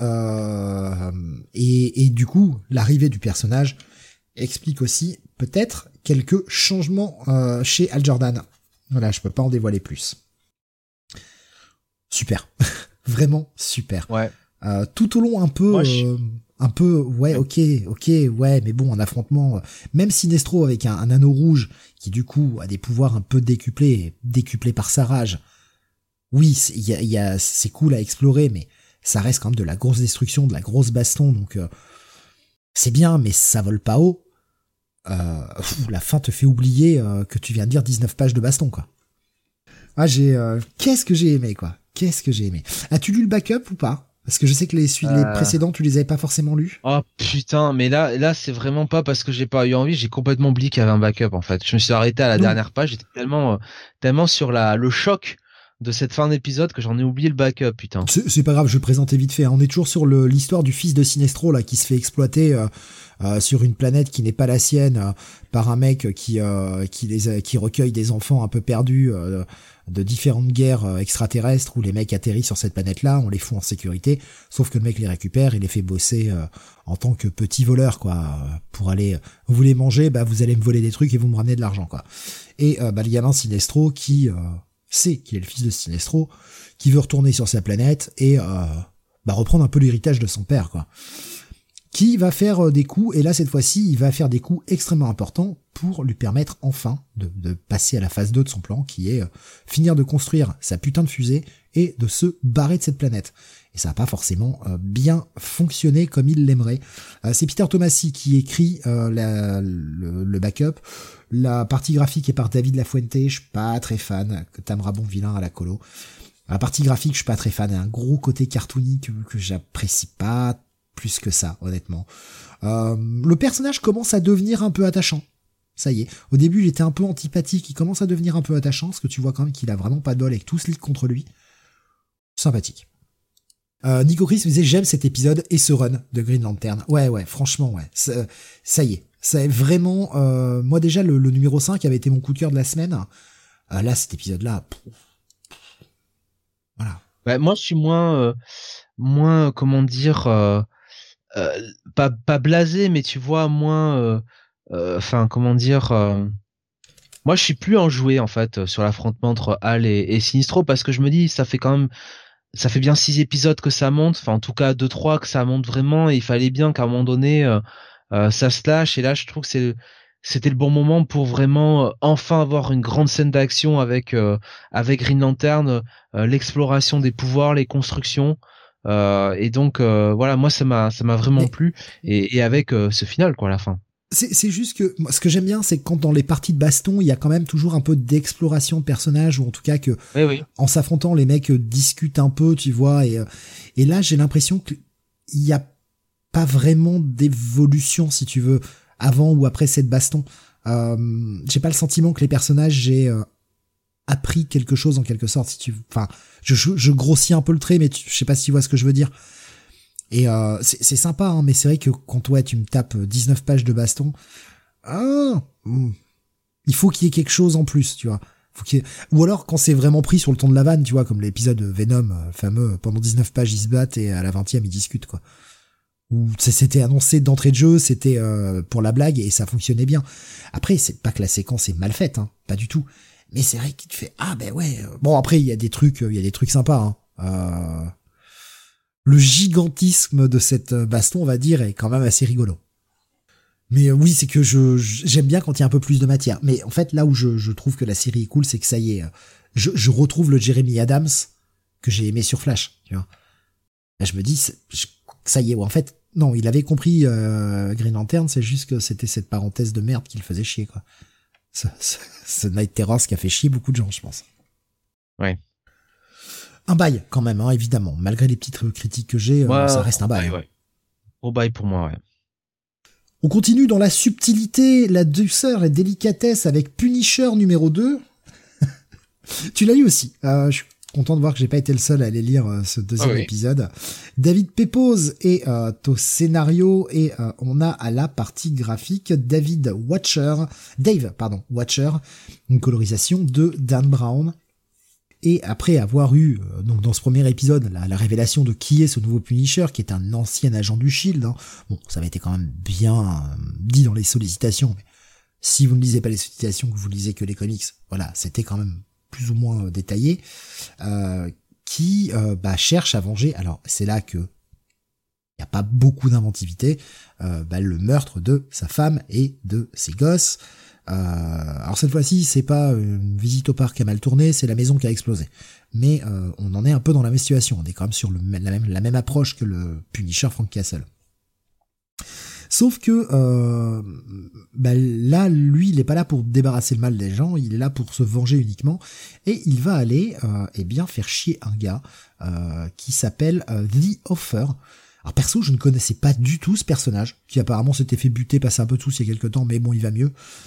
Et du coup, l'arrivée du personnage explique aussi peut-être quelques changements chez Hal Jordan. Voilà, je peux pas en dévoiler plus. Super. Vraiment super. Ouais. Tout au long, un peu, ouais, ok, ouais, mais bon, un affrontement, même Sinestro avec un anneau rouge, qui du coup a des pouvoirs un peu décuplés par sa rage. Oui, c'est cool à explorer, mais ça reste quand même de la grosse destruction, de la grosse baston, donc c'est bien, mais ça vole pas haut. La fin te fait oublier que tu viens de lire 19 pages de baston, quoi. Ah, qu'est-ce que j'ai aimé, quoi. Qu'est-ce que j'ai aimé. As-tu lu le backup ou pas? Parce que je sais que les précédents, tu les avais pas forcément lus. Oh putain, mais là c'est vraiment pas parce que j'ai pas eu envie, j'ai complètement oublié qu'il y avait un backup en fait. Je me suis arrêté à la dernière page, j'étais tellement sur le choc de cette fin d'épisode que j'en ai oublié le backup, putain. C'est pas grave, je vais présenter vite fait. On est toujours sur l'histoire du fils de Sinestro là qui se fait exploiter sur une planète qui n'est pas la sienne par un mec qui recueille des enfants un peu perdus de différentes guerres extraterrestres où les mecs atterrissent sur cette planète-là, on les fout en sécurité, sauf que le mec les récupère et les fait bosser en tant que petits voleurs, quoi, pour aller, vous voulez manger, bah vous allez me voler des trucs et vous me ramenez de l'argent, quoi. Et le gamin Sinestro qui sait qu'il est le fils de Sinestro, qui veut retourner sur sa planète et reprendre un peu l'héritage de son père, quoi. Qui va faire des coups, et là cette fois-ci il va faire des coups extrêmement importants pour lui permettre enfin de passer à la phase 2 de son plan, qui est finir de construire sa putain de fusée et de se barrer de cette planète. Et ça n'a pas forcément bien fonctionné comme il l'aimerait. C'est Peter Tomasi qui écrit le backup. La partie graphique est par David Lafuente, je suis pas très fan, Tamara Bonvillain à la colo. La partie graphique, je suis pas très fan, il y a un gros côté cartoony que j'apprécie pas plus que ça, honnêtement. Le personnage commence à devenir un peu attachant. Ça y est. Au début, il était un peu antipathique, il commence à devenir un peu attachant, parce que tu vois quand même qu'il a vraiment pas de bol avec tout ce lit contre lui. Sympathique. Nico Chris me disait, j'aime cet épisode et ce run de Green Lantern. Ouais, franchement, ouais. Ça y est. C'est vraiment, moi déjà, le numéro 5 avait été mon coup de cœur de la semaine. Là, cet épisode-là, voilà. Ouais, moi, je suis moins, comment dire, pas blasé, mais tu vois, moins, enfin, comment dire, moi, je suis plus enjoué, en fait, sur l'affrontement entre Hal et Sinestro, parce que je me dis, ça fait bien 6 épisodes que ça monte, enfin, en tout cas, 2-3 que ça monte vraiment, et il fallait bien qu'à un moment donné, ça se lâche, et là, je trouve que c'était le bon moment pour vraiment enfin avoir une grande scène d'action avec Green Lantern, l'exploration des pouvoirs, les constructions. Et donc voilà, moi ça m'a vraiment Mais plu, et avec ce final quoi à la fin. c'est juste que moi, ce que j'aime bien, c'est que quand dans les parties de baston, il y a quand même toujours un peu d'exploration de personnages, ou en tout cas que Oui, oui. en s'affrontant, les mecs discutent un peu, tu vois. Et là, j'ai l'impression qu'il y a pas vraiment d'évolution, si tu veux, avant ou après cette baston. J'ai pas le sentiment que les personnages aient appris quelque chose en quelque sorte, si tu veux. Enfin, je grossis un peu le trait, mais je sais pas si tu vois ce que je veux dire. Et c'est sympa, hein, mais c'est vrai que quand ouais, tu me tapes 19 pages de baston, ah, il faut qu'il y ait quelque chose en plus, tu vois. Faut qu'il y ait... Ou alors quand c'est vraiment pris sur le ton de la vanne, tu vois, comme l'épisode Venom, fameux, pendant 19 pages ils se battent et à la 20e ils discutent, quoi. Ou c'était annoncé d'entrée de jeu, c'était pour la blague et ça fonctionnait bien. Après, c'est pas que la séquence est mal faite, hein, pas du tout. Mais c'est vrai qu'il te fait ah ben ouais. Bon après il y a des trucs sympas. Hein. Le gigantisme de cette baston, on va dire, est quand même assez rigolo. Mais oui, c'est que j'aime bien quand il y a un peu plus de matière. Mais en fait, là où je trouve que la série est cool, c'est que ça y est, je retrouve le Jeremy Adams que j'ai aimé sur Flash, tu vois. Là, je me dis, ça y est, en fait, non, il avait compris Green Lantern, c'est juste que c'était cette parenthèse de merde qui le faisait chier, quoi. Ce Night Terrors qui a fait chier beaucoup de gens, je pense. Ouais. Un bail, quand même, hein, évidemment. Malgré les petites critiques que j'ai, ça reste un bail. Ouais. Au bail pour moi, ouais. On continue dans la subtilité, la douceur, la délicatesse avec Punisher numéro 2. Tu l'as lu aussi. Je suis content de voir que j'ai pas été le seul à aller lire ce deuxième épisode. David Pepose est au scénario et on a à la partie graphique Dave Watcher, une colorisation de Dan Brown. Et après avoir eu, donc dans ce premier épisode, la révélation de qui est ce nouveau Punisher, qui est un ancien agent du Shield, hein. Bon, ça avait été quand même bien dit dans les sollicitations, mais si vous ne lisez pas les sollicitations, que vous lisez que les comics, voilà, c'était quand même plus ou moins détaillé, qui cherche à venger. Alors, c'est là que il n'y a pas beaucoup d'inventivité, le meurtre de sa femme et de ses gosses. Alors cette fois-ci, c'est pas une visite au parc qui a mal tourné, c'est la maison qui a explosé. Mais on en est un peu dans la même situation. On est quand même sur la même approche que le Punisher Frank Castle. Sauf que là, lui, il est pas là pour débarrasser le mal des gens, il est là pour se venger uniquement. Et il va aller faire chier un gars qui s'appelle The Offer. Alors perso, je ne connaissais pas du tout ce personnage, qui apparemment s'était fait buter, passer un peu tous il y a quelques temps, mais bon, il va mieux.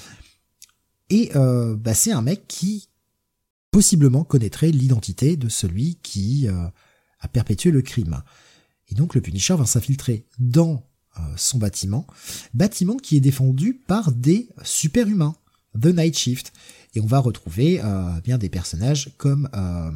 Et c'est un mec qui possiblement connaîtrait l'identité de celui qui a perpétué le crime. Et donc le Punisher va s'infiltrer dans son bâtiment qui est défendu par des super-humains, The Night Shift. Et on va retrouver bien des personnages comme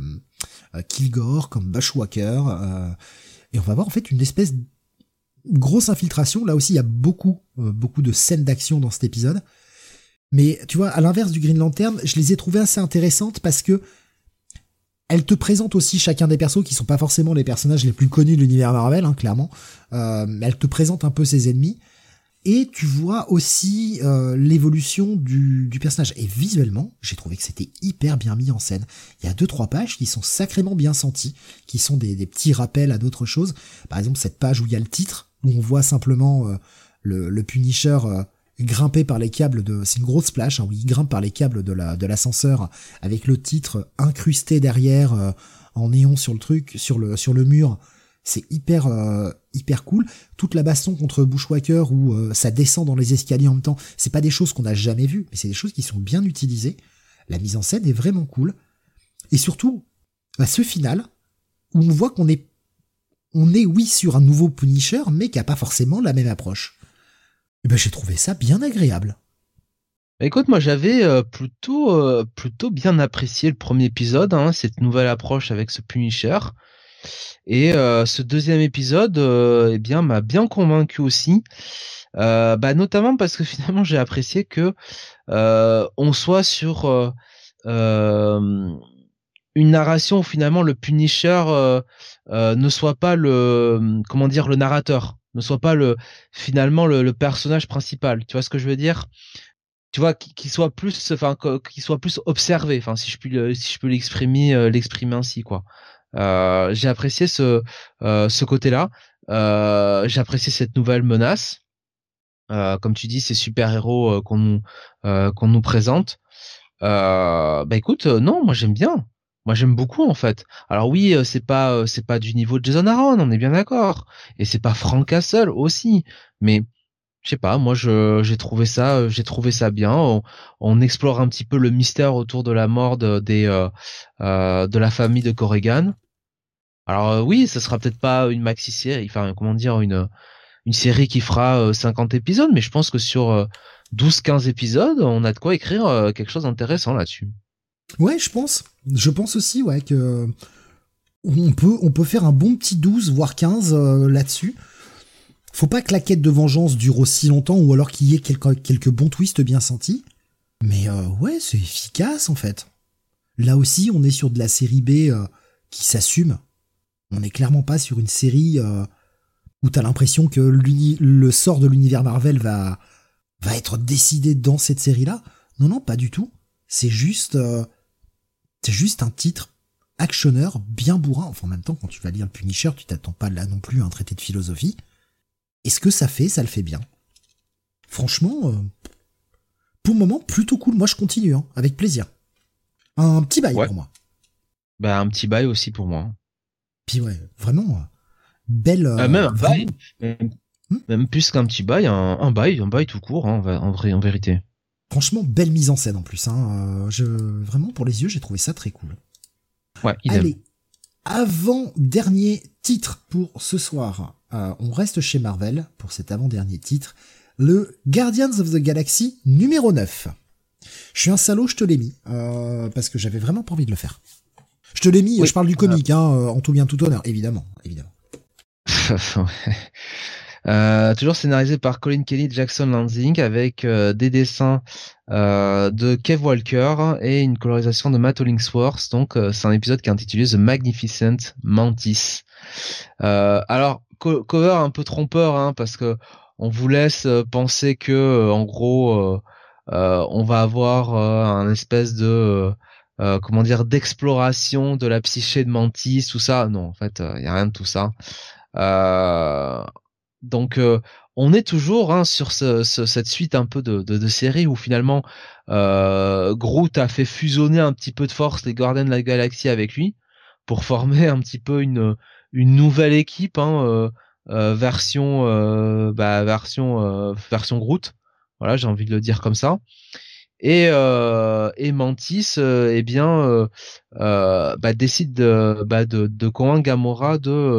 Kilgore, comme Bushwhacker, et on va voir en fait une espèce de grosse infiltration. Là aussi, il y a beaucoup de scènes d'action dans cet épisode. Mais tu vois, à l'inverse du Green Lantern, je les ai trouvées assez intéressantes parce que elles te présentent aussi chacun des persos qui sont pas forcément les personnages les plus connus de l'univers Marvel, hein, clairement. Elles te présentent un peu ses ennemis. Et tu vois aussi l'évolution du personnage. Et visuellement, j'ai trouvé que c'était hyper bien mis en scène. Il y a 2-3 pages qui sont sacrément bien senties, qui sont des petits rappels à d'autres choses. Par exemple, cette page où il y a le titre, où on voit simplement le Punisher grimper par les câbles c'est une grosse splash, hein, où il grimpe par les câbles de l'ascenseur avec le titre incrusté derrière en néon sur le truc, sur le mur. C'est hyper cool. Toute la baston contre Bushwhacker où ça descend dans les escaliers en même temps, c'est pas des choses qu'on n'a jamais vues, mais c'est des choses qui sont bien utilisées. La mise en scène est vraiment cool. Et surtout, ce final, où on voit qu'on est oui sur un nouveau Punisher, mais qui a pas forcément la même approche. Et j'ai trouvé ça bien agréable. Écoute, moi j'avais plutôt bien apprécié le premier épisode, hein, cette nouvelle approche avec ce Punisher. Et ce deuxième épisode m'a bien convaincu aussi, notamment parce que finalement j'ai apprécié que on soit sur une narration où finalement le Punisher ne soit pas le narrateur, ne soit pas finalement le personnage principal. Tu vois ce que je veux dire? Tu vois, qu'il soit plus observé, si je peux l'exprimer ainsi, quoi. J'ai apprécié ce côté-là. J'ai apprécié cette nouvelle menace. Comme tu dis, ces super-héros qu'on nous présente. Bah écoute, non, moi j'aime bien. Moi j'aime beaucoup en fait. Alors oui, c'est pas du niveau de Jason Aaron, on est bien d'accord. Et c'est pas Frank Castle aussi. Mais je sais pas, moi j'ai trouvé ça bien. On explore un petit peu le mystère autour de la mort de la famille de Corrigan. Alors oui, ça sera peut-être pas une maxi-série, enfin comment dire, une série qui fera 50 épisodes, mais je pense que sur 12-15 épisodes, on a de quoi écrire quelque chose d'intéressant là-dessus. Ouais, je pense. Je pense aussi, ouais, que on peut faire un bon petit 12 voire 15 là-dessus. Faut pas que la quête de vengeance dure aussi longtemps, ou alors qu'il y ait quelques bons twists bien sentis. Mais ouais, c'est efficace en fait. Là aussi, on est sur de la série B qui s'assume. On n'est clairement pas sur une série où t'as l'impression que le sort de l'univers Marvel va être décidé dans cette série-là. Non, non, pas du tout. C'est juste un titre actionneur bien bourrin. Enfin, en même temps, quand tu vas lire le Punisher, tu t'attends pas là non plus à un traité de philosophie. Et ce que ça le fait bien. Franchement, pour le moment, plutôt cool. Moi, je continue, hein, avec plaisir. Un petit bail Ouais. pour moi. Bah un petit bail aussi pour moi. Puis ouais, vraiment, belle... Même un vraiment... bail, même plus qu'un petit bail, un bail tout court, hein, en vérité. Franchement, belle mise en scène en plus. Hein. Vraiment, pour les yeux, j'ai trouvé ça très cool. Ouais, idem. Allez, avant-dernier titre pour ce soir. On reste chez Marvel pour cet avant-dernier titre. Le Guardians of the Galaxy numéro 9. Je suis un salaud, je te l'ai mis. Parce que j'avais vraiment pas envie de le faire. Je te l'ai mis, oui. Je parle du comique, en tout bien tout honneur, évidemment. Toujours scénarisé par Colin Kelly, Jackson Lanzing, avec des dessins de Kev Walker et une colorisation de Matt Hollingsworth. Donc c'est un épisode qui est intitulé The Magnificent Mantis. Alors cover un peu trompeur, hein, parce que on vous laisse penser que en gros on va avoir un espèce de comment dire, d'exploration de la psyché de Mantis, tout ça. Non, en fait il y a rien de tout ça. Euh, donc on est toujours, hein, sur cette suite un peu de séries où finalement Groot a fait fusionner un petit peu de force les Gardiens de la Galaxie avec lui pour former un petit peu une nouvelle équipe, hein, version Groot. Voilà, j'ai envie de le dire comme ça. Et Mantis, décide de convaincre Gamora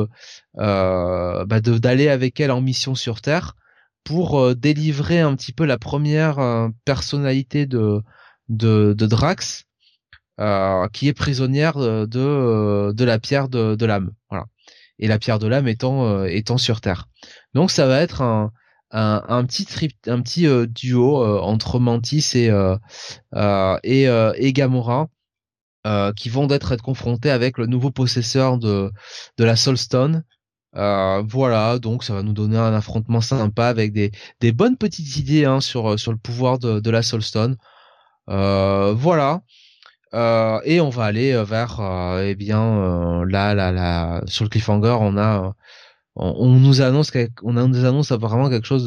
d'aller avec elle en mission sur Terre pour délivrer un petit peu la première personnalité de Drax, qui est prisonnière de la pierre de l'âme. Voilà. Et la pierre de l'âme étant sur Terre. Donc ça va être un petit duo entre Mantis et Gamora, qui vont être confrontés avec le nouveau possesseur de la Soul Stone. Voilà, donc ça va nous donner un affrontement sympa avec des bonnes petites idées, hein, sur le pouvoir de la Soul Stone. Voilà. Et on va aller vers là sur le cliffhanger, on nous annonce vraiment quelque chose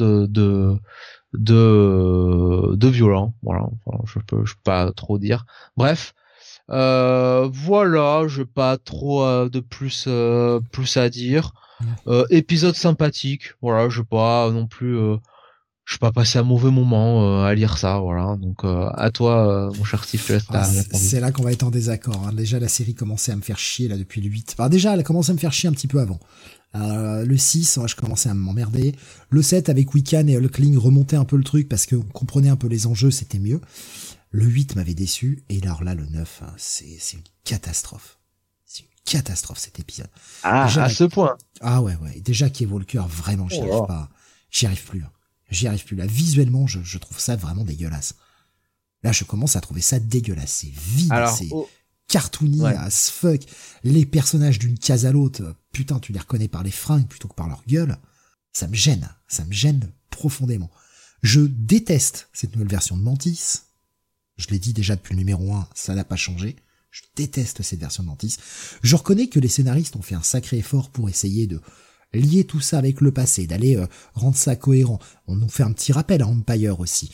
de violent. Voilà, enfin, je peux pas trop dire. Bref, voilà, je pas trop de plus à dire. Épisode sympathique, voilà, je pas non plus je pas passé un mauvais moment à lire ça, voilà. Donc à toi, mon cher Steve, je te laisse la parole. C'est là qu'on va être en désaccord. Hein. Déjà, la série commençait à me faire chier là depuis le 8. Enfin, déjà, elle a commencé à me faire chier un petit peu avant. Le 6, je commençais à m'emmerder. Le 7, avec Wiccan et Hulkling, remontait un peu le truc parce qu'on comprenait un peu les enjeux, c'était mieux. Le 8 m'avait déçu. Et alors là, le 9, c'est une catastrophe. C'est une catastrophe, cet épisode. Ah, déjà, à ce point. Ah ouais. Déjà, Kev Walker, vraiment, j'y arrive pas. J'y arrive plus. J'y arrive plus. Là, visuellement, je trouve ça vraiment dégueulasse. Là, je commence à trouver ça dégueulasse. C'est vide, c'est cartoony as fuck. Les personnages d'une case à l'autre, putain, tu les reconnais par les fringues plutôt que par leur gueule. Ça me gêne profondément. Je déteste cette nouvelle version de Mantis. Je l'ai dit déjà depuis le numéro 1, ça n'a pas changé. Je déteste cette version de Mantis. Je reconnais que les scénaristes ont fait un sacré effort pour essayer de lier tout ça avec le passé, d'aller rendre ça cohérent. On nous fait un petit rappel à Empire aussi,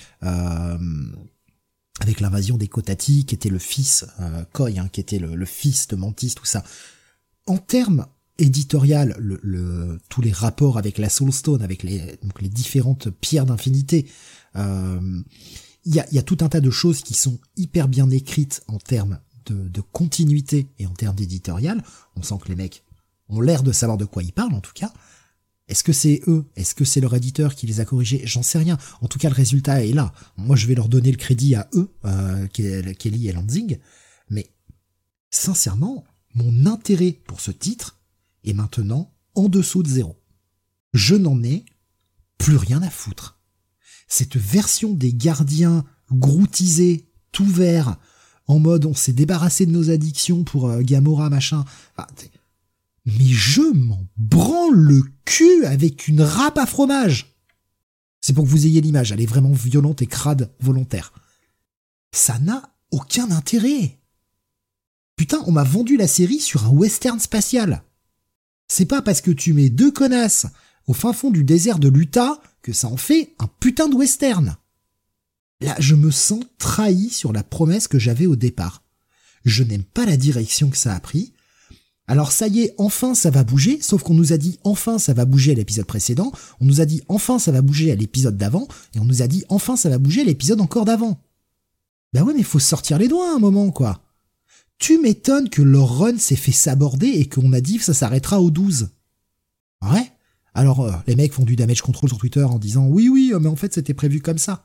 avec l'invasion des Kotati, qui était le fils, Koi, hein, qui était le fils de Mantis, tout ça. En termes éditorial, tous les rapports avec la Soulstone, avec les différentes pierres d'infinité, il y a tout un tas de choses qui sont hyper bien écrites en termes de continuité et en termes d'éditorial. On sent que les mecs ont l'air de savoir de quoi ils parlent, en tout cas. Est-ce que c'est eux? Est-ce que c'est leur éditeur qui les a corrigés? J'en sais rien. En tout cas, le résultat est là. Moi, je vais leur donner le crédit à eux, Kelly et Lanzing. Mais, sincèrement, mon intérêt pour ce titre est maintenant en dessous de 0. Je n'en ai plus rien à foutre. Cette version des gardiens groutisés, tout vert, en mode on s'est débarrassé de nos addictions pour Gamora, machin. Enfin, mais je m'en branle le cul avec une râpe à fromage. C'est pour que vous ayez l'image, elle est vraiment violente et crade volontaire. Ça n'a aucun intérêt. Putain, on m'a vendu la série sur un western spatial. C'est pas parce que tu mets 2 connasses au fin fond du désert de l'Utah que ça en fait un putain de western. Là, je me sens trahi sur la promesse que j'avais au départ. Je n'aime pas la direction que ça a pris. Alors ça y est, enfin ça va bouger, sauf qu'on nous a dit enfin ça va bouger à l'épisode précédent, on nous a dit enfin ça va bouger à l'épisode d'avant, et on nous a dit enfin ça va bouger à l'épisode encore d'avant. Ben ouais, mais faut sortir les doigts à un moment, quoi. Tu m'étonnes que leur run s'est fait saborder et qu'on a dit que ça s'arrêtera au 12. Ouais. Alors, les mecs font du damage control sur Twitter en disant oui, mais en fait c'était prévu comme ça.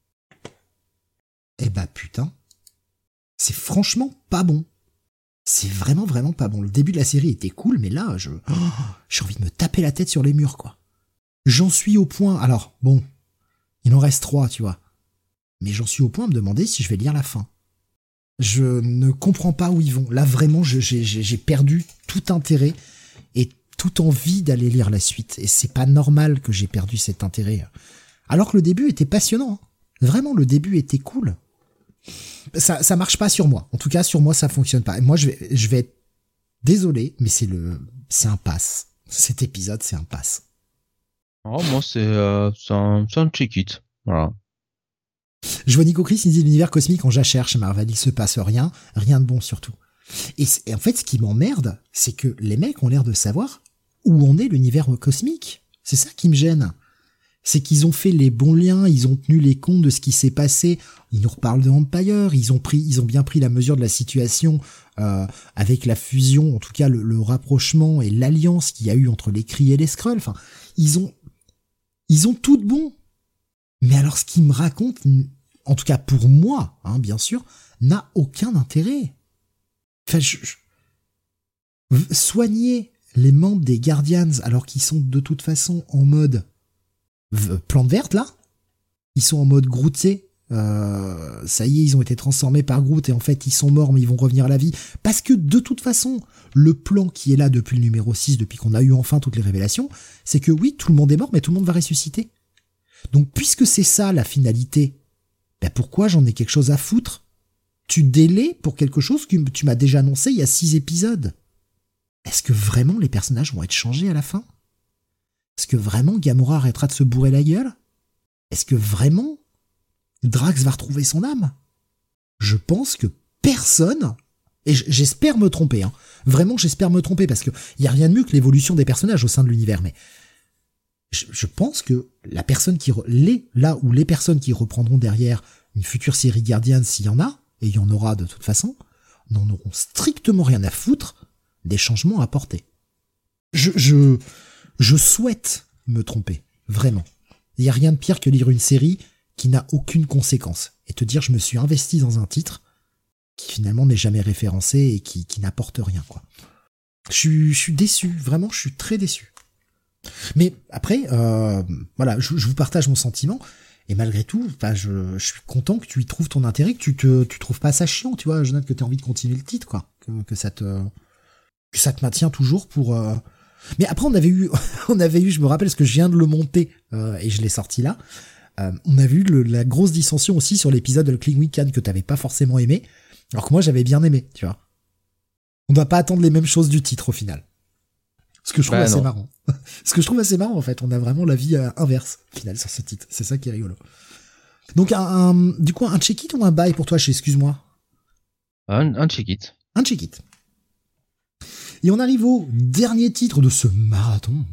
Eh bah putain, c'est franchement pas bon. C'est vraiment pas bon. Le début de la série était cool, mais là, j'ai envie de me taper la tête sur les murs, quoi. J'en suis au point, alors, bon, il en reste 3, tu vois. Mais j'en suis au point de me demander si je vais lire la fin. Je ne comprends pas où ils vont. Là, vraiment, j'ai perdu tout intérêt et toute envie d'aller lire la suite. Et c'est pas normal que j'ai perdu cet intérêt. Alors que le début était passionnant. Vraiment, le début était cool. Ça marche pas sur moi. En tout cas, sur moi, ça fonctionne pas. Et moi, je vais être désolé, mais c'est un pass. Cet épisode, c'est un pass. Oh, moi, c'est un check-it. Voilà. Je vois Nico Chris, il dit l'univers cosmique en jachère chez Marvel, il se passe rien de bon surtout. Et en fait, ce qui m'emmerde, c'est que les mecs ont l'air de savoir où en est l'univers cosmique. C'est ça qui me gêne. C'est qu'ils ont fait les bons liens, ils ont tenu les comptes de ce qui s'est passé. Ils nous reparlent de Empire, ils ont bien pris la mesure de la situation avec la fusion, en tout cas le rapprochement et l'alliance qu'il y a eu entre les Kree et les Skrulls. Enfin, ils ont tout de bon. Mais alors, ce qu'ils me racontent, en tout cas pour moi, hein, bien sûr, n'a aucun intérêt. Enfin, soigner les membres des Guardians alors qu'ils sont de toute façon en mode plante verte, là. Ils sont en mode Groot, ça y est, ils ont été transformés par Groot et en fait, ils sont morts, mais ils vont revenir à la vie. Parce que de toute façon, le plan qui est là depuis le numéro 6, depuis qu'on a eu enfin toutes les révélations, c'est que oui, tout le monde est mort, mais tout le monde va ressusciter. Donc, puisque c'est ça la finalité, ben pourquoi j'en ai quelque chose à foutre? Tu délais pour quelque chose que tu m'as déjà annoncé il y a 6 épisodes. Est-ce que vraiment les personnages vont être changés à la fin? Est-ce que vraiment Gamora arrêtera de se bourrer la gueule? Est-ce que vraiment Drax va retrouver son âme? Je pense que personne, et j'espère me tromper, hein, vraiment j'espère me tromper, parce que y a rien de mieux que l'évolution des personnages au sein de l'univers, mais je pense que les personnes qui reprendront derrière une future série Guardian, s'il y en a, et il y en aura de toute façon, n'en auront strictement rien à foutre des changements à apporter. Je souhaite me tromper, vraiment. Il y a rien de pire que lire une série qui n'a aucune conséquence et te dire je me suis investi dans un titre qui finalement n'est jamais référencé et qui n'apporte rien, quoi. Je suis déçu, vraiment, je suis très déçu. Mais après, voilà, je vous partage mon sentiment, et malgré tout, je suis content que tu y trouves ton intérêt, que tu trouves pas ça chiant, tu vois, je note que tu as envie de continuer le titre, quoi, que ça te maintient toujours pour. Mais après, on avait eu, je me rappelle parce que je viens de le monter et je l'ai sorti là. On avait eu la grosse dissension aussi sur l'épisode de King Weekend que t'avais pas forcément aimé, alors que moi j'avais bien aimé, tu vois. On doit pas attendre les mêmes choses du titre au final. Ce que je trouve assez non. marrant. Ce que je trouve assez marrant en fait, on a vraiment l'avis inverse au final sur ce titre. C'est ça qui est rigolo. Donc du coup un check-it ou un buy pour toi, excuse-moi. Un check-it. Un check-it. Et on arrive au dernier titre de ce marathon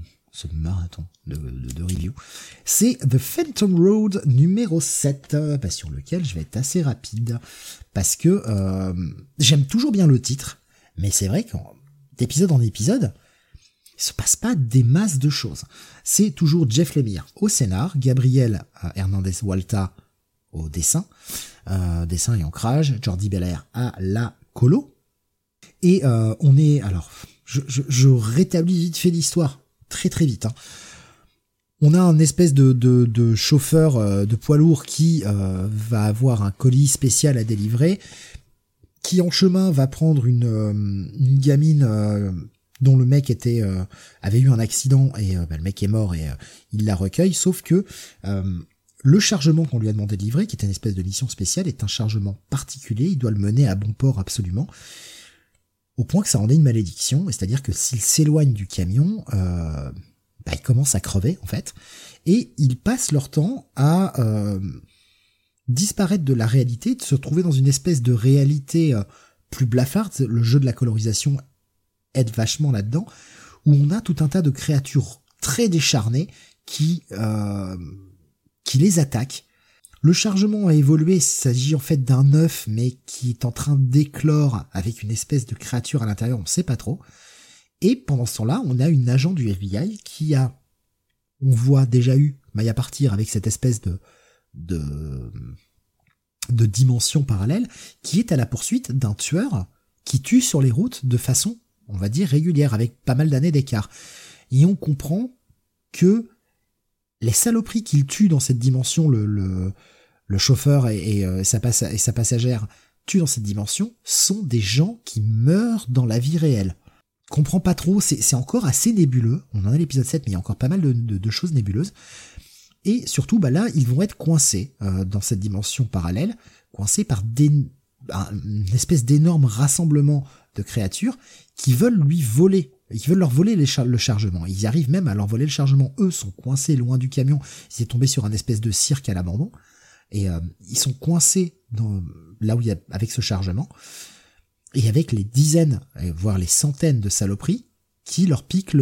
de review. C'est The Phantom Road numéro 7, sur lequel je vais être assez rapide, parce que j'aime toujours bien le titre, mais c'est vrai d'épisode en épisode, il se passe pas des masses de choses. C'est toujours Jeff Lemire au scénar, Gabriel Hernandez Walta au dessin et ancrage, Jordi Belair à la colo. Et on est... Alors, je rétablis vite fait l'histoire, très très vite. Hein. On a un espèce de chauffeur de poids lourd qui va avoir un colis spécial à délivrer, qui en chemin va prendre une gamine dont le mec avait eu un accident et le mec est mort et il la recueille, sauf que le chargement qu'on lui a demandé de livrer, qui est une espèce de mission spéciale, est un chargement particulier, il doit le mener à bon port absolument, au point que ça en est une malédiction, c'est-à-dire que s'il s'éloigne du camion, ils commencent à crever en fait, et ils passent leur temps à disparaître de la réalité, de se retrouver dans une espèce de réalité plus blafarde. Le jeu de la colorisation aide vachement là-dedans, où on a tout un tas de créatures très décharnées qui les attaquent. Le chargement a évolué, il s'agit en fait d'un œuf, mais qui est en train d'éclore avec une espèce de créature à l'intérieur, on sait pas trop. Et pendant ce temps-là, on a une agent du FBI on voit déjà eu Maya partir avec cette espèce de dimension parallèle, qui est à la poursuite d'un tueur qui tue sur les routes de façon, on va dire, régulière, avec pas mal d'années d'écart. Et on comprend que les saloperies qu'il tue dans cette dimension, le chauffeur et sa passagère tuent dans cette dimension, sont des gens qui meurent dans la vie réelle. Comprends pas trop, c'est encore assez nébuleux. On en a l'épisode 7, mais il y a encore pas mal de choses nébuleuses. Et surtout, là, ils vont être coincés dans cette dimension parallèle, coincés par une espèce d'énorme rassemblement de créatures qui veulent leur voler le chargement. Ils y arrivent même à leur voler le chargement. Eux sont coincés loin du camion. Ils sont tombés sur un espèce de cirque à l'abandon. Et ils sont coincés là où il y a, avec ce chargement. Et avec les dizaines, voire les centaines de saloperies qui leur piquent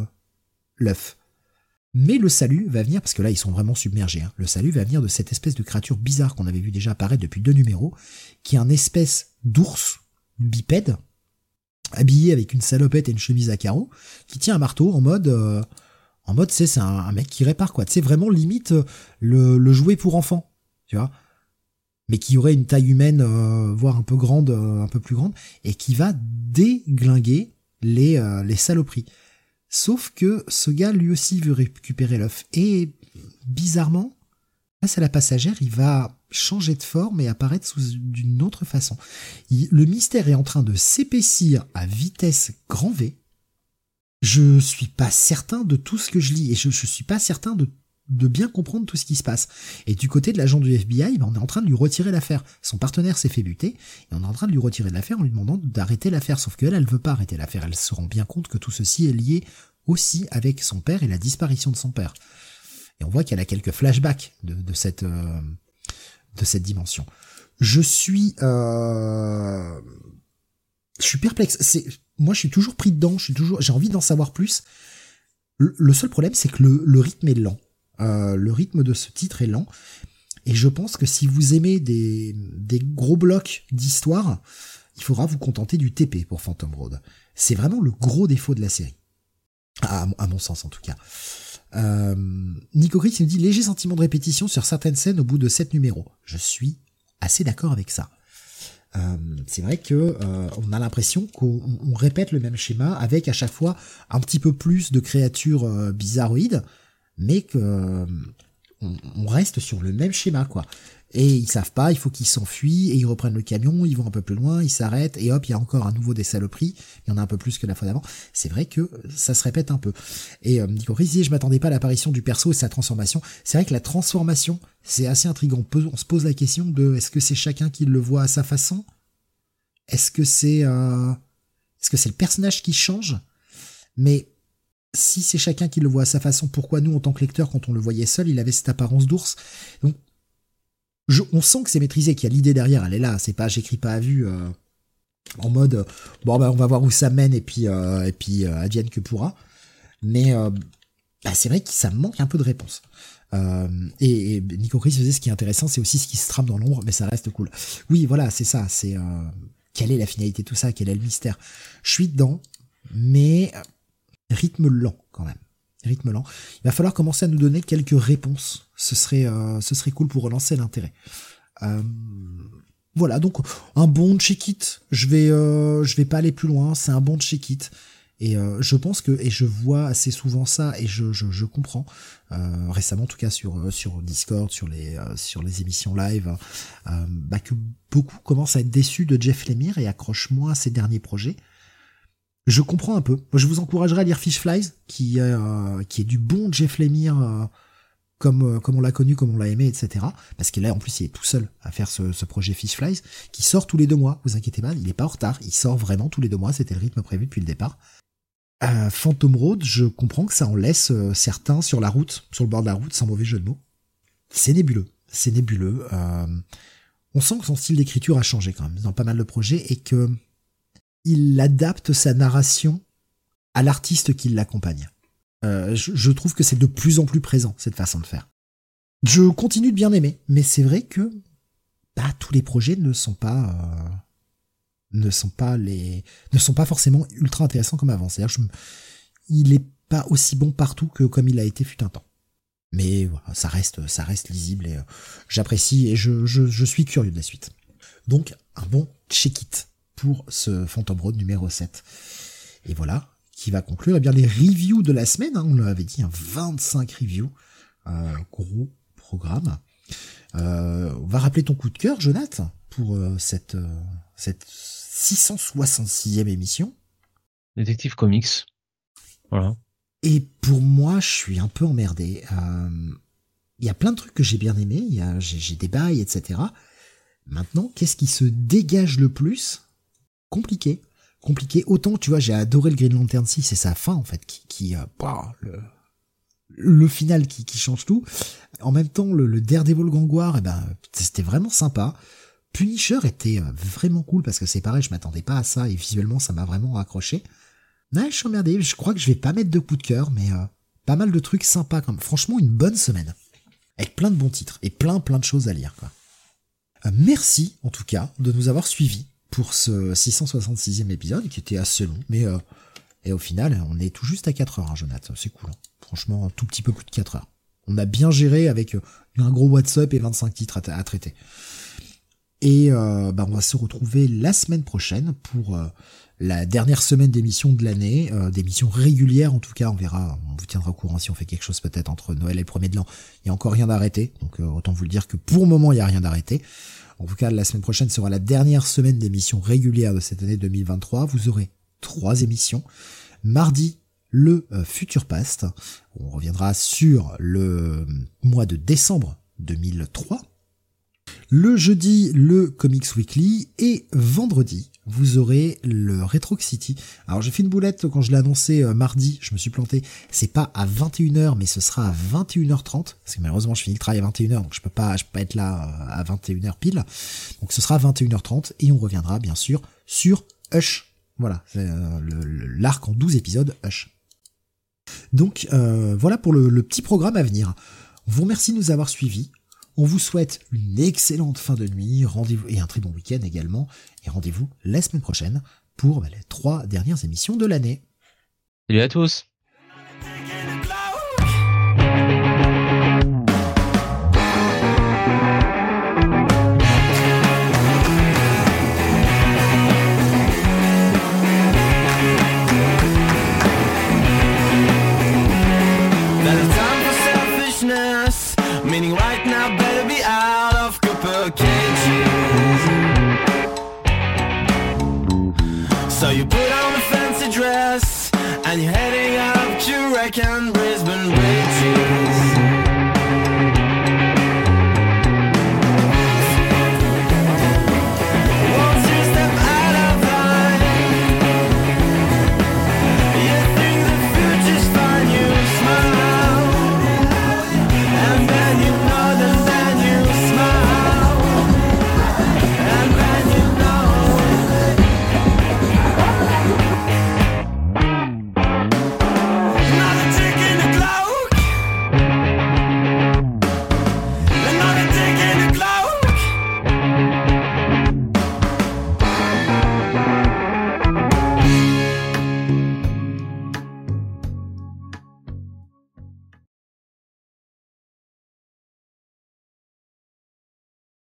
l'œuf. Mais le salut va venir, parce que là ils sont vraiment submergés, hein. Le salut va venir de cette espèce de créature bizarre qu'on avait vu déjà apparaître depuis 2 numéros, qui est un espèce d'ours bipède, habillé avec une salopette et une chemise à carreaux, qui tient un marteau en mode c'est un mec qui répare quoi, c'est vraiment limite le jouet pour enfants, tu vois, mais qui aurait une taille humaine, voire un peu grande, un peu plus grande, et qui va déglinguer les saloperies. Sauf que ce gars, lui aussi, veut récupérer l'œuf. Et, bizarrement, face à la passagère, il va changer de forme et apparaître d'une autre façon. Le mystère est en train de s'épaissir à vitesse grand V. Je suis pas certain de tout ce que je lis, et je suis pas certain de bien comprendre tout ce qui se passe. Et du côté de l'agent du FBI, on est en train de lui retirer l'affaire. Son partenaire s'est fait buter, et on est en train de lui retirer l'affaire en lui demandant d'arrêter l'affaire. Sauf qu'elle, elle veut pas arrêter l'affaire. Elle se rend bien compte que tout ceci est lié aussi avec son père et la disparition de son père. Et on voit qu'elle a quelques flashbacks de cette dimension. Je suis perplexe. Moi, je suis toujours pris dedans. J'ai envie d'en savoir plus. Le seul problème, c'est que le rythme est lent. Le rythme de ce titre est lent. Et je pense que si vous aimez des gros blocs d'histoire, il faudra vous contenter du TP pour Phantom Road. C'est vraiment le gros défaut de la série. À mon sens, en tout cas. Nico Chris nous dit léger sentiment de répétition sur certaines scènes au bout de 7 numéros. Je suis assez d'accord avec ça. C'est vrai que on a l'impression qu'on répète le même schéma avec à chaque fois un petit peu plus de créatures bizarroïdes, mais que on reste sur le même schéma, quoi. Et ils savent pas, il faut qu'ils s'enfuient, et ils reprennent le camion, ils vont un peu plus loin, ils s'arrêtent, et hop, il y a encore à nouveau des saloperies, il y en a un peu plus que la fois d'avant. C'est vrai que ça se répète un peu. Et Nico Chris dit, je m'attendais pas à l'apparition du perso et sa transformation. C'est vrai que la transformation, c'est assez intriguant. On se pose la question de, est-ce que c'est chacun qui le voit à sa façon? Est-ce que c'est Est-ce que c'est le personnage qui change? Mais si c'est chacun qui le voit à sa façon, pourquoi nous, en tant que lecteur, quand on le voyait seul, il avait cette apparence d'ours? Donc, on sent que c'est maîtrisé, qu'il y a l'idée derrière, elle est là. C'est pas, j'écris pas à vue en mode, on va voir où ça mène et puis advienne que pourra. Mais c'est vrai que ça manque un peu de réponse. Et Nico Chris faisait, ce qui est intéressant, c'est aussi ce qui se trame dans l'ombre, mais ça reste cool. Oui, voilà, c'est ça. C'est quelle est la finalité de tout ça? Quel est le mystère? Je suis dedans, mais rythme lent quand même. Rythme lent. Il va falloir commencer à nous donner quelques réponses. Ce serait cool pour relancer l'intérêt. Voilà, donc un bon check-it. Je vais pas aller plus loin. C'est un bon check-it. Et je pense que, et je vois assez souvent ça, et je comprends, récemment en tout cas sur Discord, sur les émissions live, que beaucoup commencent à être déçus de Jeff Lemire et accrochent moins à ses derniers projets. Je comprends un peu. Moi, je vous encouragerais à lire Fish Flies, qui est du bon Jeff Lemire, comme on l'a connu, comme on l'a aimé, etc. Parce que là, en plus, il est tout seul à faire ce projet Fish Flies, qui sort tous les 2 mois. Vous inquiétez pas, il est pas en retard. Il sort vraiment tous les 2 mois. C'était le rythme prévu depuis le départ. Phantom Road, je comprends que ça en laisse certains sur la route, sur le bord de la route, sans mauvais jeu de mots. C'est nébuleux. On sent que son style d'écriture a changé quand même dans pas mal de projets et que il adapte sa narration à l'artiste qui l'accompagne. Je trouve que c'est de plus en plus présent, cette façon de faire. Je continue de bien aimer, mais c'est vrai que tous les projets ne sont pas forcément ultra intéressants comme avant. C'est-à-dire, il est pas aussi bon partout que comme il a été fut un temps. Mais voilà, ça reste lisible et j'apprécie et je suis curieux de la suite. Donc, un bon check-it pour ce Phantom Road numéro 7. Et voilà, qui va conclure les reviews de la semaine. On l'avait dit, 25 reviews. Gros programme. On va rappeler ton coup de cœur, Jonathan, pour cette 666e émission. Détective Comics. Voilà. Et pour moi, je suis un peu emmerdé. Il y a plein de trucs que j'ai bien aimés. J'ai des bails, etc. Maintenant, qu'est-ce qui se dégage le plus? Compliqué. Autant, tu vois, j'ai adoré le Green Lantern 6 et sa fin, en fait, le final qui change tout. En même temps, le Daredevil Gangwar, c'était vraiment sympa. Punisher était vraiment cool parce que c'est pareil, je m'attendais pas à ça et visuellement, ça m'a vraiment raccroché. Ouais, je suis emmerdé. Je crois que je vais pas mettre de coup de cœur, mais pas mal de trucs sympas quand même. Franchement, une bonne semaine. Avec plein de bons titres et plein de choses à lire, quoi. Merci, en tout cas, de nous avoir suivis pour ce 666e épisode, qui était assez long, mais et au final, on est tout juste à 4 heures, hein, Jonathan. C'est cool. Hein. Franchement, un tout petit peu plus de 4 heures. On a bien géré avec un gros WhatsApp et 25 titres à traiter. Et on va se retrouver la semaine prochaine pour la dernière semaine d'émission de l'année, d'émission régulière en tout cas, on verra, on vous tiendra au courant si on fait quelque chose peut-être entre Noël et le 1er de l'an. Il n'y a encore rien d'arrêté, donc autant vous le dire que pour le moment il n'y a rien d'arrêté. En tout cas, la semaine prochaine sera la dernière semaine d'émission régulière de cette année 2023. Vous aurez 3 émissions. Mardi, le Futur Past. On reviendra sur le mois de décembre 2003. Le jeudi, le Comics Weekly, et vendredi, vous aurez le Retro City. Alors j'ai fait une boulette quand je l'ai annoncé mardi, je me suis planté, c'est pas à 21h, mais ce sera à 21h30, parce que malheureusement je finis le travail à 21h, donc je peux pas être là à 21h pile, donc ce sera à 21h30, et on reviendra bien sûr sur Hush. Voilà, l'arc en 12 épisodes, Hush. Donc voilà pour le petit programme à venir. On vous remercie de nous avoir suivis. On vous souhaite une excellente fin de nuit, rendez-vous et un très bon week-end également, et rendez-vous la semaine prochaine pour les 3 dernières émissions de l'année. Salut à tous. Meaning right now better be out of copper cages. So you put on a fancy dress and you're heading up to Breckenridge.